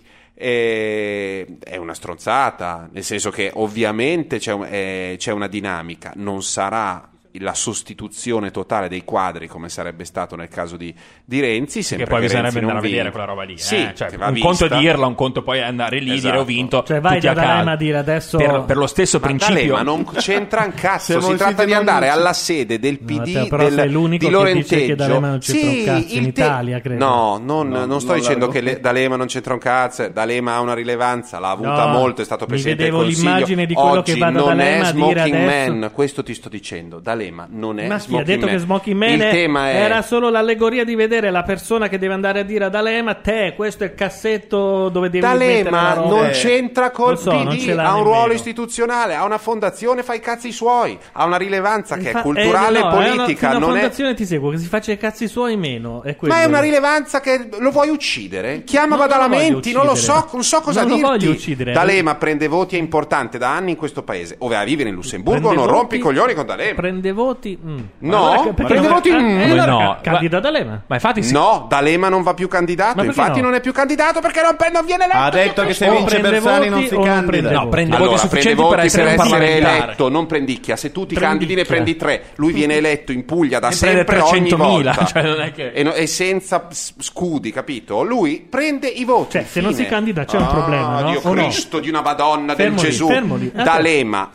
È una stronzata, nel senso che ovviamente c'è una dinamica, non sarà la sostituzione totale dei quadri come sarebbe stato nel caso di Renzi, sempre che poi bisognerebbe andare a vedere quella roba lì, cioè, un conto è dirla, un conto poi andare lì, dire ho vinto, cioè vai da D'Alema a dire adesso per lo stesso principio. Ma non c'entra un cazzo, si tratta di andare alla sede del PD di Lorenteggio. Che D'Alema non c'entra un cazzo in Italia, credo. No, non sto dicendo che D'Alema non c'entra un cazzo. D'Alema ha una rilevanza, l'ha avuta molto, è stato presidente del Consiglio. L'immagine di quello oggi che va da D'Alema a dire adesso. Man, questo ti sto dicendo. D'Alema non è ha detto che Smoking Man era solo l'allegoria di vedere la persona che deve andare a dire a D'Alema questo è il cassetto dove devi mettere la roba. non c'entra col PD, ha un ruolo istituzionale, ha una fondazione, fa i cazzi suoi, ha una rilevanza che è culturale e politica. Una fondazione ti seguo, che si faccia i cazzi suoi meno, ma è una rilevanza che lo vuoi uccidere? Chiama Badalamenti, non lo so, non so cosa dirti. Voglio uccidere. D'Alema prende voti, è importante da anni in questo paese. Ove vive in Lussemburgo, non rompi i coglioni con D'Alema. Prende voti. No, prende voti no. Candida D'Alema. Ma infatti no, D'Alema non va più candidato. Infatti non è più candidato perché non viene eletto. Ha detto che se vince Bersani non si candida. No, prende voti sufficienti per essere un parlamentare. Eletto, non prendicchia. Se tu ti candidi ne prendi 3. Lui viene eletto in Puglia da sempre ogni 100.000, volta. cioè non è che... e senza scudi, capito? Lui prende i voti. Cioè, se non si candida c'è un problema, no? Dio Cristo, di una Madonna del Gesù. D'Alema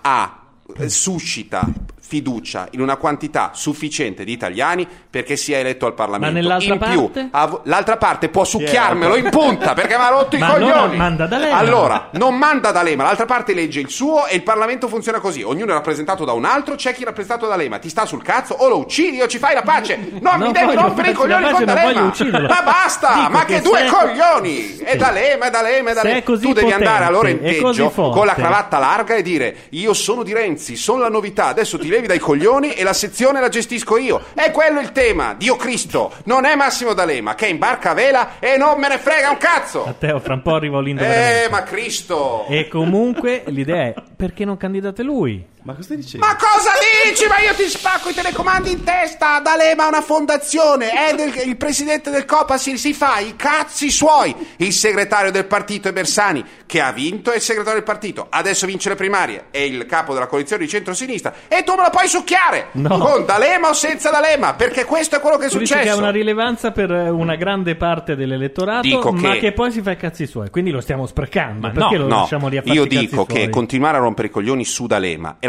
suscita fiducia in una quantità sufficiente di italiani perché sia eletto al Parlamento. Ma nell'altra parte? L'altra parte può succhiarmelo in punta perché mi ha rotto i coglioni. Manda D'Alema. Allora, non manda D'Alema, l'altra parte legge il suo e il Parlamento funziona così. Ognuno è rappresentato da un altro, c'è chi è rappresentato da D'Alema. Ti sta sul cazzo o lo uccidi o ci fai la pace. Non mi devi rompere i coglioni con D'Alema. Ma basta, ma che due coglioni! È D'Alema. Tu devi andare a Lorenteggio con la cravatta larga e dire io sono di Renzi, sono la novità, adesso ti levi dai coglioni e la sezione la gestisco io. È quello il tema. Dio Cristo, non è Massimo D'Alema che è in barca a vela e non me ne frega un cazzo. Matteo, fra un po' arrivo all'Indo. Ma Cristo. E comunque l'idea è perché non candidate lui? Ma cosa stai dicendo? Ma cosa dici? Ma io ti spacco i telecomandi in testa. D'Alema ha una fondazione, è il presidente del Copasir, si fa i cazzi suoi. Il segretario del partito è Bersani, che ha vinto, è il segretario del partito, adesso vince le primarie, è il capo della coalizione di centrosinistra e tu me la puoi succhiare con D'Alema o senza D'Alema, perché questo è quello che è successo. Dici che ha una rilevanza per una grande parte dell'elettorato, ma che poi si fa i cazzi suoi, quindi lo stiamo sprecando. Perché lo lasciamo lì a farsi io i cazzi dico che suoi? continuare a rompere i coglioni su D'Alema è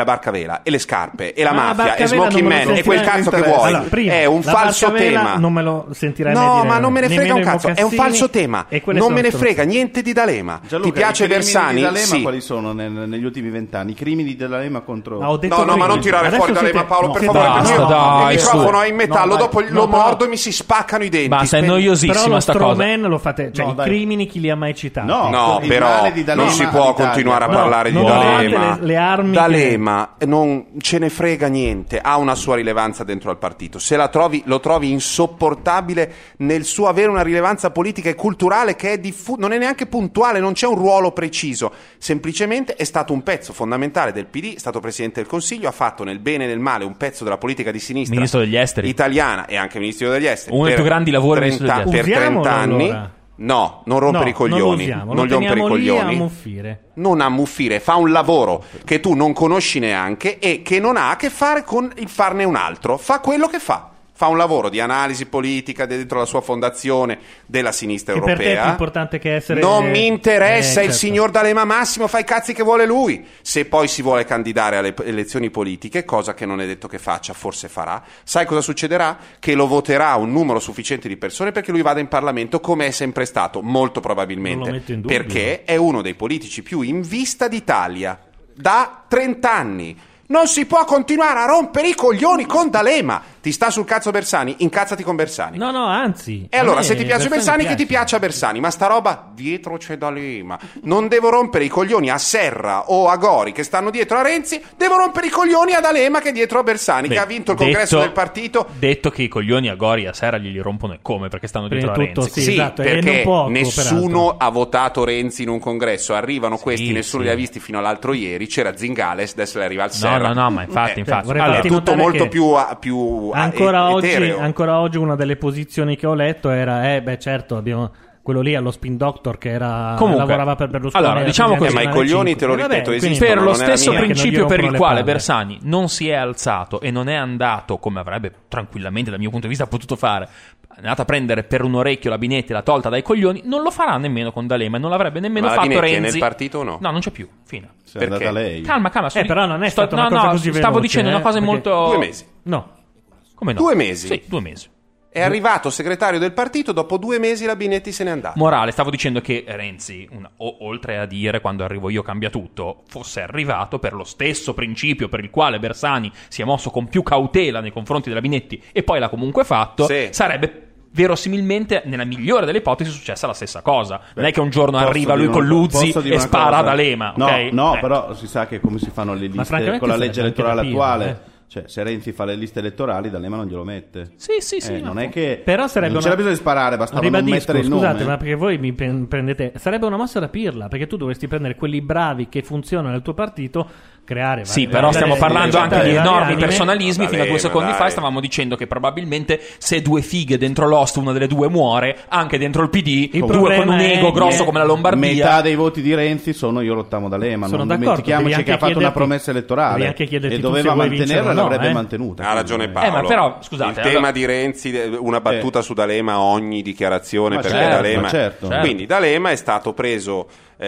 la barca a vela e le scarpe e la mafia e Smoking Man e quel cazzo che vuoi. Allora, prima, è un falso tema. Non me lo sentirai mai dire. Ma non me ne frega un cazzo, è un falso tema. Non me ne frega niente di D'Alema. Gianluca, ti piace Bersani? I crimini di D'Alema sì. quali sono negli ultimi 20 anni? I crimini di D'Alema contro... No, ma non tirare fuori D'Alema, Paolo, per favore. Basta, il microfono è in metallo, dopo lo mordo e mi si spaccano i denti. Basta, è noiosissima sta cosa. Però lo fate, cioè i crimini chi li ha mai citati? No, però non si può continuare a parlare di D'Alema. Le armi D'Alema non ce ne frega niente, ha una sua rilevanza dentro al partito. Se lo trovi insopportabile nel suo avere una rilevanza politica e culturale che è non è neanche puntuale, non c'è un ruolo preciso, semplicemente è stato un pezzo fondamentale del PD, è stato Presidente del Consiglio, ha fatto nel bene e nel male un pezzo della politica di sinistra, Ministro degli Esteri italiana e anche Ministro degli Esteri, uno dei più grandi lavori per 30 anni. Allora. No, non rompere i coglioni. Non gli rompere i coglioni. Non ammuffire, fa un lavoro che tu non conosci neanche e che non ha a che fare con il farne un altro. Fa quello che fa. Fa un lavoro di analisi politica dentro la sua fondazione della sinistra europea. Per te è più importante che essere... Non mi interessa il certo. signor D'Alema Massimo, fa i cazzi che vuole lui. Se poi si vuole candidare alle elezioni politiche, cosa che non è detto che faccia, forse farà, sai cosa succederà? Che lo voterà un numero sufficiente di persone perché lui vada in Parlamento, come è sempre stato, molto probabilmente. Non lo metto in dubbio. Perché è uno dei politici più in vista d'Italia da 30 anni. Non si può continuare a rompere i coglioni con D'Alema. Ti sta sul cazzo Bersani? Incazzati con Bersani. No, anzi. E allora, se ti piace Bersani, che ti piaccia Bersani. Ma sta roba, dietro c'è D'Alema. Non devo rompere i coglioni a Serra o a Gori, che stanno dietro a Renzi. Devo rompere i coglioni a D'Alema, che è dietro a Bersani, che ha vinto il congresso del partito. Detto che i coglioni a Gori e a Serra glieli rompono e come, perché stanno dietro a Renzi. Sì, esatto, perché nessuno ha votato Renzi in un congresso. Arrivano questi, nessuno li ha visti fino all'altro ieri. C'era Zingales, adesso le arriva al Serra. No, ma infatti. Allora, è tutto molto più ancora oggi una delle posizioni che ho letto era certo abbiamo quello lì allo spin doctor che era lavorava per Berlusconi. Allora, diciamo così, ma i coglioni, te lo ripeto, esistono. Per lo stesso principio per il quale Bersani non si è alzato e non è andato, come avrebbe tranquillamente dal mio punto di vista potuto fare, è andato a prendere per un orecchio la Binetti e l'ha tolta dai coglioni, non lo farà nemmeno con D'Alema e non l'avrebbe nemmeno fatto Renzi. Ma la Binetti è nel partito o no? No, non c'è più, fine. È andata lei. Calma, però non è stata una cosa così veloce. Stavo dicendo una cosa molto... 2 mesi. No. Come no? 2 mesi? Sì, 2 mesi. È arrivato segretario del partito, dopo 2 mesi la Binetti se n'è andata. Morale, stavo dicendo che Renzi, oltre a dire quando arrivo io cambia tutto, fosse arrivato per lo stesso principio per il quale Bersani si è mosso con più cautela nei confronti della Binetti e poi l'ha comunque fatto, sarebbe verosimilmente, nella migliore delle ipotesi, successa la stessa cosa. Non è che un giorno arriva lui con Luzzi e spara ad D'Alema. No, però si sa che come si fanno le liste con la legge elettorale attuale. Cioè, se Renzi fa le liste elettorali, D'Alema non glielo mette. Sì. Non è che però sarebbe non c'era bisogno di sparare, bastava non mettere il nome. Scusate, ma perché voi mi prendete... Sarebbe una mossa da pirla, perché tu dovresti prendere quelli bravi che funzionano nel tuo partito, creare... Sì, però stiamo parlando anche di enormi personalismi. Fino a 2 secondi fa stavamo dicendo che probabilmente se 2 fighe dentro l'host, una delle 2 muore, anche dentro il PD, 2 con un ego grosso come la Lombardia... Metà dei voti di Renzi sono io lottavo D'Alema. Non dimentichiamoci che ha fatto una promessa elettorale e doveva mantenerla, l'avrebbe mantenuta. Ha ragione Paolo. Ma però, scusate, il tema di Renzi, una battuta su D'Alema ogni dichiarazione, perché D'Alema... Quindi D'Alema è stato preso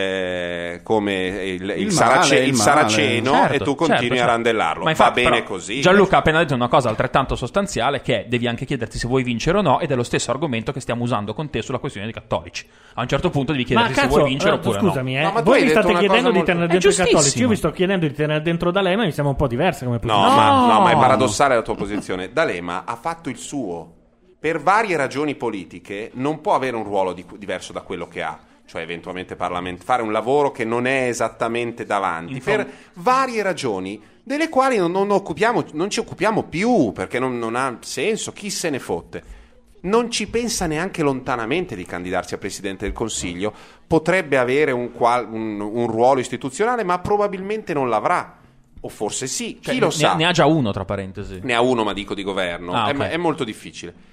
come il saraceno e tu continui a randellarlo. Ma infatti, va bene così. Gianluca ha appena detto una cosa altrettanto sostanziale, che è: devi anche chiederti se vuoi vincere o no, ed è lo stesso argomento che stiamo usando con te sulla questione dei cattolici. A un certo punto devi chiederti se vuoi vincere oppure scusami, no. Ma voi mi state chiedendo di tenere dentro i cattolici, io vi sto chiedendo di tenere dentro D'Alema e mi sembra un po' diversa come posizione. No, ma è paradossale la tua posizione. D'Alema ha fatto il suo. Per varie ragioni politiche non può avere un ruolo diverso da quello che ha, cioè eventualmente fare un lavoro che non è esattamente davanti, per varie ragioni delle quali non ci occupiamo più, perché non ha senso, chi se ne fotte. Non ci pensa neanche lontanamente di candidarsi a Presidente del Consiglio, potrebbe avere un ruolo istituzionale, ma probabilmente non l'avrà. O forse sì, chi lo sa. Ne ha già uno, tra parentesi. Ne ha uno, ma dico di governo. È molto difficile.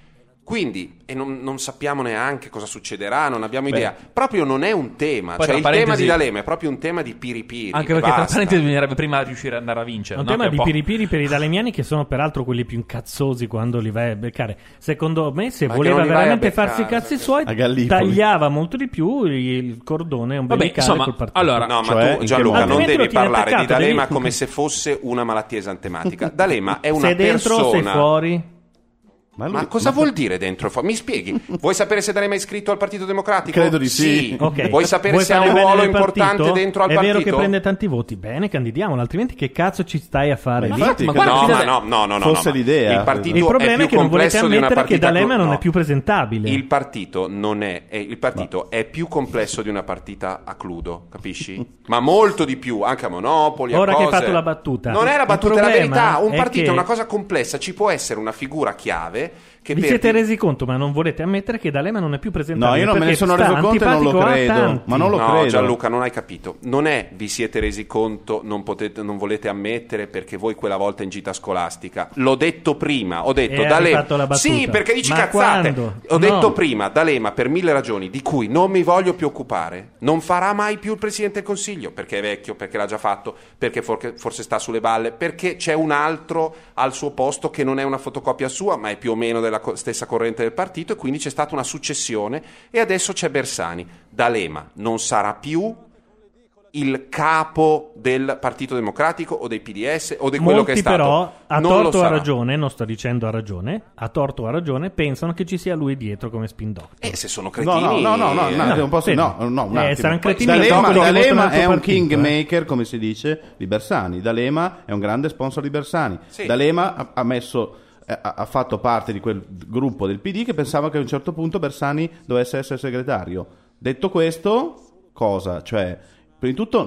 Quindi, e non sappiamo neanche cosa succederà, non abbiamo idea. Proprio non è un tema. Poi, cioè, il parentesi, tema di D'Alema è proprio un tema di piripiri. Anche perché, tra parentesi, bisognerebbe prima riuscire ad andare a vincere. Un tema di piripiri per i dalemiani, che sono peraltro quelli più incazzosi quando li vai a beccare. Secondo me, se voleva veramente farsi i cazzi suoi, tagliava molto di più il cordone umbilicale col partito. Allora, no, ma tu, Gianluca, non devi parlare di D'Alema come se fosse una malattia esantematica. D'Alema è una persona. Sei dentro o sei fuori? Ma cosa vuol dire dentro e fuori? Mi spieghi? Vuoi sapere se D'Alema è iscritto al Partito Democratico? Credo di sì. Okay. Vuoi sapere se ha un ruolo importante dentro al partito? È vero che prende tanti voti. Bene, candidiamolo, altrimenti che cazzo ci stai a fare lì? No. Fosse l'idea. Il partito il problema è che non volete ammettere che D'Alema non è più presentabile. Il partito non è. Il partito è più complesso di una partita a cludo, capisci? Ma molto di più, anche a Monopoli. Ora che hai fatto la battuta. Non è la battuta, è la verità. Un partito è una cosa complessa. Ci può essere una figura chiave. Che vi siete resi conto, ma non volete ammettere che D'Alema non è più presentabile? No, io non me ne sono reso conto e non lo credo. Ma non lo credo. Gianluca, non hai capito. Non è vi siete resi conto, non volete ammettere perché voi quella volta in gita scolastica. L'ho detto prima, ho detto D'Alema. Sì, perché dici cazzate. Ho detto prima, D'Alema per 1000 ragioni di cui non mi voglio più occupare. Non farà mai più il Presidente del Consiglio, perché è vecchio, perché l'ha già fatto, perché forse sta sulle balle, perché c'è un altro al suo posto che non è una fotocopia sua, ma è più o meno della stessa corrente del partito, e quindi c'è stata una successione e adesso c'è Bersani. D'Alema non sarà più il capo del Partito Democratico o dei PDS o di quello che è stato. Però, a torto o a ragione, non sto dicendo a ragione, a torto o a ragione, pensano che ci sia lui dietro come spin doctor. Se sono cretini... Saranno cretini. D'Alema è un kingmaker, come si dice, di Bersani. D'Alema è un grande sponsor di Bersani. Sì. D'Alema ha fatto parte di quel gruppo del PD che pensava che a un certo punto Bersani dovesse essere segretario. Detto questo, cosa? Cioè, prima di tutto,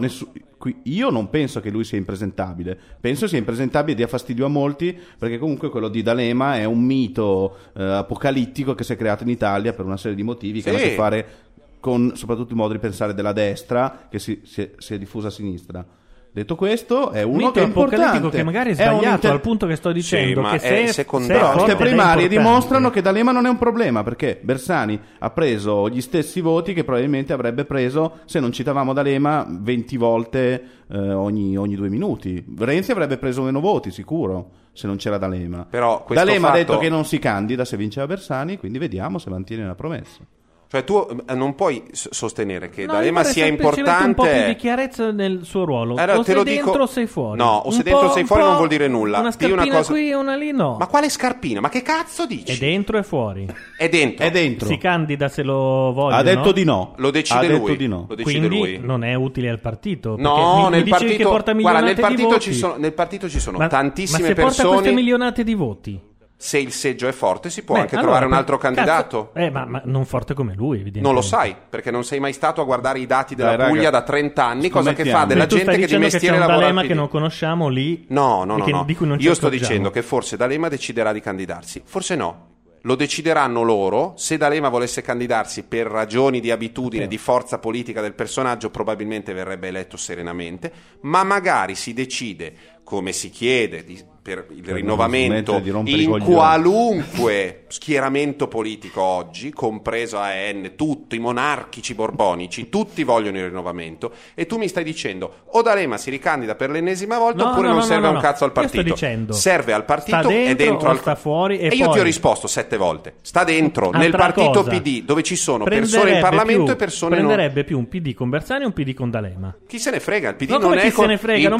io non penso che lui sia impresentabile. Penso sia impresentabile e dia fastidio a molti, perché comunque quello di D'Alema è un mito apocalittico che si è creato in Italia per una serie di motivi che hanno a che fare con soprattutto il modo di pensare della destra che si è diffusa a sinistra. Detto questo, è uno che è importante, che magari è sbagliato al punto che sto dicendo, che se secondario. Queste primarie dimostrano che D'Alema non è un problema, perché Bersani ha preso gli stessi voti che probabilmente avrebbe preso se non citavamo D'Alema 20 volte ogni 2 minuti. Renzi avrebbe preso meno voti, sicuro, se non c'era D'Alema. Però D'Alema ha detto che non si candida se vinceva Bersani, quindi vediamo se mantiene la promessa. Cioè tu non puoi sostenere che D'Alema sia importante. Un po' più di chiarezza nel suo ruolo. Allora, o sei dentro o sei fuori. No, o sei dentro o sei fuori non vuol dire nulla. Una scarpina qui e una lì no. Ma quale scarpina? Ma che cazzo dici? È dentro e fuori. È dentro. Si candida se lo vogliono. Ha detto di no. Lo decide lui. Detto di no. Lo decide quindi lui. non è utile al partito. No, nel partito. Che porta nel partito ci sono tantissime persone. Ma se porta queste milionate di voti. Se il seggio è forte si può anche trovare un altro candidato. Ma non forte come lui, evidentemente. Non lo sai, perché non sei mai stato a guardare i dati della Puglia da 30 anni, cosa che fa della gente che di mestiere lavora. C'è un D'Alema che non conosciamo lì. No. Io sto dicendo che forse D'Alema deciderà di candidarsi. Forse no. Lo decideranno loro. Se D'Alema volesse candidarsi per ragioni di abitudine, di forza politica del personaggio, probabilmente verrebbe eletto serenamente, ma magari si decide, come si chiede, per il rinnovamento in qualunque schieramento politico oggi, compreso AN, tutti i monarchici borbonici, tutti vogliono il rinnovamento, e tu mi stai dicendo o D'Alema si ricandida per l'ennesima volta oppure non serve un cazzo al partito. Io sto dicendo, serve al partito, sta dentro è dentro o sta fuori, e io ti ho risposto 7 volte. Sta dentro nel partito PD, dove ci sono persone in Parlamento e persone prenderebbe più un PD con Bersani o un PD con D'Alema? Chi se ne frega, il PD non è con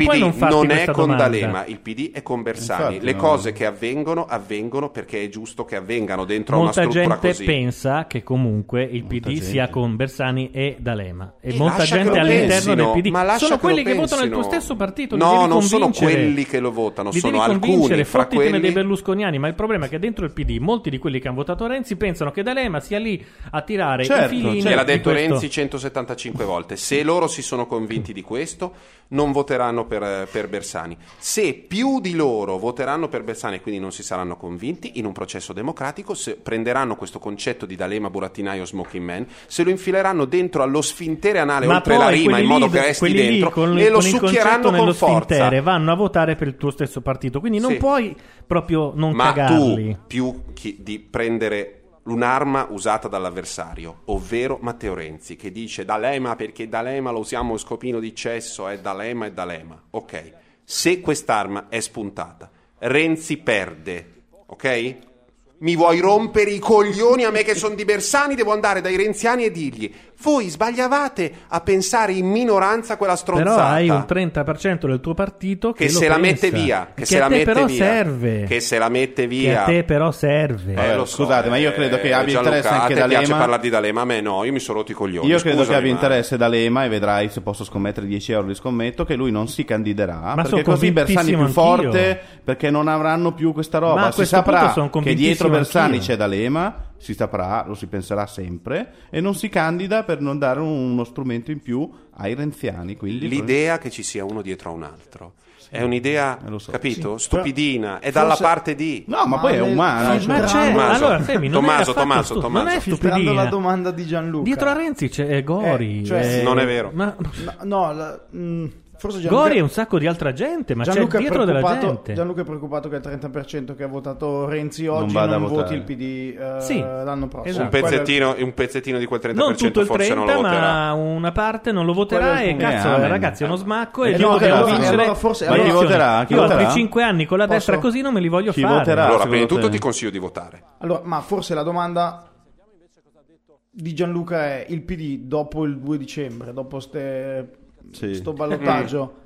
D'Alema, il PD è con Bersani. Le cose che avvengono perché è giusto che avvengano dentro una struttura così. Molta gente pensa che comunque il PD sia con Bersani e D'Alema, e molta gente all'interno del PD sono quelli che votano il tuo stesso partito. No, non sono quelli che lo votano, sono alcuni fra quelli dei berlusconiani. Ma il problema è che dentro il PD molti di quelli che hanno votato Renzi pensano che D'Alema sia lì a tirare i filini. L'ha detto Renzi 175 volte. Se loro si sono convinti di questo, non voteranno per Bersani. Se più di loro voteranno per Bersani e quindi non si saranno convinti, in un processo democratico prenderanno questo concetto di D'Alema, burattinaio, smoking man, se lo infileranno dentro allo sfintere anale oltre la rima, in modo che resti dentro, e lo succhieranno con forza. Vanno a votare per il tuo stesso partito, quindi non puoi proprio non cagarli. Ma tu, più di prendere un'arma usata dall'avversario, ovvero Matteo Renzi, che dice D'Alema perché D'Alema lo usiamo scopino di cesso, è D'Alema. Ok, se quest'arma è spuntata, Renzi perde, ok? Mi vuoi rompere i coglioni a me che sono di Bersani? Devo andare dai renziani e dirgli: voi sbagliavate a pensare in minoranza quella stronzata. Però hai un 30% del tuo partito che se la mette via, che se la mette però via, serve. Che se la mette via. Che a te però serve. Lo so, scusate, ma io credo che abbia interesse anche D'Alema. A te piace parlare di D'Alema, a me no, io mi sono rotto i coglioni. Io credo che abbia interesse D'Alema, e vedrai, se posso scommettere 10 euro li scommetto, che lui non si candiderà, ma perché così Bersani è più forte, perché non avranno più questa roba. Ma si saprà che dietro Bersani c'è D'Alema, si saprà, lo si penserà sempre, e non si candida per non dare uno strumento in più ai renziani. Quindi l'idea che ci sia uno dietro a un altro è un'idea, capito? Stupidina, è dalla parte di... No, ma poi è umano. Ma c'è... Allora, Tommaso. Non è stupidina. La domanda di Gianluca. Dietro a Renzi c'è Gori. Non è vero. Forse Gianluca... Gori e un sacco di altra gente, ma Gianluca c'è dietro della gente. Gianluca è preoccupato che il 30% che ha votato Renzi oggi non voti il PD l'anno prossimo. Esatto. Un pezzettino di quel 30% non tutto il 30%, forse non lo voterà, ma una parte non lo voterà, e cazzo, ragazzi, è uno smacco, e io devo vincere. Allora forse chi voterà? Io altri 5 anni con la destra così non me li voglio fare. Voterà, allora, prima di tutto ti consiglio di votare. Allora, ma forse la domanda di Gianluca è: il PD dopo il 2 dicembre, dopo sto ballottaggio,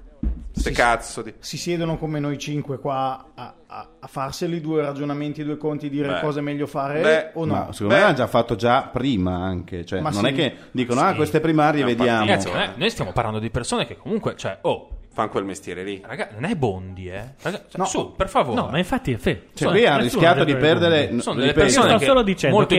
si siedono come noi 5 qua a farseli due ragionamenti, due conti, dire cosa è meglio fare o no? Ma secondo me l'hanno già fatto già prima anche, cioè non è che dicono queste primarie vediamo. Ragazzi, noi stiamo parlando di persone che comunque, fanno quel mestiere lì. Ragazzi, non è Bondi, su, per favore. No, ma infatti qui hanno rischiato di perdere. Sono delle persone che solo dicendo molto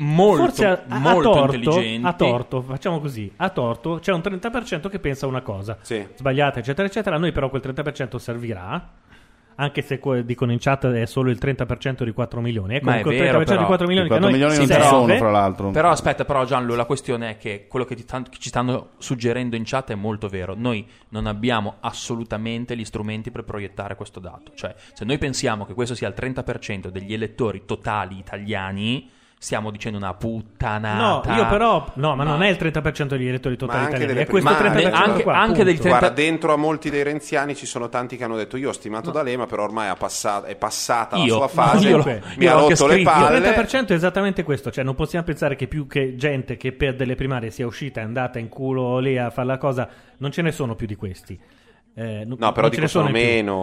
forse molto intelligenti. A torto, facciamo così, a torto c'è un 30% che pensa una cosa sbagliata, eccetera eccetera. A noi però quel 30% servirà, anche se dicono in chat è solo il 30% di 4 milioni. È comunque il 30% di 4 milioni 4 che milioni non ci sono, fra l'altro. Però aspetta, Gianlu, la questione è che quello che ci stanno suggerendo in chat è molto vero. Noi non abbiamo assolutamente gli strumenti per proiettare questo dato. Cioè, se noi pensiamo che questo sia il 30% degli elettori totali italiani, stiamo dicendo una puttanata. No, io però ma non è il 30% degli elettori totali italiani, è questo 30% anche del 30%. Guarda, dentro a molti dei renziani ci sono tanti che hanno detto: io ho stimato D'Alema, però ormai è passata la sua fase, mi ha rotto le palle. Il 30% è esattamente questo, cioè non possiamo pensare che più che gente che per delle primarie sia uscita, è andata in culo lì a fare la cosa, non ce ne sono più di questi. No, però dico sono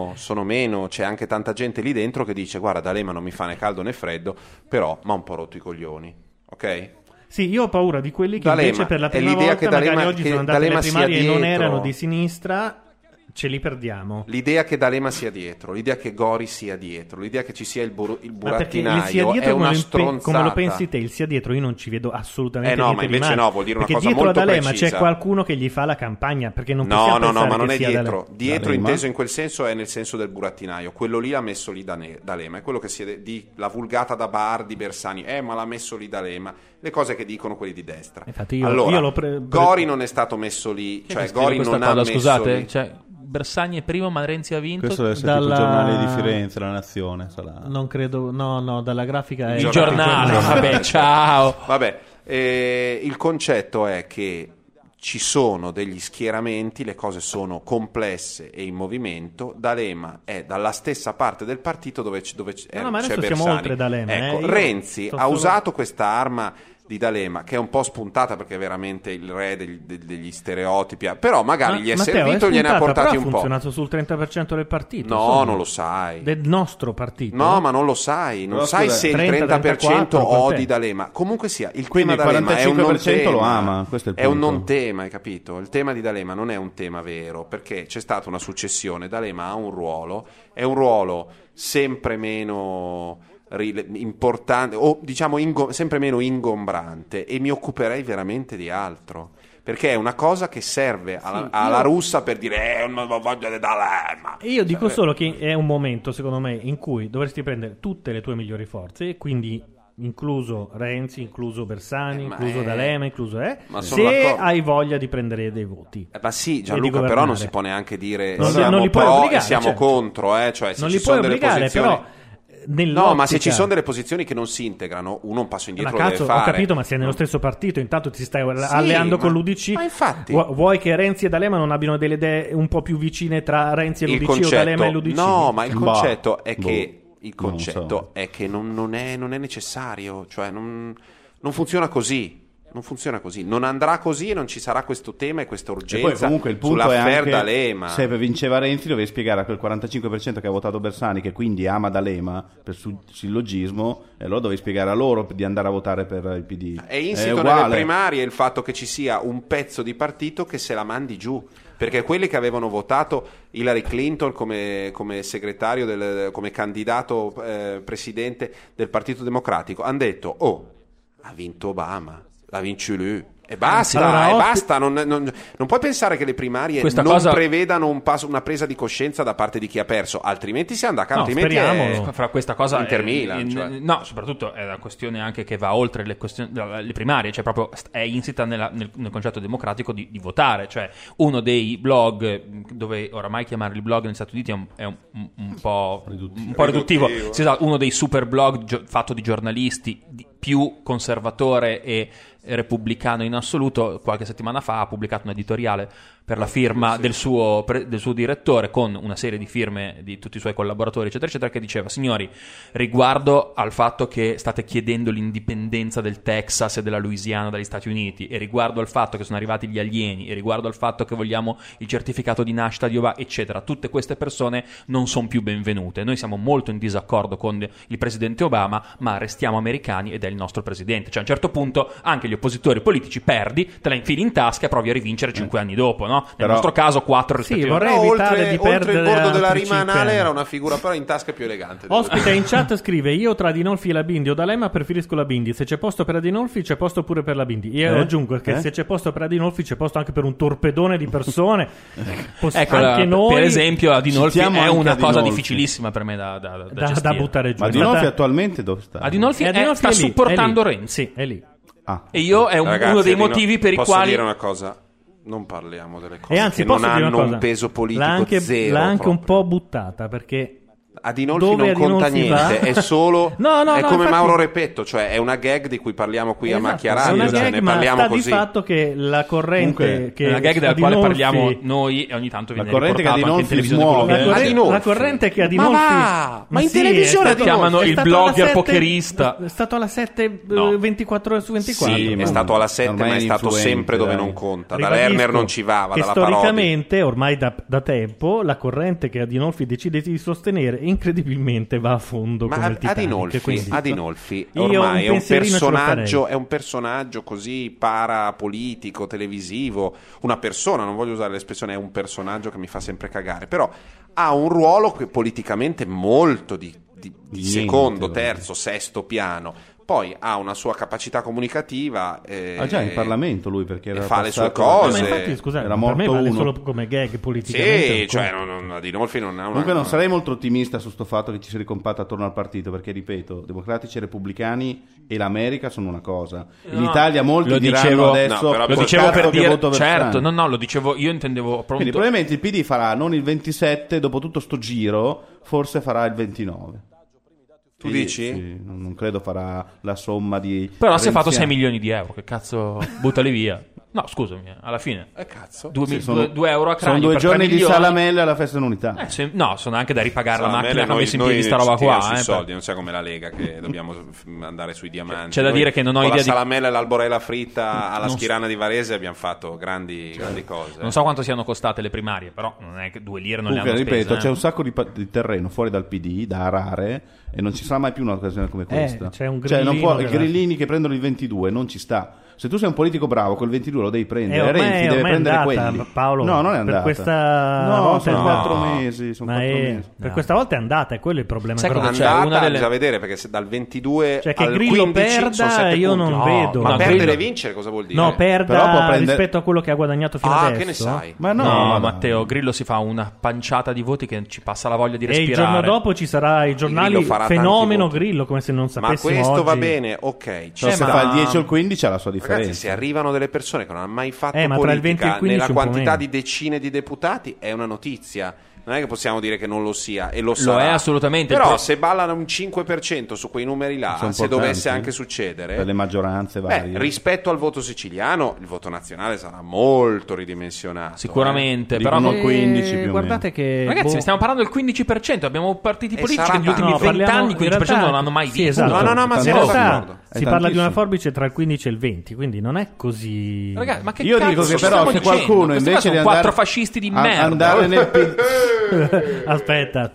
meno. C'è anche tanta gente lì dentro che dice: guarda, D'Alema non mi fa né caldo né freddo, però mi ha un po' rotto i coglioni, ok? Sì, io ho paura di quelli che invece per la prima volta che D'Alema, magari oggi sono andati alle primarie e non erano di sinistra. Ce li perdiamo. L'idea che D'Alema sia dietro, l'idea che Gori sia dietro, l'idea che ci sia il burattinaio è una stronzata. Come lo pensi te, il sia dietro io non ci vedo assolutamente niente ma invece di male. no, vuol dire una perché cosa molto dietro a D'Alema precisa. c'è qualcuno che gli fa la campagna, perché non possiamo no, ma non che è sia dietro. Dietro D'Alema. Inteso in quel senso è nel senso del burattinaio. Quello lì l'ha messo lì D'Alema, è quello che la vulgata da bar di Bersani. Ma l'ha messo lì D'Alema. Le cose che dicono quelli di destra. Infatti io Gori non è stato messo lì, cioè Gori non ha messo scusate, lì. Cioè, Bersani è primo, ma Renzi ha vinto. Questo deve essere tipo il giornale di Firenze, La Nazione. Sarà... Non credo, no, dalla grafica è il giornale. Vabbè, ciao. Vabbè, il concetto è che ci sono degli schieramenti, le cose sono complesse e in movimento. D'Alema è dalla stessa parte del partito dove c'è ma adesso Bersani. siamo oltre D'Alema. Ecco, Renzi ha usato questa arma di D'Alema, che è un po' spuntata perché è veramente il re degli stereotipi, però magari gli è servito, gliene ha portati un po'. Ha funzionato sul 30% del partito. No, non lo sai. Del nostro partito. No, ma non lo sai. Non sai se il 30% odi D'Alema. Comunque sia, il tema D'Alema è un non tema. Lo ama, questo è il punto. È un non tema, hai capito? Il tema di D'Alema non è un tema vero, perché c'è stata una successione. D'Alema ha un ruolo, è un ruolo sempre meno importante, o diciamo sempre meno ingombrante, e mi occuperei veramente di altro, perché è una cosa che serve alla russa per dire non voglio D'Alema. Io dico solo che è un momento, secondo me, in cui dovresti prendere tutte le tue migliori forze, quindi incluso Renzi, incluso Bersani, incluso D'Alema, incluso se hai voglia di prendere dei voti. Ma sì, Gianluca, però non si può neanche dire non li puoi obbligare, siamo contro, cioè se non ci li puoi sono delle obbligare, posizioni. però No, ma se ci sono delle posizioni che non si integrano, uno un passo indietro lo deve fare. Ho capito, ma sei nello stesso partito, intanto ti stai alleando con l'UDC. Ma infatti, vuoi che Renzi e D'Alema non abbiano delle idee un po' più vicine tra Renzi e l'UDC o D'Alema e l'UDC? No, ma il concetto è che è che non è necessario, cioè non funziona così. Non funziona così, non andrà così e non ci sarà questo tema e questa urgenza. E poi comunque il punto è anche D'Alema. Se vinceva Renzi dovevi spiegare a quel 45% che ha votato Bersani, che quindi ama D'Alema per sillogismo, e allora dovevi spiegare a loro di andare a votare per il PD. È insito nelle primarie il fatto che ci sia un pezzo di partito che se la mandi giù, perché quelli che avevano votato Hillary Clinton come segretario come candidato presidente del Partito Democratico hanno detto ha vinto Obama, la vince lui, e basta, basta. Non puoi pensare che le primarie prevedano una presa di coscienza da parte di chi ha perso, altrimenti si anda a campo. Fra questa cosa Inter Milan, no, soprattutto è una questione anche che va oltre le primarie, cioè proprio è insita nel concetto democratico di votare, cioè uno dei blog, dove oramai chiamarli blog negli Stati Uniti è un po' riduttivo. Uno dei super blog fatto di giornalisti più conservatore e repubblicano in assoluto, qualche settimana fa ha pubblicato un editoriale per la firma del suo direttore, con una serie di firme di tutti i suoi collaboratori eccetera eccetera, che diceva: signori, riguardo al fatto che state chiedendo l'indipendenza del Texas e della Louisiana dagli Stati Uniti, e riguardo al fatto che sono arrivati gli alieni, e riguardo al fatto che vogliamo il certificato di nascita di Obama eccetera, tutte queste persone non sono più benvenute. Noi siamo molto in disaccordo con il presidente Obama, ma restiamo americani ed è il nostro presidente. Cioè a un certo punto anche gli oppositori politici perdi, te la infili in tasca e provi a rivincere 5 anni dopo, no? Nel nostro caso 4 rispetto vorrei evitare di perdere oltre il bordo della altri rimanale era una figura però in tasca più elegante. Ospite in chat scrive: io tra Adinolfi e la Bindi o D'Alema preferisco la Bindi, se c'è posto per Adinolfi c'è posto pure per la Bindi. Io aggiungo che se c'è posto per Adinolfi c'è posto anche per un torpedone di persone. Anche noi, per esempio, Adinolfi è una cosa difficilissima per me da buttare giù. Ma Adinolfi attualmente dove sta? Adinolfi sta supportando Renzi. È lì. E io è uno dei motivi per i quali. Posso dire una cosa? Non parliamo delle cose e anzi, che non hanno un peso politico zero. L'ha anche un po' buttata, perché Adinolfi non conta niente, è solo è come infatti, Mauro Repetto, cioè è una gag di cui parliamo qui a Macchia Radio, cioè ne parliamo sta così. Di fatto che la corrente che è una gag della quale parliamo noi e ogni tanto viene riportato anche in televisione. La corrente che Adinolfi ma in televisione chiamano il blogger pokerista. È stato alla 7 24 ore su 24. Sì, è stato alla 7, ma è stato sempre dove non conta. Da Lerner non ci va, dalla storicamente ormai da tempo la corrente che Adinolfi decide di sostenere incredibilmente va a fondo come il Titanic. Adinolfi ormai è un personaggio così parapolitico, televisivo, una persona, non voglio usare l'espressione è un personaggio che mi fa sempre cagare, però ha un ruolo politicamente molto di secondo, terzo, sesto piano. Poi ha una sua capacità comunicativa. Già in Parlamento lui, perché era fa le sue cose. Ma infatti, scusate, era morto per me vale uno. Solo come gag politicamente. Sì, cioè Adinolfi non ha una. Comunque non sarei molto ottimista su sto fatto che ci si ricompatta attorno al partito, perché ripeto, democratici e repubblicani e l'America sono una cosa. In Italia molti lo diranno adesso. Lo dicevo per dire, certo, lo dicevo, io intendevo. Quindi probabilmente il PD farà non il 27, dopo tutto sto giro, forse farà il 29. Tu dici? Sì, non credo farà la somma di. Però si è fatto 6 milioni di euro, che cazzo, buttali via. No, scusami, alla fine. Cazzo. 2 euro a cranio. Sono 2 giorni di salamelle alla festa dell'unità. Sono anche da ripagare la macchina che ha messo in piedi sta roba qua. Sui soldi, non sia come la Lega che dobbiamo andare sui diamanti. C'è da dire che non ho idea di. Con la salamella e l'alborella fritta alla Schirana di Varese abbiamo fatto grandi cose. Non so quanto siano costate le primarie, però non è che 2 lire non le hanno spese. Ripeto, c'è un sacco di terreno fuori dal PD da arare e non ci sarà mai più un'occasione come questa. C'è un grillino, i grillini che prendono il 22 non ci sta. Se tu sei un politico bravo, quel 22 lo devi prendere. Renzi deve prendere quelli. Paolo, no, non è andata. Per questa volta sono 4 mesi. Per questa volta è andata, è quello il problema. Sai cosa c'è? Bisogna vedere, perché se dal 22 cioè che al Grillo 15 perda, io non vedo. Ma perdere e vincere cosa vuol dire? No, perda rispetto a quello che ha guadagnato fino adesso. Che ne sai? Ma no, Matteo, Grillo si fa una panciata di voti che ci passa la voglia di respirare. E il giorno dopo ci sarà i giornali fenomeno Grillo, come se non sapessimo. Ma questo oggi. Va bene, ok. Se fa il 10 o il 15 ha la sua differenza. Ragazzi, se arrivano delle persone che non hanno mai fatto ma tra il 20 e il 15 nella quantità di decine di deputati è una notizia. Non è che possiamo dire che non lo sia, e lo sarà. Lo è assolutamente. Però se ballano un 5% su quei numeri là, Sono se importanti dovesse anche succedere, per le maggioranze varie, rispetto al voto siciliano, il voto nazionale sarà molto ridimensionato. Sicuramente, però però 15 più o guardate che ragazzi, stiamo parlando del 15%. Abbiamo partiti politici che negli ultimi 20 anni il 15% non hanno mai visto. Esatto. No, ma siamo d'accordo. Si parla di una forbice tra il 15 e il 20, quindi non è così. Ragazzi, ma che io dico che però se qualcuno invece di andare quattro fascisti di merda, andare nel aspetta,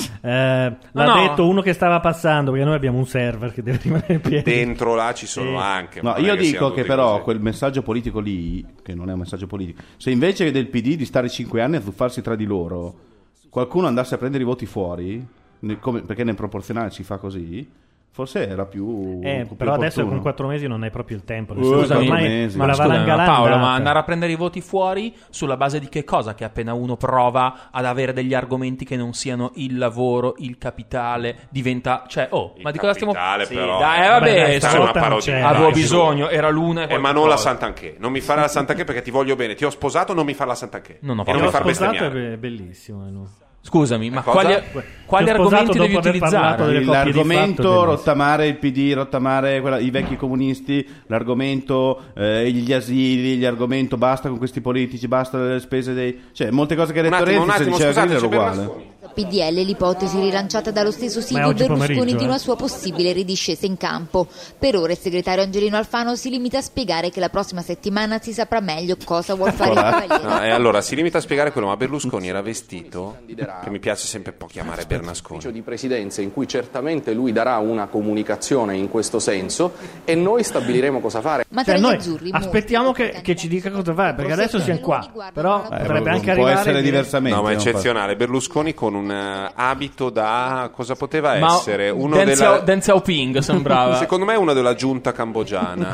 l'ha detto uno che stava passando, perché noi abbiamo un server che deve rimanere in piedi. Dentro là ci sono anche. No, io dico che però quel messaggio politico lì, che non è un messaggio politico, se invece del PD di stare 5 anni a zuffarsi tra di loro, qualcuno andasse a prendere i voti fuori, perché nel proporzionale si fa così, forse era più però adesso con 4 mesi non hai proprio il tempo. Scusami, ma la valanga Paolo, ma andare a prendere i voti fuori sulla base di che cosa? Che appena uno prova ad avere degli argomenti che non siano il lavoro, il capitale, diventa, cioè, ma di cosa stiamo parlando? Sì, però vabbè, una parodia. avevo bisogno, era l'una ma non la Sant'Anché, non mi fare la Sant'Anché perché ti voglio bene, ti ho sposato, non mi fare la Sant'Anché. Non ho sposato, è bellissimo. Scusami, ma quali argomenti devi utilizzare? L'argomento rottamare il PD, rottamare i vecchi comunisti, l'argomento gli asili, l'argomento basta con questi politici, basta le spese dei... Cioè, molte cose che ha detto Renzi si diceva che era uguale. PDL, l'ipotesi rilanciata dallo stesso Silvio Berlusconi di una sua possibile ridiscesa in campo. Per ora il segretario Angelino Alfano si limita a spiegare che la prossima settimana si saprà meglio cosa vuol fare il Cavaliere. E allora si limita a spiegare quello, ma Berlusconi era vestito, che mi piace sempre un po' chiamare Bernasconi, di presidenza in cui certamente lui darà una comunicazione in questo senso e noi stabiliremo cosa fare. Ma tra gli azzurri aspettiamo che ci dica cosa fare, perché adesso siamo qua, però potrebbe anche arrivare, può essere diversamente. No, ma è eccezionale. Berlusconi con un abito da cosa poteva essere? Uno Deng Xiaoping sembrava. Secondo me è uno della giunta cambogiana.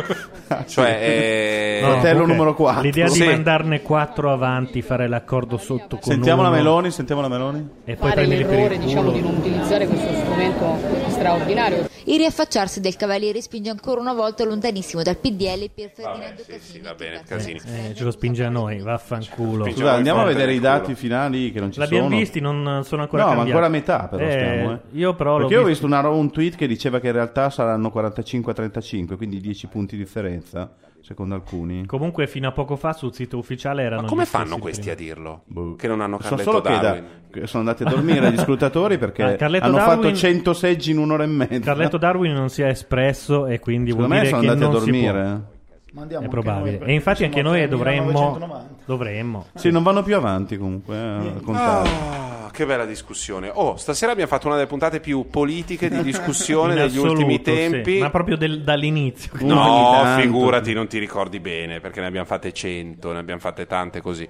Cioè fratello numero 4. L'idea di mandarne 4 avanti, fare l'accordo sotto con sentiamo uno. la Meloni e poi fare l'errore, diciamo, di non utilizzare questo strumento straordinario. Il riaffacciarsi del Cavaliere spinge ancora una volta lontanissimo dal PDL per Ferdinando Casini. Sì, va bene, Casini. Ce lo spinge a noi, vaffanculo. Scusa, andiamo a vedere i dati finali che non ci L'abbiamo sono. visti, non sono ancora cambiati. cambiati. Ma ancora a metà però stiamo. Io però perché io ho visto un tweet che diceva che in realtà saranno 45-35, quindi 10 punti di differenza, secondo alcuni. Comunque fino a poco fa sul sito ufficiale erano. Ma come fanno questi a dirlo? Che non hanno Carletto Darwin? Sono andati a dormire gli scrutatori perché hanno fatto 100 seggi in un'ora e mezza. Carletto Darwin non si è espresso e quindi secondo vuol me dire sono andati che non a dormire. È probabile. E infatti anche noi dovremmo. Sì, non vanno più avanti comunque a contare. Che bella discussione. Stasera abbiamo fatto una delle puntate più politiche di discussione degli ultimi tempi. Sì. Ma proprio dall'inizio. No, figurati, non ti ricordi bene, perché ne abbiamo fatte 100, ne abbiamo fatte tante così.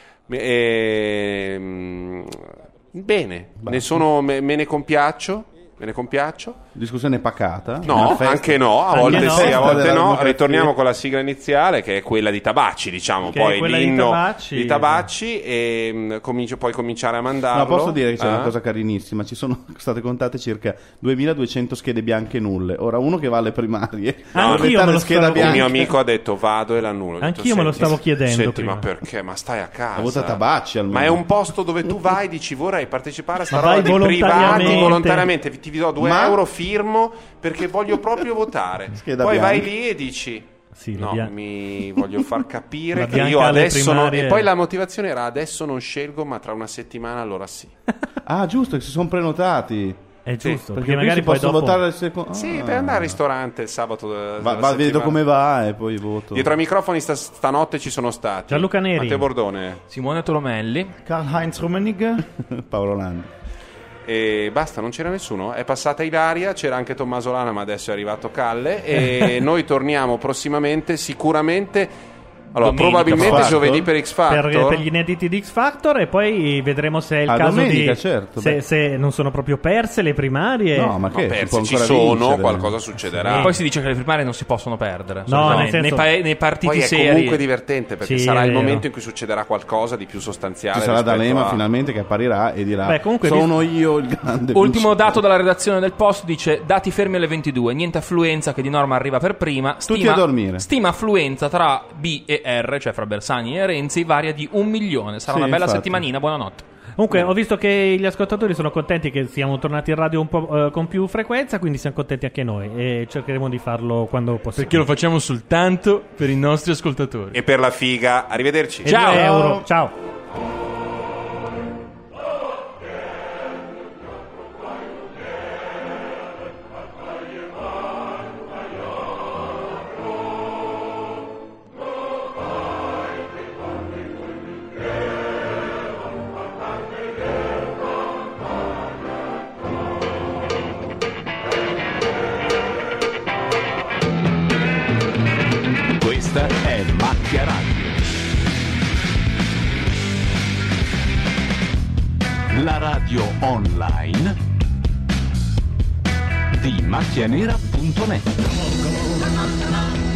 Bene, me ne compiaccio. Discussione pacata? No, anche no, a volte sì, a volte no. Ritorniamo con la sigla iniziale, che è quella di Tabacci, diciamo, che poi l'inno di Tabacci e puoi cominciare a mandarlo. No, posso dire che c'è una cosa carinissima, ci sono state contate circa 2200 schede bianche nulle. Ora uno che va alle primarie, il mio amico ha detto vado e l'annullo. Anch'io me lo stavo chiedendo. Senti, prima. ma perché? Ma stai a casa. Ha votato Tabacci almeno. Ma è un posto dove tu vai, dici vorrei partecipare a sta roba di privati volontariamente, ti do 2 euro, firmo perché voglio proprio votare. Poi vai lì e dici mi voglio far capire che io adesso non... E poi la motivazione era adesso non scelgo, ma tra una settimana allora sì. Ah, giusto, che si sono prenotati. È giusto, perché magari posso votare al secondo. Sì, per andare al ristorante il sabato. Vedo come va e poi voto. Dietro ai microfoni stanotte ci sono stati Gianluca Neri, Matteo Bordone, Simone Tolomelli, Karl-Heinz Rummenigge, Paolo Landi. E basta, non c'era nessuno. È passata Ilaria, c'era anche Tommaso Lana, ma adesso è arrivato Calle. E noi torniamo prossimamente, sicuramente. Allora, probabilmente giovedì per X Factor, per gli inediti di X Factor, e poi vedremo se è il caso domenica, di certo, se non sono proprio perse le primarie. No, ma che perse ci sono, vincere. Qualcosa succederà. E poi si dice che le primarie non si possono perdere. No, nel senso, nei partiti poi seri. È comunque divertente perché sarà il momento in cui succederà qualcosa di più sostanziale. Ci sarà D'Alema finalmente che apparirà e dirà: comunque, sono io il grande ultimo dato dalla redazione del Post dice: dati fermi alle 22, niente affluenza, che di norma arriva per prima. Tutti a dormire. Stima affluenza tra B e R, cioè fra Bersani e Renzi, varia di 1 milione. Sarà una bella settimanina, buonanotte. Comunque, ho visto che gli ascoltatori sono contenti che siamo tornati in radio un po' con più frequenza, quindi siamo contenti anche noi e cercheremo di farlo quando possiamo. Perché lo facciamo soltanto per i nostri ascoltatori. E per la figa. Arrivederci. Ciao. Euro. Ciao. Questa è Macchia Radio. La radio online di macchianera.net.